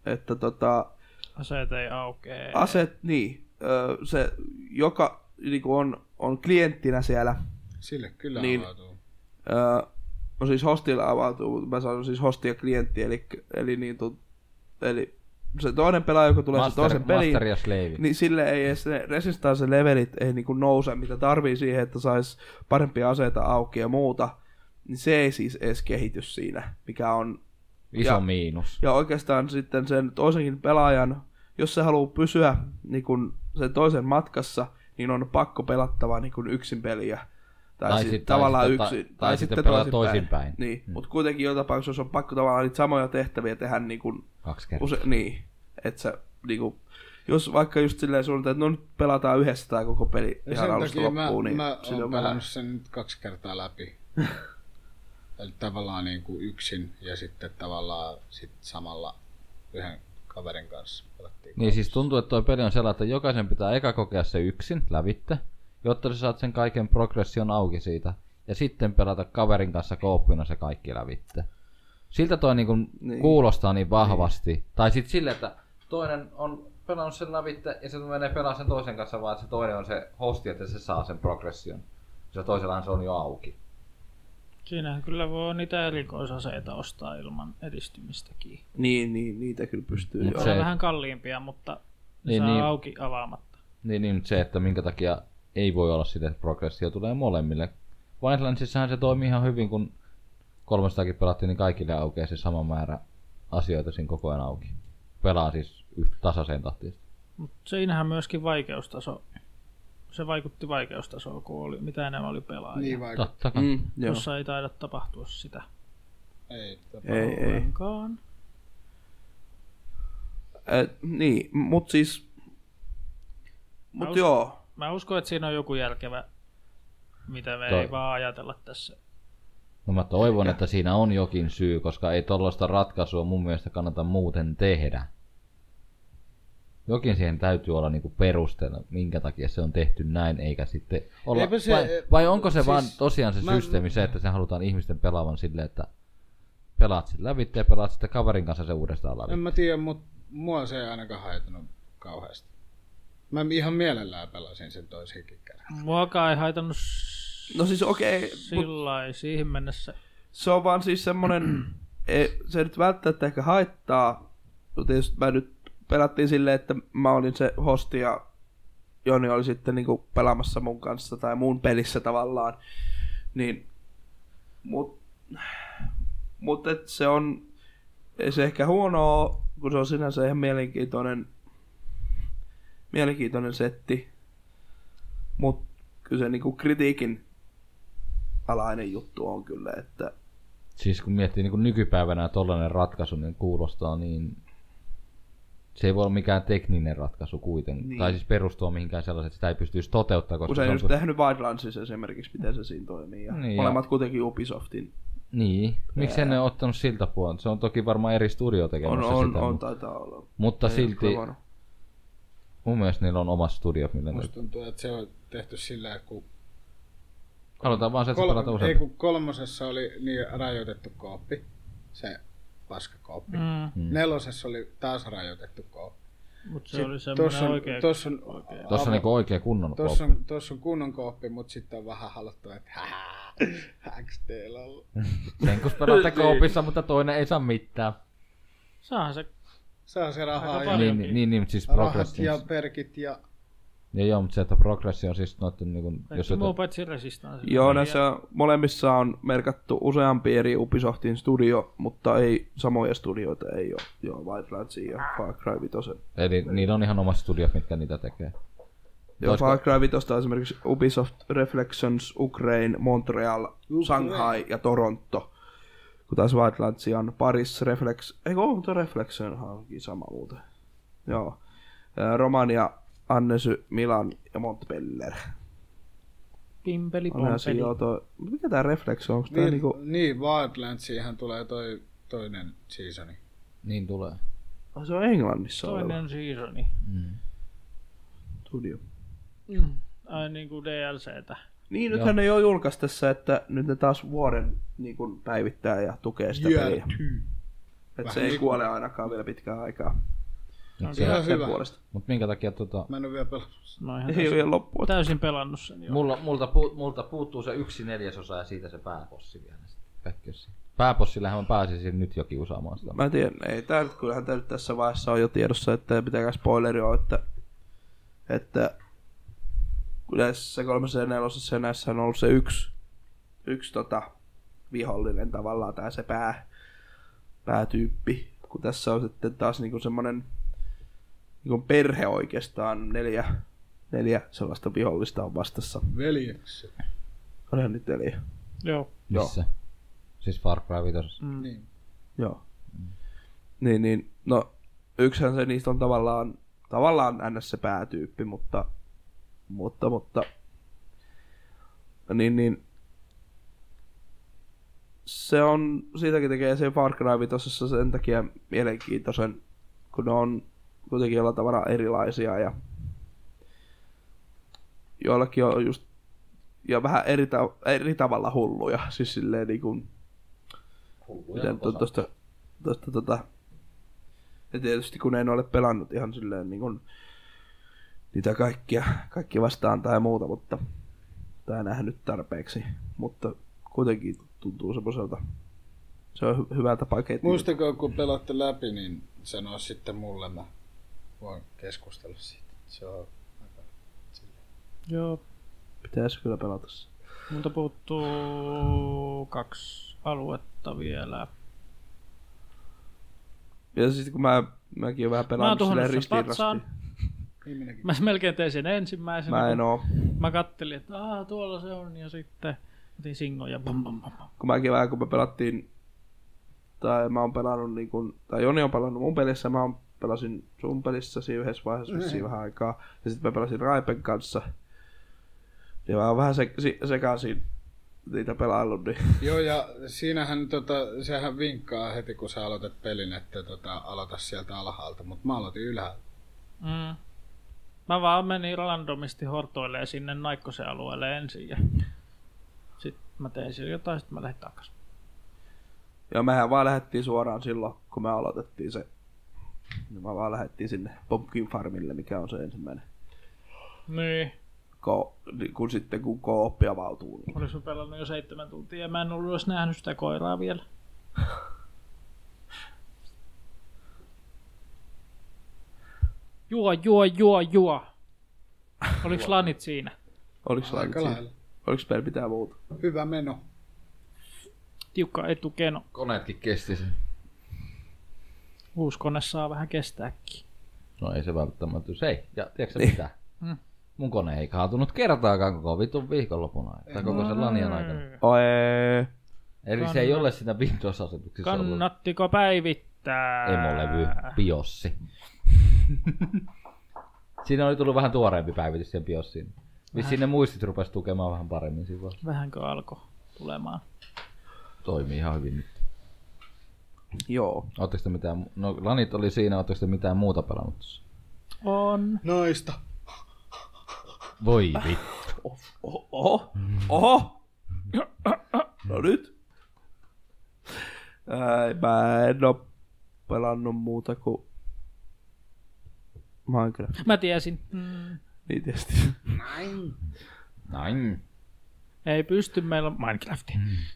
aseet ei aukee. Aseet, niin. Se, joka niinku on klienttinä siellä. Sille kyllä niin, avautuu. No siis hostilla avautuu, mutta mä sanon siis hosti ja klientti, eli se toinen pelaaja, joka tulee se toisen peliin, niin sille ei edes ne resistance-levelit ei niinku nouse, mitä tarvii siihen, että sais parempia aseita auki ja muuta, niin se ei siis edes kehity siinä, mikä on iso miinus. Ja oikeastaan sitten sen toisenkin pelaajan, jos se haluaa pysyä niin kun sen toisen matkassa, niin on pakko pelattava niin kun yksin peliä. Tai sitten tavallaan yksin. Tai sitten pelaa toisinpäin. Niin, mutta kuitenkin joka tapauksessa on pakko tavallaan niitä samoja tehtäviä tehdä niin kun 2 kertaa. Niin, että sä niin kun, jos vaikka just silleen suunnitellaan, että no nyt pelataan yhdessä tämä koko peli ja ihan alusta loppuun. Niin mä oon pelannut sen nyt 2 kertaa läpi. Eli tavallaan niin kuin yksin ja sitten tavallaan samalla yhden kaverin kanssa pelattiin. Niin siis tuntuu, että tuo peli on sellainen, että jokaisen pitää eka kokea se yksin lävitte, jotta sä saat sen kaiken progression auki siitä. Ja sitten pelata kaverin kanssa kooppina se kaikki lävitte. Siltä toi niin kuulostaa niin vahvasti. Niin. Tai sitten silleen, että toinen on pelannut sen lävitte ja se menee pelaa sen toisen kanssa, vaan se toinen on se hosti, että se saa sen progression. Se toisellahan se on jo auki. Siinähän kyllä voi niitä erikoisaseita ostaa ilman edistymistäkin. Niin, niitä kyllä pystyy. Se on vähän kalliimpia, mutta ne saa auki avaamatta. Niin, se, että minkä takia ei voi olla sitä, että progressio tulee molemmille. Wildlandsissahan se toimii ihan hyvin, kun 300kin pelattiin, niin kaikille aukeaa se sama määrä asioita siinä koko ajan auki. Pelaa siis tasaiseen tahtiin. Mutta siinähän myöskin vaikeustaso se vaikutti vaikeustasoon, kun oli, mitä enemmän oli pelaajia. Niin vaikutti. Jossa ei taida tapahtua sitä. Ei. Ollenkaan. Niin, mut siis... joo. Mä uskon, että siinä on joku järkevä, mitä me ei vaan ajatella tässä. No mä toivon, että siinä on jokin syy, koska ei tollaista ratkaisua mun mielestä kannata muuten tehdä. Jokin siihen täytyy olla niinku perusteena, minkä takia se on tehty näin, eikä sitten olla... Vai onko se siis, vaan tosiaan se systeemi se, että se halutaan ihmisten pelaavan silleen, että pelaat sitten lävitse ja pelaat sitten kaverin kanssa se uudestaan lävitse. En mä tiedä, mutta mua se ei ainakaan haitanut kauheasti. Mä ihan mielellään pelasin sen toisenkin kerran. Muakaan ei haitanut no siis okei. Sillai siihen mennessä. Se on vaan siis semmonen, se ei nyt välttämättä ehkä haittaa. Tietysti mä nyt pelattiin silleen, että mä olin se hosti ja Joni oli sitten niinku pelaamassa mun kanssa tai mun pelissä tavallaan. Niin, mut et se on, ei se ehkä huonoa, kun se on sinänsä ihan mielenkiintoinen setti. Mut kyllä se niinku kritiikin alainen juttu on kyllä, että... Siis kun miettii niin nykypäivänä tollainen ratkaisu, niin kuulostaa niin... Se ei voi olla mikään tekninen ratkaisu kuitenkin. Niin. Tai siis perustua mihinkään sellaiset, että sitä ei pystyisi toteuttamaan. Koska usein just tehnyt Wildlandsissa esimerkiksi, miten se siinä toimii. Ja niin, molemmat kuitenkin Ubisoftin. Niin. Miksi en ole ottanut siltä puolta? Se on toki varmaan eri studio tekemässä sitä. On, taitaa olla. Mutta silti... Mun mielestä niillä on oma studio. Musta tuntuu, että se on tehty sillä, kun... Halutaan vaan se, että pelata usein. Ei kun 3 oli niin rajoitettu kooppi. Se paskakooppi. 4 oli taas rajoitettu kooppi. Mut se oli semmoinen oikea... Tuossa on niinku oikea kunnon kooppi. Tuossa on kunnon kooppi, mut sitten on vähän haluttu, että XD-lalla. Sen kun pelaatte koopissa, mutta toinen ei saa mitään. Saa se rahaa ja... Niin, siis rahat ja perkit ja... Joo, mutta se, että progressio on siis noitten niinku... Kaikki muu paitsi Resistance. Joo, näissä molemmissa on merkattu useampi eri Ubisoftin studio, mutta ei samoja studioita ei ole. Joo, Wildlandsin ja Far Cry 5. Eli niillä on ihan omat studiot, mitkä niitä tekee. Joo, Far Cry 5 on esimerkiksi Ubisoft Reflections, Ukraine, Montreal, Shanghai ja Toronto. Kun taas Wildlands on Paris, Reflection onkin sama muuten. Joo. Romania, Annecy, Milan ja Montpellier. Pimpeli. Mikä tää Reflex on? Niin, niinku... niin, Wildlandsiinhan tulee toinen seasoni. Niin tulee. Se on Englannissa toinen seasoni. Studio. Ai niinku DLCtä. Niin, nythän ei ole julkaistessa, että nyt ne taas vuoden niin kun päivittää ja tukee sitä peliä. Että se ei kuole ainakaan vielä pitkään aikaa. Se on hyvä. Mut minkä takia Mä en oo vielä pelannut. Ei ole vielä loppua. Täysin pelannut sen jo. Multa puuttuu se 1/4 ja siitä se pääbossi vielä. Pääbossillehän mä pääsisin nyt jo kiusaamaan sitä. Mä tiedän, kyllähän tää nyt tässä vaiheessa on jo tiedossa, että ei pitäkään spoileri ole, että yleensä 3 ja 4 näissä on ollut se yksi vihollinen tavallaan, tai se päätyyppi, kun tässä on sitten taas niinku semmonen niinku perhe oikeastaan, neljä sellaista vihollista on vastassa. Veljeksi. Onhan nyt velje. Joo. Missä? Siis Far Cry 5. Niin. Joo. Niin, no yksihän se niistä on tavallaan ns. Se päätyyppi, mutta niin se on, siitäkin tekee se Far Cry 5 sen takia mielenkiintoisen, kun ne on kuitenkin jollain tavalla erilaisia ja joillakin on just ja vähän eri tavalla hulluja, siis silleen niinku miten tosta ja tietysti kun en ole pelannut ihan silleen niinku niitä kaikki vastaan tai muuta, mutta tai nähnyt tarpeeksi, mutta kuitenkin tuntuu semmoiselta. Se on hyvältä paketilta. Muistakaa, kun pelatte läpi, niin sanoa sitten mulle, mä voin keskustella siitä. Se on aika silleen. Joo. Pitäisi kyllä pelata se. Multa puuttuu 2 aluetta vielä. Ja siis kun mäkin oon vähän pelannut silleen ristiin. Mä melkein tein sen ensimmäisenä. Mä en oo. Mä kattelin, että tuolla se on, ja sitten otin singon ja bam. Kun mäkin vähän, kun me pelattiin, tai mä oon pelannut niin kun, tai Joni on pelannut mun pelissä, pelasin sun pelissä siinä yhdessä vaiheessa vähän aikaa, ja sitten mä pelasin Raipen kanssa. Ja mä oon vähän sekaisin niitä pelaillut. Niin. Joo, ja siinähän sehän vinkkaa heti, kun sä aloitat pelin, että aloita sieltä alhaalta, mutta mä aloitin ylhäältä. Mä vaan menin randomisti hortoilemaan sinne Naikkosen alueelle ensin, ja sit mä tein siellä jotain, sit mä lähdin takas. Joo, mehän vaan lähdettiin suoraan silloin, kun me aloitettiin se. Niin mä vaan lähdettiin sinne Pumpkin Farmille, mikä on se ensimmäinen. Niin. Kun co-oppi avautuu. Niin. Olis mä pelannut jo 7 tuntia ja mä en ollut edes nähnyt sitä koiraa vielä. Juo. Oliks lanit siinä? Oliks lanit siinä? Oliks meillä mitään muuta? Hyvä meno. Tiukka etukeno. Koneetkin kesti sen. Uusi kone saa vähän kestääkin. No ei se välttämättä. Ei, ja tiedätkö mitä? Mun kone ei kaatunut kertaakaan koko vitun viikonlopuna. Tai koko sen lanien aikana. Eli se ei ole sitä Windows-asetuksessa ollut. Kannattiko päivittää? Emolevy, BIOSsi. Siinä oli tullut vähän tuoreempi päivitys siihen BIOSiin. Vissiin ne muistit rupesi tukemaan vähän paremmin siinä vaiheessa. Vähänkö alkoi tulemaan? Toimii ihan hyvin nyt. Joo. Ootteko te mitään, no lanit oli siinä, ootteko te mitään muuta pelannut tuossa? On. Noista. Voi vittu. Oho. No nyt. Mä en oo pelannut muuta kuin Minecraft. Mä tiesin. Niin tietysti. Näin. Ei pysty, meillä on Minecraft.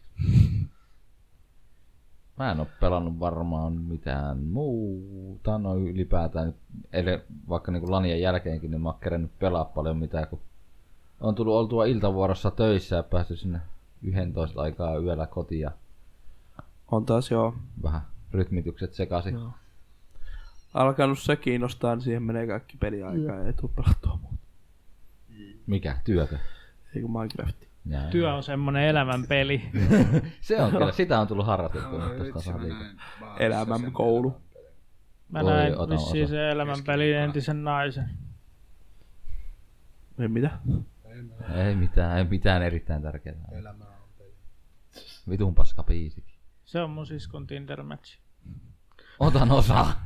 Mä en oo pelannut varmaan mitään muuta, no ylipäätään, vaikka niinku lanien jälkeenkin, niin mä oon kerennyt pelaa paljon mitään, kun on tullut oltua iltavuorossa töissä ja päästy sinne 11 aikaa yöllä kotiin. On taas joo. Vähän rytmitykset sekaisin. Joo. Alkanut se kiinnostaa, niin siihen menee kaikki peliaikaa ja ei tule pelattua muuta. Mikä? Työkö? Ei kun Minecraft. Työ on semmonen elämänpeli. Se on kyllä, sitä on tullut harrastettua. Elämän koulu. Mä näin vissiin se elämänpelin entisen naisen. Ei mitä? Ei mitään erittäin tärkeää. Elämä on peli. Vitun paska biisikin. Se on mun siskon Tinder-matchi. Otan osaa.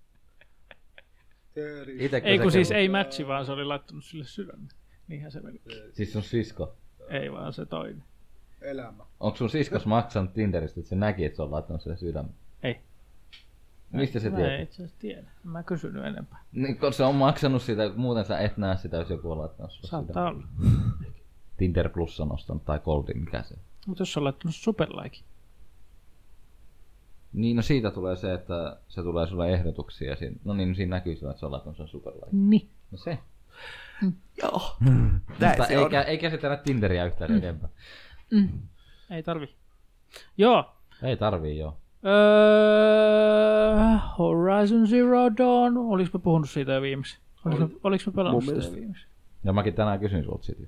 Ei kun siis ei matchi, vaan se oli laittanut sille sydämen. Niinhän se meni. Siis sun sisko? Ei vaan se toinen. Elämä. Onko sun siskos maksanut Tinderistä, että se näki, että se on laittanut sille sydämen? Ei. Mistä se mä tietää? Mä itse asiassa tiedä. Mä kysynyt enempää. Niin, kun se on maksanut sitä, muuten sä et näe sitä, jos joku on laittanut sulle saattaa olla. Tinder Plus on ostanut, tai Goldin, mikä se on. Mutta jos on laittanut superlike. Niin, no siitä tulee se, että se tulee sulle ehdotuksia. No niin, siinä näkyy sillä, että se on laittanut sen superlike. Niin. No se. Joo. Mutta ei käsitellä Tinderiä yhtään enempää. Ei tarvi. Joo. Ei tarvii, joo. Horizon Zero Dawn. Olis mä puhunut siitä jo viimeksi? Oliks mä pelannut sitä jo viimeksi? Ja mäkin tänään kysyin sulta siitä.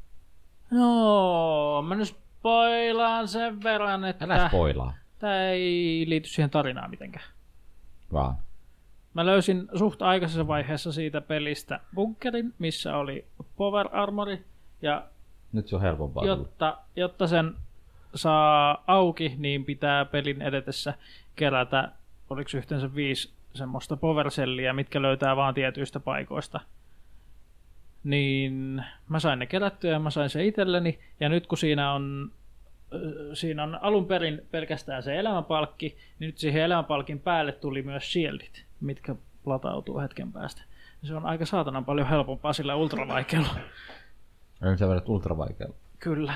No, mä nyt spoilaan sen verran, että... Älä spoilaa. Tää ei liity siihen tarinaan mitenkään. Vaan. Mä löysin suht aikaisessa vaiheessa siitä pelistä bunkerin, missä oli power armori. Ja nyt se on helpompaa. Jotta sen saa auki, niin pitää pelin edetessä kerätä, oliko yhteensä 5 semmoista power cellia, mitkä löytää vaan tietyistä paikoista. Niin mä sain ne kerättyä ja mä sain se itselleni. Ja nyt kun siinä on alun perin pelkästään se elämänpalkki, niin nyt siihen elämänpalkin päälle tuli myös shieldit, mitkä latautuu hetken päästä. Ja se on aika saatanan paljon helpompaa sillä ultravaikealla. Eli sä vedät ultravaikealla? Kyllä.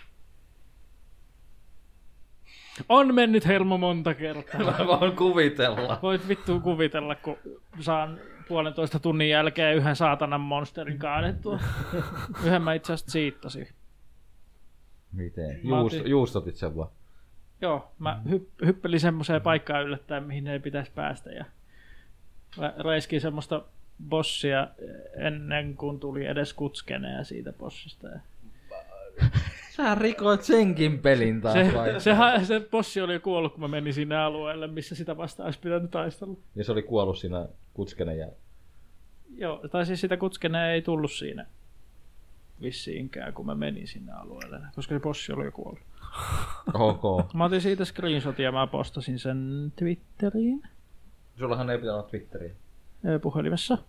On mennyt hermo monta kertaa. Mä voin kuvitella. Voit vittu kuvitella, kun saan 1,5 tunnin jälkeen yhden saatanan monsterin kaadettua. Yhden mä itse asiassa siittasin. Miten? Juustotit sen vaan? Joo, mä hyppelin semmoiseen paikkaan yllättäen, mihin ei pitäisi päästä. Ja reiskin semmoista bossia ennen kuin tuli edes kutskeneja siitä bossista. Sä rikoit senkin pelin taas. Se bossi oli kuollut, kun mä menin sinne alueelle, missä sitä vastaan olisi pitänyt taistella. Ja se oli kuollut siinä kutskeneen jälkeen. Joo, tai siis sitä kutskeneen ei tullut siinä vissiinkään, kun mä menin sinne alueelle, koska se bossi oli jo kuollut. Ok. Mä otin siitä screenshotin ja mä postasin sen Twitteriin. Sullahan ei pitää olla Twitteriä. Puhelimessa.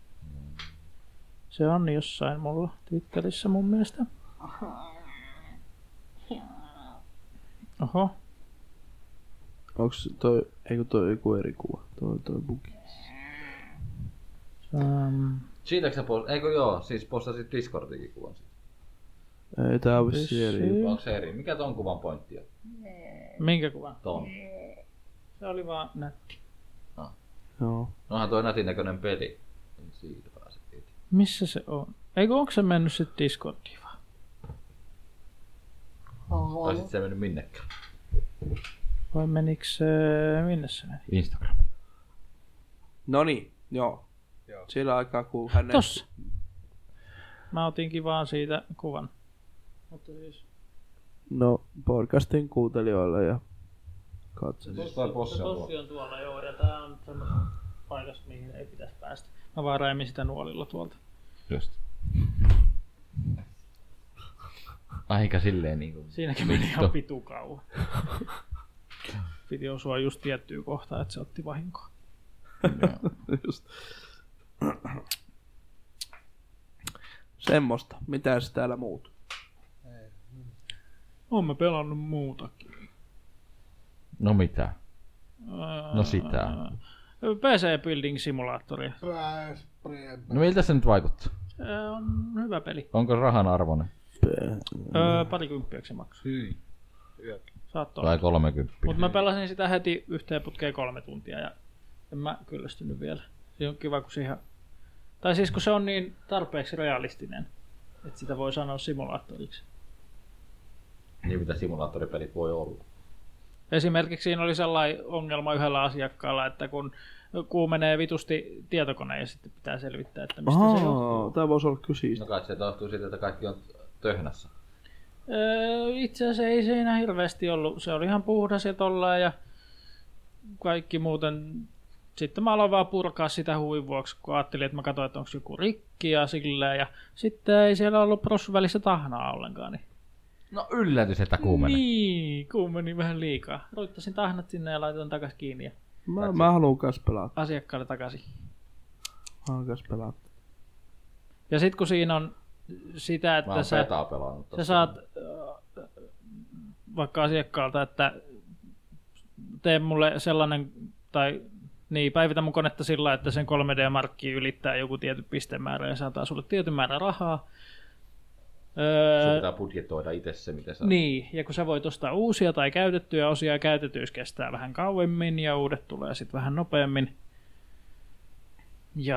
Se on jossain mulla Twitterissä mun mielestä. Oho. Onks toi, eikö toi joku eri kuva? Toi bugi. Siitäkö sä siis postasit Discordikin kuvan siitä? Ei, tää on vissiin eri. Onko se eri? Mikä ton kuvan pointti on? Minkä kuvan? Ton. Se oli vaan nätti. Joo. Onhan toi nätin näköinen peli. Siitä pääset itse. Missä se on? Eikö onko se mennyt sit Discordiin vaan? Tai sit se ei mennyt minnekään. Vai menikö se... Minne se meni? Instagramiin. Noniin, joo. Sillä aikaa kun hänen... Tossa! Mä otinkin vaan siitä kuvan. Mutta siis... No, podcastin kuuntelijoille ja katsojille. Toi bossi on tuolla, joo, ja tää on semmoista paikasta, mihin ei pitäisi päästä. Mä vaan räimin sitä nuolilla tuolta. Just. Aika silleen niinku... Siinäkin meni ihan pitu kauan. Piti osua just tiettyyn kohtaan, että se otti vahinkoa. Just. Semmosta. Mitäs täällä muut? Oon mä pelannut muutakin. No mitä? No sitä. PC Building Simulatoria. No miltä se nyt vaikuttaa? On hyvä peli. Onko rahan arvoinen? Parikymppiäksi se maksaa. Saattaa Tai 30. Mutta mä pelasin sitä heti yhteen putkeen 3 tuntia ja en mä kyllästynyt vielä. Se on kiva, kun siihen... Tai siis kun se on niin tarpeeksi realistinen, että sitä voi sanoa simulaattoriksi. Niin mitä simulaattoripelit voi olla. Esimerkiksi siinä oli sellainen ongelma yhdellä asiakkaalla, että kun kuumenee vitusti tietokone ja sitten pitää selvittää, että mistä se johtuu. Tää voisi olla kysyistä. No kai se johtuu siitä, että kaikki on töhnässä. Itse asiassa ei siinä hirveästi ollut. Se oli ihan puhdas ja tollaan ja kaikki muuten. Sitten mä aloin vaan purkaa sitä huvin vuoksi, kun ajattelin, että mä katsoin, että onko joku rikki ja silleen. Ja sitten ei siellä ollut prossun välissä tahnaa ollenkaan. Niin... No yllätys, että kuumeni. Niin, kuumeni vähän liikaa. Roittasin tahnat sinne ja laitoin takas kiinni. Ja... Mä haluan kas pelata. Asiakkaalle takaisin. Mä haluan kas pelata. Ja sit kun siinä on sitä, että sä saat vaikka asiakkaalta, että tee mulle sellainen, tai niin, päivitä mun konetta sillä, että sen 3D-markki ylittää joku tietty pistemäärä ja saattaa sulle tietyn määrän rahaa. Sun pitää budjetoida itse se, mitä sä... Niin, ja kun sä voit ostaa uusia tai käytettyjä osia, käytetyys kestää vähän kauemmin ja uudet tulee sitten vähän nopeammin. Ja.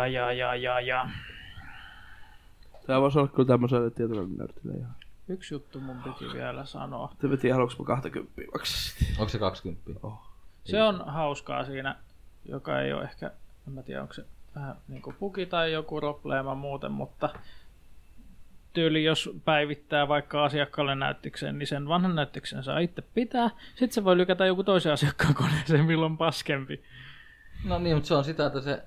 Tää voisi olla kyllä tämmöiselle tietokonenörtille ihan. Yksi juttu mun piti vielä sanoa. Te tiedä, haluanko mä 20 maksaa. Onko se 20? Se on hauskaa siinä, joka ei ole ehkä, en mä tiedä onko se vähän niin kuin bugi tai joku probleema muuten, mutta tyyli jos päivittää vaikka asiakkaalle näyttiksen, niin sen vanhan näyttiksen saa itse pitää. Sitten se voi lykätä joku toisen asiakkaan koneeseen, milloin paskempi. No niin, mutta se on sitä, että se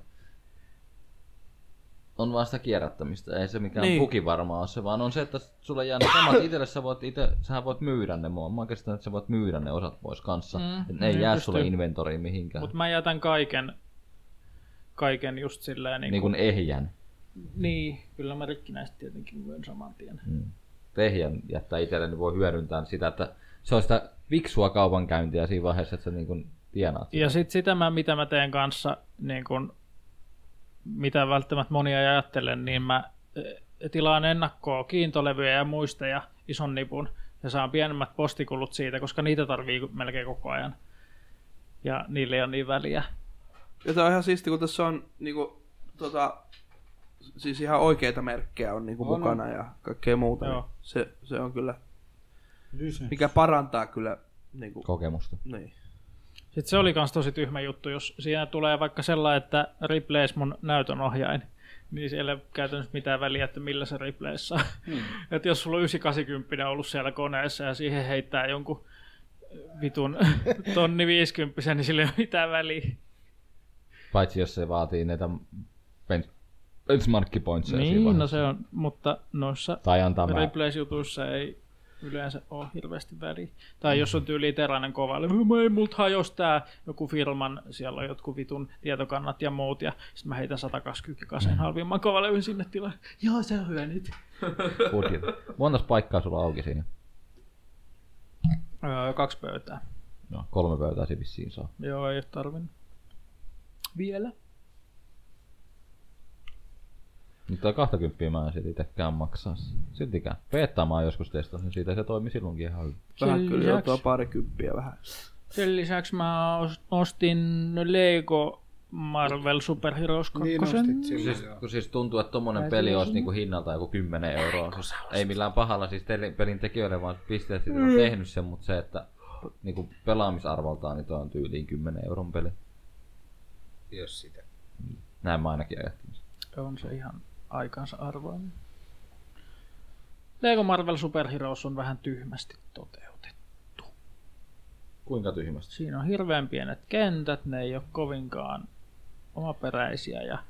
on vaan sitä kierrättämistä. Ei se mikään bugi varmaan ole se, vaan on se, että sulle jää ne samat itselle, sähän voit myydä ne. Mä oon käsittänyt, että sä voit myydä ne osat pois kanssa. Ne ei jää sulle inventoriin mihinkään. Mutta mä jätän kaiken just silleen niin kuin ehjän. Niin, kyllä mä rikkinäistä tietenkin myyn saman tien. Ehjän jättää itselle, niin voi hyödyntää sitä, että se on sitä fiksua kaupankäyntiä siinä vaiheessa, että sä niin kuin tienaat. Ja sitten sitä mitä mä teen kanssa, niin kun, mitä välttämättä monia ajattelen, niin mä tilaan ennakkoon kiintolevyjä ja muisteja ison nipun ja saan pienemmät postikulut siitä, koska niitä tarvii melkein koko ajan. Ja niille ei ole niin väliä. Ja tää on ihan siisti, kun tässä on niinku, siis ihan oikeita merkkejä on niinku mukana ja kaikkea muuta. Niin se on kyllä, mikä parantaa kyllä niinku kokemusta. Niin. Sitten se oli kans tosi tyhmä juttu, jos siinä tulee vaikka sellainen, että replace mun näytönohjain. Niin siellä ei käytännössä mitään väliä, että millä se replayssä on. Että jos sulla on 980 ollut siellä koneessa ja siihen heittää jonkun vitun 1,50, niin sillä ei ole mitään väliä. Paitsi jos se vaatii näitä benchmark-pointseja. Niin, no se on, mutta noissa replays-jutuissa ei yleensä ole hirveästi väliä. Tai jos on tyyli teräinen kova, ei multa hajos tää joku firman, siellä on jotkut vitun tietokannat ja muut, ja sitten mä heitän 120 kaseen halvimman kovalevyn sinne tilaan. Joo, se on hyvä nyt. Montas paikkaa sulla auki siinä? 2 pöytää. No, 3 pöytää se vissiin saa. Joo, ei ole tarvinnut. Vielä. Mutta 20 mä en sit itekään maksaa. Siltikään. Peettaa mä oon joskus testasin, niin siitä se toimi silloinkin ihan hyvin. Vähän kyllä joutuu parikymppiä vähän. Sen lisäksi mä ostin Lego Marvel Super Heroes 2. Niin siis tuntuu, että tommonen peli olisi niinku hinnalta joku 10 €. Siis ei millään pahalla siis pelin tekijöille, vaan pisteet sitten on tehnyt sen, mutta se, että niinku pelaamisarvoltaan niin toi on tyyliin 10 € peli. Jos sitä. Näin mä ainakin ajattelin. On se ihan aikansa arvoinen. Lego Marvel Super Heroes on vähän tyhmästi toteutettu. Kuinka tyhmästi? Siinä on hirveän pienet kentät, ne ei ole kovinkaan omaperäisiä ja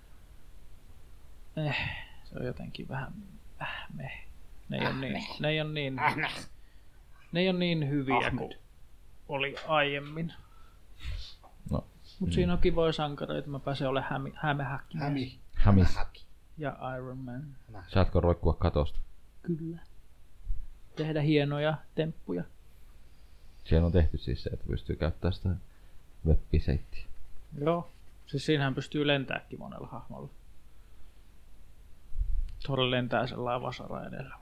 se on jotenkin vähän Ne ei ole niin hyviä kuin oli aiemmin. No. Mutta siinä on kivoja sankareita, mä pääsen olemaan Hämis. Ja Iron Man. Saatko roikkua katosta? Kyllä. Tehdä hienoja temppuja. Siellä on tehty siis se, että pystyy käyttämään sitä web-piseittiä. Joo. Siis siinähän pystyy lentääkin monella hahmolla. Thor lentää sellainen vasara edellä.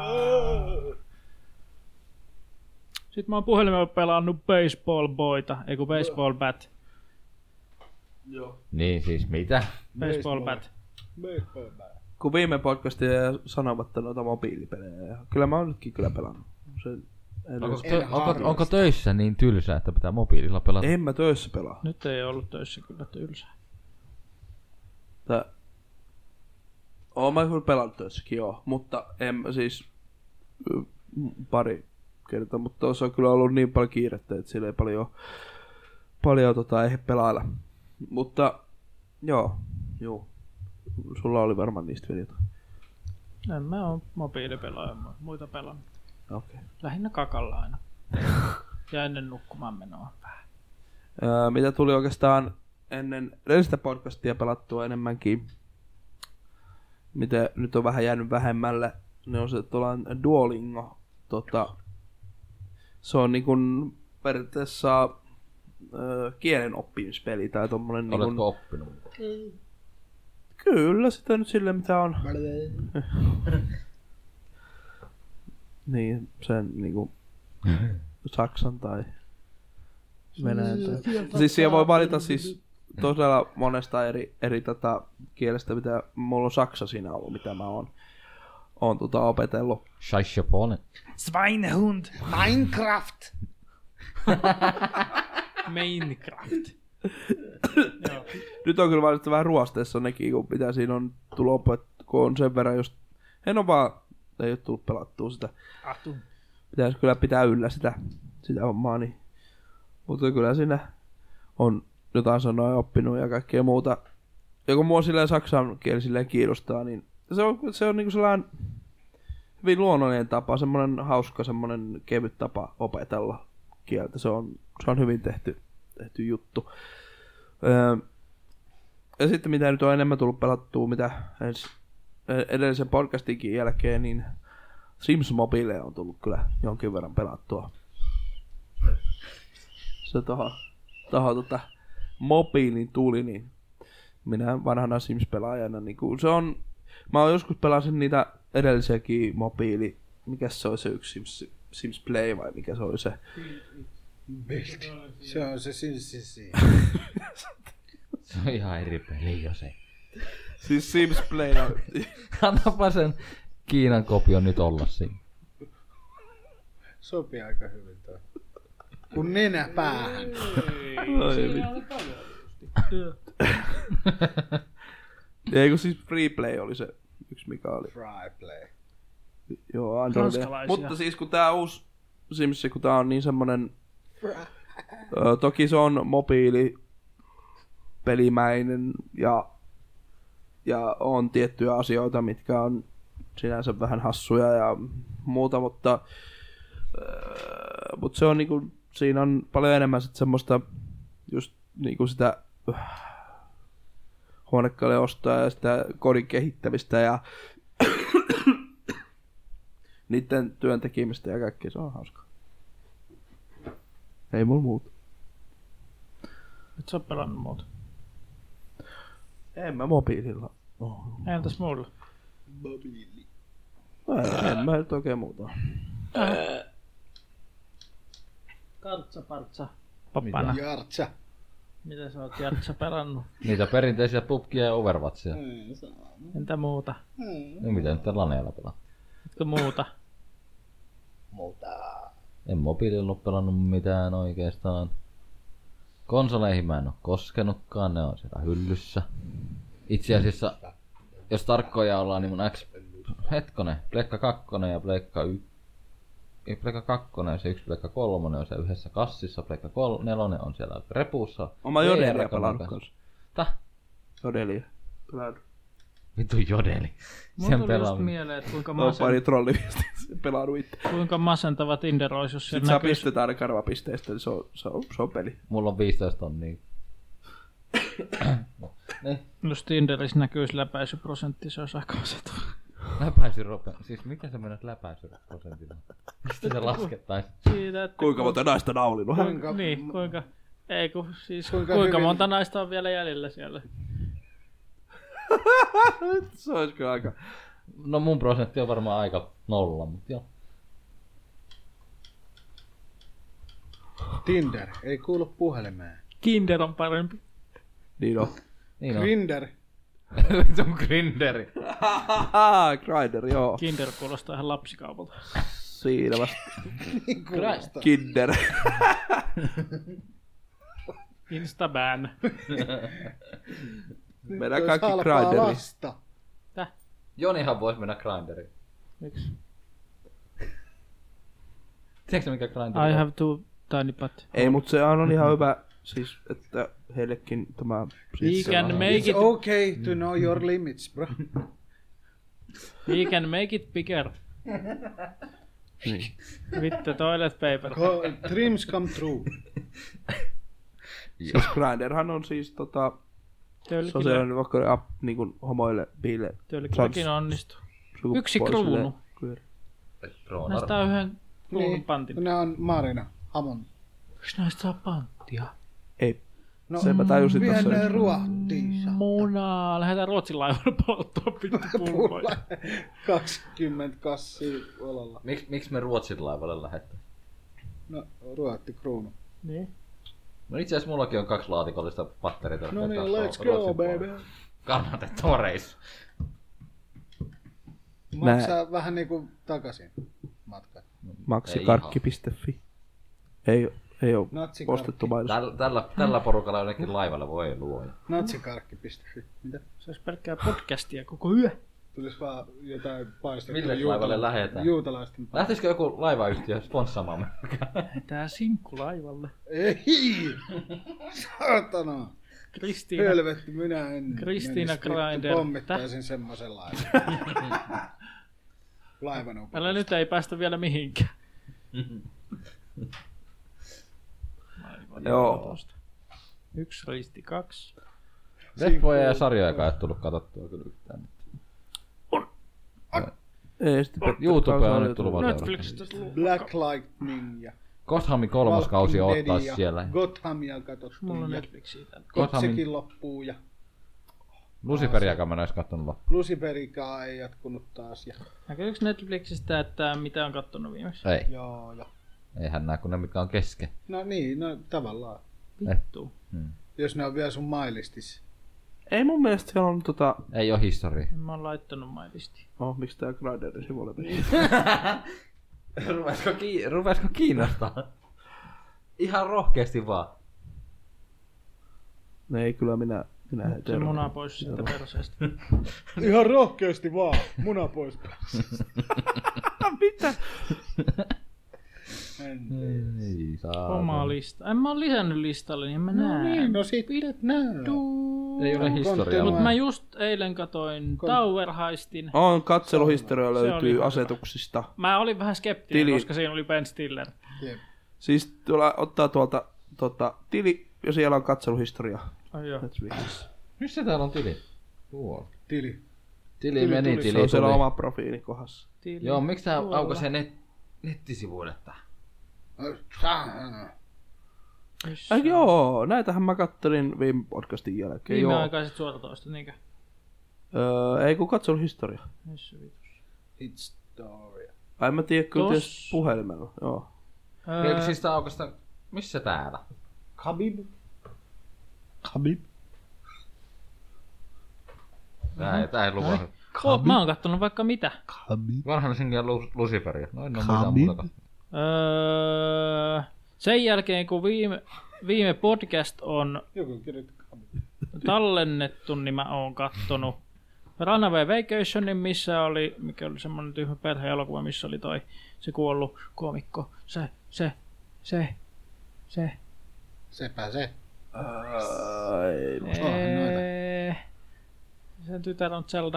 Sitten mä oon puhelimella pelannut Baseball Boyta, eiku Baseball Bat. Joo. Niin siis mitä? Baseball Bat. Kun viime podcastia sanomatta noita mobiilipelejä, kyllä mä oon nytkin kyllä pelannut. Onko töissä niin tylsää, että pitää mobiililla pelata? En mä töissä pelaa. Nyt ei ollut töissä kyllä tylsää. Oon mä kyllä pelannut töissäkin joo, mutta en siis pari kertaa, mutta tuossa on kyllä ollut niin paljon kiirettä, että sillä ei paljon ei pelailla. Mutta joo. Sulla oli varmaan niistä vielä jotain. En mä oo mobiilipelaaja, muita pelannut. Okay. Lähinnä kakalla aina. Ja ennen nukkumaan menoa vähän. Mitä tuli oikeastaan ennen edellistä podcastia pelattua enemmänkin, mitä nyt on vähän jäänyt vähemmälle, ne on se tuollainen Duolingo. Se on niin kuin periaatteessa kielen oppimispeli tai tommonen. Oletko niin oppinut? Kyllä, sitä nyt silleen mitä on. Niin, sen niinku saksan tai venäjän tai. Siis siellä voi valita siis todella monesta eri kielestä, mitä mulla on saksa siinä ollut, mitä mä oon opetellut. Scheissepone. Schweinehund. Minecraft. Minecraft. Nyt on kyllä valitettavasti vähän ruosteessa nekin, kun mitä siinä on tullut kun on sen verran just. Ei ole tullut pelattua sitä. Pitäisi kyllä pitää yllä sitä hommaa, niin. Mutta kyllä siinä on jotain sanoja oppinut ja kaikkea muuta. Ja kun mua silleen saksan kieli silleen kiinnostaa, niin se on niinku sellainen hyvin luonnollinen tapa, semmoinen hauska, semmoinen kevyt tapa opetella kieltä. Se on hyvin tehty juttu. Ja sitten mitä nyt on enemmän tullut pelattua, mitä edellisen podcastinkin jälkeen, niin Sims Mobile on tullut kyllä jonkin verran pelattua. Se tohon mobiilin tuli, niin minä vanhana Sims-pelaajana, niin kuin se on, mä oon joskus pelasin niitä edellisiäkin mikä se oli se yksi Sims Play vai mikä se oli se? Se on se Sims. Se on ihan eri peli jo se. Siis Sims Play. Annapa sen Kiinan kopion nyt olla siinä. Sopii aika hyvin toi. Kun nenä päähän. Ei kun siis Freeplay oli se yksi mikä oli. Freeplay. Joo, Androidia. Mutta siis kun tää uusi Sims, kun tää on niin semmonen... toki se on mobiilipelimäinen ja on tiettyjä asioita, mitkä on sinänsä vähän hassuja ja muuta, mutta se on niinku, siinä on paljon enemmän sit semmoista just niinku sitä huonekaluostoa ja sitä kodin kehittämistä ja niiden työn tekemistä ja kaikkea, se on hauskaa. Ei mulla muuta. Et sä oo pelannut muuta. En mä mobiililla. Entäs mulla? Mobiili. En mä nyt oikein muuta. Kartsa. Pappana. Jartsa. Mitä sä oot Jartsa pelannut? Niitä perinteisiä PUBGia ja Overwatchia. Entä muuta? No mitä nyt laneella pelaa? Etkö muuta? En mobiililla ole pelannut mitään oikeastaan. Konsoleihin mä en oo koskenutkaan, ne on siellä hyllyssä. Itse asiassa, jos tarkkoja ollaan, niin mun Pleikka 2 ja Pleikka 1. Ei Pleikka 2 ja se yksi Pleikka 3 on siellä yhdessä kassissa, Pleikka 4 on siellä repussa. Oma Jodelia pelannut kanssa. Täh? Jodelia pelannut. Vittu Jodeli. Mulla tuli just mieleen, että kuinka masentava Tinder olisi, jos siellä näkyisi... Sitten saa pistetään ne karvapisteistä, niin se on peli. Mulla on 15 tonnia. Niin. Jos Tinderissä näkyisi läpäisyprosentti, se olisi aika masentava. Siis mikä se menee läpäisyprosentilla? Mistä se laskettaisi? Siitä, että kuinka monta naista on naulinut? Kuinka monta naista on vielä jäljellä siellä? Se olisi kyllä aika... No mun prosentti on varmaan aika 0, mutta joo. Tinder, ei kuulu puhelimeen. Kinder on parempi. Niin on. Grindr. Se on Grinderi. Grindr, joo. Kinder kuulostaa ihan lapsikaupalta. Siinä vasta. Niin kuulostaa. Kinder. Instaban. Mennään kaikki Grinderiin. Täh? Jonihan vois mennä Grinderiin. Miksi? Tiedätkö mikä Grindr on? I have two tiny butt. Ei, mutta se on ihan hyvä, siis, että heillekin tämä... He can make it... It's okay to know your limits, bro. He can make it bigger. Niin. Vittu, toilet paper. Dreams come true. Siis Grindrhan on siis sosiaalinen vakkoinen app niinku homoille, biille. Tölkilläkin onnistuu. Yksi kruunu. Näistä on yhden kruunun pantin. Ne on Marina, Hamon. Onks näistä saa panttia? Ei. No, senpä tajusin tossa. Vien ne ruohtiin. Munaa. Lähdetään Ruotsin laivalle polttoon pitää pulloja. 20 kassia olalla. Miksi me Ruotsin laivalle lähdetään? No, Ruotti kruunu. Niin. No itse asiassa mullakin on 2 laatikollista patteria. No niin, let's go baby. Kannatettava reissu. Maksaa vähän niinku takaisin matka. Maksikarkki.fi. Ei oo ostettu mainos. Tällä porukalla jonnekin laivalle voi luoja. Natsikarkki.fi. Mitä? Se olisi pelkkää podcastia koko yö. Tulis vaan jotain paistettua. Mille laivalle lähetään? Juutalaisten. Lähtisikö joku laivayhtiö sponssaamaan me? Lähetään sinkku laivalle. Ei! Saatana! Kristiina. Helvetti, minä en Kristiina Grindr. Pommittaisin semmosen laivan. Laivan on. Älä nyt ei päästä vielä mihinkään. Joo. 1 risti 2. Leffoja ja sarjoja ei tullut katsottua kyllä yhtään. Ei sitten YouTube on nyt tullut Netflixistä Black Lightning ja Gothamin 3. kausi ottaa siellä. Gothamia katsottiin. Mulla on Netflixia täällä. Kotsekin loppuu ja Luciferiakaan mä en edes kattonut loppuun. Luciferikaan ei jatkunut taas. Ja... Näkyykö Netflixistä, että mitä on kattonut viimeksi? Ei. Joo. Eihän nää kun ne mitkä on kesken. No niin, no tavallaan. Vittu. Jos ne on vielä sun mailistissa. Ei mun mielestä siellä on Ei oo historia. Mä oon laittanut mailisti. miksi tää Grindrin sivulle meni? Rupesko kiinnostaa? Ihan rohkeasti vaan. No ei kyllä minä Se muna pois siitä perseestä. Ihan rohkeasti vaan. Muna pois. Mitä? Ei saa. Oma lista. En mä oo lisännyt listalle, niin mä näen. Niin, no sit näin. Ei ole historiaa. Mut mä just eilen katoin Tower Heistin. Katseluhistoria löytyy asetuksista. Mä olin vähän skeptinen, koska siinä oli Ben Stiller. Jep. Siis ottaa tuolta tili, ja siellä on katseluhistoria. Ai joo. Missä täällä on tili? Tuo. Tili meni, Se on siellä oma profiili kohdassa. Joo, miksi tää aukaisee nettisivuille tää? Joo, näitähän mä kattelin viime podcastin jälkeen. Viimeaikaiset suoratoistot, niinkö? Ei kun katseluhistoria. Historia. Ai mä tiedä kyllä tietysti puhelimella, joo. Eikö siis tää aukaista... Missä täällä? Khabib. Tää ei luvannut. Mä oon kattonut vaikka mitä. Vanhan sinkin Luciferia. No en oo mitään muutakaan. Sen jälkeen kun viime podcast on tallennettu, niin mä oon kattonut Runaway Vacationin, mikä oli semmonen tyhmä perhe-elokuva, missä oli se kuollut koomikko. Sepä se. Sen tytär on Zelda.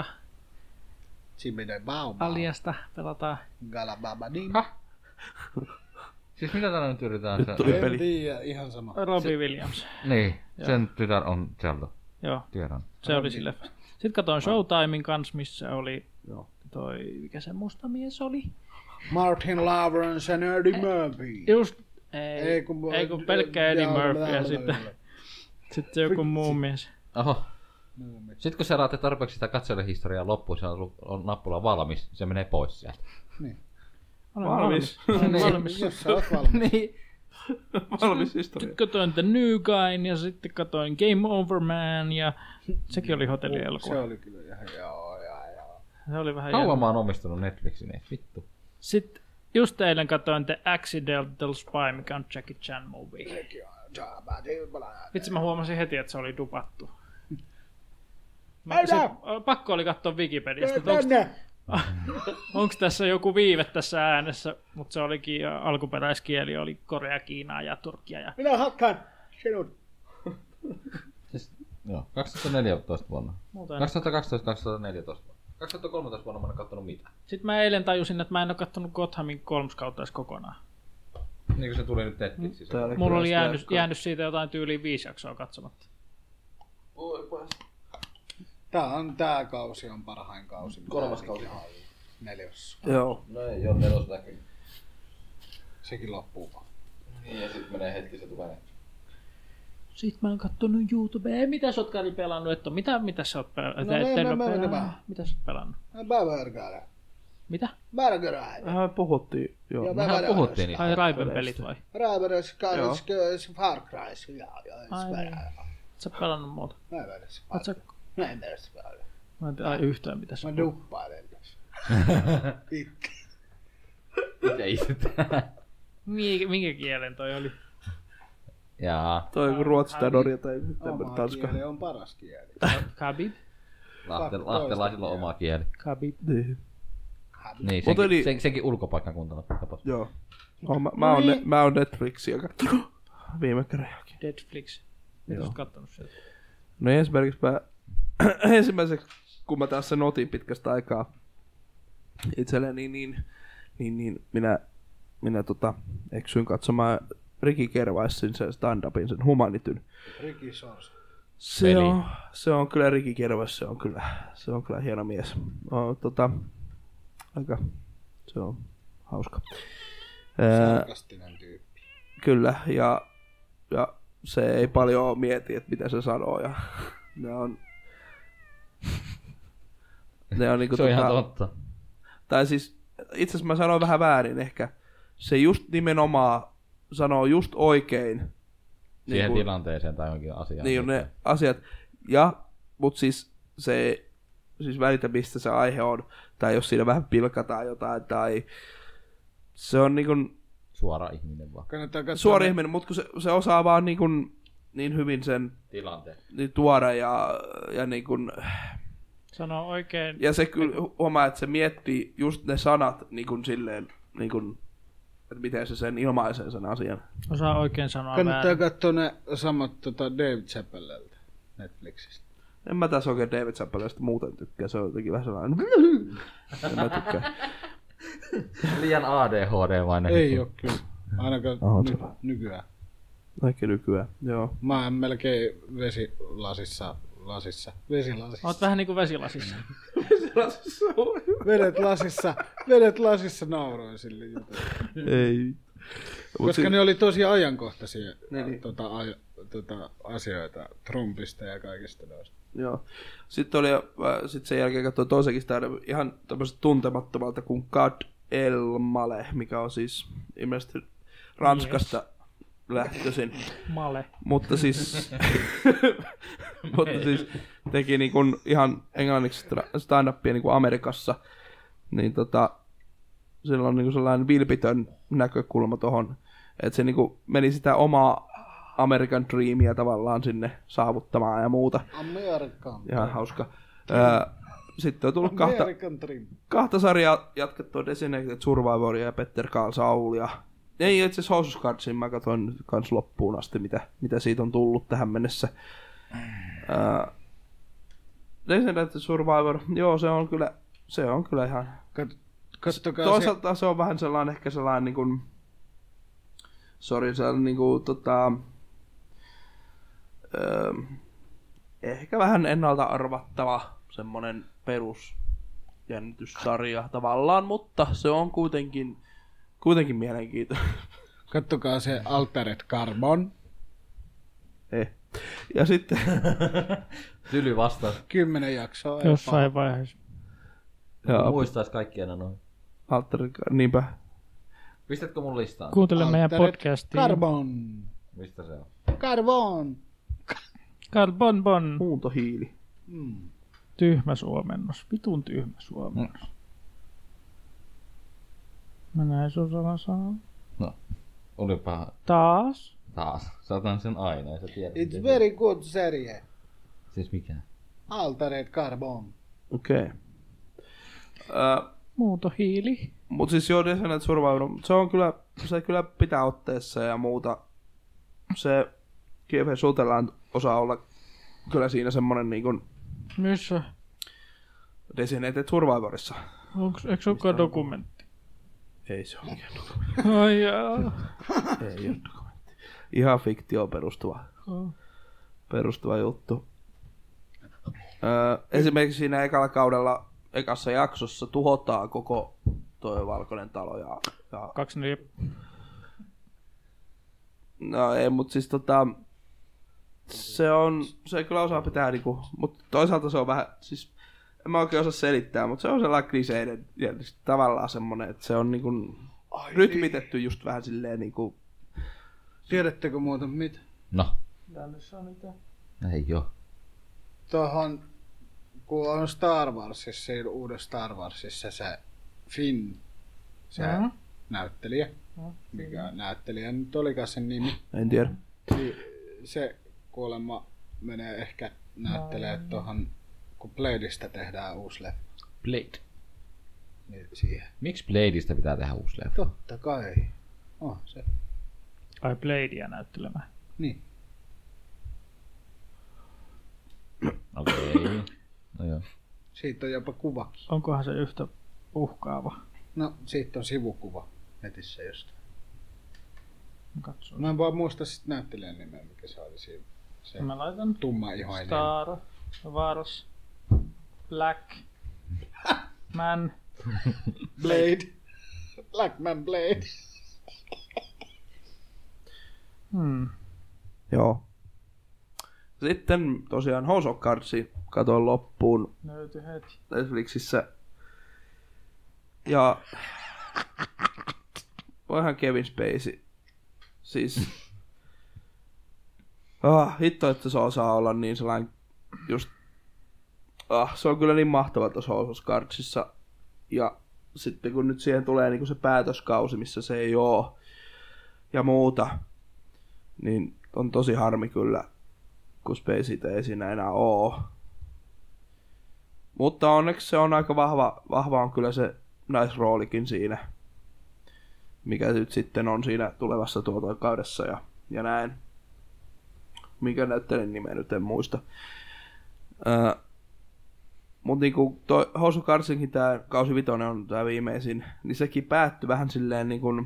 Aliasta pelataan. Galababadin. Siis mitä täällä nyt yritetään? Nyt tuli peli. En tiedä, ihan sama. Robbie Williams. Niin, sen tytär on Zelda. Joo. Tiedän. Se oli sille. Sitten katsoin Showtimein kanssa, missä oli mikä se musta mies oli? Martin Lawrence and Eddie Murphy. Just, ei kun pelkkä Eddie Murphy ja sitten joku muu mies. Oho. Sitten kun sä raatte tarpeeksi sitä katselehistoriaa loppuun, se on nappula valmis, se menee pois sieltä. Niin. Valmis. Valmis. Jos sä oot valmis. Niin. Valmis historia. Sitten katoin The New Guyn ja sitten katoin Game Over Man ja sekin oli hotellielokuva. Se oli kyllä ihan joo. Se oli vähän kauan mä oon omistanut Netflixin, ei vittu. Sitten just eilen katoin The Accidental Spy, mikä on Jackie Chan movie. Vitsi mä huomasin heti, että se oli dupattu. Pakko oli katsoa Wikipediasta, onko tässä joku viive tässä äänessä, mutta se olikin alkuperäiskieli, oli Korea, Kiinaa ja Turkia. Ja... Minä hakkaan sinut. Siis, joo, 2014 vuonna. 2012-2014 vuonna. 2013 vuonna mä en ole kattonut mitään. Sitten mä eilen tajusin, että mä en ole kattonut Gothamin 3 kautta edes kokonaan. Niin kuin se tuli nyt Netflixiin. Mulla oli jäänyt siitä jotain tyyliin 5 jaksoa katsomatta. Tää kausi on parhain kausi. 3. kausi. 4. Joo. No ei ole 4 näkyy. Sekin loppuu vaan. Niin ja sit menee hetki se tulee. Sitten mä oon kattonut YouTubea. Mitä sä oot Kari pelannut? Mitä sä oot pelannut? Mitä sä oot pelannut? Burger. Mitä? Burger. Puhuttiin, joo. Mehän puhuttiin niistä. Ai Raipen pelit vai? Raipen Far Cry. Sä oot pelannut muuta? Mä en edes. Mä en tiedä yhtään mitä sä mä duppailen tässä. Mitä itsetään? Minkä kielen toi oli? Jaa. Toi on ruotsi tai norja tai oma tanska. kieli on paras kieli. Khabib? Lahtelaisilla on oma kieli. Khabib. Niin, senkin ulkopaikkakuntana. Joo. Mä oon Netflixiä kattonut viime kerrankin. Netflix. Mitä oot kattonut sieltä? No esimerkiksi ensimmäiseksi, kun mä tässä otin pitkästä aikaa itselleni, niin minä eksyin katsomaan Ricky Gervaisin sen stand-upin, sen Humanityn. Ricky Sors. Se on kyllä Ricky Gervais, se on kyllä hieno mies. Se on hauska. Sarkastinen tyyppi. Kyllä, ja se ei paljon mieti, että mitä se sanoo, ja ne on niinku se on ihan totta. Tai siis, itse asiassa mä sanoin vähän väärin ehkä. Se just nimenomaan sanoo just oikein. Siihen niin tilanteeseen tai jonkin asiaan. Niin ne asiat. Mut siis se siis välitä mistä se aihe on. Tai jos siinä vähän pilkataan jotain. Tai se on niinku... Suora ihminen vaan. Suora ihminen, mutta kun se osaa vaan niin hyvin sen tilanteen niin tuoda ja niin kuin... Sano oikein. Ja se kyllä huomaa, että se miettii just ne sanat niin kuin silleen, niin kuin, että miten se sen ilmaisee sen asian. Osaa oikein sanoa kannattaa väärin. katsoa ne samat David Chappellelta Netflixistä. En mä tässä oikein David Chappellesta muuten tykkää, se on jotenkin vähän sellainen... En mä tykkää. liian ADHD-vainen. Ei oo kyllä. Ainakaan nykyään. Ehkä nykyään, joo. Mä oon melkein vesilasissa. Oot vähän niinku vesilasissa. Vedet lasissa nauroin sille jutulle. Ei. Koska ne oli tosi ajankohtaisia asioita Trumpista ja kaikista noista. Joo. Sitten sen jälkeen katsoin toisenkin sitä ihan tämmöiseltä tuntemattomalta kuin God Elmaleh, mikä on siis ilmeisesti Ranskasta lähtöisin. Male. Mutta siis teki niin kuin ihan englanniksi stand-upia niin kuin Amerikassa. Niin sillä on niin kuin sellainen vilpitön näkökulma tohon, että se niin kuin meni sitä omaa American Dreamia tavallaan sinne saavuttamaan ja muuta. American. Ihan hauska. Sitten on tullut kahta sarjaa jatkettua, Designated Survivoria ja Better Call Saulia. Ei itse asiassa House of Cardsin, mä katsoin kans loppuun asti, mitä siitä on tullut tähän mennessä. Designated Survivor, joo, se on kyllä ihan... Toisaalta se on vähän sellainen, ehkä sellainen niin kuin... sellainen niin kuin ehkä vähän ennalta arvattava semmonen perusjännityssarja tavallaan, mutta se on kuitenkin mielenkiintoinen. Kattokaa se Altered Carbon. Ja sitten... Tyly vastaus. 10 jaksoa. Jossain vaiheessa. Muistais kaikki enää noin. Altered niinpä. Pistätkö mun listaan? Kuuntele meidän podcastia. Carbon. Mistä se on? Carbon. Carbon. Muuntohiili. Tyhmä suomennos. Vitun tyhmä suomennos. Mä näin sun sanan. No, olipa... Taas. Sä otan sen aina ja sä tiedät. It's very good serie. Siis mikä? Altered Carbon. Okei. Muuntohiili. Mut siis joo, Designated Survivor, se kyllä pitää otteessa ja muuta. Se Kiefer Sutherland osaa olla kyllä siinä semmonen niinkun... Missä? Designated Survivorissa. Eikö se olekaan dokumentti? Ei se ole mikään dokumentti. Ai jaa. Ei ole dokumentti. Ihan fiktioon perustuva juttu. Esimerkiksi siinä ekalla kaudella, ekassa jaksossa tuhotaan koko toi Valkoinen talo ja 24. No ei, mutta siis se kyllä osaa pitää niinku, mutta toisaalta se on vähän, siis en mä oikein osaa selittää, mutta se on sellainen kliseinen ja tavallaan semmonen, että se on niinku rytmitetty just vähän silleen niinku. Tiedättekö muuten mitä? No. Jännissä on mitä? Ei oo. Tuohon, kun on Star Warsissa, siinä uudessa Star Warsissa se Finn, se näyttelijä, mikä näyttelijä nyt olikaan sen nimi. En tiedä. Niin se kuulemma menee ehkä näyttelee tuohon, kun Bladeista tehdään uusi leffa. Blade. Niin siihen. Miksi Bladeista pitää tehdä uusi leffa? Totta kai. Se. Ai Bladea näyttelemään. Niin. Okei. No joo. Siitä on jopa kuvakin. Onkohan se yhtä uhkaava? No, siitä on sivukuva netissä jostain. Katsotaan. Mä en vaan muista sit näyttelijän nimeä, mikä se oli siinä. Se Mä laitan tummaihoinen. Star Wars Black Man Blade. Black Man Blade. Joo. Sitten tosiaan House of Cardsin katoin loppuun löytyi heti Netflixissä. Ja voihan Kevin Spacey. Siis hitto, että se osaa olla niin sellainen just se on kyllä niin mahtava tuossa House of Cardsissa. Ja sitten kun nyt siihen tulee niinku se päätöskausi, missä se ei oo ja muuta, niin on tosi harmi kyllä, kun Spaceytä ei siinä enää oo. Mutta onneksi se on aika vahva on kyllä se naisroolikin siinä, mikä nyt sitten on siinä tulevassa kaudessa ja näin. Mikä näyttelijän nimeä nyt en muista. Mutta niinku House of Cardsinkin tää kausi 5 on tää viimeisin, niin sekin päättyi vähän silleen niinku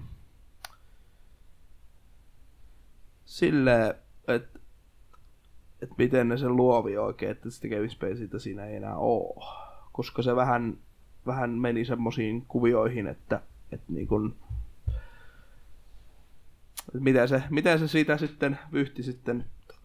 silleen, että miten ne sen luovi oikein, että sitten Kevin Spaceytä siinä ei enää oo. Koska se vähän meni semmosiin kuvioihin, että niinku miten se siitä sitten vyhti sitten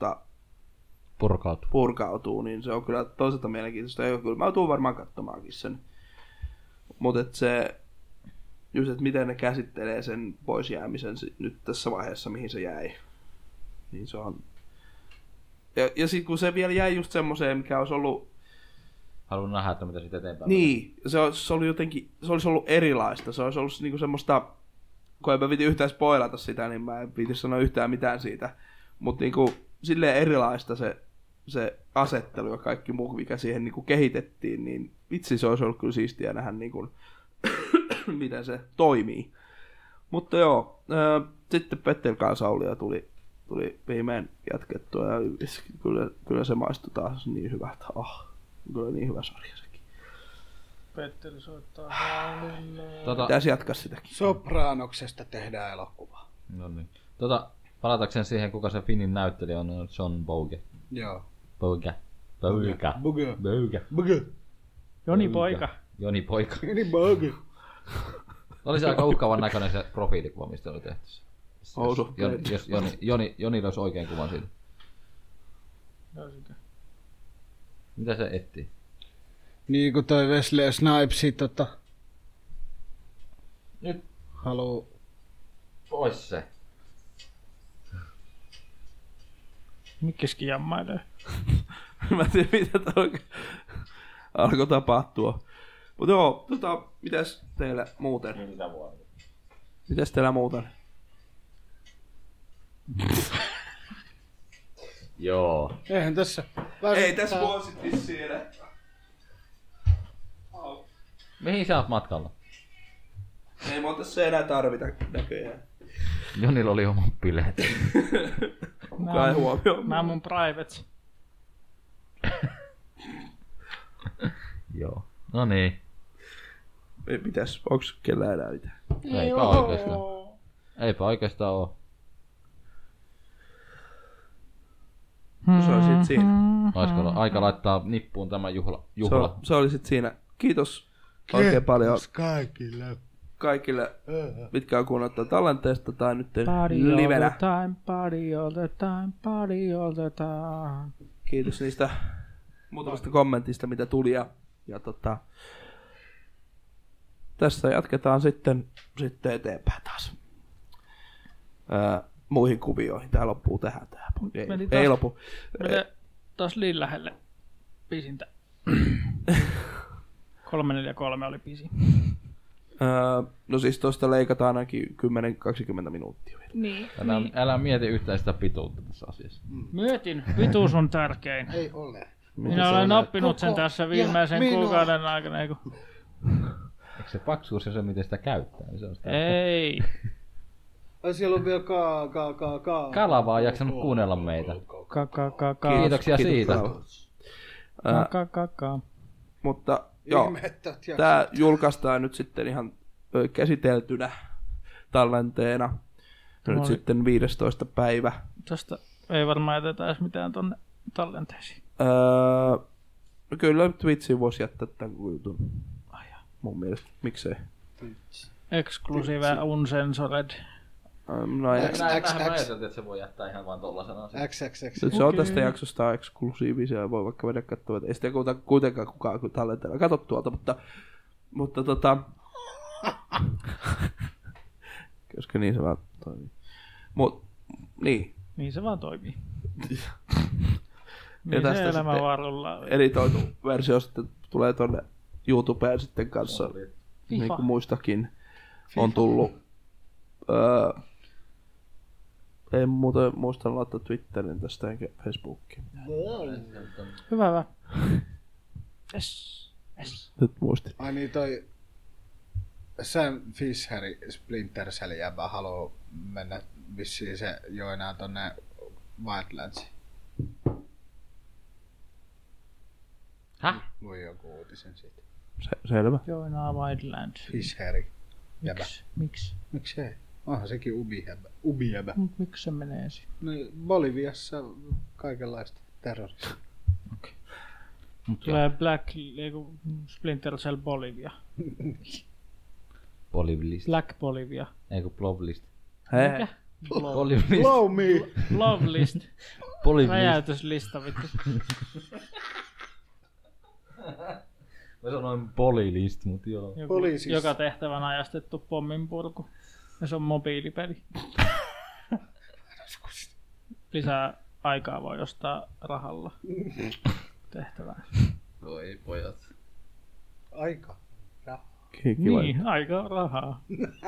purkautuu, niin se on kyllä toisaalta mielenkiintoista. Ja kyllä mä tuun varmaan katsomaankin sen. Mutta se, just että miten ne käsittelee sen pois jäämisen nyt tässä vaiheessa, mihin se jäi. Niin se on. Ja sitten kun se vielä jäi just semmoseen, mikä olisi ollut. Haluan nähdä, että mitä sitten eteenpäin. Niin, se oli jotenkin, se olisi ollut erilaista. Se olisi ollut niinku semmoista, kun en mä piti yhtään spoilata sitä, niin mä en piti sanoa yhtään mitään siitä. Mutta niinku silleen erilaista se asettelu ja kaikki muu, mikä siihen niinku kehitettiin, niin vitsi se olisi ollut kyllä siistiä nähdä niinku, miten se toimii. Mutta joo, sitten Better Call Saulia tuli viimein jatkettua ja kyllä se maistui taas niin hyvältä. Kyllä niin hyvä sarja sekin. Petteri soittaa Saulille. Pitäisi jatkaa sitäkin. Sopranoksesta tehdään elokuva. No niin. Palatakseen siihen, kuka se Finnin näyttelijä on John Boge. Joo. Boge. Joni Poika. Joni Poika. Joni Boge. Oli se aika uhkaavan näköinen se profiilikuva, mistä oli tehty. Jos Joni löysi oikein kuvan siitä. Mitä se etsii? Niin kuin toi Wesley Snipes Nyt haluu pois se. Mikkiskin jammailee. Mä en tiedä mitä tää oikein alkoi tapahtua. Mutta joo, mitäs teillä muuten? Mitäs teillä muuten? Joo. Eihän tässä. Ei tässä vuosittiin siinä. Mihin sä oot matkalla? Ei mua tässä enää tarvita näköjään. Jonilla oli omat bileet. Kukaan ei huomioi. Nää on mun privates. Joo. No niin. Mitäs? Onks kellään enää mitään? Eipä oikeastaan oo. Se oli sit siinä. Olisiko aika laittaa nippuun tämä juhla? Se oli sit siinä. Kiitos oikein paljon kaikille, mitkä on kuunnellut tallenteesta tai nyt livenä. Party all the time. Kiitos niistä muutamasta kommentista, mitä tuli. Ja tässä jatketaan sitten eteenpäin taas. Muihin kuvioihin. Tää loppuu tähän. Ei lopu. Mene taas liin lähelle pisintä. 343 oli pisin. No siis tosta leikataan ainakin 10-20 minuuttia vielä. Niin. Älä mieti yhtään sitä pituutta tässä asiassa. Mietin, pituus on tärkein. Ei ole. Minä olen oppinut sen tässä viimeisen kuukauden aikana. Eikö se paksuus ja se, miten sitä käyttää? Niin se on sitä ei. Siellä on vielä Kala vaan jaksanut kuunnella meitä. Kiitoksia siitä. Mutta joo, tää julkaistaan nyt sitten ihan käsiteltynä tallenteena. Nyt sitten 15. päivä. Tästä ei varmaan jätetä edes mitään tonne tallenteisiin. No kyllä Twitchiin voisi jättää tämän jutun. Mun mielestä, miksei. Exclusive uncensored. No ajateltiin, että se voi jättää ihan vaan tollasena. Se on tästä jaksosta eksklusiivisia ja voi vaikka mennä katsoa. Ei sitä kuitenkaan kukaan tallenteella katso tuolta, mutta koska niin se vaan toimii. Niin. Niin se vaan toimii. Ja tästä elämä varrella. Editoitu versio sitten tulee tonne YouTubeen sitten kanssa. Niin kuin muistakin on tullut. Ei muuten muista laittaa Twitterin tästä enkä Facebookiin. Hyvä. Yes. Nyt muistin. Ai niin toi Sam Fisheri Splinter Cell jäbä haloo mennä vissiin se joinaa tonne Wildlandsiin. Häh? Luin joku uutisen siitä. Selvä. Joinaa Wildlands. Fisheri jäbä. Miksi? Miksei? Onhan sekin ubijäbä. Miksi se menee siinä? No, Boliviassa kaikenlaista terrorismia. Okei. Tulee Splinter Cell Bolivia. Bolivialist. Black Bolivia. Eiku Bloblist. Hei. Mikä? Bolivialist. Blow me! Love list. Bolivialist. Räjäytyslista vittu. Mä sanoin Bolilist, mut joo. Joka tehtävän ajastettu pomminpurku. Ja se on mobiilipeli. Lisää aikaa voi ostaa rahalla tehtävään. Voi pojat. Aika. Kiva. Niin, aika on rahaa.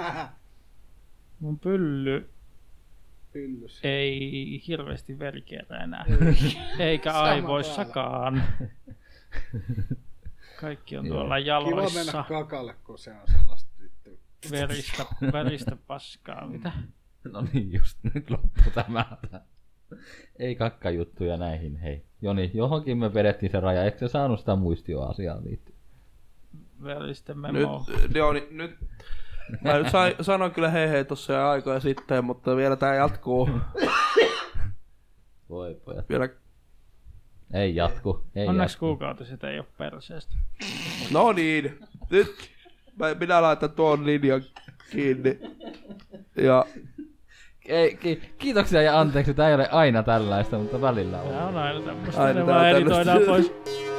Mun pylly Pyllys. ei hirveästi verikeitä enää. Eikä aivoissakaan. Kaikki on tuolla Kiva mennä jaloissa. kakalle, kun se on sellaista vittu. Veristä paskaa. Mitä? No niin, just nyt loppu tämä. Ei kakkajuttuja näihin, hei. Joni, johonkin me vedettiin se raja. Eikö se saanut sitä muistioa asiaan liittyen? Veristen memo. Nyt. Mä nyt sanoin kyllä hei tossa jo aikoja sitten, mutta vielä tää jatkuu. Voi pojat. Vielä. Ei jatku. Ei Onneksi jatku. kuukautiset ei oo perseestä. No niin. Nyt minä laitan tuon linjan kiinni. Ja Kiitoksia ja anteeksi, tää ei ole aina tällaista, mutta välillä on. Tää on aina tämmöstä. Aina Ne tää on vaan tämmöstä. editoidaan pois.